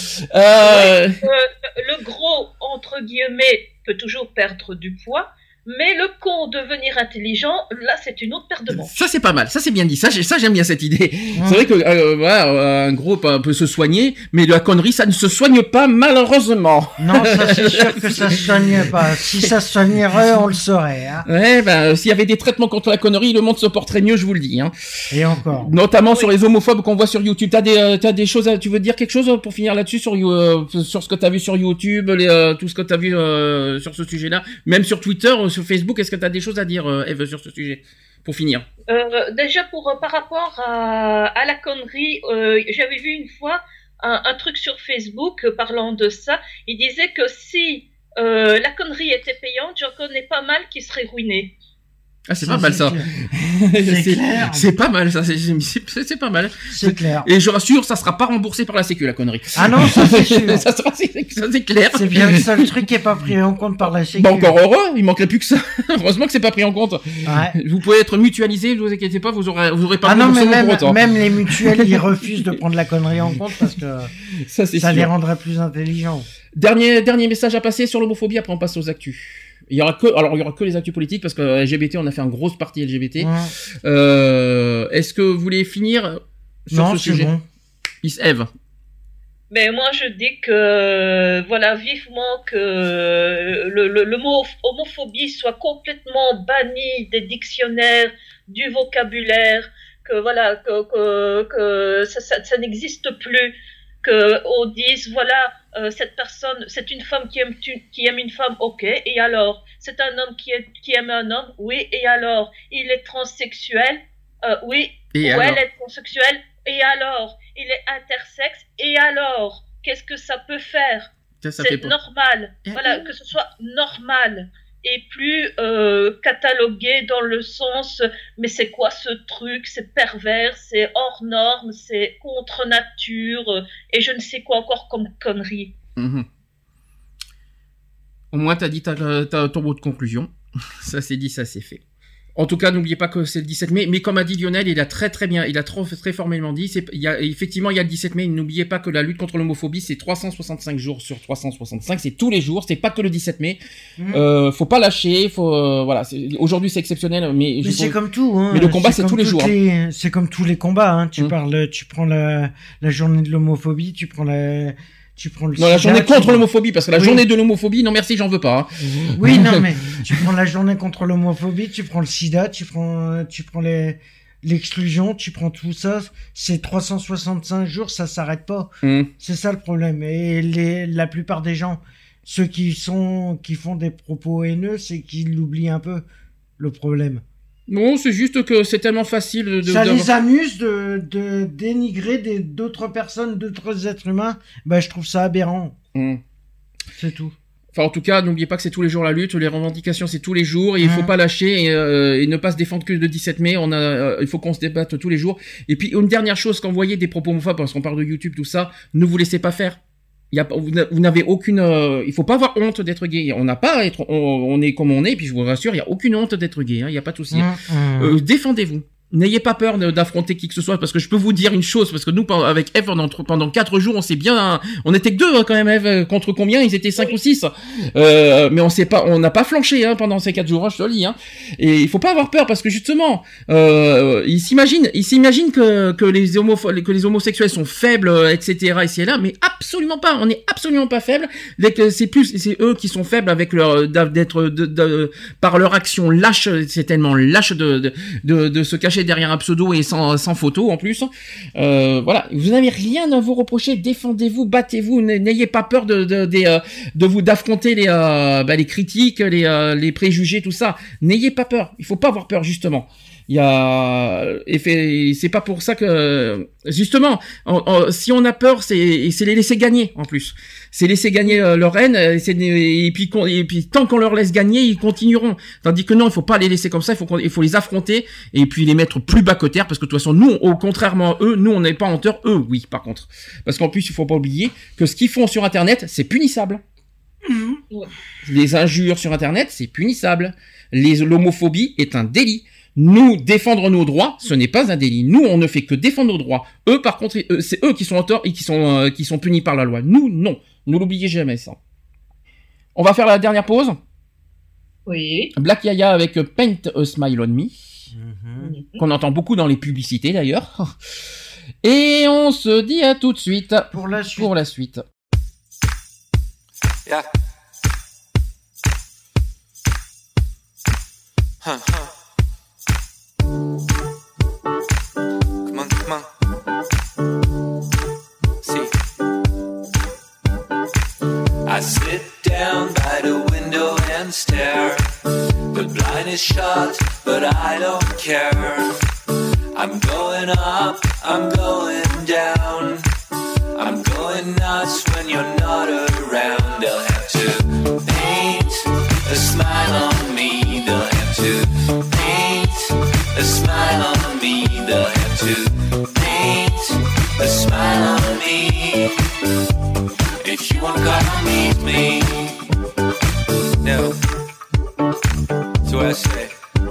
Le gros, entre guillemets, peut toujours perdre du poids, mais le con devenir intelligent, là c'est une autre paire de manches. Ça c'est pas mal, ça c'est bien dit, ça j'aime bien cette idée. C'est vrai que voilà, un gros peut se soigner, mais la connerie ça ne se soigne pas malheureusement. Non, ça c'est sûr que ça se soigne pas. Si ça se soignerait, on le saurait. Hein. Ouais, s'il y avait des traitements contre la connerie, le monde se porterait mieux, je vous le dis. Hein. Et encore. Notamment sur les homophobes qu'on voit sur YouTube. T'as des choses, tu veux dire quelque chose pour finir là-dessus sur ce que t'as vu sur YouTube, tout ce que t'as vu sur ce sujet-là, même sur Twitter. Sur Facebook, est-ce que tu as des choses à dire, Eve, sur ce sujet, pour finir? Déjà, par rapport à la connerie, j'avais vu une fois un truc sur Facebook parlant de ça. Il disait que si la connerie était payante, j'en connais pas mal qui seraient ruinés. Ah, c'est pas mal ça. C'est pas mal ça, c'est pas mal. C'est clair. Et je rassure, ça sera pas remboursé par la sécu la connerie. Ah non, ça c'est sûr. ça c'est clair. C'est bien le seul truc qui est pas pris en compte par la sécu. Bah encore heureux, il manquerait plus que ça. Heureusement que c'est pas pris en compte. Ouais. Vous pouvez être mutualisé, ne vous inquiétez pas, vous aurez pas de remboursement pour autant. Même les mutuelles, ils refusent de prendre la connerie en compte parce que ça les rendrait plus intelligents. Dernier message à passer sur l'homophobie, après on passe aux actus. Il y aura que les actus politiques parce que LGBT, on a fait une grosse partie LGBT. Ouais. Est-ce que vous voulez finir sur ce sujet? Bon. Miss Eve. Mais moi je dis que voilà vivement que le mot homophobie soit complètement banni des dictionnaires, du vocabulaire, que voilà que ça n'existe plus, que on dise voilà cette personne, c'est une femme qui aime une femme, ok, et alors c'est un homme qui aime un homme, oui, et alors il est transsexuel, oui, ou elle est transsexuelle, et alors il est intersexe, et alors qu'est-ce que ça peut faire? C'est normal, voilà, que ce soit normal et plus catalogué dans le sens mais c'est quoi ce truc, c'est pervers, c'est hors norme, c'est contre nature et je ne sais quoi encore comme conneries. Au moins t'as dit ton mot de conclusion. Ça c'est dit, ça c'est fait. En tout cas, n'oubliez pas que c'est le 17 mai. Mais comme a dit Lionel, il a très bien, il a très formellement dit, effectivement, il y a le 17 mai. N'oubliez pas que la lutte contre l'homophobie, c'est 365 jours sur 365. C'est tous les jours. C'est pas que le 17 mai. Faut pas lâcher. Voilà. Aujourd'hui, c'est exceptionnel, mais c'est comme tout. Hein. Mais le combat, c'est tous les jours. C'est comme tous les combats. Hein. Tu prends la journée de l'homophobie, tu prends le non, la journée contre l'homophobie, parce que la journée de l'homophobie, non merci, j'en veux pas. Hein. Oui, non, mais tu prends la journée contre l'homophobie, tu prends le sida, tu prends l'exclusion, tu prends tout ça, c'est 365 jours, ça s'arrête pas. C'est ça le problème. Et la plupart des gens, ceux qui font des propos haineux, c'est qu'ils l'oublient un peu, le problème. Non, c'est juste que c'est tellement facile ça les amuse de dénigrer d'autres personnes, d'autres êtres humains. Bah, je trouve ça aberrant. C'est tout. Enfin, en tout cas, n'oubliez pas que c'est tous les jours la lutte, les revendications, c'est tous les jours, et il faut pas lâcher et ne pas se défendre que le 17 mai. Il faut qu'on se débatte tous les jours. Et puis, une dernière chose, quand vous voyez des propos homophobes, parce qu'on parle de YouTube, tout ça, ne vous laissez pas faire. Vous n'avez aucune, il faut pas avoir honte d'être gay. On n'a pas à être, on est comme on est, et puis je vous rassure, il y a aucune honte d'être gay, hein, il y a pas de souci. Défendez-vous. N'ayez pas peur d'affronter qui que ce soit, parce que je peux vous dire une chose, parce que nous, avec Eve, pendant 4 jours, on s'est bien, on était que 2, quand même, Eve, contre combien? Ils étaient 5 ou 6. Mais on n'a pas flanché, hein, pendant ces 4 jours, hein, je te le dis, hein. Et il faut pas avoir peur, parce que justement, ils s'imaginent que les homosexuels sont faibles, etc., ici et là, mais absolument pas. On est absolument pas faibles. C'est eux qui sont faibles avec par leur action lâche, c'est tellement lâche de se cacher derrière un pseudo et sans photo en plus. Voilà, vous n'avez rien à vous reprocher, défendez-vous, battez-vous, n'ayez pas peur d'affronter les critiques, les préjugés, tout ça. N'ayez pas peur, il faut pas avoir peur justement. C'est pas pour ça que justement si on a peur, c'est les laisser gagner en plus. C'est laisser gagner leur haine et puis tant qu'on leur laisse gagner, ils continueront. Tandis que non, il faut pas les laisser comme ça, il faut les affronter et puis les mettre plus bas que terre, parce que de toute façon nous, contrairement à eux, nous on n'est pas en tort, eux oui par contre. Parce qu'en plus, il faut pas oublier que ce qu'ils font sur internet, c'est punissable. Les injures sur internet, c'est punissable. L'homophobie est un délit. Nous, défendre nos droits, ce n'est pas un délit. Nous, on ne fait que défendre nos droits. Eux, par contre, c'est eux qui sont en tort et qui sont punis par la loi. Nous, non. Ne l'oubliez jamais, ça. On va faire la dernière pause. Oui. Black Yaya avec Paint a Smile on Me. Qu'on entend beaucoup dans les publicités, d'ailleurs. Et on se dit à tout de suite. Pour la suite. Yeah. Come on. See, I sit down by the window and stare. The blind is shut, but I don't care. I'm going up, I'm going down. I'm going nuts when you're not around. They'll have to paint a smile on me. They'll have to paint a smile on me. They'll have to paint a smile on me. If you want to come meet me, no. So I say,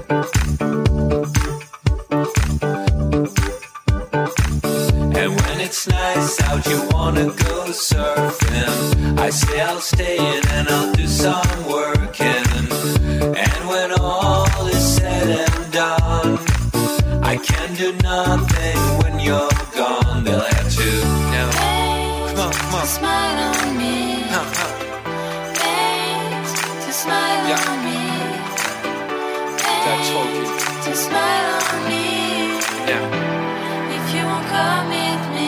and when it's nice out, you wanna go surfing. I say I'll stay in and I'll do some working. And when all is said and done, I can do nothing when you're gone. They'll have to know. Come on. Smile on me. To smile on me. I told you. To smile on me. Yeah. If you won't come with me.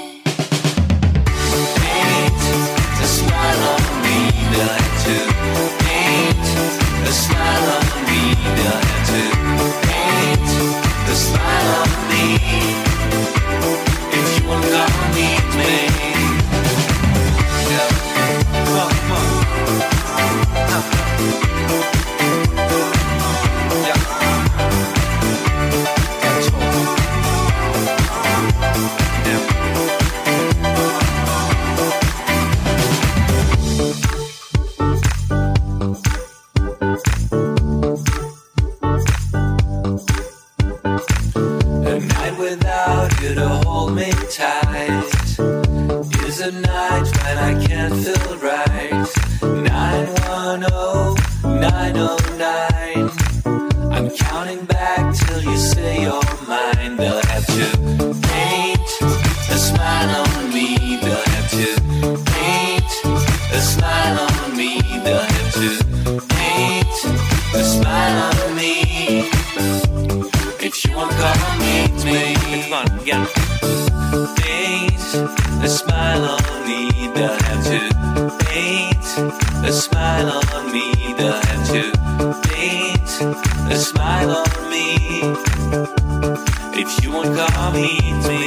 Paint a smile on me. They'll have to paint a smile on me. They'll have to paint a smile on me. If you won't come meet me. Yeah. Come on. Yeah. I told you. Yeah. tight. Is a night when I can't feel right. 910 909. I'm counting back till you say you're mine. They'll have to paint a smile on me. They'll have to paint a smile on me. They'll have to paint a smile on me. If you want to come meet me, come on, again. Paint a smile on me. They'll have to paint a smile on me. They'll have to paint a smile on me. If you want to come meet me.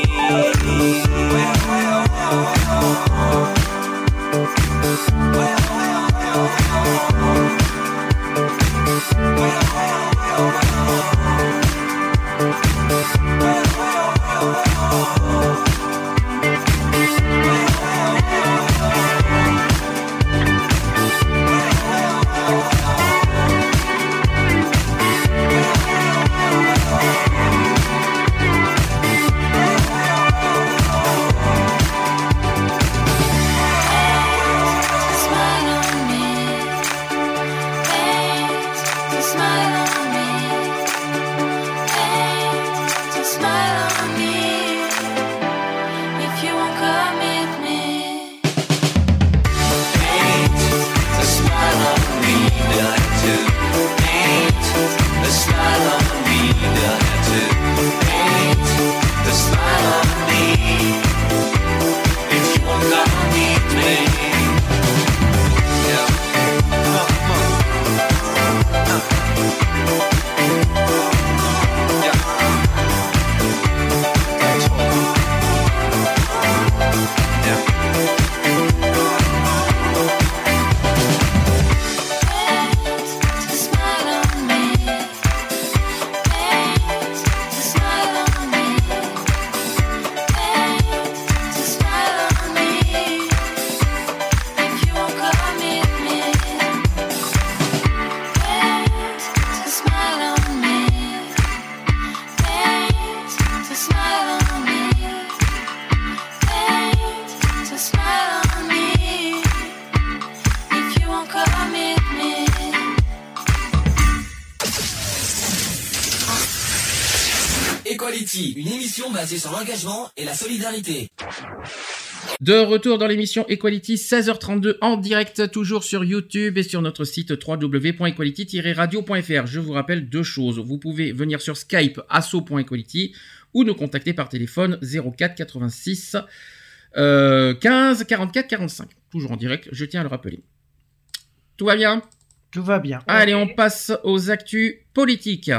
Equality, une émission basée sur l'engagement et la solidarité. De retour dans l'émission Equality, 16h32 en direct, toujours sur YouTube et sur notre site www.equality-radio.fr. Je vous rappelle deux choses. Vous pouvez venir sur Skype asso.equality ou nous contacter par téléphone 04 86 15 44 45. Toujours en direct, je tiens à le rappeler. Tout va bien ? Tout va bien. Allez, on passe aux actus politiques.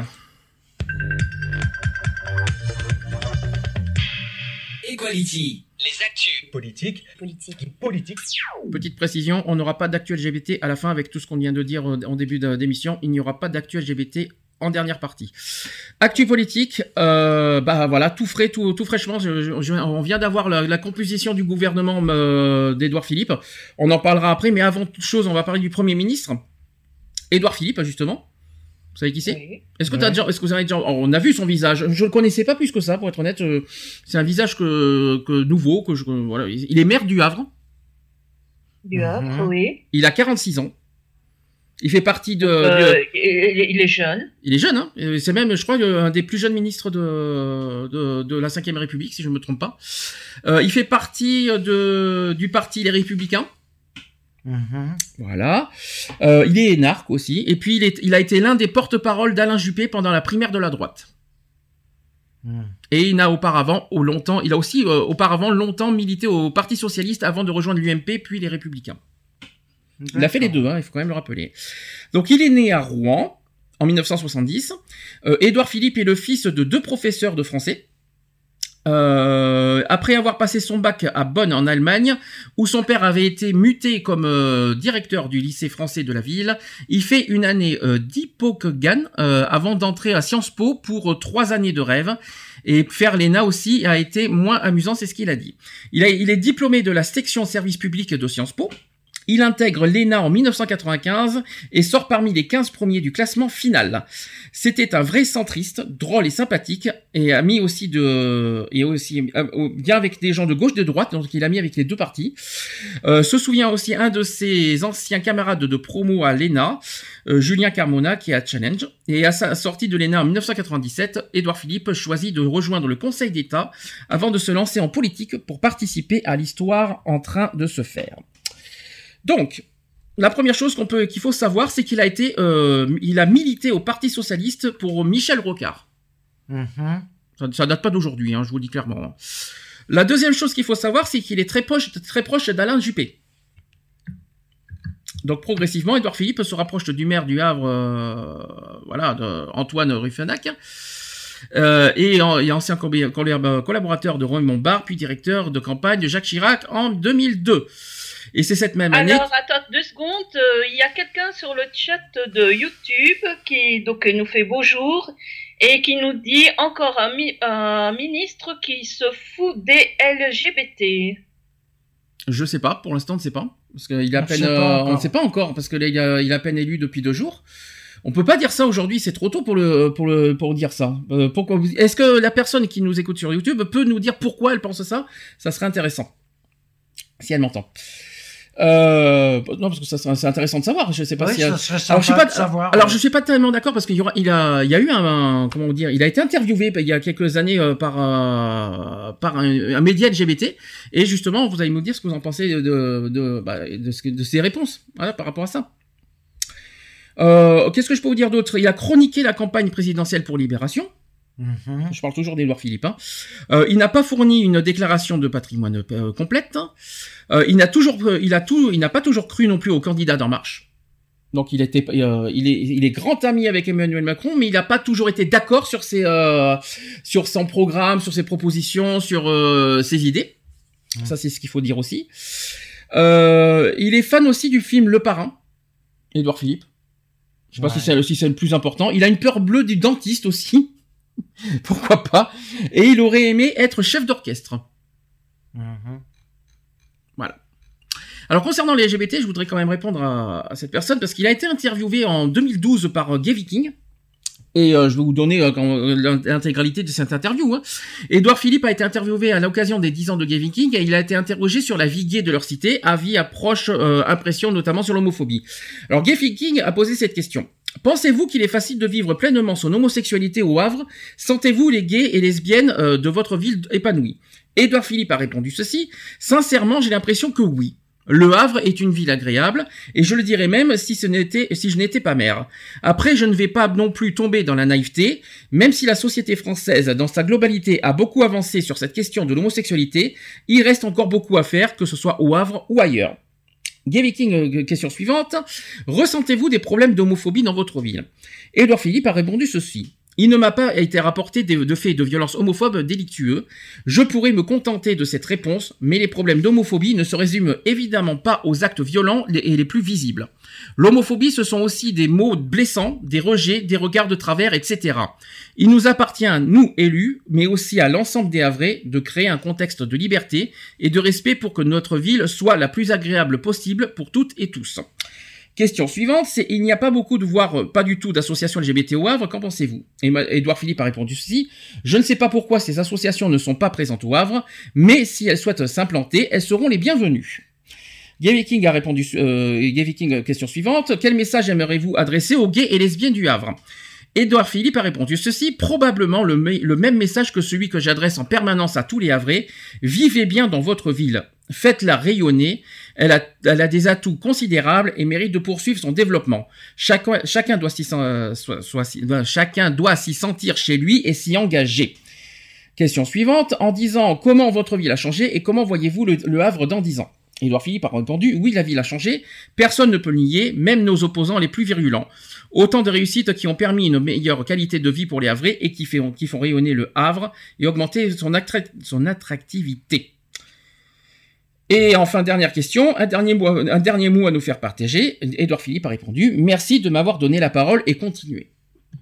Equality, les actus politiques. Petite précision, on n'aura pas d'actu LGBT à la fin avec tout ce qu'on vient de dire en début d'émission. Il n'y aura pas d'actu LGBT en dernière partie. Actu politique, voilà, tout frais, tout fraîchement. On vient d'avoir la composition du gouvernement d'Édouard Philippe. On en parlera après, mais avant toute chose, on va parler du Premier ministre, Édouard Philippe, justement. Vous savez qui c'est ? Oui. Est-ce que vous avez déjà, on a vu son visage. Je le connaissais pas plus que ça, pour être honnête. C'est un visage que nouveau, voilà. Il est maire du Havre. Du Havre, oui. Il a 46 ans. Il fait partie de... il est jeune. Il est jeune, hein. C'est même, je crois, un des plus jeunes ministres de la 5e République, si je ne me trompe pas. Il fait partie du parti Les Républicains. Voilà. Il est énarque aussi. Et puis, il a été l'un des porte-parole d'Alain Juppé pendant la primaire de la droite. Et il a aussi auparavant longtemps milité au Parti Socialiste avant de rejoindre l'UMP, puis les Républicains. Il a fait les deux, hein, il faut quand même le rappeler. Donc, il est né à Rouen, en 1970. Édouard Philippe est le fils de 2 professeurs de français. Après avoir passé son bac à Bonn en Allemagne, où son père avait été muté comme directeur du lycée français de la ville, il fait une année d'hypokhgan avant d'entrer à Sciences Po pour 3 années de rêve. Et faire l'ENA aussi a été moins amusant, c'est ce qu'il a dit. Il est diplômé de la section service public de Sciences Po. Il intègre l'ENA en 1995 et sort parmi les 15 premiers du classement final. C'était un vrai centriste, drôle et sympathique, et ami aussi bien avec des gens de gauche et de droite, donc il a mis avec les deux partis. Se souvient aussi un de ses anciens camarades de promo à l'ENA, Julien Carmona, qui est à Challenge. Et à sa sortie de l'ENA en 1997, Édouard Philippe choisit de rejoindre le Conseil d'État avant de se lancer en politique pour participer à l'histoire en train de se faire. Donc, la première chose qu'il faut savoir, c'est qu'il a été, il a milité au Parti Socialiste pour Michel Rocard. Ça date pas d'aujourd'hui, je vous le dis clairement. La deuxième chose qu'il faut savoir, c'est qu'il est très proche d'Alain Juppé. Donc progressivement, Édouard Philippe se rapproche du maire du Havre, Antoine Ruffenac, et ancien collaborateur de Raymond Barre, puis directeur de campagne de Jacques Chirac en 2002. Et c'est cette même année... Alors, attends 2 secondes, il y a quelqu'un sur le chat de YouTube qui nous fait bonjour et qui nous dit encore un ministre qui se fout des LGBT. Je sais pas, pour l'instant on ne sait pas. Parce qu'il a on ne sait pas encore, parce que là, il est à peine élu depuis 2 jours. On peut pas dire ça aujourd'hui, c'est trop tôt pour dire ça. Est-ce que la personne qui nous écoute sur YouTube peut nous dire pourquoi elle pense ça? Ça serait intéressant. Si elle m'entend. Non, parce que c'est intéressant de savoir. Je sais pas si. Alors, je suis pas tellement d'accord parce qu'il y a eu il a été interviewé il y a quelques années par un média LGBT et justement, vous allez nous dire ce que vous en pensez de ces réponses, voilà, par rapport à ça. Qu'est-ce que je peux vous dire d'autre? Il a chroniqué la campagne présidentielle pour Libération. Je parle toujours d'Édouard Philippe. Il n'a pas fourni une déclaration de patrimoine complète. Il n'a pas toujours cru non plus au candidat d'En Marche. Donc il est grand ami avec Emmanuel Macron, mais il n'a pas toujours été d'accord sur son programme, sur ses propositions, sur ses idées. Ça, c'est ce qu'il faut dire aussi. Il est fan aussi du film Le Parrain, Édouard Philippe. Je sais pas si c'est le plus important. Il a une peur bleue du dentiste aussi. Pourquoi pas? Et il aurait aimé être chef d'orchestre. Voilà. Alors concernant les LGBT, je voudrais quand même répondre à cette personne parce qu'il a été interviewé en 2012 par Gay Viking. Et je vais vous donner l'intégralité de cette interview. Édouard Philippe a été interviewé à l'occasion des 10 ans de Gay Viking et il a été interrogé sur la vie gay de leur cité, avis, approche, impression notamment sur l'homophobie. Alors Gay Viking a posé cette question. Pensez-vous qu'il est facile de vivre pleinement son homosexualité au Havre? Sentez-vous les gays et lesbiennes de votre ville épanouis? Édouard Philippe a répondu ceci. Sincèrement, j'ai l'impression que oui. Le Havre est une ville agréable, et je le dirais même si je n'étais pas maire. Après, je ne vais pas non plus tomber dans la naïveté, même si la société française, dans sa globalité, a beaucoup avancé sur cette question de l'homosexualité, il reste encore beaucoup à faire, que ce soit au Havre ou ailleurs. Gay Viking, question suivante. Ressentez-vous des problèmes d'homophobie dans votre ville? Édouard Philippe a répondu ceci. Il ne m'a pas été rapporté de faits de violence homophobe délictueux. Je pourrais me contenter de cette réponse, mais les problèmes d'homophobie ne se résument évidemment pas aux actes violents et les plus visibles. L'homophobie, ce sont aussi des mots blessants, des rejets, des regards de travers, etc. Il nous appartient, nous élus, mais aussi à l'ensemble des Havrais, de créer un contexte de liberté et de respect pour que notre ville soit la plus agréable possible pour toutes et tous. Question suivante, c'est il n'y a pas beaucoup voire pas du tout d'associations LGBT au Havre, qu'en pensez-vous? Édouard Philippe a répondu ceci. Je ne sais pas pourquoi ces associations ne sont pas présentes au Havre, mais si elles souhaitent s'implanter, elles seront les bienvenues. Gay Viking a répondu, question suivante. Quel message aimeriez-vous adresser aux gays et lesbiennes du Havre? Édouard Philippe a répondu ceci, probablement le même message que celui que j'adresse en permanence à tous les Havrais. Vivez bien dans votre ville. Faites-la rayonner. Elle a des atouts considérables et mérite de poursuivre son développement. Chacun doit s'y sentir chez lui et s'y engager. Question suivante. En 10 ans, comment votre ville a changé et comment voyez-vous le Havre dans 10 ans? Édouard Philippe a répondu, oui, la ville a changé. Personne ne peut le nier, même nos opposants les plus virulents. Autant de réussites qui ont permis une meilleure qualité de vie pour les Havrais et qui font rayonner le Havre et augmenter son attractivité. Et enfin, dernière question, un dernier mot à nous faire partager. Édouard Philippe a répondu « Merci de m'avoir donné la parole et continuez ».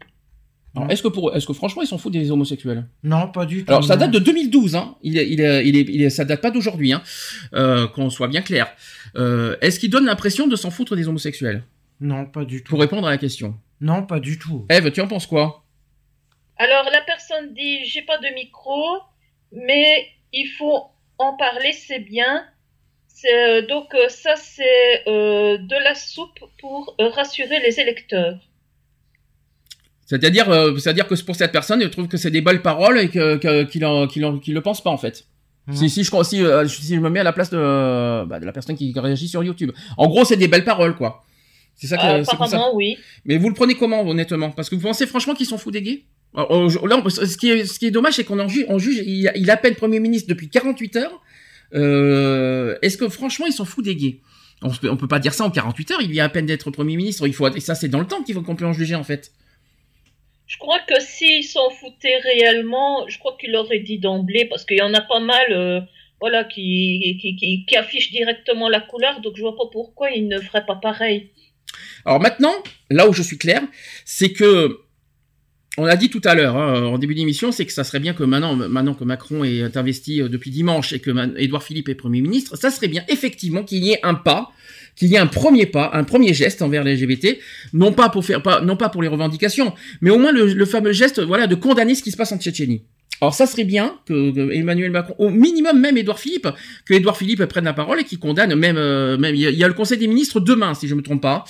Alors, est-ce que franchement ils s'en foutent des homosexuels? Non, pas du tout. Alors ça date de 2012, hein. Ça date pas d'aujourd'hui, hein. Qu'on soit bien clair. Est-ce qu'ils donnent l'impression de s'en foutre des homosexuels? Non, pas du tout. Pour répondre à la question. Non, pas du tout. Ève, tu en penses quoi? Alors la personne dit j'ai pas de micro, mais il faut en parler, c'est bien. Donc ça c'est de la soupe pour rassurer les électeurs. C'est-à-dire que pour cette personne, elle trouve que c'est des belles paroles et qu'il le pense pas en fait. Si je me mets à la place de la personne qui réagit sur YouTube. En gros, c'est des belles paroles quoi. C'est ça que apparemment oui. Mais vous le prenez comment honnêtement? Parce que vous pensez franchement qu'ils s'en foutent des gays? Alors, là, ce qui est dommage, c'est qu'on juge. Il a à peine Premier ministre depuis 48 heures. Est-ce que franchement, ils s'en foutent des gays? On peut pas dire ça en 48 heures. Il y a à peine d'être Premier ministre. Et ça, c'est dans le temps qu'on peut en juger en fait. Je crois que s'ils s'en foutaient réellement, je crois qu'il l'aurait dit d'emblée, parce qu'il y en a pas mal, qui affichent directement la couleur, donc je vois pas pourquoi ils ne feraient pas pareil. Alors maintenant, là où je suis clair, c'est que on l'a dit tout à l'heure, en début d'émission, c'est que ça serait bien que maintenant que Macron est investi depuis dimanche et que Édouard Philippe est Premier ministre, ça serait bien effectivement qu'il y ait un premier geste envers les LGBT, non pas pour les revendications, mais au moins le fameux geste, de condamner ce qui se passe en Tchétchénie. Alors ça serait bien que Emmanuel Macron, au minimum même Édouard Philippe prenne la parole et qu'il condamne même il y a le Conseil des ministres demain si je me trompe pas,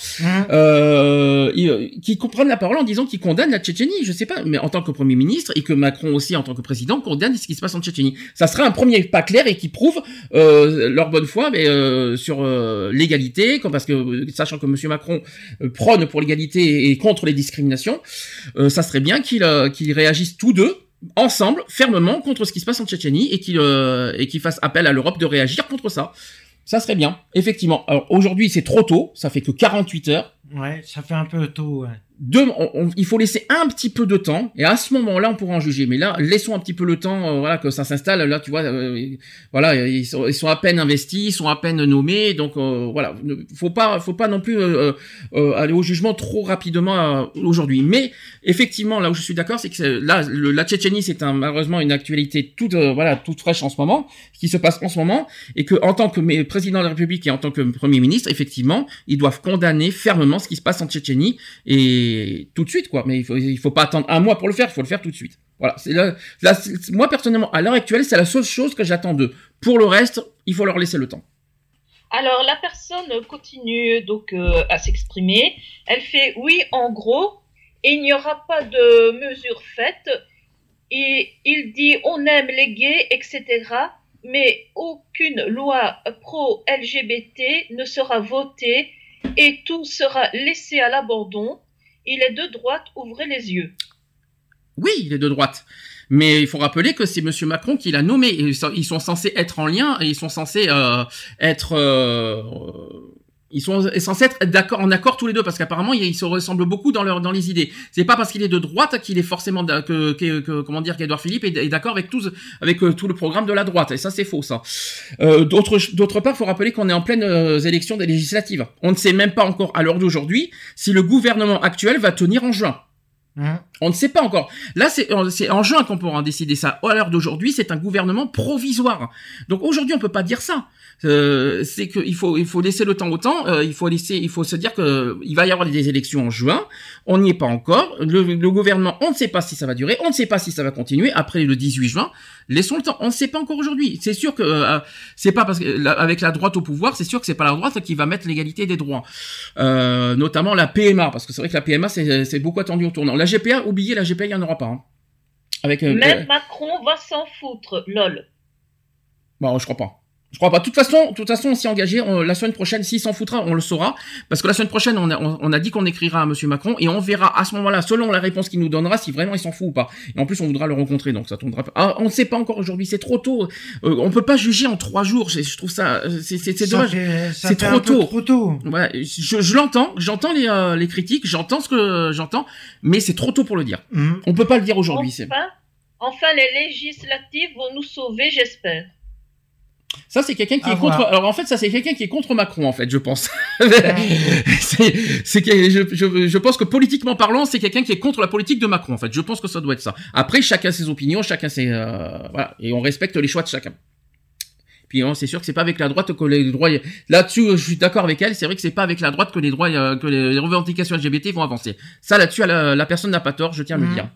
qui prenne la parole en disant qu'il condamne la Tchétchénie, je sais pas, mais en tant que Premier ministre et que Macron aussi en tant que président condamne ce qui se passe en Tchétchénie. Ça serait un premier pas clair et qui prouve leur bonne foi sur l'égalité, parce que sachant que Monsieur Macron prône pour l'égalité et contre les discriminations, ça serait bien qu'ils réagissent tous deux ensemble, fermement, contre ce qui se passe en Tchétchénie et qu'il fasse appel à l'Europe de réagir contre ça. Ça serait bien, effectivement. Alors aujourd'hui, c'est trop tôt, ça fait que 48 heures. Ouais, ça fait un peu tôt, ouais. Il faut laisser un petit peu de temps, et à ce moment-là, on pourra en juger. Mais là, laissons un petit peu le temps, que ça s'installe. Là, tu vois, ils sont à peine investis, ils sont à peine nommés, donc faut pas non plus aller au jugement trop rapidement aujourd'hui. Mais effectivement, là où je suis d'accord, c'est que la Tchétchénie, c'est malheureusement une actualité toute fraîche en ce moment, qui se passe en ce moment, et que en tant que président de la République et en tant que Premier ministre, effectivement, ils doivent condamner fermement ce qui se passe en Tchétchénie et tout de suite quoi, mais il faut pas attendre un mois pour le faire, il faut le faire tout de suite. Voilà, moi personnellement à l'heure actuelle, c'est la seule chose que j'attends d'eux. Pour le reste, il faut leur laisser le temps. Alors la personne continue donc à s'exprimer. Elle fait oui, en gros, il n'y aura pas de mesures faites. Et il dit on aime les gays, etc. Mais aucune loi pro-LGBT ne sera votée et tout sera laissé à l'abandon. Il est de droite, ouvrez les yeux. Oui, il est de droite. Mais il faut rappeler que c'est Monsieur Macron qui l'a nommé. Ils sont censés être en lien et ils sont censés ils sont censés être en accord tous les deux, parce qu'apparemment ils se ressemblent beaucoup dans les idées. C'est pas parce qu'il est de droite qu'il est forcément qu'Édouard Philippe est d'accord avec tout le programme de la droite. Et ça c'est faux ça. D'autre part, faut rappeler qu'on est en pleine élection des législatives. On ne sait même pas encore à l'heure d'aujourd'hui si le gouvernement actuel va tenir en juin. On ne sait pas encore. Là, c'est en juin qu'on pourra en décider ça. À l'heure d'aujourd'hui, c'est un gouvernement provisoire. Donc aujourd'hui, on peut pas dire ça. C'est que il faut laisser le temps au temps. Il faut se dire que il va y avoir des élections en juin. On n'y est pas encore. Le gouvernement, on ne sait pas si ça va durer. On ne sait pas si ça va continuer après le 18 juin. Laissons le temps. On ne sait pas encore aujourd'hui. C'est sûr que c'est pas parce que avec la droite au pouvoir, c'est sûr que c'est pas la droite qui va mettre l'égalité des droits. Notamment la PMA, parce que c'est vrai que la PMA c'est beaucoup attendu au tournant. La GPA, oubliez la GPA, il y en aura pas. Hein. Même Macron va s'en foutre, lol. Bon, je crois pas. De toute façon, on s'y est engagé. La semaine prochaine, s'il s'en foutra, on le saura. Parce que la semaine prochaine, on a dit qu'on écrira à Monsieur Macron et on verra à ce moment-là, selon la réponse qu'il nous donnera, si vraiment il s'en fout ou pas. Et en plus, on voudra le rencontrer, donc ça tournera pas. Ah, on ne sait pas encore aujourd'hui, c'est trop tôt. On peut pas juger en 3 jours. Je trouve ça, c'est dommage. C'est trop tôt. Trop tôt. Ouais, je l'entends. J'entends les critiques. J'entends ce que j'entends, mais c'est trop tôt pour le dire. On peut pas le dire aujourd'hui. Enfin, les législatives vont nous sauver, j'espère. Ça, c'est quelqu'un qui est contre. Alors en fait, ça c'est quelqu'un qui est contre Macron, en fait, je pense. Je pense que politiquement parlant, c'est quelqu'un qui est contre la politique de Macron, en fait. Je pense que ça doit être ça. Après, chacun ses opinions, chacun ses voilà, et on respecte les choix de chacun. Puis c'est sûr que c'est pas avec la droite que les droits. Là-dessus, je suis d'accord avec elle. C'est vrai que c'est pas avec la droite que les droits, que les revendications LGBT vont avancer. Ça, là-dessus, la personne n'a pas tort. Je tiens à le dire.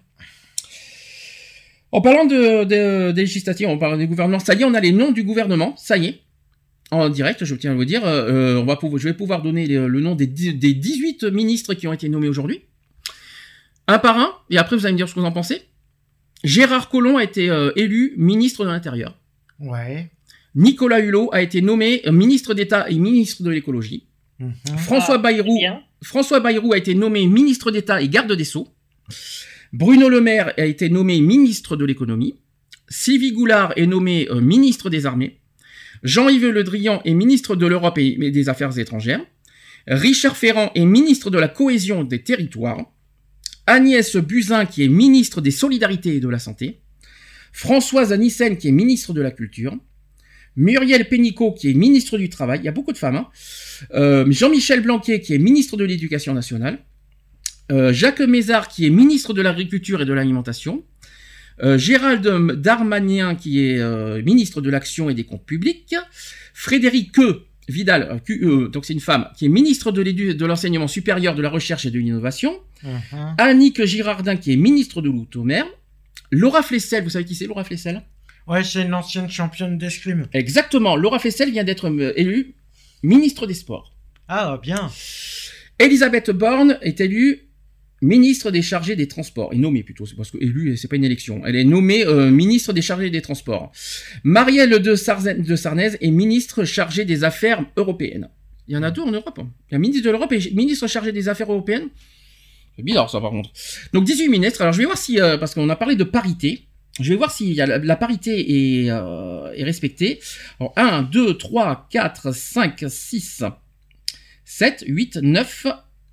En parlant des législatives, on parle des gouvernements. Ça y est, on a les noms du gouvernement. Ça y est, en direct, je tiens à vous dire. Je vais pouvoir donner le nom des 18 ministres qui ont été nommés aujourd'hui, un par un. Et après, vous allez me dire ce que vous en pensez. Gérard Collomb a été élu ministre de l'Intérieur. Ouais. Nicolas Hulot a été nommé ministre d'État et ministre de l'écologie. François Bayrou a été nommé ministre d'État et garde des Sceaux. Bruno Le Maire a été nommé ministre de l'économie. Sylvie Goulard est nommé ministre des Armées. Jean-Yves Le Drian est ministre de l'Europe et des Affaires étrangères. Richard Ferrand est ministre de la cohésion des territoires. Agnès Buzyn qui est ministre des Solidarités et de la Santé. Françoise Nyssen qui est ministre de la Culture. Muriel Pénicaud qui est ministre du Travail, il y a beaucoup de femmes, Jean-Michel Blanquer qui est ministre de l'Éducation nationale, Jacques Mézard qui est ministre de l'Agriculture et de l'Alimentation, Gérald Darmanin qui est ministre de l'Action et des Comptes Publics, Frédéric Vidal, donc c'est une femme, qui est ministre de l'Enseignement supérieur, de la Recherche et de l'Innovation, Annick Girardin qui est ministre de l'Outre-mer, Laura Flessel, vous savez qui c'est Laura Flessel ? Ouais, c'est une ancienne championne d'escrime. Exactement. Laura Flessel vient d'être élue ministre des Sports. Ah, bien. Elisabeth Borne est élue ministre des chargés des transports. Et nommée plutôt, c'est parce que élue, c'est pas une élection. Elle est nommée ministre des chargés des transports. Marielle de Sarnez est ministre chargée des affaires européennes. Il y en a deux en Europe. Il y a ministre de l'Europe et ministre chargé des affaires européennes. C'est bizarre ça par contre. Donc 18 ministres. Alors je vais voir si, parce qu'on a parlé de parité, je vais voir si la parité est respectée. Alors 1, 2, 3, 4, 5, 6, 7, 8, 9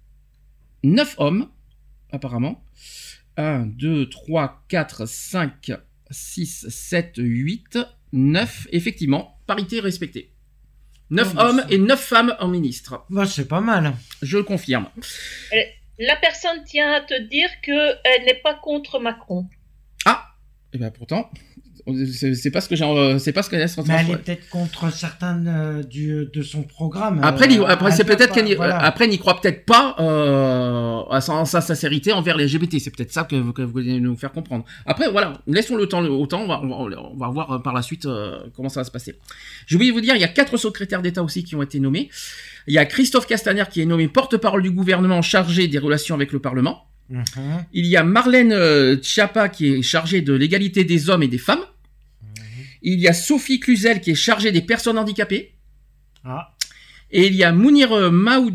hommes, apparemment. 1, 2, 3, 4, 5, 6, 7, 8, 9. Effectivement, parité respectée. 9 hommes et 9 femmes en ministre. Bah, c'est pas mal. Je le confirme. La personne tient à te dire qu'elle n'est pas contre Macron. Ah, et bien pourtant, c'est pas ce que qu'elle est. Mais elle est peut-être contre certains de son programme. Après, c'est peut-être qu'elle après n'y croit peut-être pas à sa sincérité envers les LGBT. C'est peut-être ça que vous voulez nous faire comprendre. Après, voilà, laissons le temps au temps. On va voir par la suite comment ça va se passer. J'ai oublié de vous dire, il y a 4 secrétaires d'État aussi qui ont été nommés. Il y a Christophe Castaner qui est nommé porte-parole du gouvernement chargé des relations avec le Parlement. Il y a Marlène Schiappa qui est chargée de l'égalité des hommes et des femmes. Il y a Sophie Cluzel qui est chargée des personnes handicapées. Et il y a Mounir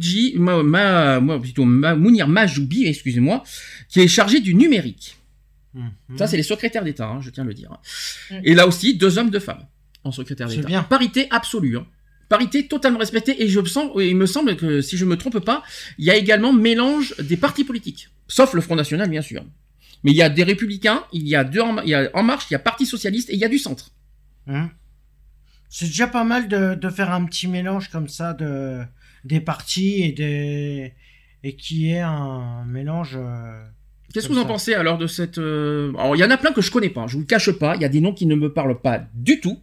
Majoubi, excusez-moi, qui est chargé du numérique. Ça, c'est les secrétaires d'État, je tiens à le dire. Et là aussi, 2 hommes, 2 femmes en secrétaire d'État. Bien. Parité absolue. Parité totalement respectée. Et il me semble que, si je me trompe pas, il y a également mélange des partis politiques. Sauf le Front National, bien sûr. Mais il y a des Républicains, il y a En Marche, il y a Parti Socialiste et il y a du Centre. C'est déjà pas mal de faire un petit mélange comme ça des partis et qui est un mélange. Qu'est-ce que vous en pensez alors de cette Alors il y en a plein que je connais pas, je vous le cache pas, il y a des noms qui ne me parlent pas du tout.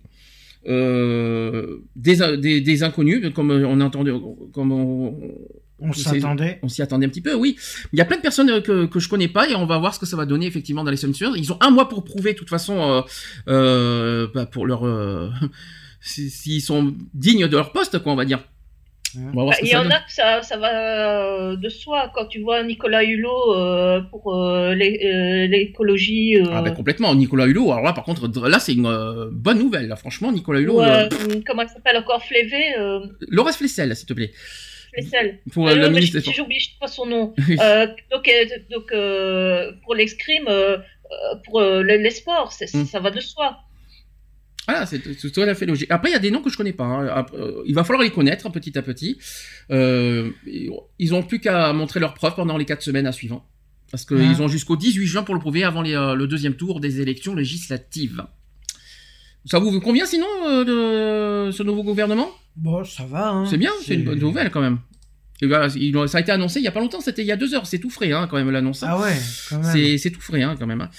Des inconnus, comme on entendait, comme on s'attendait. On s'y attendait un petit peu, oui. Il y a plein de personnes que je connais pas et on va voir ce que ça va donner effectivement dans les semaines suivantes. Ils ont 1 mois pour prouver, de toute façon, pour leur s'ils sont dignes de leur poste, quoi, on va dire. Il y en a que ça va de soi. Quand tu vois Nicolas Hulot pour l'écologie. Complètement. Nicolas Hulot, alors là, par contre, là, c'est une bonne nouvelle. Là. Franchement, Nicolas Hulot. Comment elle s'appelle encore Flévé Laura Flessel, s'il te plaît. Flessel. Pour le ministre. J'oublie pas son nom. donc pour l'escrime, pour les sports, ça va de soi. Ah, c'est tout à fait logique. Après, il y a des noms que je connais pas. Il va falloir les connaître petit à petit. Ils ont plus qu'à montrer leurs preuves pendant les 4 semaines à suivant. Parce qu'ils ont jusqu'au 18 juin pour le prouver avant le 2e tour des élections législatives. Ça vous convient sinon ce nouveau gouvernement? Bon, ça va. Hein. C'est bien, c'est une bonne nouvelle quand même. Et voilà, ça a été annoncé il y a pas longtemps, c'était il y a 2 heures, c'est tout frais quand même l'annonce. Ah ouais, quand même. C'est tout frais quand même.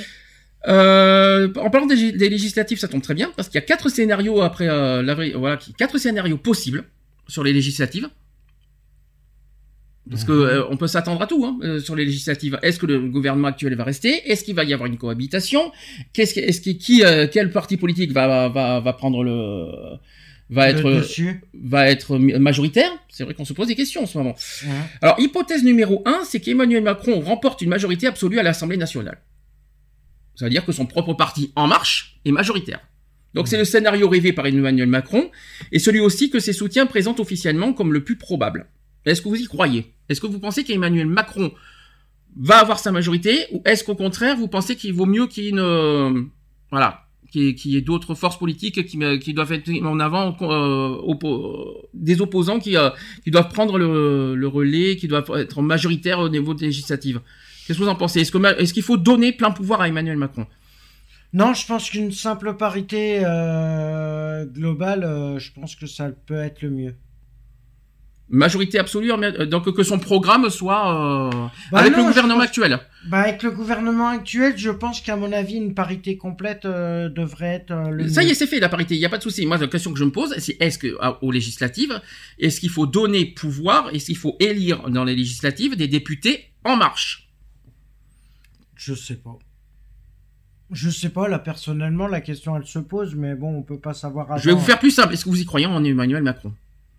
En parlant des législatives, ça tombe très bien parce qu'il y a 4 scénarios après l'avril, 4 scénarios possibles sur les législatives. Parce que on peut s'attendre à tout sur les législatives. Est-ce que le gouvernement actuel va rester? Est-ce qu'il va y avoir une cohabitation? Quel parti politique va prendre va être majoritaire? C'est vrai qu'on se pose des questions en ce moment. Ouais. Alors, hypothèse numéro 1, c'est qu'Emmanuel Macron remporte une majorité absolue à l'Assemblée nationale. Ça veut dire que son propre parti En Marche est majoritaire. Donc c'est le scénario rêvé par Emmanuel Macron, et celui aussi que ses soutiens présentent officiellement comme le plus probable. Est-ce que vous y croyez? Est-ce que vous pensez qu'Emmanuel Macron va avoir sa majorité, ou est-ce qu'au contraire, vous pensez qu'il vaut mieux qu'il y ait qu'il y ait d'autres forces politiques qui doivent être en avant, des opposants qui doivent prendre le relais, qui doivent être majoritaires au niveau des législatives? Qu'est-ce que vous en pensez? Est-ce qu'il faut donner plein pouvoir à Emmanuel Macron? Non, je pense qu'une simple parité globale, je pense que ça peut être le mieux. Majorité absolue, donc que son programme soit avec le gouvernement actuel. Avec le gouvernement actuel, je pense qu'à mon avis, une parité complète devrait être le mieux. Ça y est, c'est fait la parité, il n'y a pas de souci. Moi, la question que je me pose, c'est est-ce que aux législatives, est-ce qu'il faut donner pouvoir, est-ce qu'il faut élire dans les législatives des députés En Marche? Je sais pas, là, personnellement, la question, elle se pose, mais bon, on peut pas savoir avant. Je vais vous faire plus simple. Est-ce que vous y croyez en Emmanuel Macron?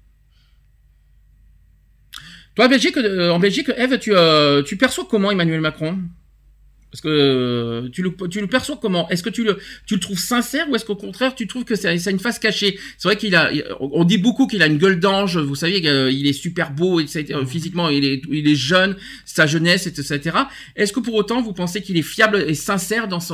Toi, en Belgique, Eve, tu perçois comment Emmanuel Macron? Parce que tu le perçois comment? Est-ce que tu le trouves sincère, ou est-ce qu'au contraire, tu trouves que ça a une face cachée? C'est vrai on dit beaucoup qu'il a une gueule d'ange, vous savez, il est super beau, etc. Physiquement, il est jeune, sa jeunesse, etc. Est-ce que pour autant, vous pensez qu'il est fiable et sincère dans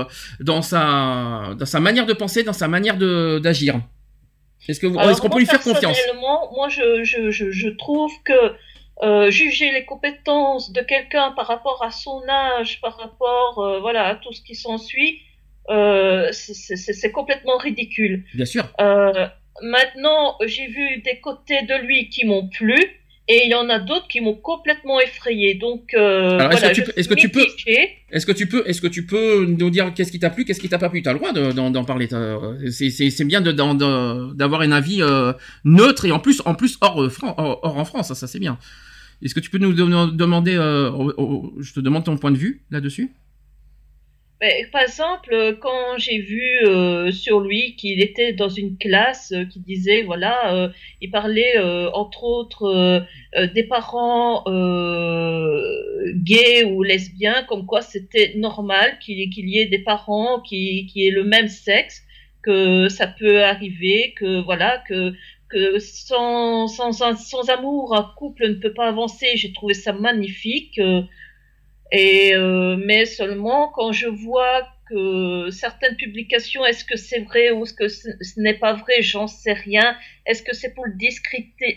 sa manière de penser, dans sa manière d'agir? Est-ce qu'on peut lui faire confiance? Personnellement, moi, je trouve que juger les compétences de quelqu'un par rapport à son âge, par rapport à tout ce qui s'ensuit, c'est complètement ridicule. Bien sûr. Maintenant, j'ai vu des côtés de lui qui m'ont plu, et il y en a d'autres qui m'ont complètement effrayé. Donc, alors, est-ce que tu peux nous dire qu'est-ce qui t'a plu, qu'est-ce qui t'a pas plu? T'as le droit d'en parler. C'est bien d'avoir un avis neutre, et en plus hors en France, ça c'est bien. Est-ce que tu peux nous demander, je te demande ton point de vue là-dessus? Par exemple, quand j'ai vu sur lui qu'il était dans une classe qui disait, il parlait entre autres des parents gays ou lesbiens, comme quoi c'était normal qu'il y ait des parents qui aient le même sexe, que ça peut arriver, que sans amour, un couple ne peut pas avancer. J'ai trouvé ça magnifique. Mais seulement quand je vois que certaines publications, est-ce que c'est vrai ou est-ce que ce n'est pas vrai, j'en sais rien. Est-ce que c'est pour le discréditer?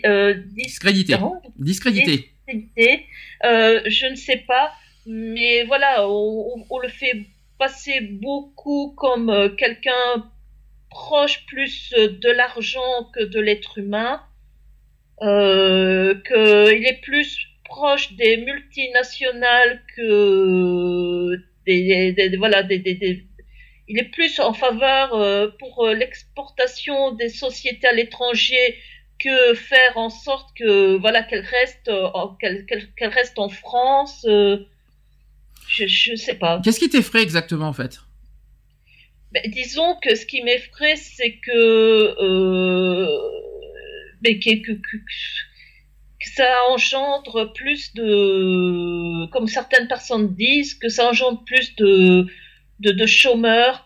Je ne sais pas, mais voilà, on le fait passer beaucoup comme quelqu'un proche plus de l'argent que de l'être humain, qu'il est plus proche des multinationales que il est plus en faveur pour l'exportation des sociétés à l'étranger que faire en sorte que qu'elle reste en France. Je sais pas. Qu'est-ce qui t'effraie exactement en fait? Disons que ce qui m'effraie, c'est que ça engendre plus comme certaines personnes disent, que ça engendre plus de chômeurs,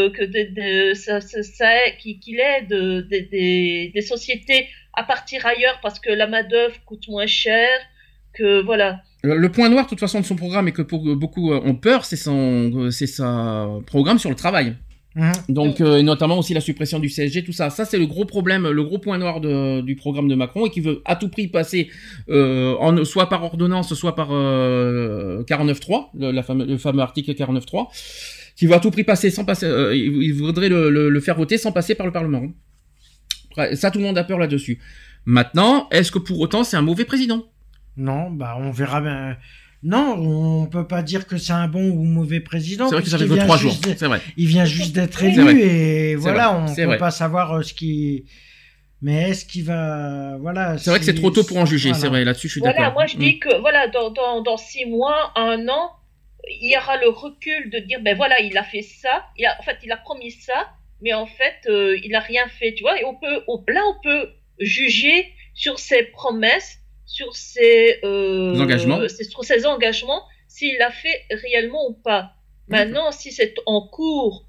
qu'il ait des sociétés à partir ailleurs parce que la main-d'œuvre coûte moins cher, que voilà. Le point noir, de toute façon, de son programme, et que pour beaucoup ont peur, c'est son programme sur le travail. Donc, et notamment aussi la suppression du CSG, tout ça. Ça, c'est le gros problème, le gros point noir du programme de Macron, et qui veut à tout prix passer soit par ordonnance, soit par 49.3, le fameux article 49.3, qui veut à tout prix passer sans passer. Il voudrait le faire voter sans passer par le Parlement. Ça, tout le monde a peur là-dessus. Maintenant, est-ce que pour autant c'est un mauvais président? Non, bah on verra bien. Non, on peut pas dire que c'est un bon ou mauvais président. C'est vrai que ça fait que 3 jours. C'est vrai. Il vient juste d'être élu et voilà, on peut pas savoir ce qui. Mais est-ce qu'il va, voilà. C'est vrai que c'est trop tôt pour en juger. Voilà. C'est vrai, là-dessus je suis d'accord. Voilà, moi je dis que voilà, dans 6 mois, 1 an, il y aura le recul de dire ben voilà, il a fait ça, il a promis ça, mais en fait il a rien fait, tu vois. Et on peut juger sur ses promesses, sur ses engagements, sur ses engagements, s'il l'a fait réellement ou pas. Maintenant, si c'est en cours.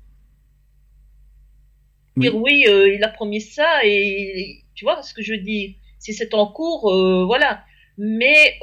Dire oui, il a promis ça et tu vois ce que je dis. Si c'est en cours, voilà. Mais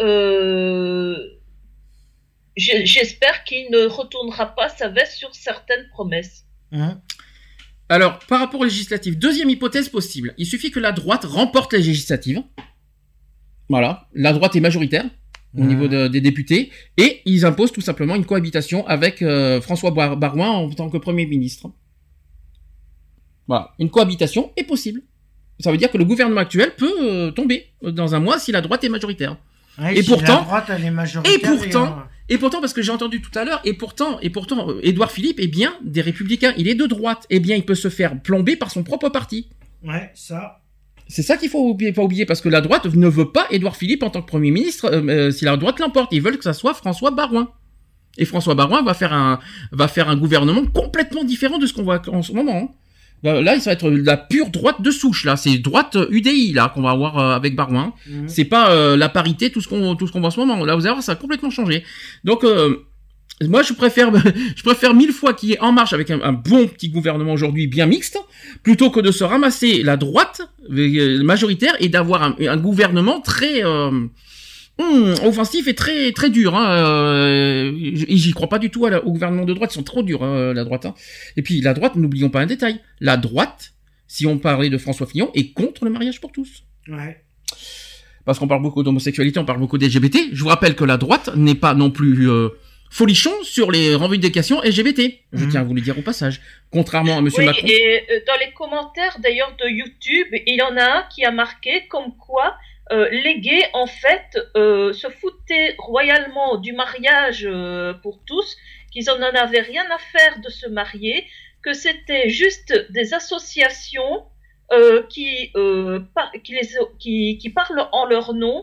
j'espère qu'il ne retournera pas sa veste sur certaines promesses. Alors, par rapport aux législatives, deuxième hypothèse possible. Il suffit que la droite remporte les législatives. Voilà, la droite est majoritaire au niveau des députés et ils imposent tout simplement une cohabitation avec François Baroin en tant que Premier ministre. Voilà, une cohabitation est possible. Ça veut dire que le gouvernement actuel peut tomber dans un mois si la droite est majoritaire. Ouais, et si pourtant, la droite, elle est majoritaire et pourtant, parce que j'ai entendu tout à l'heure, et pourtant, Édouard Philippe est bien des Républicains, il est de droite, et bien il peut se faire plomber par son propre parti. Ouais, ça. C'est ça qu'il faut pas oublier, parce que la droite ne veut pas Édouard Philippe en tant que Premier ministre. Si la droite l'emporte, ils veulent que ça soit François Baroin. Et François Baroin va faire un gouvernement complètement différent de ce qu'on voit en ce moment. Hein. Là, ça va être la pure droite de souche, là. C'est droite UDI, là, qu'on va avoir avec Baroin. C'est pas la parité, tout ce qu'on voit en ce moment. Là, vous allez voir, ça a complètement changé. Donc, moi, je préfère 1000 fois qu'il y ait En Marche avec un bon petit gouvernement aujourd'hui bien mixte, plutôt que de se ramasser la droite majoritaire et d'avoir un gouvernement très offensif et très très dur. Hein. J'y crois pas du tout au gouvernement de droite, ils sont trop durs, la droite. Hein. Et puis la droite, n'oublions pas un détail, la droite, si on parlait de François Fillon, est contre le mariage pour tous. Ouais. Parce qu'on parle beaucoup d'homosexualité, on parle beaucoup d'LGBT. Je vous rappelle que la droite n'est pas non plus folichon sur les revendications LGBT. Je tiens à vous le dire au passage. Contrairement à Monsieur Macron. Et dans les commentaires d'ailleurs de YouTube, il y en a un qui a marqué comme quoi les gays en fait se foutaient royalement du mariage pour tous, qu'ils en avaient rien à faire de se marier, que c'était juste des associations qui parlent en leur nom.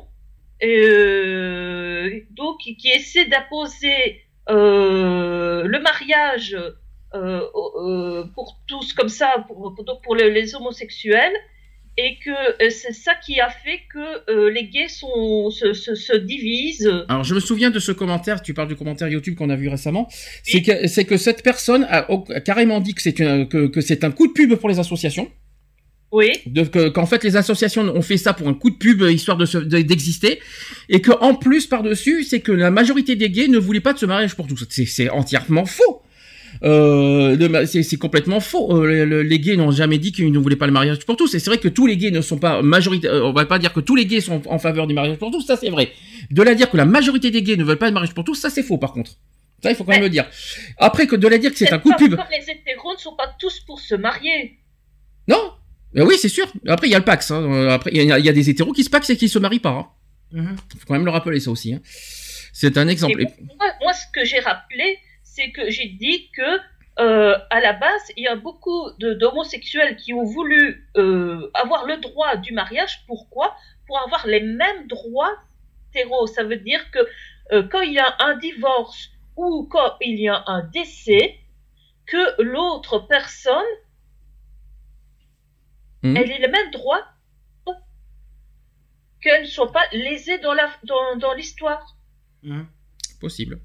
Donc qui essaie d'imposer le mariage pour tous comme ça pour les homosexuels, et que c'est ça qui a fait que les gays se divisent. Alors je me souviens de ce commentaire, tu parles du commentaire YouTube qu'on a vu récemment, oui. c'est que cette personne a carrément dit que c'est un coup de pub pour les associations. Oui. Qu'en fait les associations ont fait ça pour un coup de pub histoire d'exister, et que en plus par-dessus c'est que la majorité des gays ne voulaient pas de ce mariage pour tous. C'est entièrement faux. C'est complètement faux. Les gays n'ont jamais dit qu'ils ne voulaient pas le mariage pour tous. Et c'est vrai que tous les gays ne sont pas majoritaires. On va pas dire que tous les gays sont en faveur du mariage pour tous. Ça c'est vrai. De la dire que la majorité des gays ne veulent pas le mariage pour tous, ça c'est faux par contre. Ça il faut quand même le dire. Après que de la dire que c'est un coup de pub. Comme les hétéros ne sont pas tous pour se marier. Non. Oui, c'est sûr. Après, il y a le Pax. Hein. Après, il y a des hétéros qui se paxent et qui se marient pas. Hein. Faut quand même le rappeler, ça aussi. Hein. C'est un exemple. Moi, ce que j'ai rappelé, c'est que j'ai dit que à la base, il y a beaucoup d'homosexuels qui ont voulu avoir le droit du mariage. Pourquoi ? Pour avoir les mêmes droits hétéros. Ça veut dire que quand il y a un divorce ou quand il y a un décès, que l'autre personne elle ait les mêmes droits, qu'elle ne soit pas lésée dans l'histoire. Possible.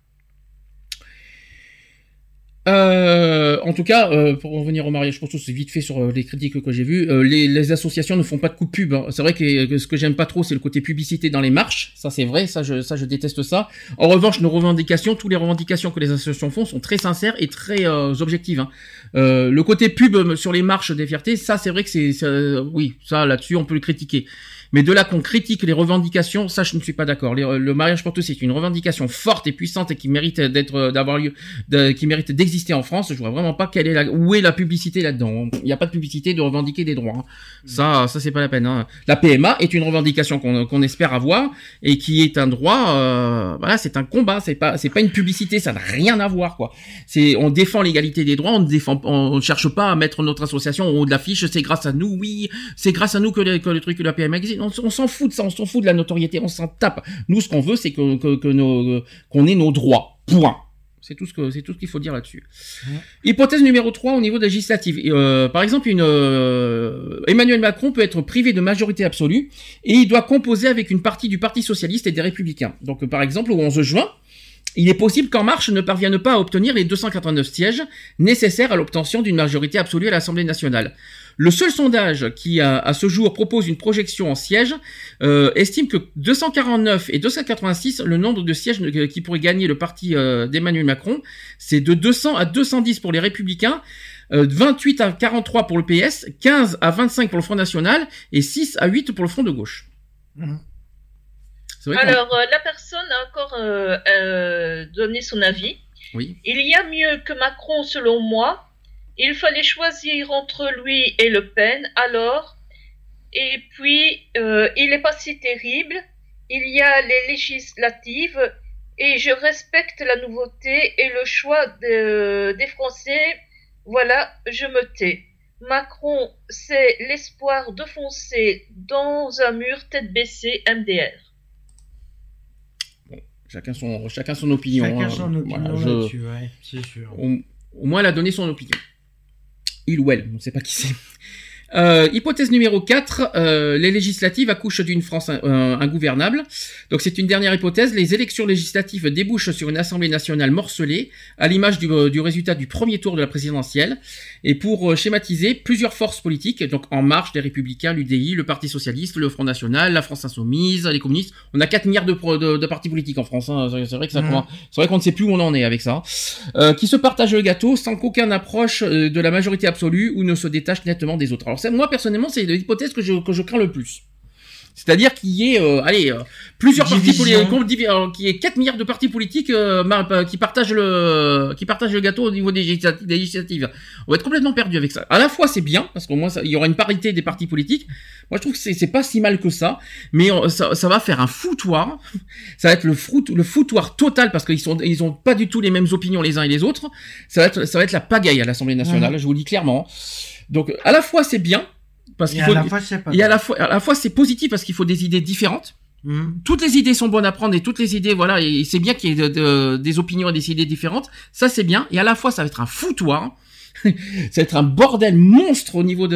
En tout cas, pour revenir au mariage pour tous, c'est vite fait sur les critiques que j'ai vues. Les associations ne font pas de coup de pub. Hein. C'est vrai que ce que j'aime pas trop, c'est le côté publicité dans les marches. Ça, c'est vrai. Ça, je déteste ça. En revanche, toutes les revendications que les associations font sont très sincères et très objectives. Hein. Le côté pub sur les marches des fiertés, ça, c'est vrai que oui, ça, là-dessus, on peut le critiquer. Mais de là qu'on critique les revendications, ça je ne suis pas d'accord. Le mariage pour tous c'est une revendication forte et puissante et qui mérite qui mérite d'exister exister en France. Je vois vraiment pas où est la publicité là-dedans. Il n'y a pas de publicité de revendiquer des droits. Ça c'est pas la peine. Hein. La PMA est une revendication qu'on espère avoir et qui est un droit. Voilà, c'est un combat. C'est pas une publicité. Ça n'a rien à voir, quoi. On défend l'égalité des droits. On cherche pas à mettre notre association au haut de l'affiche. C'est grâce à nous, oui. C'est grâce à nous que le truc de la PMA existe. On s'en fout de ça. On s'en fout de la notoriété. On s'en tape. Nous, ce qu'on veut, c'est qu'on ait nos droits. Point. C'est tout ce qu'il faut dire là-dessus. Hypothèse numéro 3 au niveau législatif. Par exemple, Emmanuel Macron peut être privé de majorité absolue et il doit composer avec une partie du Parti socialiste et des Républicains. Donc, par exemple, au 11 juin, il est possible qu'En Marche ne parvienne pas à obtenir les 289 sièges nécessaires à l'obtention d'une majorité absolue à l'Assemblée nationale. Le seul sondage qui, à ce jour, propose une projection en sièges, estime que 249 et 286, le nombre de sièges qui pourrait gagner le parti d'Emmanuel Macron, c'est de 200 à 210 pour les Républicains, 28 à 43 pour le PS, 15 à 25 pour le Front National et 6 à 8 pour le Front de gauche. Alors, la personne a encore donné son avis. Oui. Il y a mieux que Macron, selon moi. Il fallait choisir entre lui et Le Pen, alors. Et puis, il n'est pas si terrible. Il y a les législatives et je respecte la nouveauté et le choix des Français. Voilà, je me tais. Macron, c'est l'espoir de foncer dans un mur tête baissée MDR. Chacun son opinion. Chacun son opinion voilà, là-dessus, ouais, c'est sûr. Au moins, elle a donné son opinion. Il ou elle, on ne sait pas qui c'est. Hypothèse numéro 4, les législatives accouchent d'une France ingouvernable. Donc c'est une dernière hypothèse. Les élections législatives débouchent sur une Assemblée nationale morcelée, à l'image du résultat du premier tour de la présidentielle. Et pour schématiser, plusieurs forces politiques, donc En Marche, les Républicains, l'UDI, le Parti Socialiste, le Front National, la France Insoumise, les communistes. On a 4 milliards de partis politiques en France. Hein. C'est vrai que c'est vrai qu'on ne sait plus où on en est avec ça. Qui se partagent le gâteau sans qu'aucun approche de la majorité absolue ou ne se détache nettement des autres. Alors moi personnellement, c'est l'hypothèse que je crains le plus. C'est-à-dire qu'il y ait plusieurs partis politiques, qu'il y ait 4 milliards de partis politiques qui partagent le gâteau au niveau des législatives. On va être complètement perdu avec ça. À la fois c'est bien parce qu'au moins il y aura une parité des partis politiques. Moi je trouve que c'est pas si mal que ça, mais ça va faire un foutoir. Ça va être le foutoir total parce qu'ils ont pas du tout les mêmes opinions les uns et les autres. Ça va être la pagaille à l'Assemblée nationale, je vous le dis clairement. Donc à la fois c'est bien parce qu'il faut à la fois c'est positif parce qu'il faut des idées différentes. Toutes les idées sont bonnes à prendre et toutes les idées voilà et c'est bien qu'il y ait des opinions et des idées différentes. Ça c'est bien et à la fois ça va être un foutoir. Ça va être un bordel monstre au niveau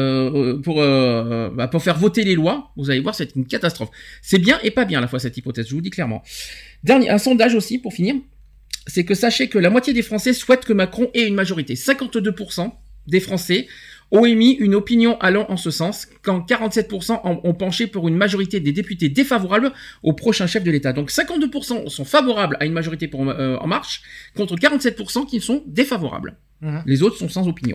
pour faire voter les lois. Vous allez voir, c'est une catastrophe. C'est bien et pas bien à la fois cette hypothèse, je vous le dis clairement. Un sondage aussi pour finir, c'est que sachez que la moitié des Français souhaitent que Macron ait une majorité. 52% des Français ont émis une opinion allant en ce sens, quand 47% ont penché pour une majorité des députés défavorables au prochain chef de l'État. Donc 52% sont favorables à une majorité pour En Marche, contre 47% qui sont défavorables. Les autres sont sans opinion.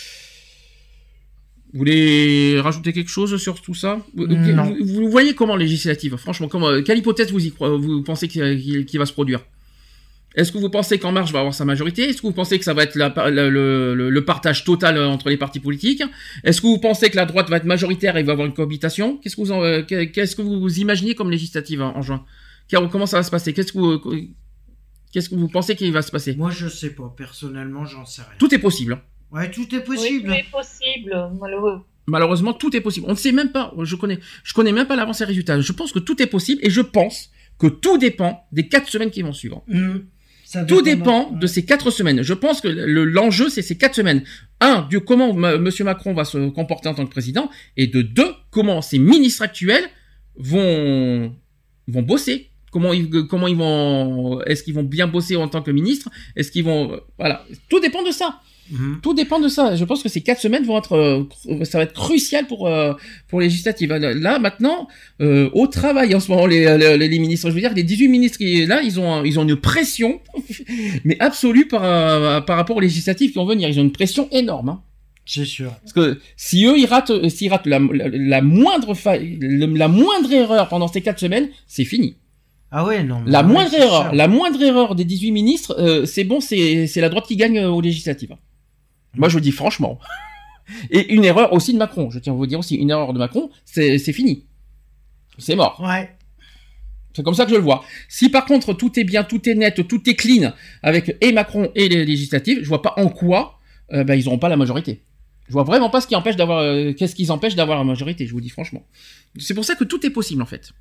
Vous voulez rajouter quelque chose sur tout ça ? Non. Vous voyez comment législative ? Franchement, quelle hypothèse vous pensez qu'il va se produire ? Est-ce que vous pensez qu'En Marche va avoir sa majorité ? Est-ce que vous pensez que ça va être le partage total entre les partis politiques ? Est-ce que vous pensez que la droite va être majoritaire et va avoir une cohabitation ? Qu'est-ce que vous imaginez comme législative en juin ? Comment ça va se passer ? Qu'est-ce que vous pensez qu'il va se passer ? Moi, je sais pas. Personnellement, j'en sais rien. Tout est possible. Ouais, tout est possible. Oui, tout est possible, malheureux. Malheureusement, tout est possible. On ne sait même pas. Je connais même pas l'avance des résultats. Je pense que tout est possible et je pense que tout dépend des 4 semaines qui vont suivre. Tout dépend de ces 4 semaines. Je pense que l'enjeu, c'est ces 4 semaines. 1, de comment Monsieur Macron va se comporter en tant que président, et de 2, comment ses ministres actuels vont bosser. Comment ils vont, est-ce qu'ils vont bien bosser en tant que ministre? Est-ce qu'ils vont, voilà. Tout dépend de ça. Tout dépend de ça. Je pense que ces 4 semaines ça va être crucial pour les législatives. Là, maintenant, au travail, en ce moment, les ministres, je veux dire, les 18 ministres qui, là, ils ont une pression, mais absolue par rapport aux législatives qui vont venir. Ils ont une pression énorme, hein. C'est sûr. Parce que s'ils ratent la moindre erreur pendant ces 4 semaines, c'est fini. Ah ouais, non. La moindre erreur des 18 ministres, c'est bon, c'est la droite qui gagne aux législatives. Moi, je le dis franchement. Et une erreur aussi de Macron. Je tiens à vous dire aussi, une erreur de Macron, c'est fini. C'est mort. Ouais. C'est comme ça que je le vois. Si par contre tout est bien, tout est net, tout est clean avec et Macron et les législatives, je vois pas en quoi ils auront pas la majorité. Je vois vraiment pas ce qui empêche d'avoir, qu'est-ce qui empêche d'avoir la majorité. Je vous dis franchement. C'est pour ça que tout est possible en fait.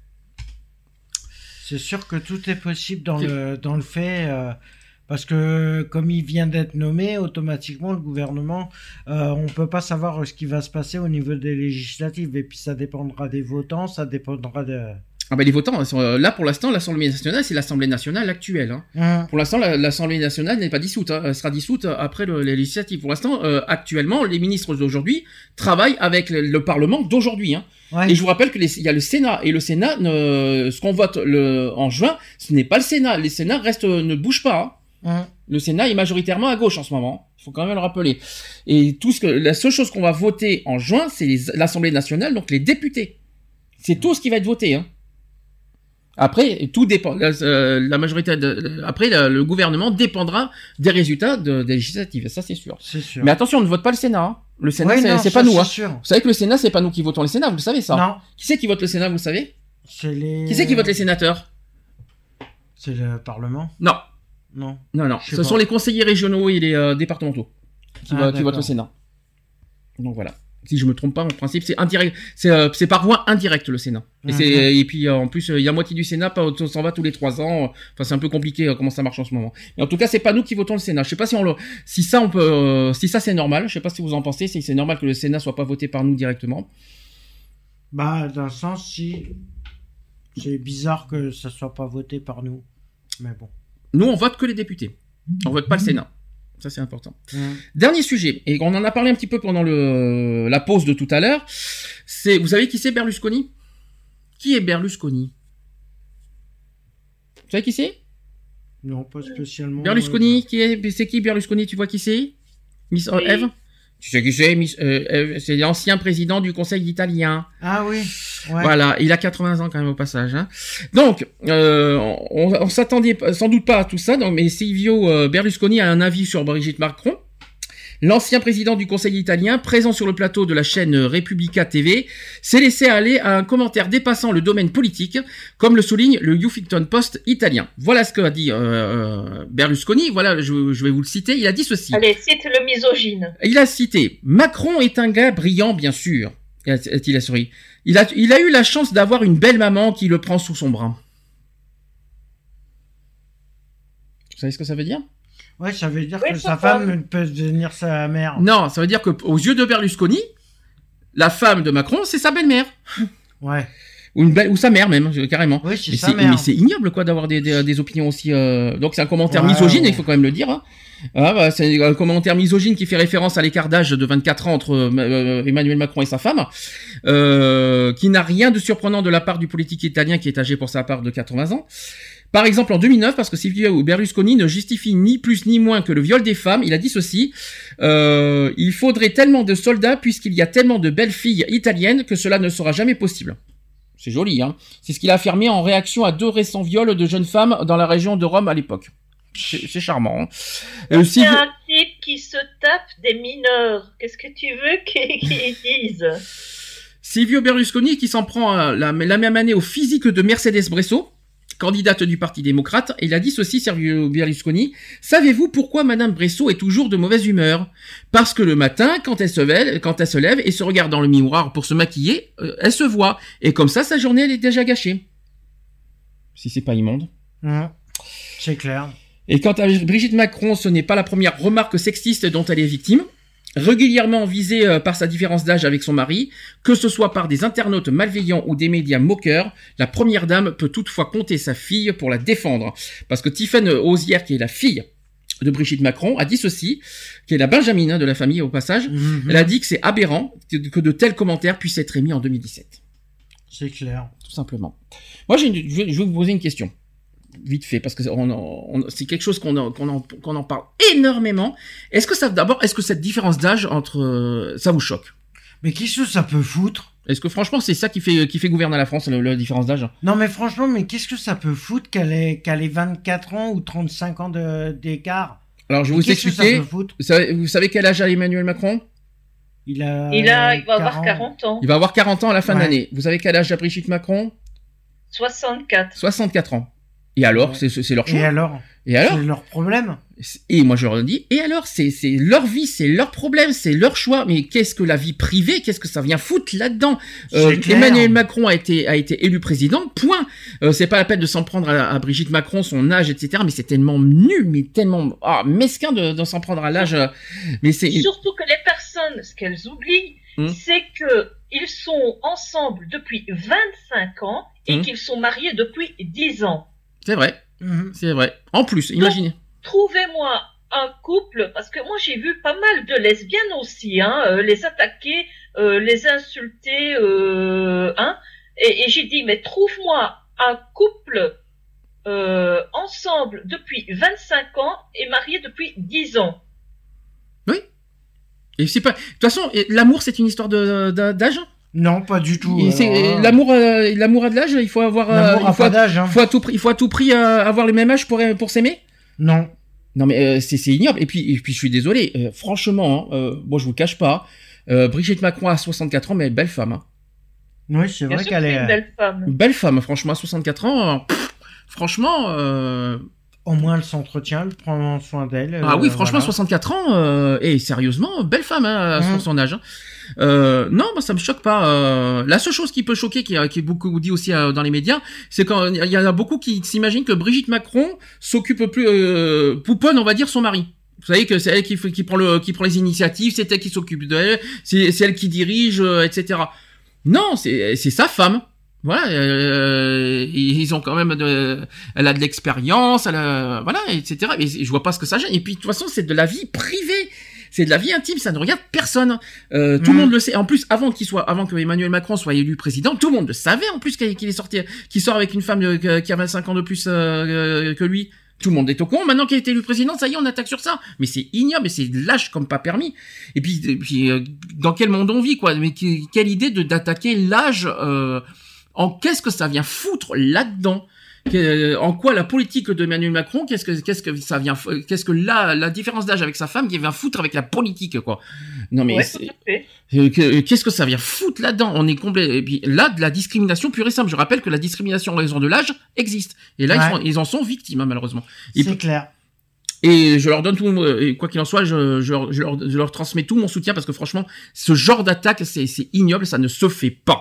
C'est sûr que tout est possible dans le fait. Parce que comme il vient d'être nommé, automatiquement le gouvernement, on peut pas savoir ce qui va se passer au niveau des législatives. Et puis ça dépendra des votants, ça dépendra de... Ah bah les votants, là pour l'instant, l'Assemblée nationale, c'est l'Assemblée nationale actuelle. Hein. Pour l'instant, l'Assemblée nationale n'est pas dissoute. Hein. Elle sera dissoute après les législatives. Pour l'instant, actuellement, les ministres d'aujourd'hui travaillent avec le Parlement d'aujourd'hui. Hein. Ouais. Et je vous rappelle que il y a le Sénat. Et le Sénat, ce qu'on vote en juin, ce n'est pas le Sénat. Les Sénats ne bougent pas. Hein. Le Sénat est majoritairement à gauche en ce moment. Il faut quand même le rappeler. Et la seule chose qu'on va voter en juin, c'est l'Assemblée nationale, donc les députés. C'est tout ce qui va être voté. Hein. Après, tout dépend. La majorité après, le gouvernement dépendra des résultats des législatives. Ça, c'est sûr. C'est sûr. Mais attention, on ne vote pas le Sénat. Hein. Le Sénat, c'est pas nous. Hein. Vous savez que le Sénat, c'est pas nous qui votons les Sénats. Vous le savez ça? Non. Qui c'est qui vote le Sénat? Vous le savez? Qui c'est qui vote les sénateurs? C'est le Parlement. Non. Non. Ce sont les conseillers régionaux et les départementaux qui votent le Sénat. Donc voilà. Si je me trompe pas, en principe, c'est indirect. C'est par voie indirecte le Sénat. Et puis en plus, il y a moitié du Sénat, s'en va tous les 3 ans. Enfin, c'est un peu compliqué comment ça marche en ce moment. Mais en tout cas, c'est pas nous qui votons le Sénat. Je sais pas si ça c'est normal. Je sais pas si vous en pensez. Si c'est normal que le Sénat soit pas voté par nous directement. Bah, d'un sens, si. C'est bizarre que ça soit pas voté par nous. Mais bon. Nous, on vote que les députés. On vote pas le Sénat. Ça, c'est important. Dernier sujet, et on en a parlé un petit peu pendant la pause de tout à l'heure. Vous savez qui c'est Berlusconi? Qui est Berlusconi? Vous savez qui c'est? Non, pas spécialement. Berlusconi, c'est qui Berlusconi? Tu vois qui c'est? Miss Eve? Tu sais qui c'est? C'est l'ancien président du Conseil italien. Ah oui. Ouais. Voilà, il a 80 ans quand même au passage. Hein. Donc, on s'attendait sans doute pas à tout ça, mais Silvio Berlusconi a un avis sur Brigitte Macron. L'ancien président du Conseil italien, présent sur le plateau de la chaîne Repubblica TV, s'est laissé aller à un commentaire dépassant le domaine politique, comme le souligne le Huffington Post italien. Voilà ce qu'a dit Berlusconi. Voilà, je vais vous le citer. Il a dit ceci. Allez, cite le misogyne. Il a cité « Macron est un gars brillant, bien sûr ». Il a souri. Il a eu la chance d'avoir une belle maman qui le prend sous son bras. Vous savez ce que ça veut dire? Ouais, ça veut dire que sa femme peut devenir sa mère. Non, ça veut dire que aux yeux de Berlusconi, la femme de Macron, c'est sa belle-mère. Ouais. Ou sa mère même, carrément. Oui, c'est sa mère. Mais c'est ignoble quoi d'avoir des opinions aussi. Donc c'est un commentaire misogyne, il faut quand même le dire. Hein. C'est un commentaire misogyne qui fait référence à l'écart d'âge de 24 ans entre Emmanuel Macron et sa femme, qui n'a rien de surprenant de la part du politique italien qui est âgé pour sa part de 80 ans. Par exemple, en 2009, parce que Silvio Berlusconi ne justifie ni plus ni moins que le viol des femmes, il a dit ceci, il faudrait tellement de soldats puisqu'il y a tellement de belles filles italiennes que cela ne sera jamais possible. C'est joli, hein. C'est ce qu'il a affirmé en réaction à 2 récents viols de jeunes femmes dans la région de Rome à l'époque. C'est charmant. Hein. C'est un type qui se tape des mineurs. Qu'est-ce que tu veux qu'ils disent? Silvio Berlusconi qui s'en prend la même année au physique de Mercedes Bresso, candidate du Parti démocrate, et il a dit ceci, Silvio Berlusconi. Savez-vous pourquoi Madame Bresso est toujours de mauvaise humeur? Parce que le matin, quand elle se lève et se regarde dans le miroir pour se maquiller, elle se voit. Et comme ça, sa journée, elle est déjà gâchée. Si c'est pas immonde. C'est clair. Et quant à Brigitte Macron, ce n'est pas la première remarque sexiste dont elle est victime. Régulièrement visée par sa différence d'âge avec son mari, que ce soit par des internautes malveillants ou des médias moqueurs, la première dame peut toutefois compter sa fille pour la défendre. Parce que Tiffaine Hozière, qui est la fille de Brigitte Macron, a dit ceci, qui est la Benjamine de la famille au passage, elle a dit que c'est aberrant que de tels commentaires puissent être émis en 2017. C'est clair. Tout simplement. Moi, je vais vous poser une question. Vite fait, parce que c'est quelque chose qu'on en parle énormément. Est-ce que cette différence d'âge ça vous choque? Mais qu'est-ce que ça peut foutre? Est-ce que franchement c'est ça qui fait gouverner la France, la différence d'âge? Non mais franchement, mais qu'est-ce que ça peut foutre qu'elle ait 24 ans ou 35 ans d'écart? Alors je vais vous expliquer. Vous savez quel âge a Emmanuel Macron? Il va avoir 40 ans. Il va avoir 40 ans à la fin de l'année. Vous savez quel âge a Brigitte Macron? 64 ans. Et alors, c'est leur choix. Et alors c'est leur problème. Et moi je leur dis, et alors, c'est leur vie, c'est leur problème, c'est leur choix. Mais qu'est-ce que la vie privée, qu'est-ce que ça vient foutre là-dedans? Emmanuel Macron a été élu président, point. C'est pas la peine de s'en prendre à Brigitte Macron, son âge, etc. Mais c'est tellement nul, mais tellement mesquin de s'en prendre à l'âge. Mais c'est surtout que les personnes, ce qu'elles oublient, c'est que ils sont ensemble depuis 25 ans et qu'ils sont mariés depuis 10 ans. C'est vrai. C'est vrai. En plus, imaginez. Donc, trouvez-moi un couple, parce que moi j'ai vu pas mal de lesbiennes aussi, les attaquer, les insulter, et j'ai dit, mais trouve-moi un couple ensemble depuis 25 ans et marié depuis 10 ans. Oui. Et c'est pas. De toute façon, l'amour c'est une histoire d'âge. Non, pas du tout. L'amour à de l'âge, il faut avoir. Il faut à tout prix avoir le même âge pour s'aimer. Non. Non mais c'est ignoble. Et puis je suis désolé. Franchement, moi je vous cache pas. Brigitte Macron a 64 ans, mais elle est belle femme. Hein. Oui, c'est vrai qu'elle est une belle femme. Belle femme, franchement, à 64 ans. Franchement. Au moins elle s'entretient, elle prend soin d'elle. Ah oui, franchement, 64 ans. Et sérieusement, belle femme à son âge. Hein. Non, bah, ça me choque pas. La seule chose qui peut choquer, qui est beaucoup dit aussi dans les médias, c'est quand il y en a beaucoup qui s'imaginent que Brigitte Macron s'occupe plus, pouponne, on va dire, son mari. Vous savez que c'est elle qui prend les initiatives, c'est elle qui s'occupe d'elle, c'est elle qui dirige, etc. Non, c'est sa femme. Voilà, ils ont quand même elle a de l'expérience, voilà, etc. Et je vois pas ce que ça gêne. Et puis de toute façon, c'est de la vie privée. C'est de la vie intime, ça ne regarde personne. Tout le monde le sait. En plus, avant que Emmanuel Macron soit élu président, tout le monde le savait. En plus, qu'il sort avec une femme qui a 25 ans de plus que lui. Tout le monde est au courant. Maintenant qu'il a été élu président, ça y est, on attaque sur ça. Mais c'est ignoble, et c'est lâche comme pas permis. Et puis dans quel monde on vit, quoi? Mais quelle idée d'attaquer l'âge. Qu'est-ce que ça vient foutre là-dedans? En quoi la politique de Emmanuel Macron, qu'est-ce que ça vient, qu'est-ce que la différence d'âge avec sa femme qui vient foutre avec la politique, quoi? Non mais qu'est-ce que ça vient foutre là-dedans? On est complet. Et puis là, de la discrimination pure et simple. Je rappelle que la discrimination en raison de l'âge existe. Et là, ils en sont victimes, malheureusement. C'est clair. Et je leur donne tout, quoi qu'il en soit, je leur transmets tout mon soutien parce que franchement, ce genre d'attaque, c'est ignoble, ça ne se fait pas.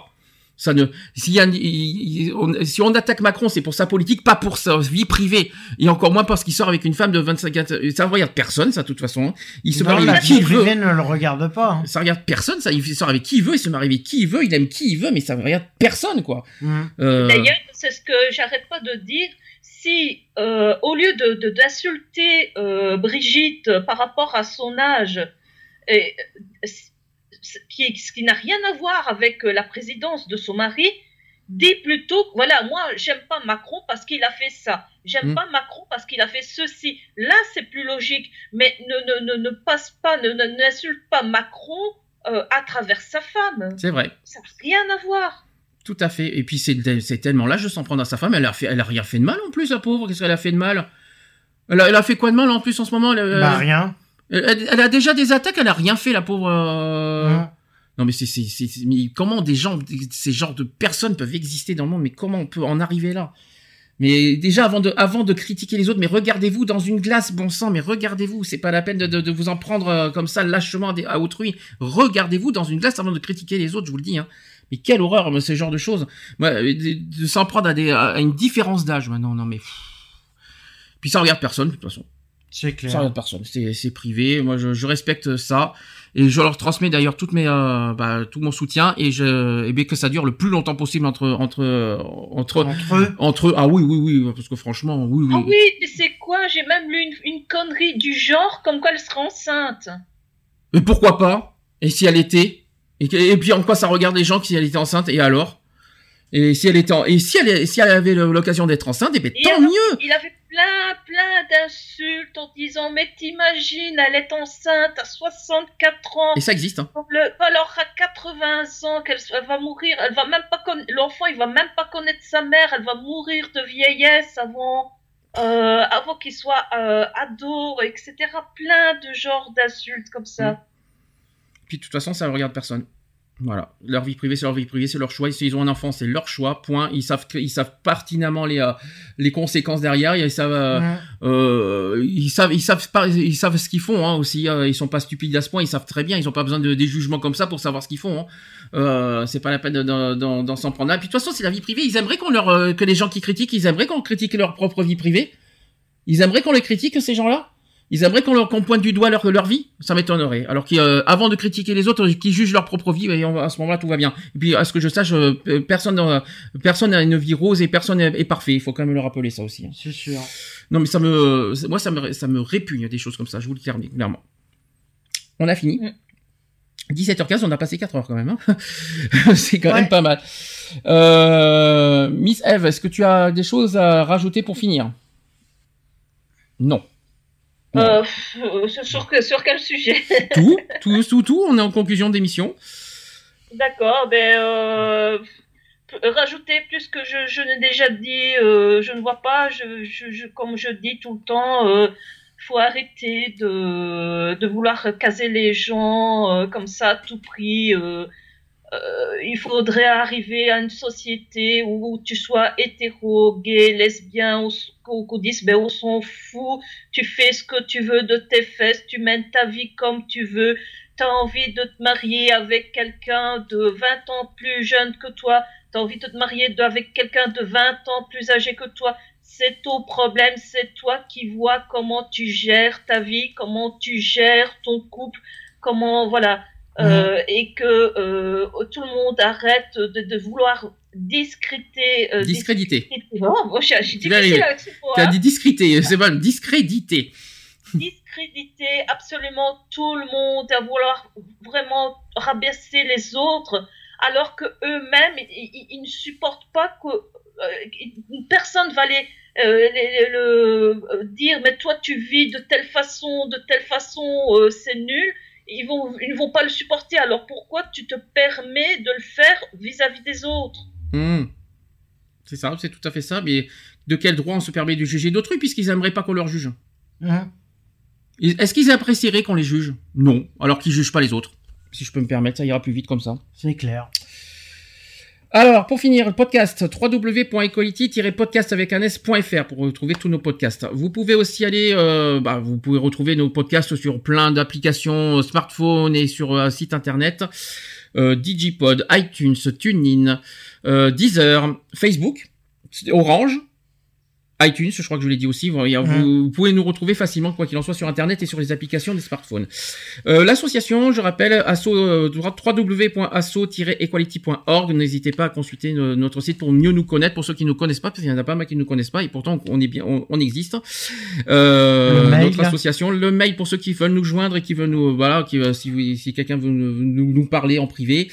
Si on attaque Macron, c'est pour sa politique, pas pour sa vie privée. Et encore moins parce qu'il sort avec une femme de 25 ans. Ça regarde personne, ça, de toute façon. Il se marie avec qui il veut. Ne le regarde pas. Hein. Ça regarde personne, ça. Il sort avec qui il veut, il se marie avec qui il veut, il aime qui il veut, mais ça regarde personne, quoi. D'ailleurs, c'est ce que j'arrête pas de dire. Si, au lieu d'insulter Brigitte par rapport à son âge, ce qui n'a rien à voir avec la présidence de son mari, dit plutôt, voilà, moi, j'aime pas Macron parce qu'il a fait ça. J'aime pas Macron parce qu'il a fait ceci. Là, c'est plus logique. Mais n'insulte pas Macron à travers sa femme. C'est vrai. Ça n'a rien à voir. Tout à fait. Et puis, c'est tellement lâche de s'en prendre à sa femme. Elle a rien fait de mal, en plus, la pauvre. Qu'est-ce qu'elle a fait de mal? Elle a fait quoi de mal, en plus, en ce moment? Rien. Elle a déjà des attaques, elle a rien fait, la pauvre. Non mais mais comment ces genres de personnes peuvent exister dans le monde? Mais comment on peut en arriver là? Mais déjà avant de critiquer les autres, mais regardez-vous dans une glace, bon sang, mais regardez-vous, c'est pas la peine de vous en prendre comme ça lâchement à autrui. Regardez-vous dans une glace avant de critiquer les autres, je vous le dis. Hein. Mais quelle horreur, ce genre de choses. De s'en prendre à une différence d'âge, maintenant, non mais. Puis ça regarde personne de toute façon. C'est clair. Ça regarde personne, c'est privé. Moi, je respecte ça et je leur transmets d'ailleurs tout mon soutien et bien que ça dure le plus longtemps possible entre eux. Ah oui, parce que franchement, oui. Ah oui, tu sais quoi, j'ai même lu une connerie du genre comme quoi elle sera enceinte. Mais pourquoi pas? Et si elle était? Et puis en quoi ça regarde les gens si elle était enceinte? Et alors? Et si elle avait l'occasion d'être enceinte, et ben tant mieux. Il avait plein d'insultes en disant mais t'imagines, elle est enceinte à 64 ans. Et ça existe, hein. Quand elle aura 80 ans, qu'elle va mourir, elle va même pas l'enfant, il va même pas connaître sa mère, elle va mourir de vieillesse avant qu'il soit ado, etc. Plein de genres d'insultes comme ça. Puis de toute façon, ça ne regarde personne. Voilà, leur vie privée, c'est leur vie privée, c'est leur choix. S'ils ont un enfant, c'est leur choix. Point. Ils savent pertinemment les conséquences derrière. Ils savent ce qu'ils font, hein, aussi. Ils sont pas stupides à ce point. Ils savent très bien. Ils ont pas besoin des jugements comme ça pour savoir ce qu'ils font. Hein. C'est pas la peine d'en s'en prendre là. Puis de toute façon, c'est la vie privée. Ils aimeraient que les gens qui critiquent, ils aimeraient qu'on critique leur propre vie privée. Ils aimeraient qu'on les critique, ces gens-là. Ils aimeraient qu'on pointe du doigt leur vie, ça m'étonnerait. Alors qu'avant de critiquer les autres, qu'ils jugent leur propre vie, et à ce moment-là, tout va bien. Et puis, à ce que je sache, personne n'a une vie rose et personne est parfait. Il faut quand même le rappeler, ça aussi. C'est sûr. Non, mais ça me répugne, des choses comme ça, je vous le dis clairement. On a fini. 17h15, on a passé 4 heures quand même. Hein. C'est quand même pas mal. Miss Eve, est-ce que tu as des choses à rajouter pour finir? Non. Sur quel sujet? Tout, on est en conclusion d'émission. D'accord, rajouter plus que je n'ai déjà dit, je ne vois pas, comme je dis tout le temps, faut arrêter de vouloir caser les gens comme ça à tout prix. Il faudrait arriver à une société où tu sois hétéro, gay, lesbien, qu'on dise on s'en fout, tu fais ce que tu veux de tes fesses, tu mènes ta vie comme tu veux, t'as envie de te marier avec quelqu'un de 20 ans plus jeune que toi, t'as envie de te marier avec quelqu'un de 20 ans plus âgé que toi, c'est ton problème, c'est toi qui vois comment tu gères ta vie, comment tu gères ton couple, comment, voilà. Et que tout le monde arrête de vouloir discréditer. Oh, j'ai difficile avec ce mot. Tu as dit discréditer, c'est bon, discréditer. Discréditer absolument tout le monde, à vouloir vraiment rabaisser les autres, alors que eux-mêmes ils ne supportent pas qu'une personne va dire mais toi tu vis de telle façon, c'est nul. Ils ne vont pas le supporter, alors pourquoi tu te permets de le faire vis-à-vis des autres? C'est ça, c'est tout à fait ça, mais de quel droit on se permet de juger d'autrui puisqu'ils n'aimeraient pas qu'on leur juge? Est-ce qu'ils apprécieraient qu'on les juge? Non, alors qu'ils jugent pas les autres. Si je peux me permettre, ça ira plus vite comme ça. C'est clair. Alors, pour finir, le podcast, www.equality-podcast avec un s.fr pour retrouver tous nos podcasts. Vous pouvez aussi aller, vous pouvez retrouver nos podcasts sur plein d'applications smartphone et sur un site internet, Digipod, iTunes, TuneIn, Deezer, Facebook, Orange, iTunes, je crois que je l'ai dit aussi. Vous pouvez nous retrouver facilement, quoi qu'il en soit, sur Internet et sur les applications des smartphones. L'association, je rappelle, www.asso-equality.org. N'hésitez pas à consulter notre site pour mieux nous connaître, pour ceux qui ne nous connaissent pas, parce qu'il y en a pas mal qui ne nous connaissent pas, et pourtant on existe. Notre association, le mail pour ceux qui veulent nous joindre et qui veulent nous, si quelqu'un veut nous parler en privé,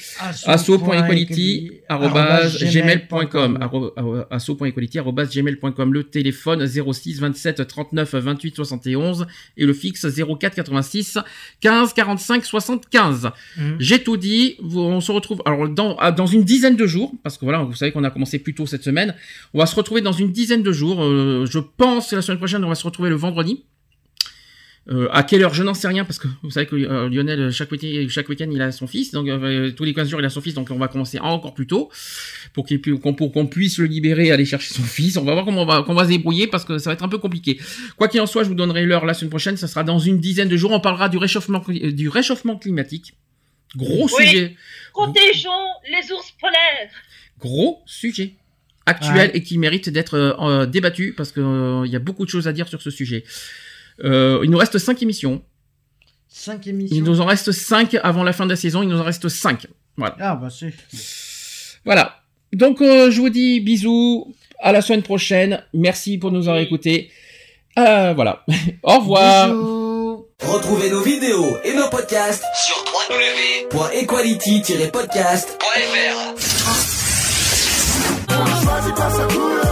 asso.equality@gmail.com, asso.equality@gmail.com. Le téléphone 06 27 39 28 71 et le fixe 04 86 15 45 75. J'ai tout dit. On se retrouve alors dans une dizaine de jours, parce que voilà, vous savez qu'on a commencé plus tôt cette semaine. On va se retrouver dans une dizaine de jours. Je pense que la semaine prochaine, on va se retrouver le vendredi. À quelle heure, je n'en sais rien, parce que vous savez que Lionel, chaque week-end, il a son fils, donc tous les 15 jours, il a son fils, donc on va commencer encore plus tôt, pour qu'on puisse le libérer, aller chercher son fils. On va voir comment on va se débrouiller, parce que ça va être un peu compliqué. Quoi qu'il en soit, je vous donnerai l'heure la semaine prochaine, ça sera dans une dizaine de jours. On parlera du réchauffement climatique. Gros sujet. Protégeons les ours polaires. Gros sujet actuel et qui mérite d'être débattu, parce que il y a beaucoup de choses à dire sur ce sujet. Il nous reste 5 émissions. 5 émissions. Il nous en reste 5 avant la fin de la saison. Il nous en reste 5. Voilà. Ah bah c'est. Voilà. Donc je vous dis bisous. À la semaine prochaine. Merci pour nous avoir écoutés. Voilà. Au revoir. Bisous. Retrouvez nos vidéos et nos podcasts sur www.equality-podcast.fr.